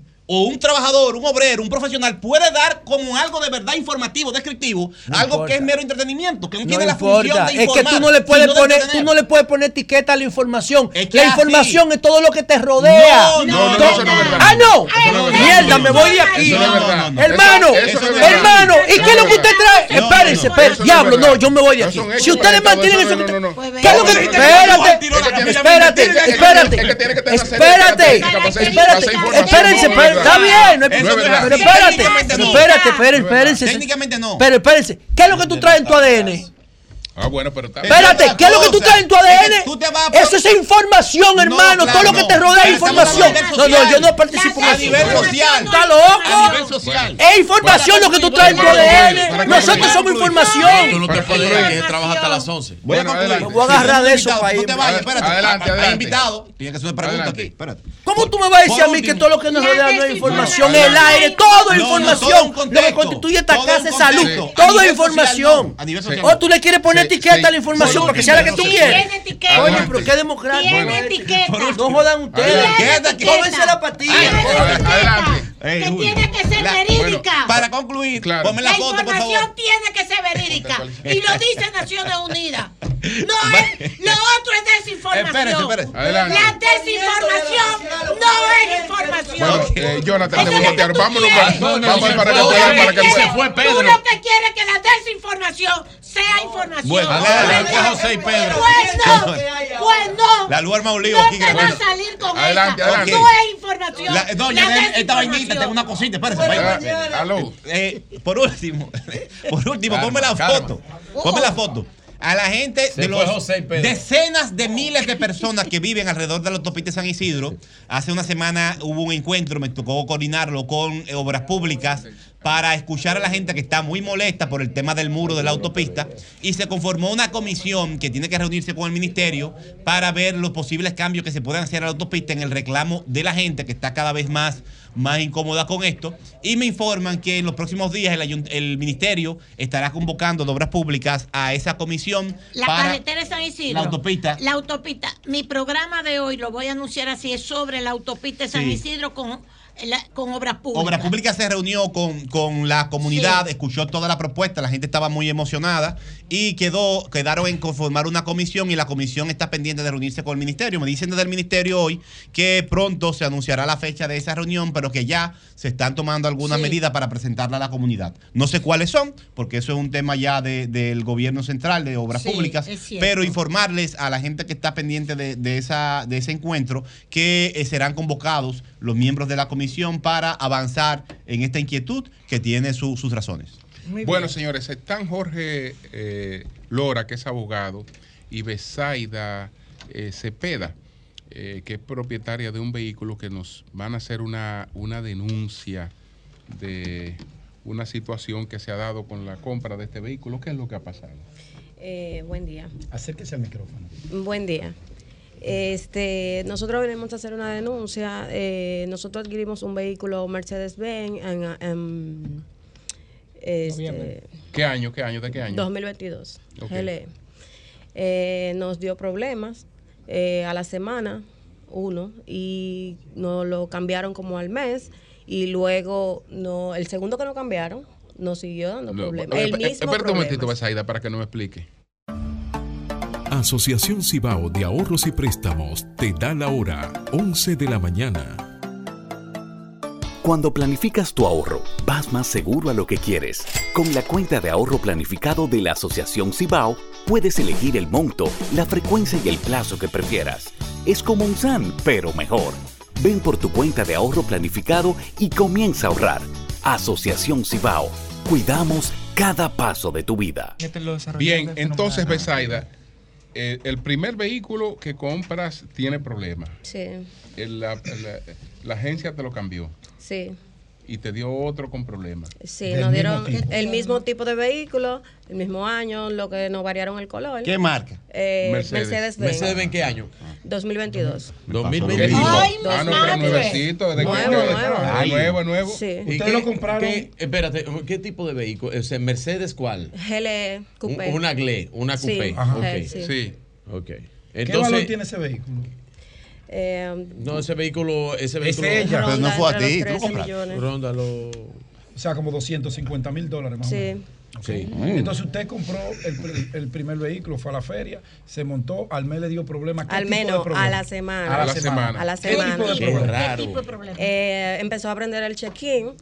[SPEAKER 5] o un trabajador, un obrero, un profesional puede dar como algo de verdad informativo, descriptivo,
[SPEAKER 9] No
[SPEAKER 5] algo
[SPEAKER 9] importa.
[SPEAKER 5] que es mero entretenimiento, que no,
[SPEAKER 9] No
[SPEAKER 5] tiene la
[SPEAKER 9] importa.
[SPEAKER 5] función de
[SPEAKER 9] Es
[SPEAKER 5] informar.
[SPEAKER 9] que tú no le puedes
[SPEAKER 5] sino de
[SPEAKER 9] poner,
[SPEAKER 5] entretener.
[SPEAKER 9] tú no le puedes poner etiqueta a la información.
[SPEAKER 5] Es que
[SPEAKER 9] La
[SPEAKER 5] así.
[SPEAKER 9] información es todo lo que te rodea.
[SPEAKER 5] No, no, no,
[SPEAKER 9] To-
[SPEAKER 5] eso no es verdad.
[SPEAKER 9] Ah, no.
[SPEAKER 5] Eso no es verdad.
[SPEAKER 9] Mierda, me voy de aquí.
[SPEAKER 5] Eso no es verdad.
[SPEAKER 9] Hermano,
[SPEAKER 5] Eso- eso no es verdad.
[SPEAKER 9] hermano, ¿y qué es lo que usted trae?
[SPEAKER 5] No, no,
[SPEAKER 9] Espérense,
[SPEAKER 5] no.
[SPEAKER 9] espérense.
[SPEAKER 5] Eso no es
[SPEAKER 9] Diablo,
[SPEAKER 5] verdad.
[SPEAKER 9] no, yo me voy de
[SPEAKER 5] No
[SPEAKER 9] aquí.
[SPEAKER 5] son hechos
[SPEAKER 9] Si ustedes
[SPEAKER 5] conectados,
[SPEAKER 9] mantienen
[SPEAKER 5] eso
[SPEAKER 9] eso,
[SPEAKER 5] no, no, no.
[SPEAKER 9] ¿qué es lo que?
[SPEAKER 5] Es que
[SPEAKER 9] Espérate,
[SPEAKER 5] tiró la camisa.
[SPEAKER 9] espérate,
[SPEAKER 5] Es que tiene que-
[SPEAKER 9] espérate,
[SPEAKER 5] es que tiene que tener una serie de
[SPEAKER 9] espérate,
[SPEAKER 5] características
[SPEAKER 9] espérate,
[SPEAKER 5] para hacer información.
[SPEAKER 9] espérense,
[SPEAKER 5] No,
[SPEAKER 9] espérense,
[SPEAKER 5] no es
[SPEAKER 9] está
[SPEAKER 5] verdad.
[SPEAKER 9] bien, no hay
[SPEAKER 5] Eso no es
[SPEAKER 9] problema,
[SPEAKER 5] verdad.
[SPEAKER 9] pero espérate,
[SPEAKER 5] Técnicamente no.
[SPEAKER 9] espérate, espérense, espérense.
[SPEAKER 5] Técnicamente no.
[SPEAKER 9] Pero espérense, ¿qué es lo que tú traes en tu A D N?
[SPEAKER 10] Ah, bueno, pero está
[SPEAKER 9] Espérate, ¿qué es lo que tú traes en tu A D N?
[SPEAKER 5] Tú te vas a-
[SPEAKER 9] Eso es información, hermano.
[SPEAKER 5] claro,
[SPEAKER 9] Todo lo que
[SPEAKER 5] no.
[SPEAKER 9] te rodea es
[SPEAKER 5] Pero estamos
[SPEAKER 9] información.
[SPEAKER 5] hablando
[SPEAKER 9] No,
[SPEAKER 5] a nivel
[SPEAKER 9] no, yo no
[SPEAKER 5] social.
[SPEAKER 9] participo en
[SPEAKER 5] A
[SPEAKER 9] eso.
[SPEAKER 5] nivel social.
[SPEAKER 9] ¿Está loco?
[SPEAKER 5] A nivel social.
[SPEAKER 9] Es información lo que tú traes en tu A D N. Nosotros somos
[SPEAKER 14] Tú
[SPEAKER 9] información.
[SPEAKER 14] no te puedes ir, que trabajas hasta las once.
[SPEAKER 5] Voy a concluir.
[SPEAKER 9] Me voy a agarrar de eso para
[SPEAKER 5] No te
[SPEAKER 9] irme.
[SPEAKER 5] vayas, espérate.
[SPEAKER 10] Adelante,
[SPEAKER 5] Hay
[SPEAKER 10] adelante.
[SPEAKER 5] invitado. Tiene que hacer una pregunta
[SPEAKER 10] Adelante.
[SPEAKER 5] aquí. Espérate.
[SPEAKER 9] ¿Cómo tú me vas a decir
[SPEAKER 5] Por
[SPEAKER 9] a mí que
[SPEAKER 5] último.
[SPEAKER 9] todo lo que nos rodea no es información?
[SPEAKER 5] Adelante.
[SPEAKER 9] El aire, todo es
[SPEAKER 5] No, no, todo
[SPEAKER 9] información.
[SPEAKER 5] un
[SPEAKER 9] Lo que
[SPEAKER 5] contexto.
[SPEAKER 9] constituye esta
[SPEAKER 5] Todo
[SPEAKER 9] casa
[SPEAKER 5] un
[SPEAKER 9] es salud.
[SPEAKER 5] contexto. A
[SPEAKER 9] Todo es
[SPEAKER 5] nivel
[SPEAKER 9] información.
[SPEAKER 5] social, no. A nivel social,
[SPEAKER 9] O tú le quieres poner
[SPEAKER 10] Sí,
[SPEAKER 9] etiqueta
[SPEAKER 10] sí.
[SPEAKER 9] a la información
[SPEAKER 10] Por
[SPEAKER 9] para que sea la que tú
[SPEAKER 10] último,
[SPEAKER 9] quieres.
[SPEAKER 13] Tiene etiqueta.
[SPEAKER 9] Oye, pero qué democrático.
[SPEAKER 13] Tiene
[SPEAKER 9] Bueno,
[SPEAKER 13] etiqueta.
[SPEAKER 9] No jodan ustedes.
[SPEAKER 10] Adelante.
[SPEAKER 9] Cómense la patilla.
[SPEAKER 10] Adelante.
[SPEAKER 5] Ey,
[SPEAKER 13] Que
[SPEAKER 5] Julio.
[SPEAKER 13] tiene que ser
[SPEAKER 5] La-
[SPEAKER 13] verídica.
[SPEAKER 5] Para concluir,
[SPEAKER 10] Claro.
[SPEAKER 5] ponme la
[SPEAKER 13] La
[SPEAKER 5] foto, por
[SPEAKER 13] información
[SPEAKER 5] favor.
[SPEAKER 13] tiene que ser verídica. Y lo dice Naciones Unidas. No es, lo otro es desinformación.
[SPEAKER 5] Espérese, espérese.
[SPEAKER 10] Adelante.
[SPEAKER 13] La desinformación no es información.
[SPEAKER 10] Bueno, eh, Jonathan,
[SPEAKER 13] Eso
[SPEAKER 10] te
[SPEAKER 13] es lo
[SPEAKER 10] botearon.
[SPEAKER 13] que tú
[SPEAKER 10] Vámonos,
[SPEAKER 13] quieres.
[SPEAKER 10] va-
[SPEAKER 14] No, no,
[SPEAKER 10] vamos
[SPEAKER 14] se
[SPEAKER 10] para que
[SPEAKER 14] fue,
[SPEAKER 10] puedan, para que
[SPEAKER 14] y se
[SPEAKER 10] puedan.
[SPEAKER 14] fue
[SPEAKER 13] Tú
[SPEAKER 14] Pedro.
[SPEAKER 13] lo que quieres es que la desinformación sea información.
[SPEAKER 5] Bueno,
[SPEAKER 14] adelante, José y Pedro.
[SPEAKER 13] Pues no, pues no.
[SPEAKER 5] La luz arma un lío
[SPEAKER 13] No
[SPEAKER 5] aquí.
[SPEAKER 13] te va a
[SPEAKER 5] Bueno.
[SPEAKER 13] salir con
[SPEAKER 10] Adelante,
[SPEAKER 13] esa.
[SPEAKER 10] adelante.
[SPEAKER 13] No es información.
[SPEAKER 5] La- no,
[SPEAKER 13] La
[SPEAKER 5] ya de- esta
[SPEAKER 13] desinformación.
[SPEAKER 5] vainita, tengo una cosita, espérese.
[SPEAKER 10] Ah,
[SPEAKER 5] espérese.
[SPEAKER 10] Aló.
[SPEAKER 5] Eh, por último, por último,
[SPEAKER 14] Calma,
[SPEAKER 5] ponme la
[SPEAKER 14] calma.
[SPEAKER 5] foto. Ponme la foto. A la gente
[SPEAKER 14] Se
[SPEAKER 5] de
[SPEAKER 14] fue
[SPEAKER 5] los
[SPEAKER 14] José y Pedro.
[SPEAKER 5] decenas de miles de personas que viven alrededor de la autopista de San Isidro. Hace una semana hubo un encuentro, me tocó coordinarlo con eh, Obras Públicas para escuchar a la gente que está muy molesta por el tema del muro de la autopista y se conformó una comisión que tiene que reunirse con el ministerio para ver los posibles cambios que se puedan hacer a la autopista en el reclamo de la gente que está cada vez más más incómoda con esto, y me informan que en los próximos días el, ayunt- el ministerio estará convocando de Obras Públicas a esa comisión
[SPEAKER 13] La
[SPEAKER 5] para
[SPEAKER 13] carretera de San Isidro.
[SPEAKER 5] la autopista.
[SPEAKER 13] La autopista. Mi programa de hoy, lo voy a anunciar así, es sobre la autopista de San
[SPEAKER 5] Sí.
[SPEAKER 13] Isidro con, la- con Obras Públicas.
[SPEAKER 5] Obras Públicas se reunió con, con la comunidad,
[SPEAKER 13] Sí.
[SPEAKER 5] escuchó toda la propuesta, la gente estaba muy emocionada y quedó, quedaron en conformar una comisión y la comisión está pendiente de reunirse con el ministerio. Me dicen desde el ministerio hoy que pronto se anunciará la fecha de esa reunión, pero que ya se están tomando algunas
[SPEAKER 13] Sí.
[SPEAKER 5] medidas para presentarla a la comunidad. No sé cuáles son, porque eso es un tema ya de- del gobierno central, de Obras
[SPEAKER 13] Sí,
[SPEAKER 5] Públicas,
[SPEAKER 13] es cierto.
[SPEAKER 5] pero informarles a la gente que está pendiente de, de esa, de ese encuentro que eh, serán convocados los miembros de la comisión para avanzar en esta inquietud que tiene su- sus razones.
[SPEAKER 10] Bueno, señores, están Jorge eh, Lora, que es abogado, y Besaida eh, Cepeda, eh, que es propietaria de un vehículo, que nos van a hacer una, una denuncia de una situación que se ha dado con la compra de este vehículo. ¿Qué es lo que ha pasado?
[SPEAKER 6] Eh, buen día.
[SPEAKER 11] Acérquese al micrófono.
[SPEAKER 6] Buen día. Este, nosotros venimos a hacer una denuncia. Eh, nosotros adquirimos un vehículo Mercedes-Benz en, en este,
[SPEAKER 10] ¿Qué año? ¿Qué año? ¿De qué año?
[SPEAKER 6] dos mil veintidós.
[SPEAKER 10] Ok.
[SPEAKER 6] G L E. Eh, nos dio problemas eh, a la semana, uno, y nos lo cambiaron como al mes, y luego no, el segundo que nos cambiaron nos siguió dando
[SPEAKER 10] No,
[SPEAKER 6] problemas.
[SPEAKER 10] eh,
[SPEAKER 6] El
[SPEAKER 10] eh,
[SPEAKER 6] mismo
[SPEAKER 10] Espérate un
[SPEAKER 6] problema.
[SPEAKER 10] momentito, Besaida, para que no me explique.
[SPEAKER 27] Asociación Cibao de Ahorros y Préstamos te da la hora, once de la mañana.
[SPEAKER 16] Cuando planificas tu ahorro, vas más seguro a lo que quieres. Con la cuenta de ahorro planificado de la Asociación Cibao, puedes elegir el monto, la frecuencia y el plazo que prefieras. Es como un S A N, pero mejor. Ven por tu cuenta de ahorro planificado y comienza a ahorrar. Asociación Cibao. Cuidamos cada paso de tu vida.
[SPEAKER 10] Bien, entonces, Besaida, eh, el primer vehículo que compras tiene problemas.
[SPEAKER 6] Sí,
[SPEAKER 10] El- La, la- la agencia te lo cambió
[SPEAKER 6] sí.
[SPEAKER 10] y te dio otro con problemas.
[SPEAKER 6] Sí,
[SPEAKER 10] Del
[SPEAKER 6] nos
[SPEAKER 10] mismo
[SPEAKER 6] dieron
[SPEAKER 10] tipo.
[SPEAKER 6] el mismo tipo de vehículo, el mismo año, lo que nos variaron el color.
[SPEAKER 5] ¿Qué marca?
[SPEAKER 6] Eh,
[SPEAKER 10] Mercedes.
[SPEAKER 6] Mercedes-Benz.
[SPEAKER 14] ¿Mercedes-Benz qué año?
[SPEAKER 6] dos mil veintidós.
[SPEAKER 14] dos mil
[SPEAKER 10] ¿Qué
[SPEAKER 14] veintidós.
[SPEAKER 10] tipo? Ah, no, pero nuevecito. ¿De
[SPEAKER 6] Nuevo,
[SPEAKER 10] qué?
[SPEAKER 6] nuevo.
[SPEAKER 10] Ah, nuevo, nuevo.
[SPEAKER 6] Sí.
[SPEAKER 14] ¿Y
[SPEAKER 11] ¿Ustedes
[SPEAKER 14] qué-
[SPEAKER 11] lo compraron?
[SPEAKER 14] qué- espérate, ¿qué tipo de vehículo? O sea, ¿Mercedes cuál?
[SPEAKER 6] G L E Coupé.
[SPEAKER 14] Un- Una G L E, una
[SPEAKER 6] Sí,
[SPEAKER 14] Coupé.
[SPEAKER 6] Ajá.
[SPEAKER 14] Ok.
[SPEAKER 6] sí.
[SPEAKER 10] Sí.
[SPEAKER 14] Ok.
[SPEAKER 11] ¿Qué
[SPEAKER 14] Entonces,
[SPEAKER 11] valor tiene ese vehículo?
[SPEAKER 6] Eh,
[SPEAKER 14] no, ese vehículo, ese vehículo.
[SPEAKER 11] Es ella.
[SPEAKER 15] Pero no fue a ti.
[SPEAKER 14] Ronda lo...
[SPEAKER 11] O sea, como doscientos cincuenta mil dólares más o menos.
[SPEAKER 14] Sí.
[SPEAKER 11] Entonces usted compró el, el primer vehículo, fue a la feria, se montó, al mes le dio problemas.
[SPEAKER 6] Al menos a la semana.
[SPEAKER 11] A la semana.
[SPEAKER 6] A la semana.
[SPEAKER 11] ¿Qué tipo de
[SPEAKER 6] ¿Qué
[SPEAKER 11] problema?
[SPEAKER 6] tipo de problema? Eh, empezó a aprender el check-in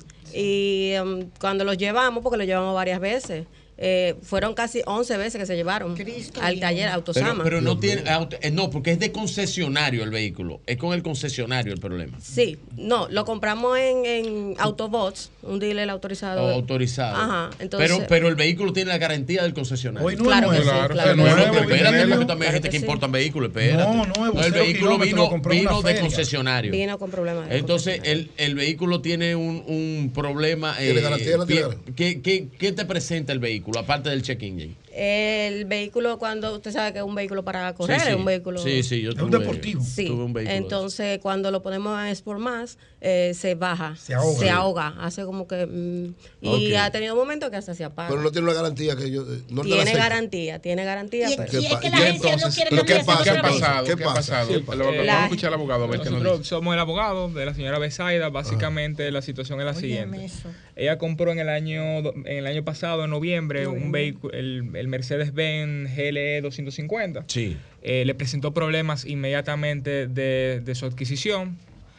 [SPEAKER 6] y um, cuando los llevamos, porque lo llevamos varias veces, eh, fueron casi once veces que se llevaron Cristo al taller Autosama.
[SPEAKER 14] Pero, pero no tiene, no, porque es de concesionario el vehículo, es con el concesionario el problema.
[SPEAKER 6] Sí, no, lo compramos en, en Autobots, un dealer autorizado.
[SPEAKER 14] O autorizado.
[SPEAKER 6] Ajá, entonces.
[SPEAKER 14] Pero, pero el vehículo tiene la garantía del concesionario.
[SPEAKER 11] Hoy no claro,
[SPEAKER 14] es
[SPEAKER 11] que
[SPEAKER 14] nuevo,
[SPEAKER 11] sí, claro.
[SPEAKER 14] no,
[SPEAKER 11] Nuevo,
[SPEAKER 14] no, pero espérate,
[SPEAKER 11] nuevo,
[SPEAKER 14] porque también
[SPEAKER 11] claro
[SPEAKER 14] hay gente que,
[SPEAKER 11] que sí.
[SPEAKER 14] importan vehículos, espérate.
[SPEAKER 11] No, nuevo,
[SPEAKER 14] no, el
[SPEAKER 11] cero
[SPEAKER 14] vehículo
[SPEAKER 11] kilómetros,
[SPEAKER 14] vino,
[SPEAKER 11] lo compró en
[SPEAKER 14] vino
[SPEAKER 11] una
[SPEAKER 14] de
[SPEAKER 11] feria.
[SPEAKER 14] concesionario.
[SPEAKER 6] Vino con problemas. de
[SPEAKER 14] Entonces, el, el vehículo tiene un, un problema.
[SPEAKER 17] ¿Tiene garantía? ¿No tiene
[SPEAKER 14] ¿qué, qué, ¿Qué te presenta el vehículo, aparte del check-in?
[SPEAKER 6] El vehículo, cuando usted sabe que es un vehículo para correr,
[SPEAKER 14] Sí, sí.
[SPEAKER 6] es un vehículo.
[SPEAKER 14] Sí, sí, yo
[SPEAKER 11] Es un
[SPEAKER 14] tuve-
[SPEAKER 11] deportivo.
[SPEAKER 6] Sí.
[SPEAKER 14] tuve un vehículo de
[SPEAKER 6] Entonces, cuando lo ponemos en Sport Más, eh, se baja.
[SPEAKER 11] Se ahoga.
[SPEAKER 6] Se ahoga. Hace como que. mm, y
[SPEAKER 17] Ok.
[SPEAKER 6] ha tenido momentos que hasta se apaga.
[SPEAKER 17] Pero no tiene una garantía que yo. eh, No te la
[SPEAKER 6] tiene
[SPEAKER 17] acepto.
[SPEAKER 6] garantía, tiene garantía.
[SPEAKER 17] ¿Y-
[SPEAKER 6] pero-
[SPEAKER 17] y es que la
[SPEAKER 6] ¿Y
[SPEAKER 17] agencia no quiere
[SPEAKER 10] ¿Pero qué
[SPEAKER 17] cambiar
[SPEAKER 10] pasa?
[SPEAKER 17] ese
[SPEAKER 10] ¿Qué ha
[SPEAKER 17] papel?
[SPEAKER 10] pasado?
[SPEAKER 17] ¿Qué
[SPEAKER 10] ¿Qué ha
[SPEAKER 17] pasa?
[SPEAKER 10] pasado?
[SPEAKER 17] Sí,
[SPEAKER 10] Lo- Vamos a
[SPEAKER 6] La-
[SPEAKER 10] escuchar al abogado. A ver qué nos
[SPEAKER 7] Nosotros
[SPEAKER 10] dice.
[SPEAKER 7] somos el abogado de la señora Besaida. Básicamente la situación es la siguiente. Ella compró en el año do- en el año pasado, en noviembre, un vehículo, el, el Mercedes-Benz G L E doscientos cincuenta.
[SPEAKER 14] Sí.
[SPEAKER 7] Eh, le presentó problemas inmediatamente de, de su adquisición.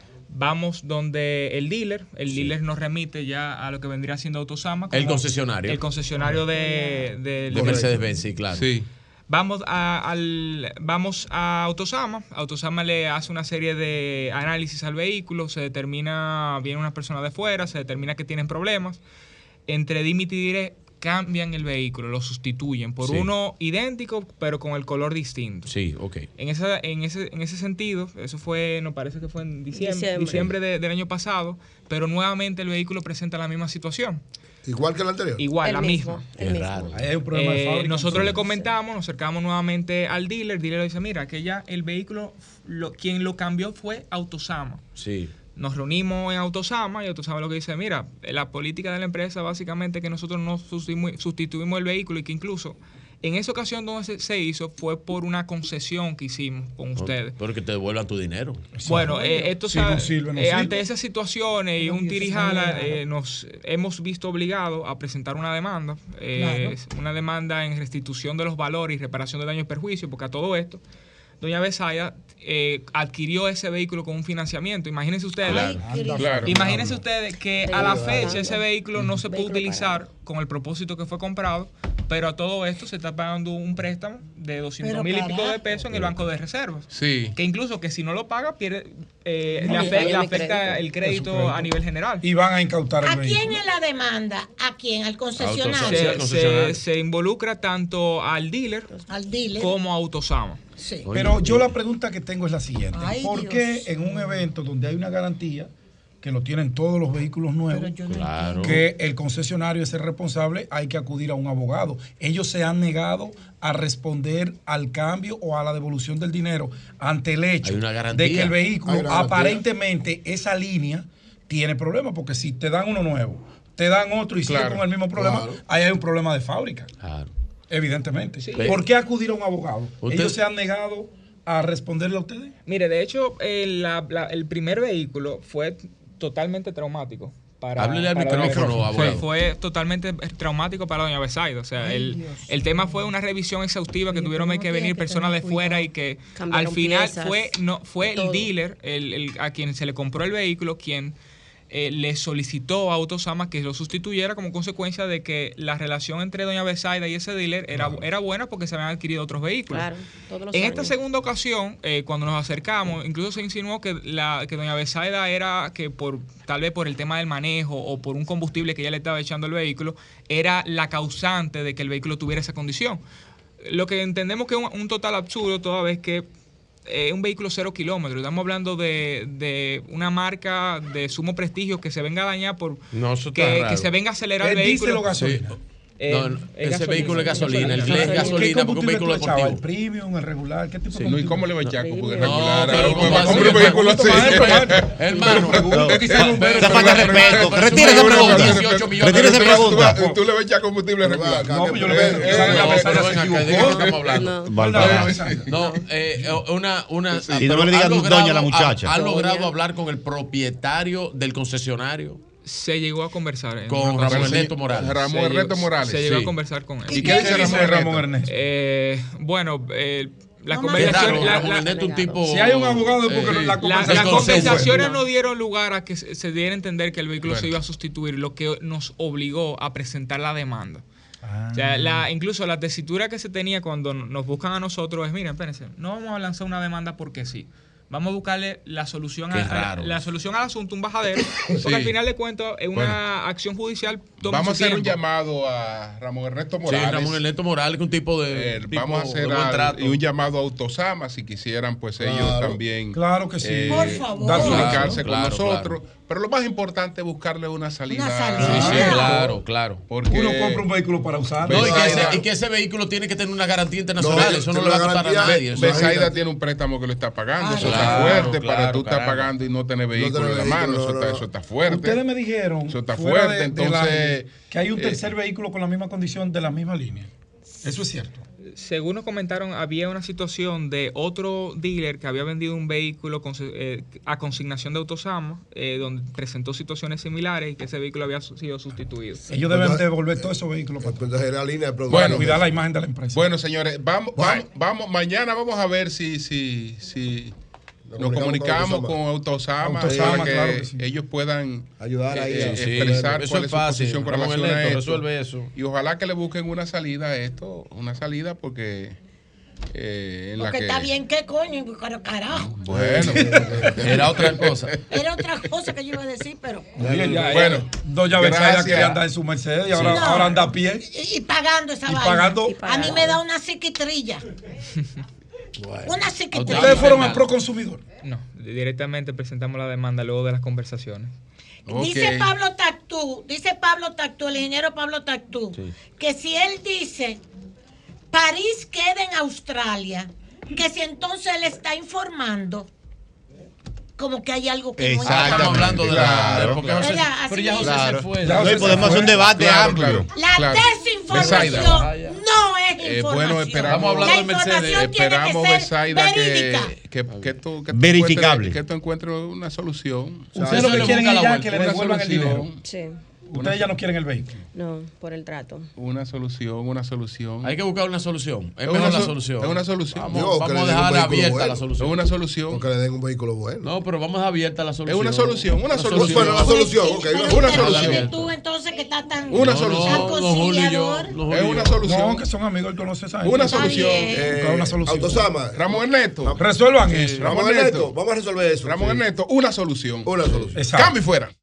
[SPEAKER 7] Vamos donde el dealer, el dealer nos remite ya a lo que vendría siendo Autosama.
[SPEAKER 14] El
[SPEAKER 7] como
[SPEAKER 14] concesionario.
[SPEAKER 7] El concesionario de, de,
[SPEAKER 14] De Mercedes-Benz, sí, claro.
[SPEAKER 10] Sí.
[SPEAKER 7] Vamos a, al, vamos a Autosama. Autosama le hace una serie de análisis al vehículo. Se determina, viene una persona de fuera, se determina que tienen problemas. Entre Dimity y Direct cambian el vehículo, lo sustituyen por
[SPEAKER 14] Sí.
[SPEAKER 7] uno idéntico, pero con el color distinto.
[SPEAKER 14] Sí, ok.
[SPEAKER 7] En, esa, en, ese, en ese sentido, eso fue, nos parece que fue en diciembre,
[SPEAKER 6] Diciembre.
[SPEAKER 7] diciembre de- del año pasado, pero nuevamente el vehículo presenta la misma situación.
[SPEAKER 17] Igual que el anterior.
[SPEAKER 7] Igual,
[SPEAKER 6] El
[SPEAKER 7] la
[SPEAKER 6] mismo,
[SPEAKER 7] misma.
[SPEAKER 6] el mismo.
[SPEAKER 11] Ahí hay un problema de
[SPEAKER 7] Eh,
[SPEAKER 11] fábrica.
[SPEAKER 7] nosotros le
[SPEAKER 11] entonces.
[SPEAKER 7] comentamos, nos acercamos nuevamente al dealer, el dealer le dice, mira, que ya el vehículo, lo, quien lo cambió fue Autosama.
[SPEAKER 14] Sí.
[SPEAKER 7] Nos reunimos en Autosama y Autosama lo que dice, mira, la política de la empresa básicamente es que nosotros no sustituimos, sustituimos el vehículo y que incluso en esa ocasión donde se, se hizo fue por una concesión que hicimos con ustedes.
[SPEAKER 14] Pero que te devuelvan tu dinero.
[SPEAKER 7] Bueno, eh, esto
[SPEAKER 11] Si
[SPEAKER 7] sabe-
[SPEAKER 11] no sirve, no
[SPEAKER 7] eh,
[SPEAKER 11] sirve.
[SPEAKER 7] ante esas situaciones y un tirijala, eh, nos hemos visto obligados a presentar una demanda, eh, una demanda en restitución de los valores y reparación de daños y perjuicios, porque a todo esto, doña Besaida eh, adquirió ese vehículo con un financiamiento. Imagínense ustedes,
[SPEAKER 10] Claro, claro.
[SPEAKER 7] imagínense ustedes que a la fecha ese vehículo no se puede
[SPEAKER 6] Vehículo
[SPEAKER 7] utilizar con el propósito que fue comprado, pero a todo esto se está pagando un préstamo de doscientos
[SPEAKER 13] Pero
[SPEAKER 7] mil y pico de
[SPEAKER 13] carajo.
[SPEAKER 7] pesos en el banco de reservas.
[SPEAKER 10] Sí.
[SPEAKER 7] Que incluso que si no lo paga, pierde, eh,
[SPEAKER 6] No,
[SPEAKER 7] le,
[SPEAKER 6] le
[SPEAKER 7] afecta,
[SPEAKER 6] falla
[SPEAKER 7] le
[SPEAKER 6] mi
[SPEAKER 7] afecta
[SPEAKER 6] crédito.
[SPEAKER 7] el
[SPEAKER 11] Es
[SPEAKER 7] crédito
[SPEAKER 11] su crédito.
[SPEAKER 7] a nivel general.
[SPEAKER 11] Y van a incautar el
[SPEAKER 13] ¿A
[SPEAKER 11] vehículo.
[SPEAKER 13] quién es la demanda? ¿A quién? ¿Al concesionario?
[SPEAKER 14] Sí,
[SPEAKER 7] Se,
[SPEAKER 14] al concesionario.
[SPEAKER 7] se- se involucra tanto al dealer
[SPEAKER 13] Al dealer.
[SPEAKER 7] como a Autosama.
[SPEAKER 13] Sí.
[SPEAKER 11] Pero yo la pregunta que tengo es la siguiente.
[SPEAKER 13] Ay,
[SPEAKER 11] ¿Por
[SPEAKER 13] Dios.
[SPEAKER 11] qué en un evento donde hay una garantía, que lo tienen todos los vehículos nuevos,
[SPEAKER 13] Pero yo no
[SPEAKER 14] Claro.
[SPEAKER 11] que el concesionario es el responsable, hay que acudir a un abogado? Ellos se han negado a responder al cambio o a la devolución del dinero ante el hecho
[SPEAKER 14] Hay una garantía.
[SPEAKER 11] de que el vehículo,
[SPEAKER 17] Hay una garantía.
[SPEAKER 11] aparentemente, esa línea tiene problemas, porque si te dan uno nuevo, te dan otro y siguen
[SPEAKER 10] Claro.
[SPEAKER 11] con el mismo problema,
[SPEAKER 17] Claro.
[SPEAKER 11] ahí hay un problema de fábrica.
[SPEAKER 14] Claro.
[SPEAKER 11] Evidentemente.
[SPEAKER 14] Sí.
[SPEAKER 11] ¿Por qué acudir a un abogado?
[SPEAKER 14] Usted-
[SPEAKER 11] Ellos se han negado a responderle a ustedes.
[SPEAKER 7] Mire, de hecho, el, la- la- el primer vehículo fue totalmente traumático. Para,
[SPEAKER 14] Háblele al
[SPEAKER 7] para
[SPEAKER 14] micrófono,
[SPEAKER 7] doña-
[SPEAKER 14] abogado.
[SPEAKER 7] Fue, fue totalmente traumático para doña Besaida. O sea, el, el tema fue una revisión exhaustiva que tuvieron que venir personas de fuera y que
[SPEAKER 6] Cambiaron
[SPEAKER 7] al final
[SPEAKER 6] piezas,
[SPEAKER 7] fue no fue el
[SPEAKER 6] todo.
[SPEAKER 7] dealer el, el- a quien se le compró el vehículo quien eh, le solicitó a Autosama que lo sustituyera como consecuencia de que la relación entre doña Besaida y ese dealer era, era buena porque se habían adquirido otros vehículos.
[SPEAKER 6] Claro, todos los
[SPEAKER 7] En
[SPEAKER 6] años.
[SPEAKER 7] esta segunda ocasión, eh, cuando nos acercamos, incluso se insinuó que, la, que doña Besaida era que por tal vez por el tema del manejo o por un combustible que ella le estaba echando al vehículo, era la causante de que el vehículo tuviera esa condición. Lo que entendemos que es un, un total absurdo toda vez que es un vehículo cero kilómetros. Estamos hablando de, de una marca de sumo prestigio que se venga a dañar por
[SPEAKER 14] No, eso está
[SPEAKER 7] que,
[SPEAKER 14] raro.
[SPEAKER 7] que se venga a acelerar
[SPEAKER 11] ¿Es
[SPEAKER 7] el vehículo.
[SPEAKER 11] diésel o gasolina?
[SPEAKER 7] Eh,
[SPEAKER 14] no, no, ese
[SPEAKER 7] gasolina,
[SPEAKER 14] vehículo es gasolina, el
[SPEAKER 7] gasolina.
[SPEAKER 14] es gasolina porque es un vehículo deportivo.
[SPEAKER 11] ¿El premium, el regular? ¿Qué tipo de
[SPEAKER 10] No, ¿y cómo le va a echar? Porque
[SPEAKER 14] No,
[SPEAKER 10] regular.
[SPEAKER 14] pero
[SPEAKER 10] ¿Cómo
[SPEAKER 14] ¿cómo
[SPEAKER 10] va a
[SPEAKER 14] así?
[SPEAKER 10] comprar un vehículo así?
[SPEAKER 14] Hermano,
[SPEAKER 15] esa falta de respeto. Retire esa pregunta.
[SPEAKER 14] dieciocho millones.
[SPEAKER 15] Retire esa pregunta.
[SPEAKER 10] Tú, tú le vas a echar combustible regular.
[SPEAKER 11] No, pues yo le
[SPEAKER 10] Eh,
[SPEAKER 11] veo.
[SPEAKER 10] eh,
[SPEAKER 11] Quizás la
[SPEAKER 10] no,
[SPEAKER 11] mesa
[SPEAKER 10] pero
[SPEAKER 11] se
[SPEAKER 10] venga, que
[SPEAKER 11] equivocó.
[SPEAKER 10] estamos hablando.
[SPEAKER 14] No, eh, una, una.
[SPEAKER 15] Y no me le digas
[SPEAKER 14] ¿han
[SPEAKER 15] doña
[SPEAKER 14] logrado-
[SPEAKER 15] la muchacha.
[SPEAKER 14] ¿Ha logrado hablar con el propietario del concesionario?
[SPEAKER 7] Se llegó a conversar en
[SPEAKER 14] Con
[SPEAKER 7] una
[SPEAKER 14] Ramón
[SPEAKER 7] conversación.
[SPEAKER 14] Ernesto Morales.
[SPEAKER 10] Ramón
[SPEAKER 7] Se llegó-
[SPEAKER 10] Ernesto Morales.
[SPEAKER 7] Se llegó
[SPEAKER 10] Sí.
[SPEAKER 7] a conversar con él.
[SPEAKER 10] ¿Y qué dice Ramón
[SPEAKER 11] Ramón
[SPEAKER 10] Ernesto?
[SPEAKER 11] Ernesto?
[SPEAKER 7] Eh, bueno, eh, la
[SPEAKER 14] Qué
[SPEAKER 7] conversación.
[SPEAKER 14] raro,
[SPEAKER 7] la-
[SPEAKER 14] Ramón
[SPEAKER 7] la-
[SPEAKER 14] Ernesto un tipo.
[SPEAKER 11] Si hay un abogado, porque
[SPEAKER 14] eh,
[SPEAKER 11] la
[SPEAKER 7] La-
[SPEAKER 11] conversación
[SPEAKER 7] las
[SPEAKER 14] el
[SPEAKER 7] conversaciones
[SPEAKER 14] consenso.
[SPEAKER 7] no dieron lugar a que se, se diera a entender que el vehículo
[SPEAKER 10] Bueno.
[SPEAKER 7] se iba a sustituir, lo que nos obligó a presentar la demanda.
[SPEAKER 11] Ah.
[SPEAKER 7] O sea, la, incluso la tesitura que se tenía cuando nos buscan a nosotros es, miren, espérense, no vamos a lanzar una demanda porque sí. Vamos a buscarle la solución,
[SPEAKER 14] Qué
[SPEAKER 7] a, a-
[SPEAKER 14] raro.
[SPEAKER 7] la solución al asunto, un bajadero, porque
[SPEAKER 10] Sí.
[SPEAKER 7] al final de cuentas es una
[SPEAKER 10] Bueno.
[SPEAKER 7] acción judicial. toma
[SPEAKER 10] Vamos a
[SPEAKER 7] su
[SPEAKER 10] hacer un
[SPEAKER 7] tiempo.
[SPEAKER 10] llamado a Ramón Ernesto
[SPEAKER 14] Sí,
[SPEAKER 10] Morales.
[SPEAKER 14] Ramón Ernesto Morales, que es un tipo de.
[SPEAKER 10] Eh,
[SPEAKER 14] tipo
[SPEAKER 10] vamos a hacer
[SPEAKER 14] de buen
[SPEAKER 10] al-
[SPEAKER 14] trato.
[SPEAKER 10] y un llamado a Autosama si quisieran pues ellos
[SPEAKER 17] Claro.
[SPEAKER 10] también
[SPEAKER 11] Claro que sí.
[SPEAKER 10] eh,
[SPEAKER 13] Por favor.
[SPEAKER 10] dar-
[SPEAKER 11] Claro,
[SPEAKER 10] comunicarse con
[SPEAKER 14] claro,
[SPEAKER 10] nosotros, pero lo más importante es buscarle una salida,
[SPEAKER 13] Una salida.
[SPEAKER 14] Sí, sí, claro, claro.
[SPEAKER 10] porque
[SPEAKER 11] Uno compra un vehículo para usar.
[SPEAKER 14] No, y, que
[SPEAKER 10] Besaida-
[SPEAKER 14] ese, y que ese vehículo tiene que tener una garantía internacional.
[SPEAKER 17] No,
[SPEAKER 14] eso no
[SPEAKER 17] tiene
[SPEAKER 14] le va a
[SPEAKER 17] una
[SPEAKER 14] costar a
[SPEAKER 17] garantía.
[SPEAKER 14] nadie. Eso-
[SPEAKER 10] Besaida
[SPEAKER 17] Imagínate.
[SPEAKER 10] tiene un préstamo que lo está pagando,
[SPEAKER 13] Ah,
[SPEAKER 10] eso
[SPEAKER 14] claro,
[SPEAKER 10] está fuerte para
[SPEAKER 14] claro,
[SPEAKER 10] tú estar
[SPEAKER 14] caramba.
[SPEAKER 10] pagando y no tener vehículo
[SPEAKER 17] tener
[SPEAKER 10] en la mano,
[SPEAKER 17] vehículo,
[SPEAKER 10] eso,
[SPEAKER 17] no,
[SPEAKER 10] está,
[SPEAKER 17] no.
[SPEAKER 10] eso está fuerte.
[SPEAKER 11] Ustedes me dijeron
[SPEAKER 10] Eso está
[SPEAKER 11] fuera
[SPEAKER 10] fuerte,
[SPEAKER 11] de- de la-
[SPEAKER 10] entonces,
[SPEAKER 11] que hay un
[SPEAKER 10] eh,
[SPEAKER 11] tercer vehículo con la misma condición de la misma línea. Eso es cierto.
[SPEAKER 7] Según nos comentaron, había una situación de otro dealer que había vendido un vehículo con- eh, a consignación de Autosama, eh, donde presentó situaciones similares y que ese vehículo había su- sido sustituido.
[SPEAKER 11] Ellos deben devolver todos esos vehículos para atrás.
[SPEAKER 17] Entonces era línea de producción.
[SPEAKER 10] Bueno,
[SPEAKER 11] Cuidar la imagen de la empresa.
[SPEAKER 10] Bueno, señores, vamos, vamos, vamos, mañana vamos a ver si, si, si nos comunicamos con Autosama,
[SPEAKER 11] Autosama,
[SPEAKER 10] para que,
[SPEAKER 11] claro que sí.
[SPEAKER 10] ellos puedan
[SPEAKER 17] Ayudar ahí
[SPEAKER 10] eh,
[SPEAKER 17] a-
[SPEAKER 14] Sí,
[SPEAKER 10] expresar
[SPEAKER 14] eso
[SPEAKER 10] cuál
[SPEAKER 14] es
[SPEAKER 10] es su
[SPEAKER 14] fácil.
[SPEAKER 10] posición con
[SPEAKER 14] Ramón
[SPEAKER 10] relación a
[SPEAKER 14] Ernesto,
[SPEAKER 10] esto.
[SPEAKER 14] resuelve eso.
[SPEAKER 10] Y ojalá que le busquen una salida a esto, una salida porque eh, en la
[SPEAKER 13] Porque
[SPEAKER 10] que
[SPEAKER 13] está bien, ¿qué coño? Pero carajo.
[SPEAKER 10] bueno,
[SPEAKER 14] Era otra cosa.
[SPEAKER 13] Era otra cosa que yo iba a decir, pero.
[SPEAKER 11] Oye, ya,
[SPEAKER 10] bueno,
[SPEAKER 11] ya, Doña Besaida
[SPEAKER 10] gracias.
[SPEAKER 11] quería andar en su Mercedes y ahora,
[SPEAKER 13] No.
[SPEAKER 11] ahora anda a pie.
[SPEAKER 13] Y, y pagando esa
[SPEAKER 11] Y
[SPEAKER 13] vaina.
[SPEAKER 11] pagando- Y
[SPEAKER 13] A mí me da una psiquitrilla. Una psiquitrilla.
[SPEAKER 11] Ustedes fueron a Proconsumidor.
[SPEAKER 7] No, directamente presentamos la demanda luego de las conversaciones.
[SPEAKER 13] Dice Pablo Tactú, dice Pablo Tactú, el ingeniero Pablo Tactú, que si él dice París queda en Australia, que si entonces él está informando como que hay algo que no
[SPEAKER 15] Exactamente,
[SPEAKER 14] Estamos hablando de la.
[SPEAKER 15] claro.
[SPEAKER 14] de- porque José-
[SPEAKER 13] ¿Verdad? Así
[SPEAKER 14] pero ya José
[SPEAKER 15] Claro.
[SPEAKER 14] se fue.
[SPEAKER 11] Ya
[SPEAKER 15] No, y
[SPEAKER 11] José
[SPEAKER 15] podemos
[SPEAKER 11] se
[SPEAKER 15] hacer un
[SPEAKER 11] fue.
[SPEAKER 15] debate
[SPEAKER 10] Claro,
[SPEAKER 15] amplio.
[SPEAKER 10] claro.
[SPEAKER 13] La
[SPEAKER 10] Claro.
[SPEAKER 13] desinformación
[SPEAKER 10] Besaida.
[SPEAKER 13] no es
[SPEAKER 10] Eh,
[SPEAKER 13] información.
[SPEAKER 10] bueno, esperamos,
[SPEAKER 14] Estamos hablando
[SPEAKER 13] La
[SPEAKER 14] de Mercedes.
[SPEAKER 13] información tiene
[SPEAKER 10] esperamos
[SPEAKER 13] que ser
[SPEAKER 10] Besaida que,
[SPEAKER 13] verídica.
[SPEAKER 10] que, que tú, que tú
[SPEAKER 15] Verificable.
[SPEAKER 10] encuentres- que tú encuentres una solución.
[SPEAKER 11] Ustedes lo
[SPEAKER 14] eso
[SPEAKER 11] que
[SPEAKER 14] le
[SPEAKER 11] quieren
[SPEAKER 14] busca
[SPEAKER 11] es
[SPEAKER 14] la
[SPEAKER 11] ya
[SPEAKER 14] vuelta.
[SPEAKER 11] que le
[SPEAKER 10] Una
[SPEAKER 11] devuelvan el
[SPEAKER 10] solución.
[SPEAKER 11] dinero.
[SPEAKER 6] Sí.
[SPEAKER 11] Ustedes ya no quieren el vehículo.
[SPEAKER 6] No, por el trato.
[SPEAKER 10] Una solución, una solución.
[SPEAKER 14] Hay que buscar una solución. Es
[SPEAKER 10] Es
[SPEAKER 14] mejor
[SPEAKER 10] una
[SPEAKER 14] la
[SPEAKER 10] so-
[SPEAKER 14] solución.
[SPEAKER 10] es una solución.
[SPEAKER 14] Vamos,
[SPEAKER 17] Dios, que
[SPEAKER 14] vamos
[SPEAKER 17] le
[SPEAKER 14] a
[SPEAKER 17] den un
[SPEAKER 14] dejar
[SPEAKER 17] vehículo
[SPEAKER 14] abierta
[SPEAKER 17] bueno.
[SPEAKER 14] la solución.
[SPEAKER 10] Es una solución.
[SPEAKER 17] Porque le den un vehículo bueno.
[SPEAKER 14] No, pero vamos a dejar abierta la solución.
[SPEAKER 10] Es una solución, una solución.
[SPEAKER 17] Bueno, la solución, ok.
[SPEAKER 13] Pero
[SPEAKER 10] Una
[SPEAKER 13] usted no
[SPEAKER 10] solución.
[SPEAKER 13] tienes tú entonces que estás tan
[SPEAKER 10] Una
[SPEAKER 14] No,
[SPEAKER 10] solución.
[SPEAKER 14] no, no, Julio y yo,
[SPEAKER 13] conciliador.
[SPEAKER 14] no, Julio
[SPEAKER 10] Es
[SPEAKER 14] y
[SPEAKER 10] una
[SPEAKER 14] yo.
[SPEAKER 10] solución.
[SPEAKER 11] No, que son amigos, él conoce a esa gente.
[SPEAKER 10] Una
[SPEAKER 13] Está
[SPEAKER 10] solución.
[SPEAKER 13] bien.
[SPEAKER 17] Eh,
[SPEAKER 11] Buscar una solución.
[SPEAKER 17] Autosama.
[SPEAKER 10] Ramón Ernesto.
[SPEAKER 11] Resuelvan
[SPEAKER 10] Eh,
[SPEAKER 11] eso.
[SPEAKER 10] Ramón
[SPEAKER 17] Ramón Ernesto,
[SPEAKER 10] Ernesto.
[SPEAKER 17] vamos a resolver eso.
[SPEAKER 10] Ramón
[SPEAKER 17] Sí.
[SPEAKER 10] Ernesto, una solución.
[SPEAKER 17] Una solución.
[SPEAKER 11] Exacto.
[SPEAKER 10] Cambio y fuera.